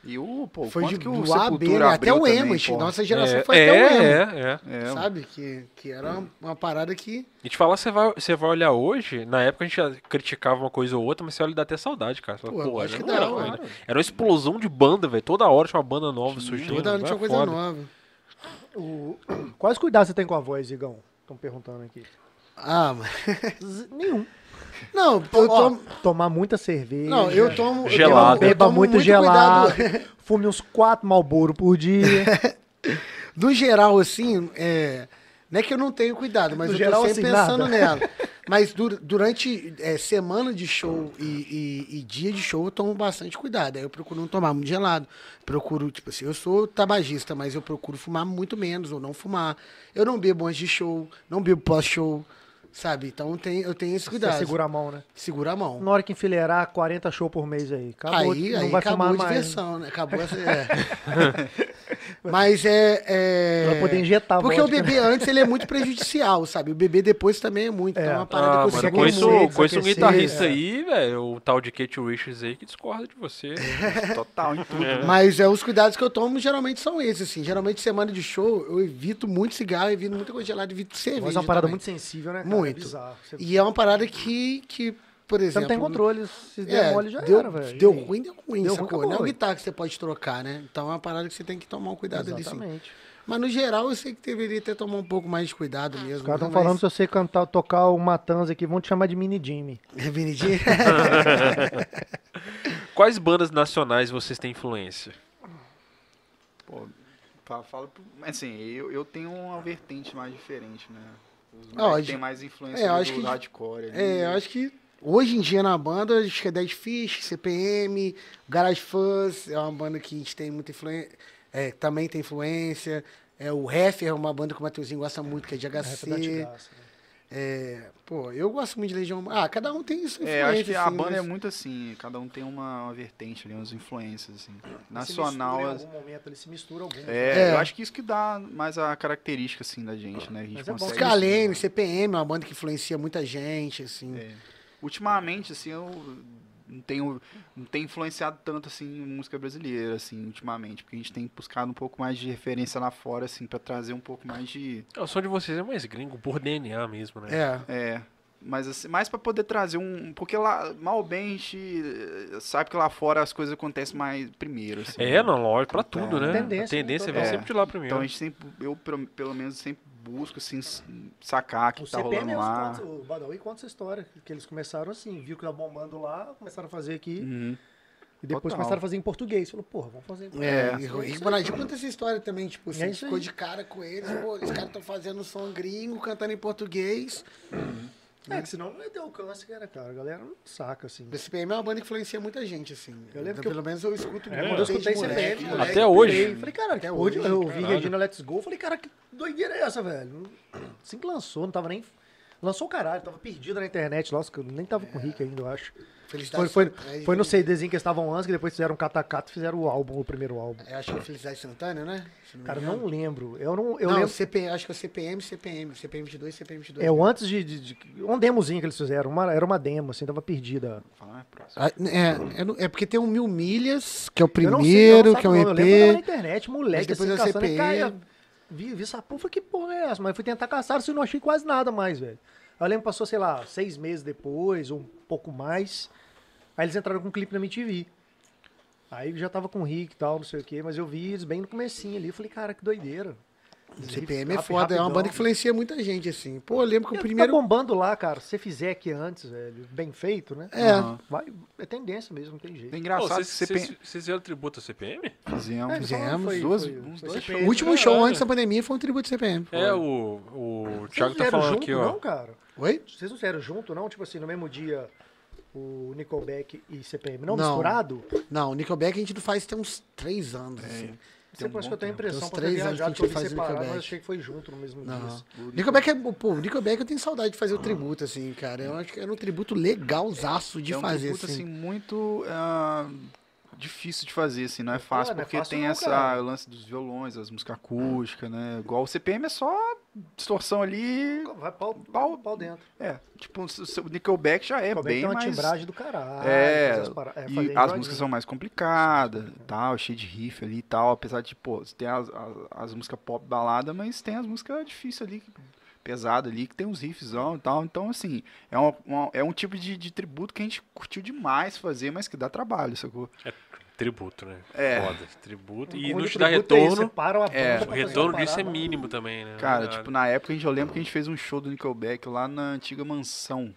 E o, pô, Foi quanto de, que o do A B, Sepultura né? Até abriu o também, emo. pô. Nossa geração É, foi até o emo. é, é. É, Sabe? Que, que era uma, uma parada que... E te falar, você vai, você vai olhar hoje, na época a gente já criticava uma coisa ou outra, mas você olha e dá até saudade, cara. Você fala, Pô, pô, acho que não dá, era, claro. coisa. Era uma explosão de banda, velho. Toda hora tinha uma banda nova Tinha. surgindo. Toda ano era tinha coisa foda. nova. O... Quais cuidados você tem com a voz, Igão? Estão perguntando aqui. Ah, mas... Z- Nenhum. Não, eu Ó, tomo... tomar muita cerveja. Não, eu tomo... eu Gelado. tomo- eu Beba tomo muito, gelado. cuidado. Fume uns quatro Marlboro por dia. No geral, assim, é... não é que eu não tenho cuidado, mas No eu geral, tô sempre assim, pensando nada. nela. Mas dur- durante é, semana de show e, e- e dia de show, eu tomo bastante cuidado. Aí eu procuro não tomar muito gelado. Procuro, tipo assim, eu sou tabagista, mas eu procuro fumar muito menos ou não fumar. Eu não bebo antes de show, não bebo pós-show, sabe? Então tem, eu tenho esse Você cuidado. segura a mão, né? Segura a mão. Na hora que enfileirar quarenta show por mês aí. Acabou, Aí, não aí vai acabou fumar a mais. diversão, né? Acabou essa. É. Mas é. é... Vai poder injetar Porque vodka. o bebê antes ele é muito prejudicial, sabe? O bebê depois também é muito. Então é uma parada Ah, que eu mano, sei seguro conheço, muito. conheço um aquecer, guitarrista é. aí, velho, o tal de Kate Richards aí, que discorda de você. Total em tudo. né? Mas é, os cuidados que eu tomo geralmente são esses, assim. Geralmente, semana de show, eu evito muito cigarro, evito muita coisa gelada, evito cerveja. Mas é uma parada também. muito sensível, né, cara? Muito. É bizarro. Você, E é uma parada que, que por você exemplo... não tem controle. Se der É, mole, já deu, era, velho. deu E aí? ruim, deu ruim, Deu ruim, sacou? acabou, Não é uma ué. guitarra que você pode trocar, né? Então é uma parada que você tem que tomar um cuidado ali, sim. Exatamente. Mas no geral, eu sei que deveria ter tomado um pouco mais de cuidado mesmo. Os caras estão mas- falando se você cantar, tocar o Matanza aqui, vão te chamar de Mini Jimmy. É, Vinidinho? Quais bandas nacionais vocês têm influência? Pô, fa- fala pro- assim, eu, eu tenho uma vertente mais diferente, né? Os Ah, moleques acho- têm mais influência é, eu ali acho do que- hardcore. ali. É, eu acho que hoje em dia na banda, acho que é Dead Fish, C P M, Garage Fuzz, é uma banda que a gente tem muita influência, é, também tem influência. É, o Heffer é uma banda que o Matheusinho gosta muito, que é de H Rap C. da antigaça, né? É, pô, eu gosto muito de Legião. Ah, cada um tem sua influência. É, acho que a assim, banda mas- é muito assim, cada um tem uma, uma vertente ali, umas influências, assim. Se Nacional. mistura em as- algum momento, ele se mistura algum. É, É. eu acho que isso que dá mais a característica, assim, da gente, né? A gente Mas é bom consegue... que- Scalene, C P M, é uma banda que influencia muita gente, assim. É. Ultimamente, assim, eu não tenho, não tenho influenciado tanto, assim, em música brasileira, assim, ultimamente. Porque a gente tem buscado um pouco mais de referência lá fora, assim, pra trazer um pouco mais de... O som de vocês é mais gringo, por D N A mesmo, né? É. É, mas assim, mais pra poder trazer um... Porque lá, mal ou bem, a gente eh, sabe que lá fora as coisas acontecem mais primeiro, assim. É, não, lógico, pra tudo, né? Tendência, a tendência né? vem É. sempre de lá primeiro. Então a gente sempre, eu pelo pelo menos sempre busco, assim, s- sacar o que O tá C P M rolando é lá. os contos, o Badawi conta essa história, que eles começaram assim, viu que tava bombando lá, começaram a fazer aqui, Uhum. e depois Total. começaram a fazer em português. Falou, porra, vamos fazer em português. É, É. e o Rick Bonadinho conta essa história também, tipo, assim, É isso ficou aí. de cara com eles, pô, os caras estão fazendo um som gringo, cantando em português. É, que senão não ia ter alcance, cara, cara. A galera não saca, assim. O C P M é uma banda que influencia muita gente, assim. Eu lembro Eu, que eu- pelo menos eu escuto É, muito. Quando eu desde escutei moleque, C P M, moleque. Até hoje. pirei. Falei, cara, Até hoje hoje, eu vi caralho. Regina Let's Go, falei, cara, que doideira é essa, velho? Assim que lançou, não tava nem... Lançou o caralho, tava perdido na internet, nossa, que eu nem tava com o Rick ainda, eu acho. Foi, Felicidade foi, Instantânea. foi no CDzinho que eles estavam antes, que depois fizeram um catacata e fizeram o álbum, o primeiro álbum. Eu acho que é Felicidade Instantânea, né? Se me Cara, eu engano. não lembro. Eu não, eu não, lembro. C P, acho que é o C P M, C P M. C P M vinte e dois, C P M vinte e dois. É o antes de, de, de. Um demozinho que eles fizeram. Uma, era uma demo, assim, tava perdida. Falar mais próximo. Ah, É, é, no- é porque tem o Mil Milhas, que é o Eu não sei, primeiro, não, que é um sabe, não. Eu lembro que eu tava na E P. internet, moleque, Mas depois assim, é o caçando, e C P M. caia, vi, vi essa porra, falei, que porra é essa? Mas fui tentar caçar, assim, não achei quase nada mais, velho. Eu lembro que passou, sei lá, seis meses depois, ou um pouco mais. Aí eles entraram com um clipe na M T V. Aí já tava com o Rick e tal, não sei o quê, mas eu vi eles bem no comecinho ali. Eu falei, cara, que doideira. C P M é Rap- foda, é uma rapidão. banda que influencia muita gente, assim. Pô, eu lembro que o E primeiro... Tá bombando lá, cara. Se você fizer aqui antes, velho, bem feito, né? É. Aham. Vai, é tendência mesmo, não tem jeito. É Pô, engraçado vocês, que você vocês, pensa... vocês fizeram tributo a C P M? Fizemos. É, eles falaram, Fizemos duas- foi, uns foi dois C P O M. último show Caralho. antes da pandemia foi um tributo C P M. É, o, o Vocês Thiago não tá vieram falando junto, aqui, ó. não, cara? Oi? Vocês não vieram junto, não? Tipo assim, no mesmo dia, o Nickelback e C P M. Não, Não. misturado? Não, o Nickelback a gente não faz tem uns três anos, assim. Não sei por isso que eu tenho a Tem impressão uns por ter três anos viajado que que a eu gente vi faz separado, Nickelback. mas achei que foi junto no mesmo Não. dia. Nickelback é, pô, o Nickelback eu tenho saudade de fazer o tributo, assim, cara. Eu acho que era um tributo legalzaço de é um fazer, tributo, assim. assim, muito ah, difícil de fazer, assim, não é fácil, não é porque fácil tem não, essa, cara. o lance dos violões, as músicas acústicas, né? Igual o C P M é só distorção ali. Vai pau, Pau- pau dentro. É, tipo, o seu Nickelback já é Nickelback bem tem uma mais... timbragem do caralho. É, fazer as para- é, e fazer as igual músicas a são mais complicadas, tal, cheio de riff ali e tal, apesar de, pô, tem as, as, as músicas pop balada, mas tem as músicas difíceis ali, pesadas ali, que tem uns riffzão e tal, então, assim, é, uma, uma- é um tipo de, de tributo que a gente curtiu demais fazer, mas que dá trabalho, sacou? É tributo, né? É. Foda. Tributo. E O não único te dá tributo é isso, retorno. separa uma banda É. pra O fazer retorno uma disso é parada. mínimo também, né? Cara, Ah, tipo, na época a gente, eu lembro que a gente fez um show do Nickelback lá na antiga mansão.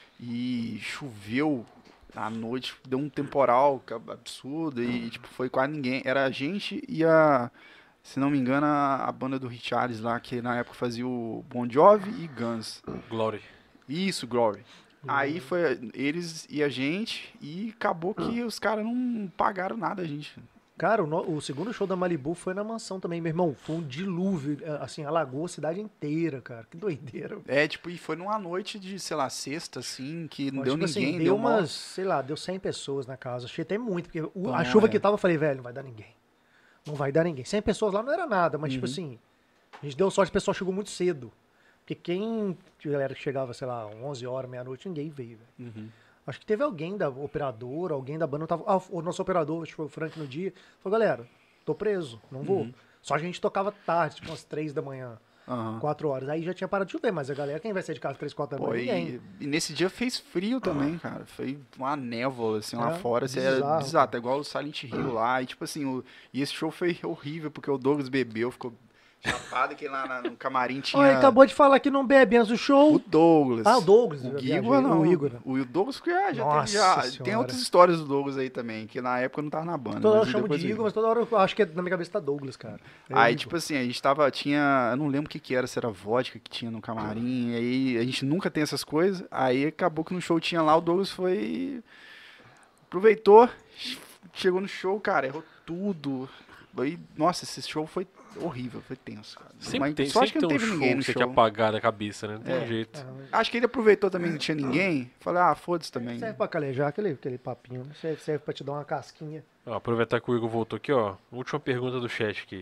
E choveu à noite, deu um temporal absurdo e, tipo, foi quase ninguém. Era a gente e a, se não me engano, a, a banda do Richards lá, que na época fazia o Bon Jovi e Guns. Glory. Isso, Glory. Aí foi eles e a gente e acabou que os caras não pagaram nada a gente. Cara, o, no- o segundo show da Malibu foi na mansão também, meu irmão. Foi um dilúvio, é, assim, alagou a cidade inteira, cara. Que doideira. É, tipo, e foi numa noite de, sei lá, sexta, assim, que não Mas, deu tipo ninguém. assim, deu deu uma- umas, sei lá, deu cem pessoas na casa. Achei até muito, porque o- a Bom, chuva é. que tava, eu falei, velho, não vai dar ninguém. Não vai dar ninguém. cem pessoas lá não era nada, mas, tipo Uhum. assim, a gente deu sorte, o pessoal chegou muito cedo. Porque quem, a galera que chegava, sei lá, onze horas, meia-noite, ninguém veio, velho. Uhum. Acho que teve alguém da operadora, alguém da banda, não tava, ah, o nosso operador, acho que foi o Frank no dia, falou, galera, tô preso, não vou. Uhum. Só que a gente tocava tarde, tipo umas três da manhã, Aham. quatro horas. Aí já tinha parado de chover, mas a galera, quem vai sair de casa três, quatro da Pô, manhã? e, Ninguém. e nesse dia fez frio também, cara. Foi uma névoa, assim, lá É, fora. Assim, era bizarro, bizarro, é igual o Silent Hill lá. E, tipo assim, o, e esse show foi horrível, porque o Douglas bebeu, ficou chapado, que lá na- no camarim tinha Olha, acabou de falar que não bebe antes do o show. Douglas. Ah, o Douglas, O eu Igor viajei, não. o Igor, né? O Douglas que já, já, Nossa teve, já tem Senhora. outras histórias do Douglas aí também, que na época eu não tava na banda. Toda hora eu mas chamo depois de eu- Igor, mas toda hora eu acho que na minha cabeça tá Douglas, cara. É o Aí, Igor. tipo assim, a gente tava, tinha, eu não lembro o que que era, se era vodka que tinha no camarim, aí a gente nunca tem essas coisas, aí acabou que no show tinha lá, o Douglas foi, aproveitou, chegou no show, cara, errou tudo, aí, nossa, esse show foi horrível, foi tenso, cara. Sempre Mas tem, só acho sempre que não tem um teve show ninguém que no você show. quer apagar da cabeça, né? Não tem É. jeito. Acho que ele aproveitou também que não tinha ninguém, falei, ah, foda-se também. Serve pra calejar, aquele, aquele papinho, né? serve, serve pra te dar uma casquinha. Ó, aproveitar que o Igor voltou aqui, ó. Última pergunta do chat aqui.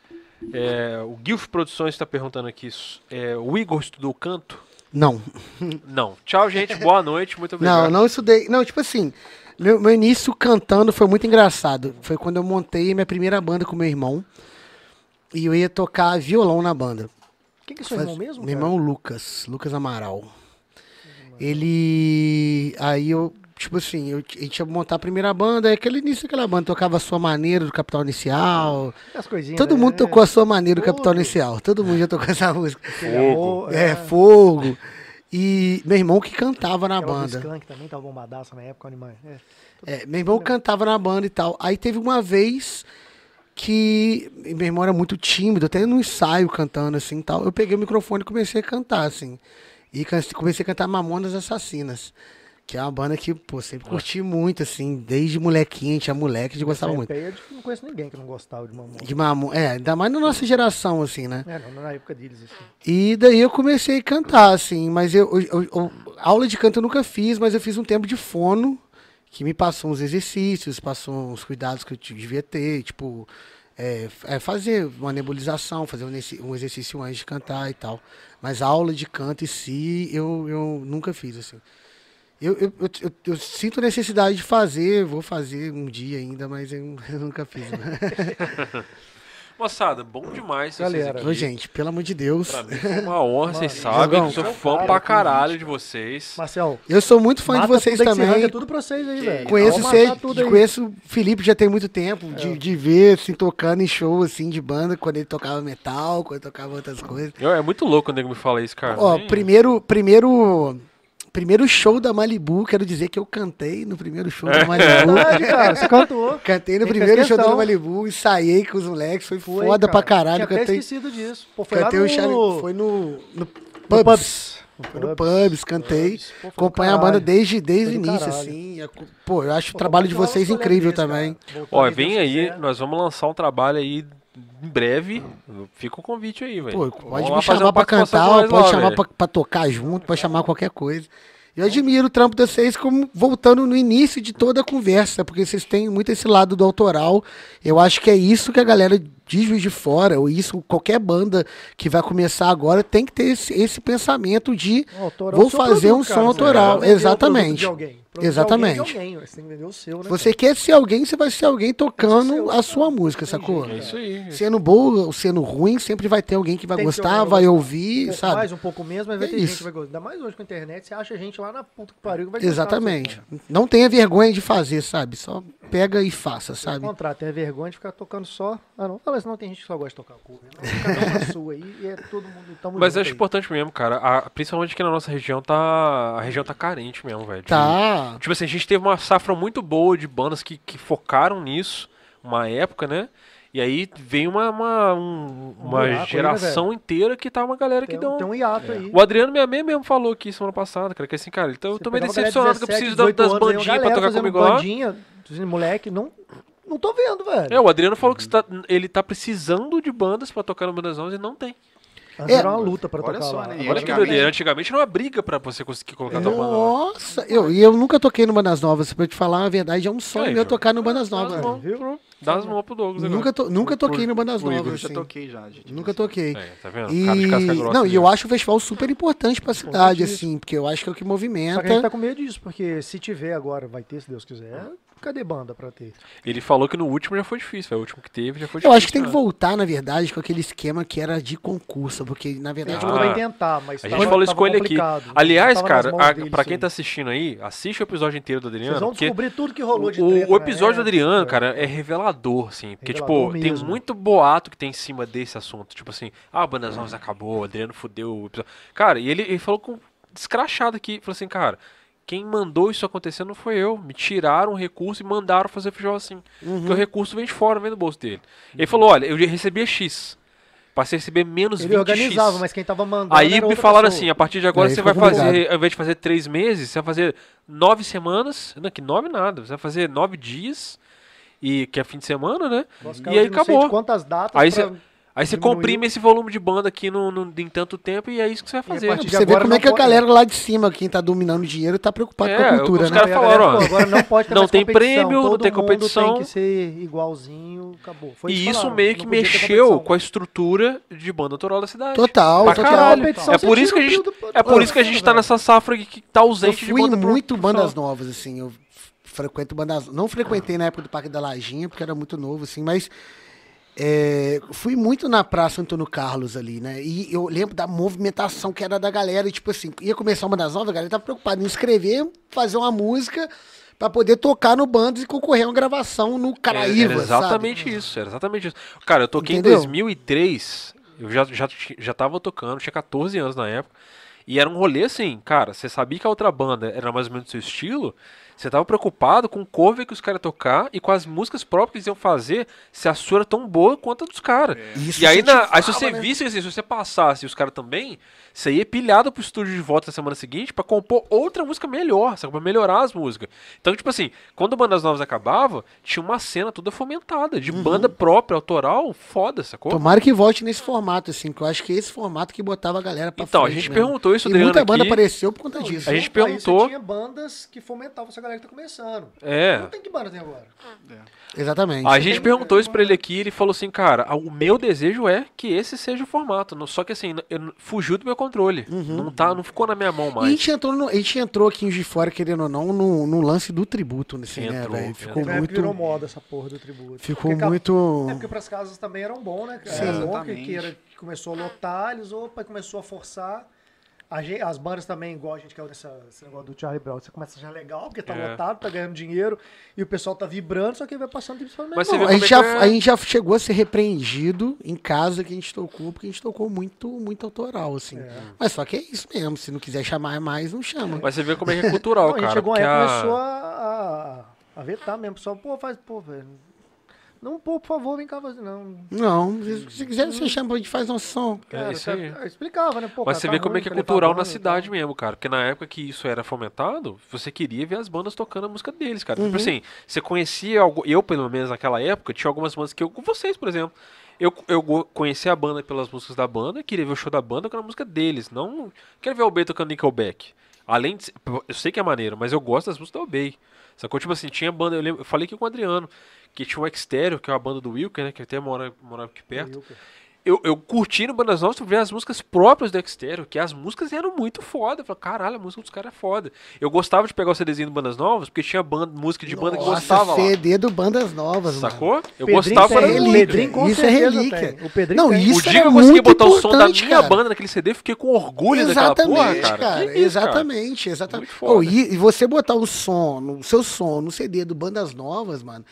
É, o Guilf Produções está perguntando aqui. É, o Igor estudou canto? Não. Não. Tchau, gente. Boa noite. Muito obrigado. Não, não estudei. Não, tipo assim, meu, meu início cantando foi muito engraçado. Foi quando eu montei minha primeira banda com meu irmão. E eu ia tocar violão na banda. Quem que é seu Faz- irmão mesmo? Meu cara? irmão Lucas, Lucas Amaral. Ele. Aí eu, tipo assim, eu, a gente ia montar a primeira banda, aí aquele início daquela banda, tocava a sua maneira do Capital Inicial. As coisinhas, Todo né? mundo tocou a sua maneira do Tudo. Capital Inicial. Todo mundo já tocou essa música. Aquele amor, É, fogo. E meu irmão que cantava na aquela do banda. Skank também tava bombadaça na época, animal. É. É, meu irmão cantava na banda e tal. Aí teve uma vez que meu irmão era muito tímido, até no ensaio cantando assim e tal. Eu peguei o microfone e comecei a cantar, assim. E can- comecei a cantar Mamonas Assassinas, que é uma banda que, pô, sempre curti muito, assim, desde molequinho, a gente era moleque, a gente gostava Nessa muito. época aí, eu não conheço ninguém que não gostava de Mamona. De Mamon, é, ainda mais na nossa geração, assim, né? É, não, na época deles, assim. E daí eu comecei a cantar, assim, mas eu, eu- eu- eu- aula de canto eu nunca fiz, mas eu fiz um tempo de fono, que me passou uns exercícios, passou uns cuidados que eu t- devia ter, tipo, é, f- é, fazer uma nebulização, fazer um, nesse- um exercício antes de cantar e tal. Mas aula de canto em si, eu, eu nunca fiz, assim. Eu, eu, eu, eu- eu sinto necessidade de fazer, vou fazer um dia ainda, mas eu, eu nunca fiz. Né? Moçada, bom demais vocês Galera. aqui. Ô, gente, pelo amor de Deus. Pra mim foi uma honra, vocês Mano, sabem. Jogão, Eu sou você é um fã cara, pra convite, caralho de vocês. Marcel, Eu sou muito fã de mata vocês tudo aí que você também. arranca tudo pra vocês aí, velho. Conheço Vamos você, matar tudo aí. conheço o Felipe já tem muito tempo de, de ver, assim, tocando em show, assim, de banda, quando ele tocava metal, quando ele tocava outras coisas. Eu- é muito louco quando ele me fala isso, cara. Ó, Nem- primeiro, primeiro, primeiro show da Malibu, quero dizer que eu cantei no primeiro show da Malibu. Verdade, cara, você cantou. Cantei no A gente primeiro fez show da questão. Malibu, ensaiei com os moleques, foi, Foi, foda pra cara. caralho. Tinha até Cantei, esquecido disso. Pô, foi cantei lá o no... Charlie, foi no, no no Pubs. Pubs. Foi no Pubs, cantei. Pubs. Pô, foi do Acompanho a caralho. banda desde, desde o Foi do início, caralho. assim. e, Pô, eu acho o Pô, trabalho de vamos vocês falar um incrível desse, também. cara. Voltar Ó, aí, vem Deus aí, quiser. nós vamos lançar um trabalho aí em breve. Fica o convite aí, velho. Pô, Vamos pode lá me fazer chamar uma pra participação cantar, com nós pode lá, chamar velho. pra, pra tocar junto, pode chamar qualquer coisa. Eu admiro o trampo de vocês como voltando no início de toda a conversa, porque vocês têm muito esse lado do autoral. Eu acho que é isso que a galera de Juiz de Fora, ou isso, qualquer banda que vai começar agora tem que ter esse, esse pensamento de O autoral vou é o seu fazer produto, um cara, som você autoral. não vai vender o Exatamente. produto de alguém. O produto de Exatamente. alguém é de alguém, você tem que vender o seu, né? Você quer ser alguém, você vai ser alguém tocando seu, a sua cara. música, Tem sacou? jeito, É isso aí. Sendo boa ou sendo ruim, sempre vai ter alguém que vai Tem que ter gostar, alguém que vai vai ouvir, um pouco sabe? mais, um pouco menos, mas vai É ter gente isso. que vai gostar. Ainda mais hoje com a internet, você acha gente lá na puta que pariu que vai gostar. Exatamente. Não tenha vergonha de fazer, sabe? Só pega e faça, Pelo sabe? contrário, tem a vergonha de ficar tocando só. Ah, não. Fala, senão tem gente que só gosta de tocar cover. Não, cada um na sua aí e é todo mundo. Tamo Mas junto acho aí. importante mesmo, cara. A- principalmente aqui na nossa região, tá. A região tá carente mesmo, velho. de- Tá. Tipo assim, a gente teve uma safra muito boa de bandas que, que focaram nisso, uma época, né? E aí veio uma, uma, um- Um uma buraco aí, né, geração inteira que tá uma galera que Tem, deu um... tem um hiato aí. O Adriano Meamê mesmo falou aqui semana passada, cara, que assim, cara, então eu Você tô meio pegava uma galera de decepcionado que eu dezessete, preciso da- dezoito das anos aí, uma bandinhas pra galera tocar fazendo comigo lá. bandinha, dos moleque, não, não tô vendo, velho. É, o Adriano falou que você tá- ele tá precisando de bandas pra tocar no Bandas Novas e não tem. Mas É. era uma luta pra Olha tocar só, lá. né? Olha que Antigamente- doideira. Antigamente era uma briga pra você conseguir colocar tua banda lá. Nossa, eu, e eu nunca toquei no Bandas Novas. Pra te falar a verdade, é um sonho Aí, meu João. tocar no Bandas Dá as Novas. mãos, viu? Dá as mãos pro Douglas agora. Nunca, to- nunca toquei no Bandas O Igor Novas. já assim. toquei já. gente. Nunca toquei. É, tá vendo? E, Cara de casca grossa. não, e ali. eu acho o festival super importante pra cidade, Importantíssimo. assim, porque eu acho que é o que Só que a gente movimenta. tá com medo disso, porque se tiver agora, vai ter, se Deus quiser, cadê banda pra ter? Ele falou que no último já foi difícil, foi o último que teve, já foi Eu difícil. acho que tem que né? voltar, na verdade, com aquele esquema que era de concurso, porque, na A verdade, gente Ah. vai tentar, mas A tava- gente falou tava isso com ele aqui. complicado. Aliás, Tava nas cara, mãos a, dele, pra isso quem aí. tá assistindo aí, assiste o episódio inteiro do Adriano. Vocês vão porque descobrir tudo que rolou de o, treta o na episódio do época. Adriano, cara, é revelador, assim. Porque, Revelador tipo, tem mesmo. muito boato que tem em cima desse assunto. Tipo assim, ah, o Bandas Novas acabou, o Adriano fudeu o episódio. Cara, e ele, ele falou com descrachado aqui, falou assim, cara, quem mandou isso acontecer não foi eu. Me tiraram o recurso e mandaram fazer festival assim. Porque o recurso vem de fora, vem do bolso dele. Ele falou, olha, eu recebia X. Passei a receber menos Ele vinte x. organizava, mas quem tava mandando Aí era me outra falaram pessoa. assim, a partir de agora Aí você vai ficou fazer, complicado. ao invés de fazer três meses, você vai fazer nove semanas, não, que nove nada, você vai fazer nove dias, e que é fim de semana, né? Nossa, E cara, aí de não sei acabou. de quantas datas Aí pra- você- Aí você diminuir. comprime esse volume de banda aqui no, no- em tanto tempo e é isso que você vai E a fazer. partir de Pra você ver agora como não é que a pode- galera lá de cima, quem tá dominando o dinheiro, tá preocupado É, com a cultura, os né? caras E a falaram, galera, ó, pô, agora não pode ter não mais tem competição, prêmio, não todo tem mundo competição. tem que ser igualzinho, acabou. Foi E que isso falaram, meio não que podia ter mexeu competição. com a estrutura de banda autoral da cidade. Total, Pra total. caralho. Competição, É você por isso que a tira o gente, pio do- é por do- isso que a gente velho. tá nessa safra que tá Eu ausente de fui banda pro- muito profissional. bandas novas, assim. Eu f- frequento bandas. Não frequentei na época do Parque da Lajinha, porque era muito novo, assim, mas. é, fui muito na Praça Antônio Carlos ali, né? E eu lembro da movimentação que era da galera. E, tipo assim, ia começar uma das novas, a galera tava preocupada em escrever, fazer uma música pra poder tocar no Bandas e concorrer a uma gravação no Caraíva, Era sabe? exatamente isso, era exatamente isso. Cara, eu toquei Entendeu? em dois mil e três, eu já, já, ti- já tava tocando, tinha catorze anos na época, e era um rolê assim, cara, você sabia que a outra banda era mais ou menos do seu estilo, você tava preocupado com o cover que os caras iam tocar e com as músicas próprias que eles iam fazer, se a sua era tão boa quanto a dos caras. Isso E aí, na- aí se incentivava, você né? visse, assim, se você passasse e os caras também, você ia pilhado pro estúdio de volta na semana seguinte pra compor outra música melhor, sabe? Pra melhorar as músicas. Então, tipo assim, quando o Bandas Novas acabava, tinha uma cena toda fomentada, de banda própria, autoral, foda, sacou? Tomara que volte nesse formato, assim, que eu acho que é esse formato que botava a galera pra Então, a frente gente mesmo. perguntou isso, E Adriano, muita banda aqui. apareceu por conta Não, disso. A gente Aí você perguntou- tinha bandas que fomentavam essa galera que tá começando. É. Não tem que banda tem agora. Exatamente. A gente perguntou isso pra ele aqui e ele falou assim, cara, o meu desejo é que esse seja o formato. não- Só que assim, eu- fugiu do meu controle. Não, tá, não ficou na minha mão E a mais. gente entrou, no- a gente entrou aqui em Juiz de Fora, querendo ou não, no, no lance do tributo, assim, né, Entrou, velho? entrou. Ficou Teve uma época que virou muito. moda essa porra do tributo. Ficou Porque, muito. É porque pras casas também eram bom, né? cara? Sim. Era bom que, Exatamente. que, era, que começou a lotar, eles, opa, começou a forçar. A gen- as bandas também, igual a gente quer nesse negócio do Charlie Brown, você começa a achar legal, porque tá É. lotado, tá ganhando dinheiro, e o pessoal tá vibrando, só que vai passando tempo e fala, Mas não, você vê A como gente, é já, que é- a gente já chegou a ser repreendido em casa que a gente tocou, porque a gente tocou muito, muito autoral, assim. É. Mas só que é isso mesmo, se não quiser chamar mais, não chama. Mas você vê como é que é cultural, Não, a gente cara. chegou uma porque época a- que começou a, a, a vetar mesmo. O pessoal, pô, faz, pô, velho. Não, pô, por favor, vem cá fazer. Não. Não, se, se quiser, você chama, a gente faz um som. É isso aí. eu explicava, né? Pô, Mas cara, você tá vê como é ruim, que é pra levar cultural banda na e cidade tal. mesmo, cara. Porque na época que isso era fomentado, você queria ver as bandas tocando a música deles, cara. Uhum. Tipo assim, você conhecia algo. Eu, pelo menos naquela época, tinha algumas bandas que eu. Com vocês, por exemplo. Eu, eu go- conhecia a banda pelas músicas da banda, queria ver o show da banda com a música deles. Não quero ver o B tocando Nickelback. Além de... Eu sei que é maneiro, mas eu gosto das músicas da Obey. Sacou? Tipo assim, tinha banda... Eu, lembro, eu falei aqui com o Adriano, que tinha o Extéreo, que é uma banda do Wilker, né? Que até mora, morava aqui perto. Eu, eu curti no Bandas Novas ver as músicas próprias do Extéreo, que as músicas eram muito foda. Eu falei, caralho, a música dos caras é foda. Eu gostava de pegar o CDzinho do Bandas Novas, porque tinha banda, música de banda que Nossa, gostava C D lá. do Bandas Novas, Sacou? mano. Eu Pedrinho gostava tem, era o muito. Pedrinho com Isso é certeza relíquia. tem. O Pedrinho Não, tem. isso O dia que era eu consegui muito botar o som da importante, minha cara. banda naquele C D, eu fiquei com orgulho daquela porra, cara. cara. Que isso, Exatamente, cara? exatamente. Muito foda. Oh, e, e você botar o som, o seu som no C D do Bandas Novas, mano,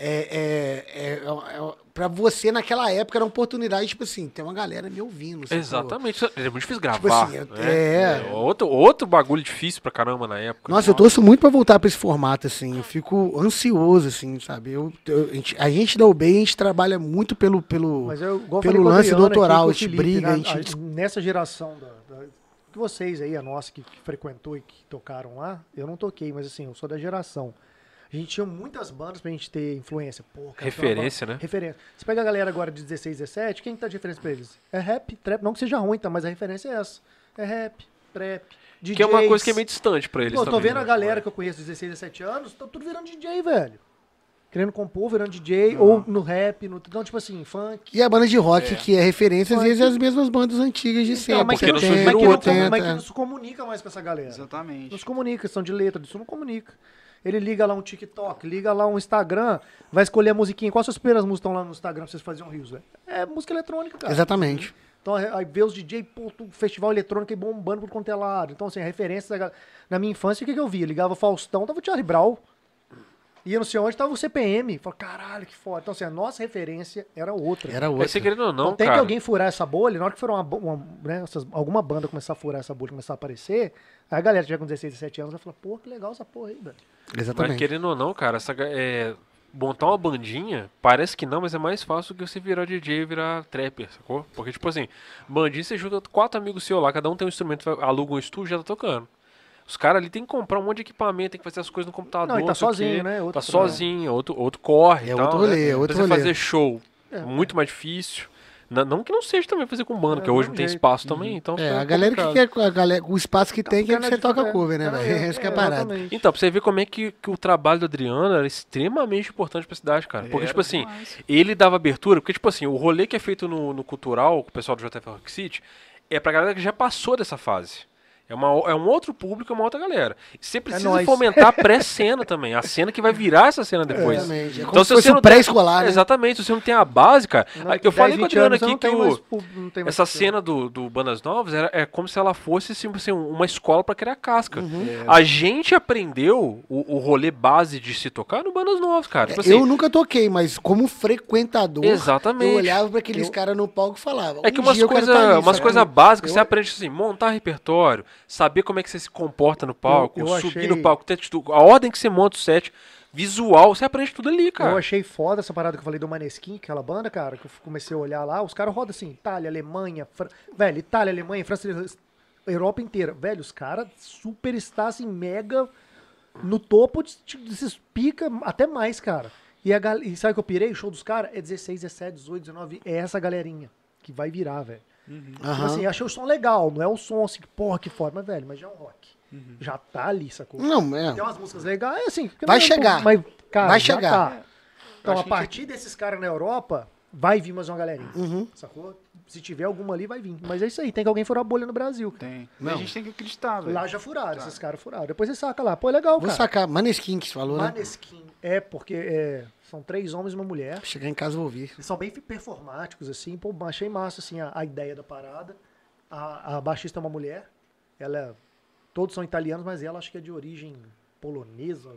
é, é, é, é, é pra você naquela época era uma oportunidade, tipo assim, tem uma galera me ouvindo. Sacou? Exatamente. É muito difícil gravar. Tipo assim, né? é- É outro, outro bagulho difícil pra caramba na época. Nossa, eu torço muito pra voltar pra esse formato, assim. Eu fico ansioso, assim, sabe? Eu, eu- a, gente, a gente da U B, a gente trabalha muito pelo, pelo, Mas eu, igual eu pelo falei com o lance Adriano aqui, doutoral. com o A gente Felipe, briga, na- a gente... a- nessa geração da, da- que vocês aí, a nossa, que, que frequentou e que tocaram lá, eu não toquei, mas assim, eu sou da geração. A gente tinha muitas bandas pra gente ter influência. Pô, cara, Referência, tem uma banda- né? Referência. Você pega a galera agora de dezesseis, dezessete, quem que tá de referência pra eles? É rap, trap, não que seja ruim, tá? Mas a referência é essa. É rap, trap, D Js. Que é uma coisa que é meio distante pra eles Pô, eu tô também, vendo né? a galera que eu conheço de dezesseis, dezessete anos, tá tudo virando D J, velho. Querendo compor, virando D J, ou no rap, no, então, tipo assim, funk. E a banda de rock, É. que é referência, às Funk. vezes é as mesmas bandas antigas de sempre. mas porque que não não, surgiram mas que não, outras, com- mas né? que não se comunica mais com essa galera. Exatamente. Não se comunica, questão de letra, isso não comunica. Ele liga lá um TikTok, liga lá um Instagram, vai escolher a musiquinha. Quais suas primeiras músicas estão lá no Instagram pra vocês fazerem um rios, velho? É música eletrônica, cara. Exatamente. Então, aí vê os D J, pô, tu- festival eletrônico aí bombando por quanto é lado. Então, assim, a referência da, gal- na minha infância, o que, que eu via? Ligava o Faustão, tava o Charlie Brown. Ia não sei onde, tava o C P M. Falei, caralho, que foda. Então, assim, a nossa referência era outra. Era É, outra. você querendo ou não, Então tem cara. que alguém furar essa bolha, na hora que for uma, bo- uma, né, essas- alguma banda começar a furar essa bolha, começar a aparecer, aí a galera que já com dezesseis, dezessete anos vai falar, pô, que legal essa porra aí, velho. Mas Exatamente. querendo ou não, cara, essa, ga- é, montar uma bandinha, parece que não, mas é mais fácil do que você virar D J e virar trapper, sacou? Porque, tipo assim, bandinha você junta quatro amigos seus lá, cada um tem um instrumento, vai- aluga um estúdio e já tá tocando. Os caras ali tem que comprar um monte de equipamento, tem que fazer as coisas no computador. Não, e tá sei o sozinho, quê. né? Outro Tá problema. sozinho, outro, outro corre É e tal, outro rolê, né? é outro Pra você rolê. fazer show, É. muito mais difícil. Não, não que não seja também fazer com banda, É, que hoje do não tem mesmo jeito. espaço também, então... É, fica a galera que complicado. quer, a galera, o espaço que tem, quer que Fica você na toca dificuldade. cover, né, velho? Essa que é a parada. exatamente. Então, pra você ver como é que, que o trabalho do Adriano era extremamente importante pra cidade, cara. Porque, Era tipo assim, demais. ele dava abertura, porque, tipo assim, o rolê que é feito no, no cultural, com o pessoal do J F Rock City, é pra galera que já passou dessa fase. É, uma, é um outro público, é uma outra galera. Você precisa nóis. fomentar a pré-cena também, a cena que vai virar essa cena depois. Exatamente. É como Então, se se fosse você um não tem- pré-escolar, né? Exatamente, se você não tem a base, cara. Não, Aí, eu falei dez, com o vinte Adriano anos, aqui não que tem o, mais pu- não tem mais essa pessoa. cena do, do Bandas Novas era, é como se ela fosse tipo assim, uma escola pra criar casca. Uhum. É. A gente aprendeu o, o rolê base de se tocar no Bandas Novas, cara. Tipo assim, Eu nunca toquei, mas como frequentador, Exatamente. eu olhava pra aqueles Eu- caras no palco e falava. é que um umas dia eu quero coisas tá ali, umas sabe? coisa básicas, Eu- você aprende assim, montar repertório, saber como é que você se comporta no palco, Eu- eu subir achei- no palco, ter atitude, a ordem que você monta o set, visual, você aprende tudo ali, cara. Eu achei foda essa parada que eu falei do Maneskin, aquela banda, cara, que eu comecei a olhar lá, os caras rodam assim, Itália, Alemanha, Fran... velho, Itália, Alemanha, França, Europa inteira. Velho, os caras super está assim, mega no topo de- de- desses pica, até mais, cara. E, a gal... e sabe o que eu pirei? O show dos caras é dezesseis, dezessete, dezoito, dezenove, é essa galerinha que vai virar, velho. Tipo Aham. assim, achei o som legal, não é o som assim, porra, que foda, mas velho, mas já é um rock. Já tá ali, sacou? Não, é. Tem umas músicas legais, é assim. Vai não, chegar. Mas, cara, Vai já chegar. tá. Então, acho a que partir desses caras na Europa, vai vir mais uma galerinha. Uhum. Sacou? Se tiver alguma ali, vai vir. Mas é isso aí, tem que alguém furar a bolha no Brasil. Tem. Não. A gente tem que acreditar, velho. Lá já furaram, Tá. esses caras furaram. Depois você saca lá. Pô, é legal, Vou cara. sacar. Maneskin que você falou, né? Maneskin. É, porque é, são três homens e uma mulher. Chegar em casa eu vou ouvir. Eles são bem performáticos, assim. Pô, achei massa, assim, a, a ideia da parada. A, a baixista é uma mulher. Ela é, todos são italianos, mas ela acho que é de origem polonesa,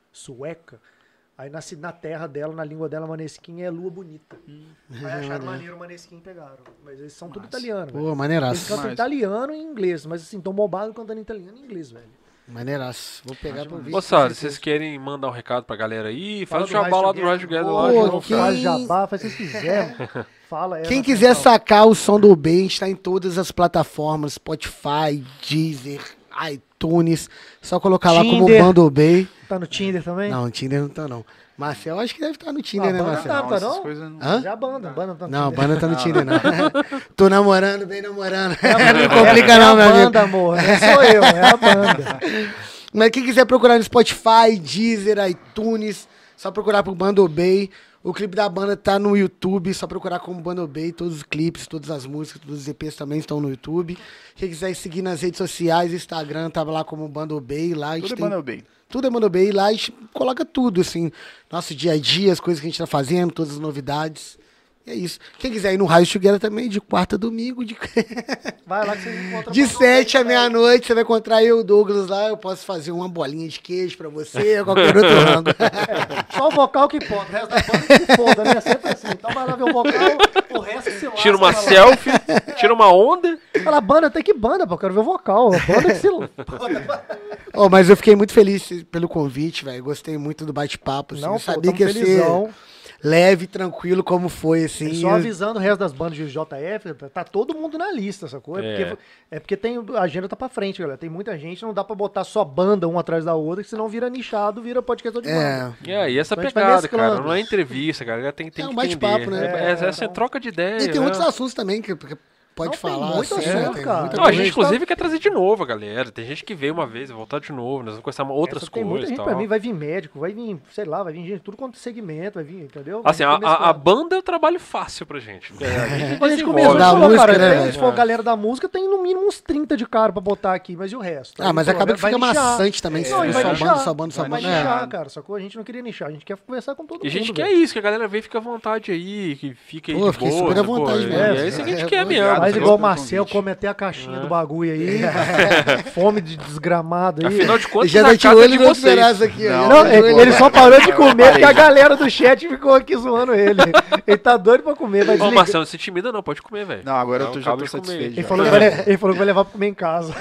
sueca. Aí na, ci- na terra dela, na língua dela, Maneskin é lua bonita. Aí acharam maneiro o Maneskin e pegaram. Mas eles são tudo Massa. italianos, velho. Pô, Eles maneiraço. cantam Mas- italiano e inglês, mas assim, tão bobados cantando italiano e inglês, velho. Maneiraço. Vou pegar pra ouvir. Moçada, vocês querem mandar um recado pra galera aí? Faz Fala o do jabá lá do Rise Rise Together. Together lá. Pô, João. Não quem- faz jabá, faz o que vocês quiserem. Fala, é, Quem na quiser central. sacar o som do bem, está em todas as plataformas, Spotify, Deezer, iTunes. Só colocar lá como Tinder. Bando Bay. Tá no Tinder também? Não, Tinder não tá não. Marcel, acho que deve estar no Tinder, Ah, né, banda Marcel? tá, tá essas não? coisas não. Hã? Já a banda, a banda tá no Não, a Tinder. banda tá no Tinder, não. Tô namorando, bem namorando. É, Não complica é não, a meu amigo. banda, amor. Não sou eu, é a banda. Mas quem quiser procurar no Spotify, Deezer, iTunes, só procurar por Banda Obey. O clipe da banda tá no YouTube, só procurar como Banda Obey. Todos os clipes, todas as músicas, todos os E Ps também estão no YouTube. Quem quiser seguir nas redes sociais, Instagram, tava lá como Banda Obey. Lá a gente Tudo é tem- Banda Obey. Tudo é Banda Obey. Lá a gente coloca tudo, assim, nosso dia a dia, as coisas que a gente tá fazendo, todas as novidades. E é isso. Quem quiser ir no Raio Together também, de quarta a domingo, de... Vai lá que você encontra. De Banda sete à Obey, meia-noite, você vai encontrar eu e o Douglas lá. Eu posso fazer uma bolinha de queijo pra você, ou qualquer outro rango. Só o vocal que importa, o resto da banda que se foda, né? Sempre assim. Então vai lá ver o vocal, o resto que se lasca. Tira uma vai lá. selfie, tira uma onda. Fala, banda, tem que banda, pô, eu quero ver o vocal. A banda que se... Oh, mas eu fiquei muito feliz pelo convite, velho. Gostei muito do bate-papo. Assim. Não, eu pô, sabia tamo que ia felizão. ser leve, tranquilo, como foi, assim. Só Eu- avisando o resto das bandas de J F, tá- tá todo mundo na lista, sacou? É, É. porque, é porque tem, a agenda tá pra frente, galera. Tem muita gente, não dá pra botar só banda uma atrás da outra, que senão vira nichado, vira podcast de banda. É. E aí, essa Então a gente vai pegada, mesclando. cara. Não é entrevista, cara. Tem, tem É um que bate-papo, entender. né? É, é, É, essa então- troca de ideia. E tem né? outros assuntos também que, que pode Não, tem falar. muito assim, assunto, tem cara. muita Não, a coisa. gente, tá- inclusive, quer trazer de novo a galera. Tem gente que veio uma vez, vai voltar de novo. Nós vamos conversar outras Essa tem muita coisas e gente tal. pra mim, vai vir médico, vai vir, sei lá, vai vir gente, tudo quanto é segmento, vai vir, entendeu? Assim, a, Vai vir a, a mesclado. banda é um trabalho fácil pra gente. É, a gente Quando a gente desenvolve. começou, a Da gente falou, música, cara, né, tem- velho? se for a galera da música, tem no mínimo uns trinta de cara pra botar aqui, mas e o resto? Ah, Aí, mas pô, acaba que vai fica nichar. maçante também. Não, e só vai banda, nichar. só banda, só Vai banda. É. nichar, cara, sacou? A gente não queria nichar, a gente quer conversar com todo E a gente mundo. quer velho. isso, que a galera vem e fica à vontade aí, que fica aí Pô, de fiquei boa. super à sacou? vontade É, mesmo. é isso que a gente É, quer pô, mesmo. obrigado. Faz Obrigado igual o pelo Marcel, convite. come até a caixinha do bagulho aí. Fome de desgramado aí. Afinal de contas, Já a tá de casa é olho de no outro vocês. pedaço aqui, ó. Não, Já Não, tá de ele, olho. ele só parou de Eu comer porque a parei. galera do chat ficou aqui zoando ele. Ele tá doido pra comer, vai Ô, desligar. Marcelo, não se intimida não, pode comer, velho. Não, agora eu tô, já acaba tô de comer. satisfeito. Ele já. falou, que vai, le- ele falou que vai levar pra comer em casa.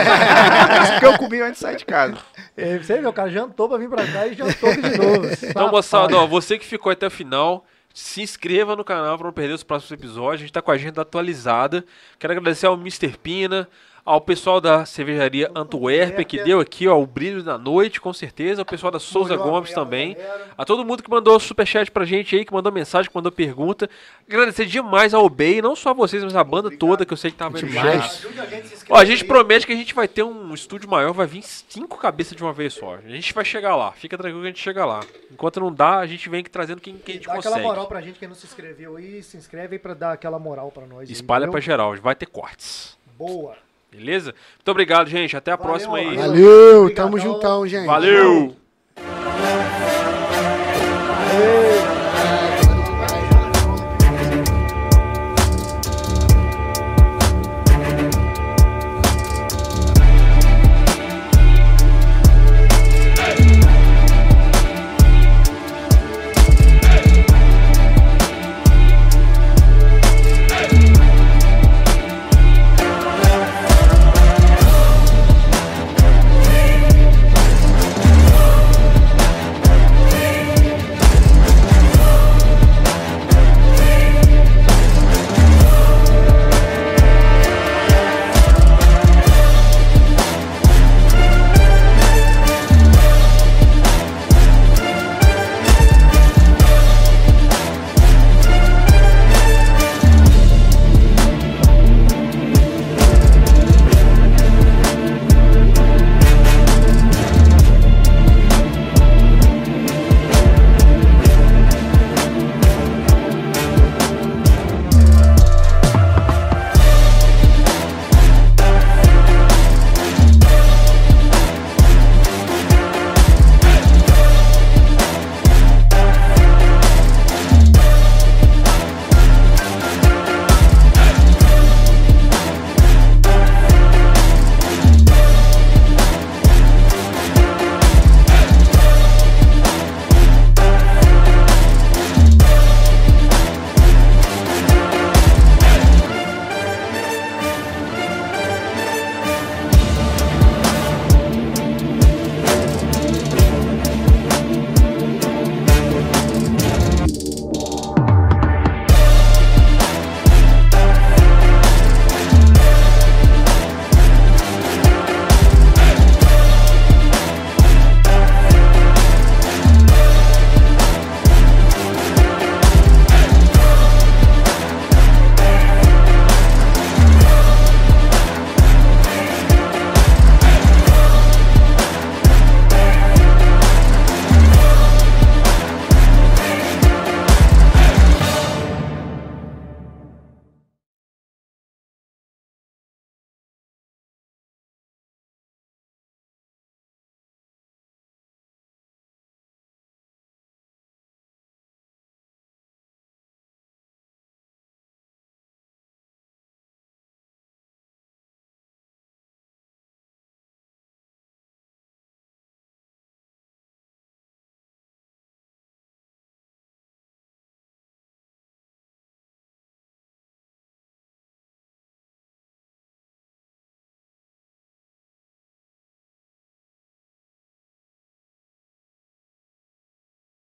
Isso porque eu comi antes de sair de casa. É, você vê, o cara jantou pra vir pra cá e jantou aqui de novo. Então, moçada, ó, você que ficou até o final, se inscreva no canal para não perder os próximos episódios. A gente tá com a agenda atualizada. Quero agradecer ao mister Pina, ao pessoal da cervejaria Antuérpia, que deu aqui, ó, o brilho da noite, com certeza. Ao pessoal da Souza Molhou a Gomes goela, também. galera. A todo mundo que mandou superchat pra gente aí, que mandou mensagem, que mandou pergunta. Agradecer demais ao Obey, não só vocês, mas a banda toda, que eu sei que tava aí no Demais. chat. Ajude a gente a se inscrever Ó, a gente aí. promete que a gente vai ter um estúdio maior, vai vir cinco cabeças de uma vez só. A gente vai chegar lá, fica tranquilo que a gente chega lá. Enquanto não dá, a gente vem aqui trazendo quem, quem a gente Dá aquela consegue. moral pra gente, quem não se inscreveu aí, se inscreve aí pra dar aquela moral pra nós. aí, Espalha entendeu? pra geral, vai ter cortes. Boa. Beleza? Muito obrigado, gente. Até a Valeu, próxima aí. valeu. Valeu, Obrigadão. tamo juntão, gente. Valeu!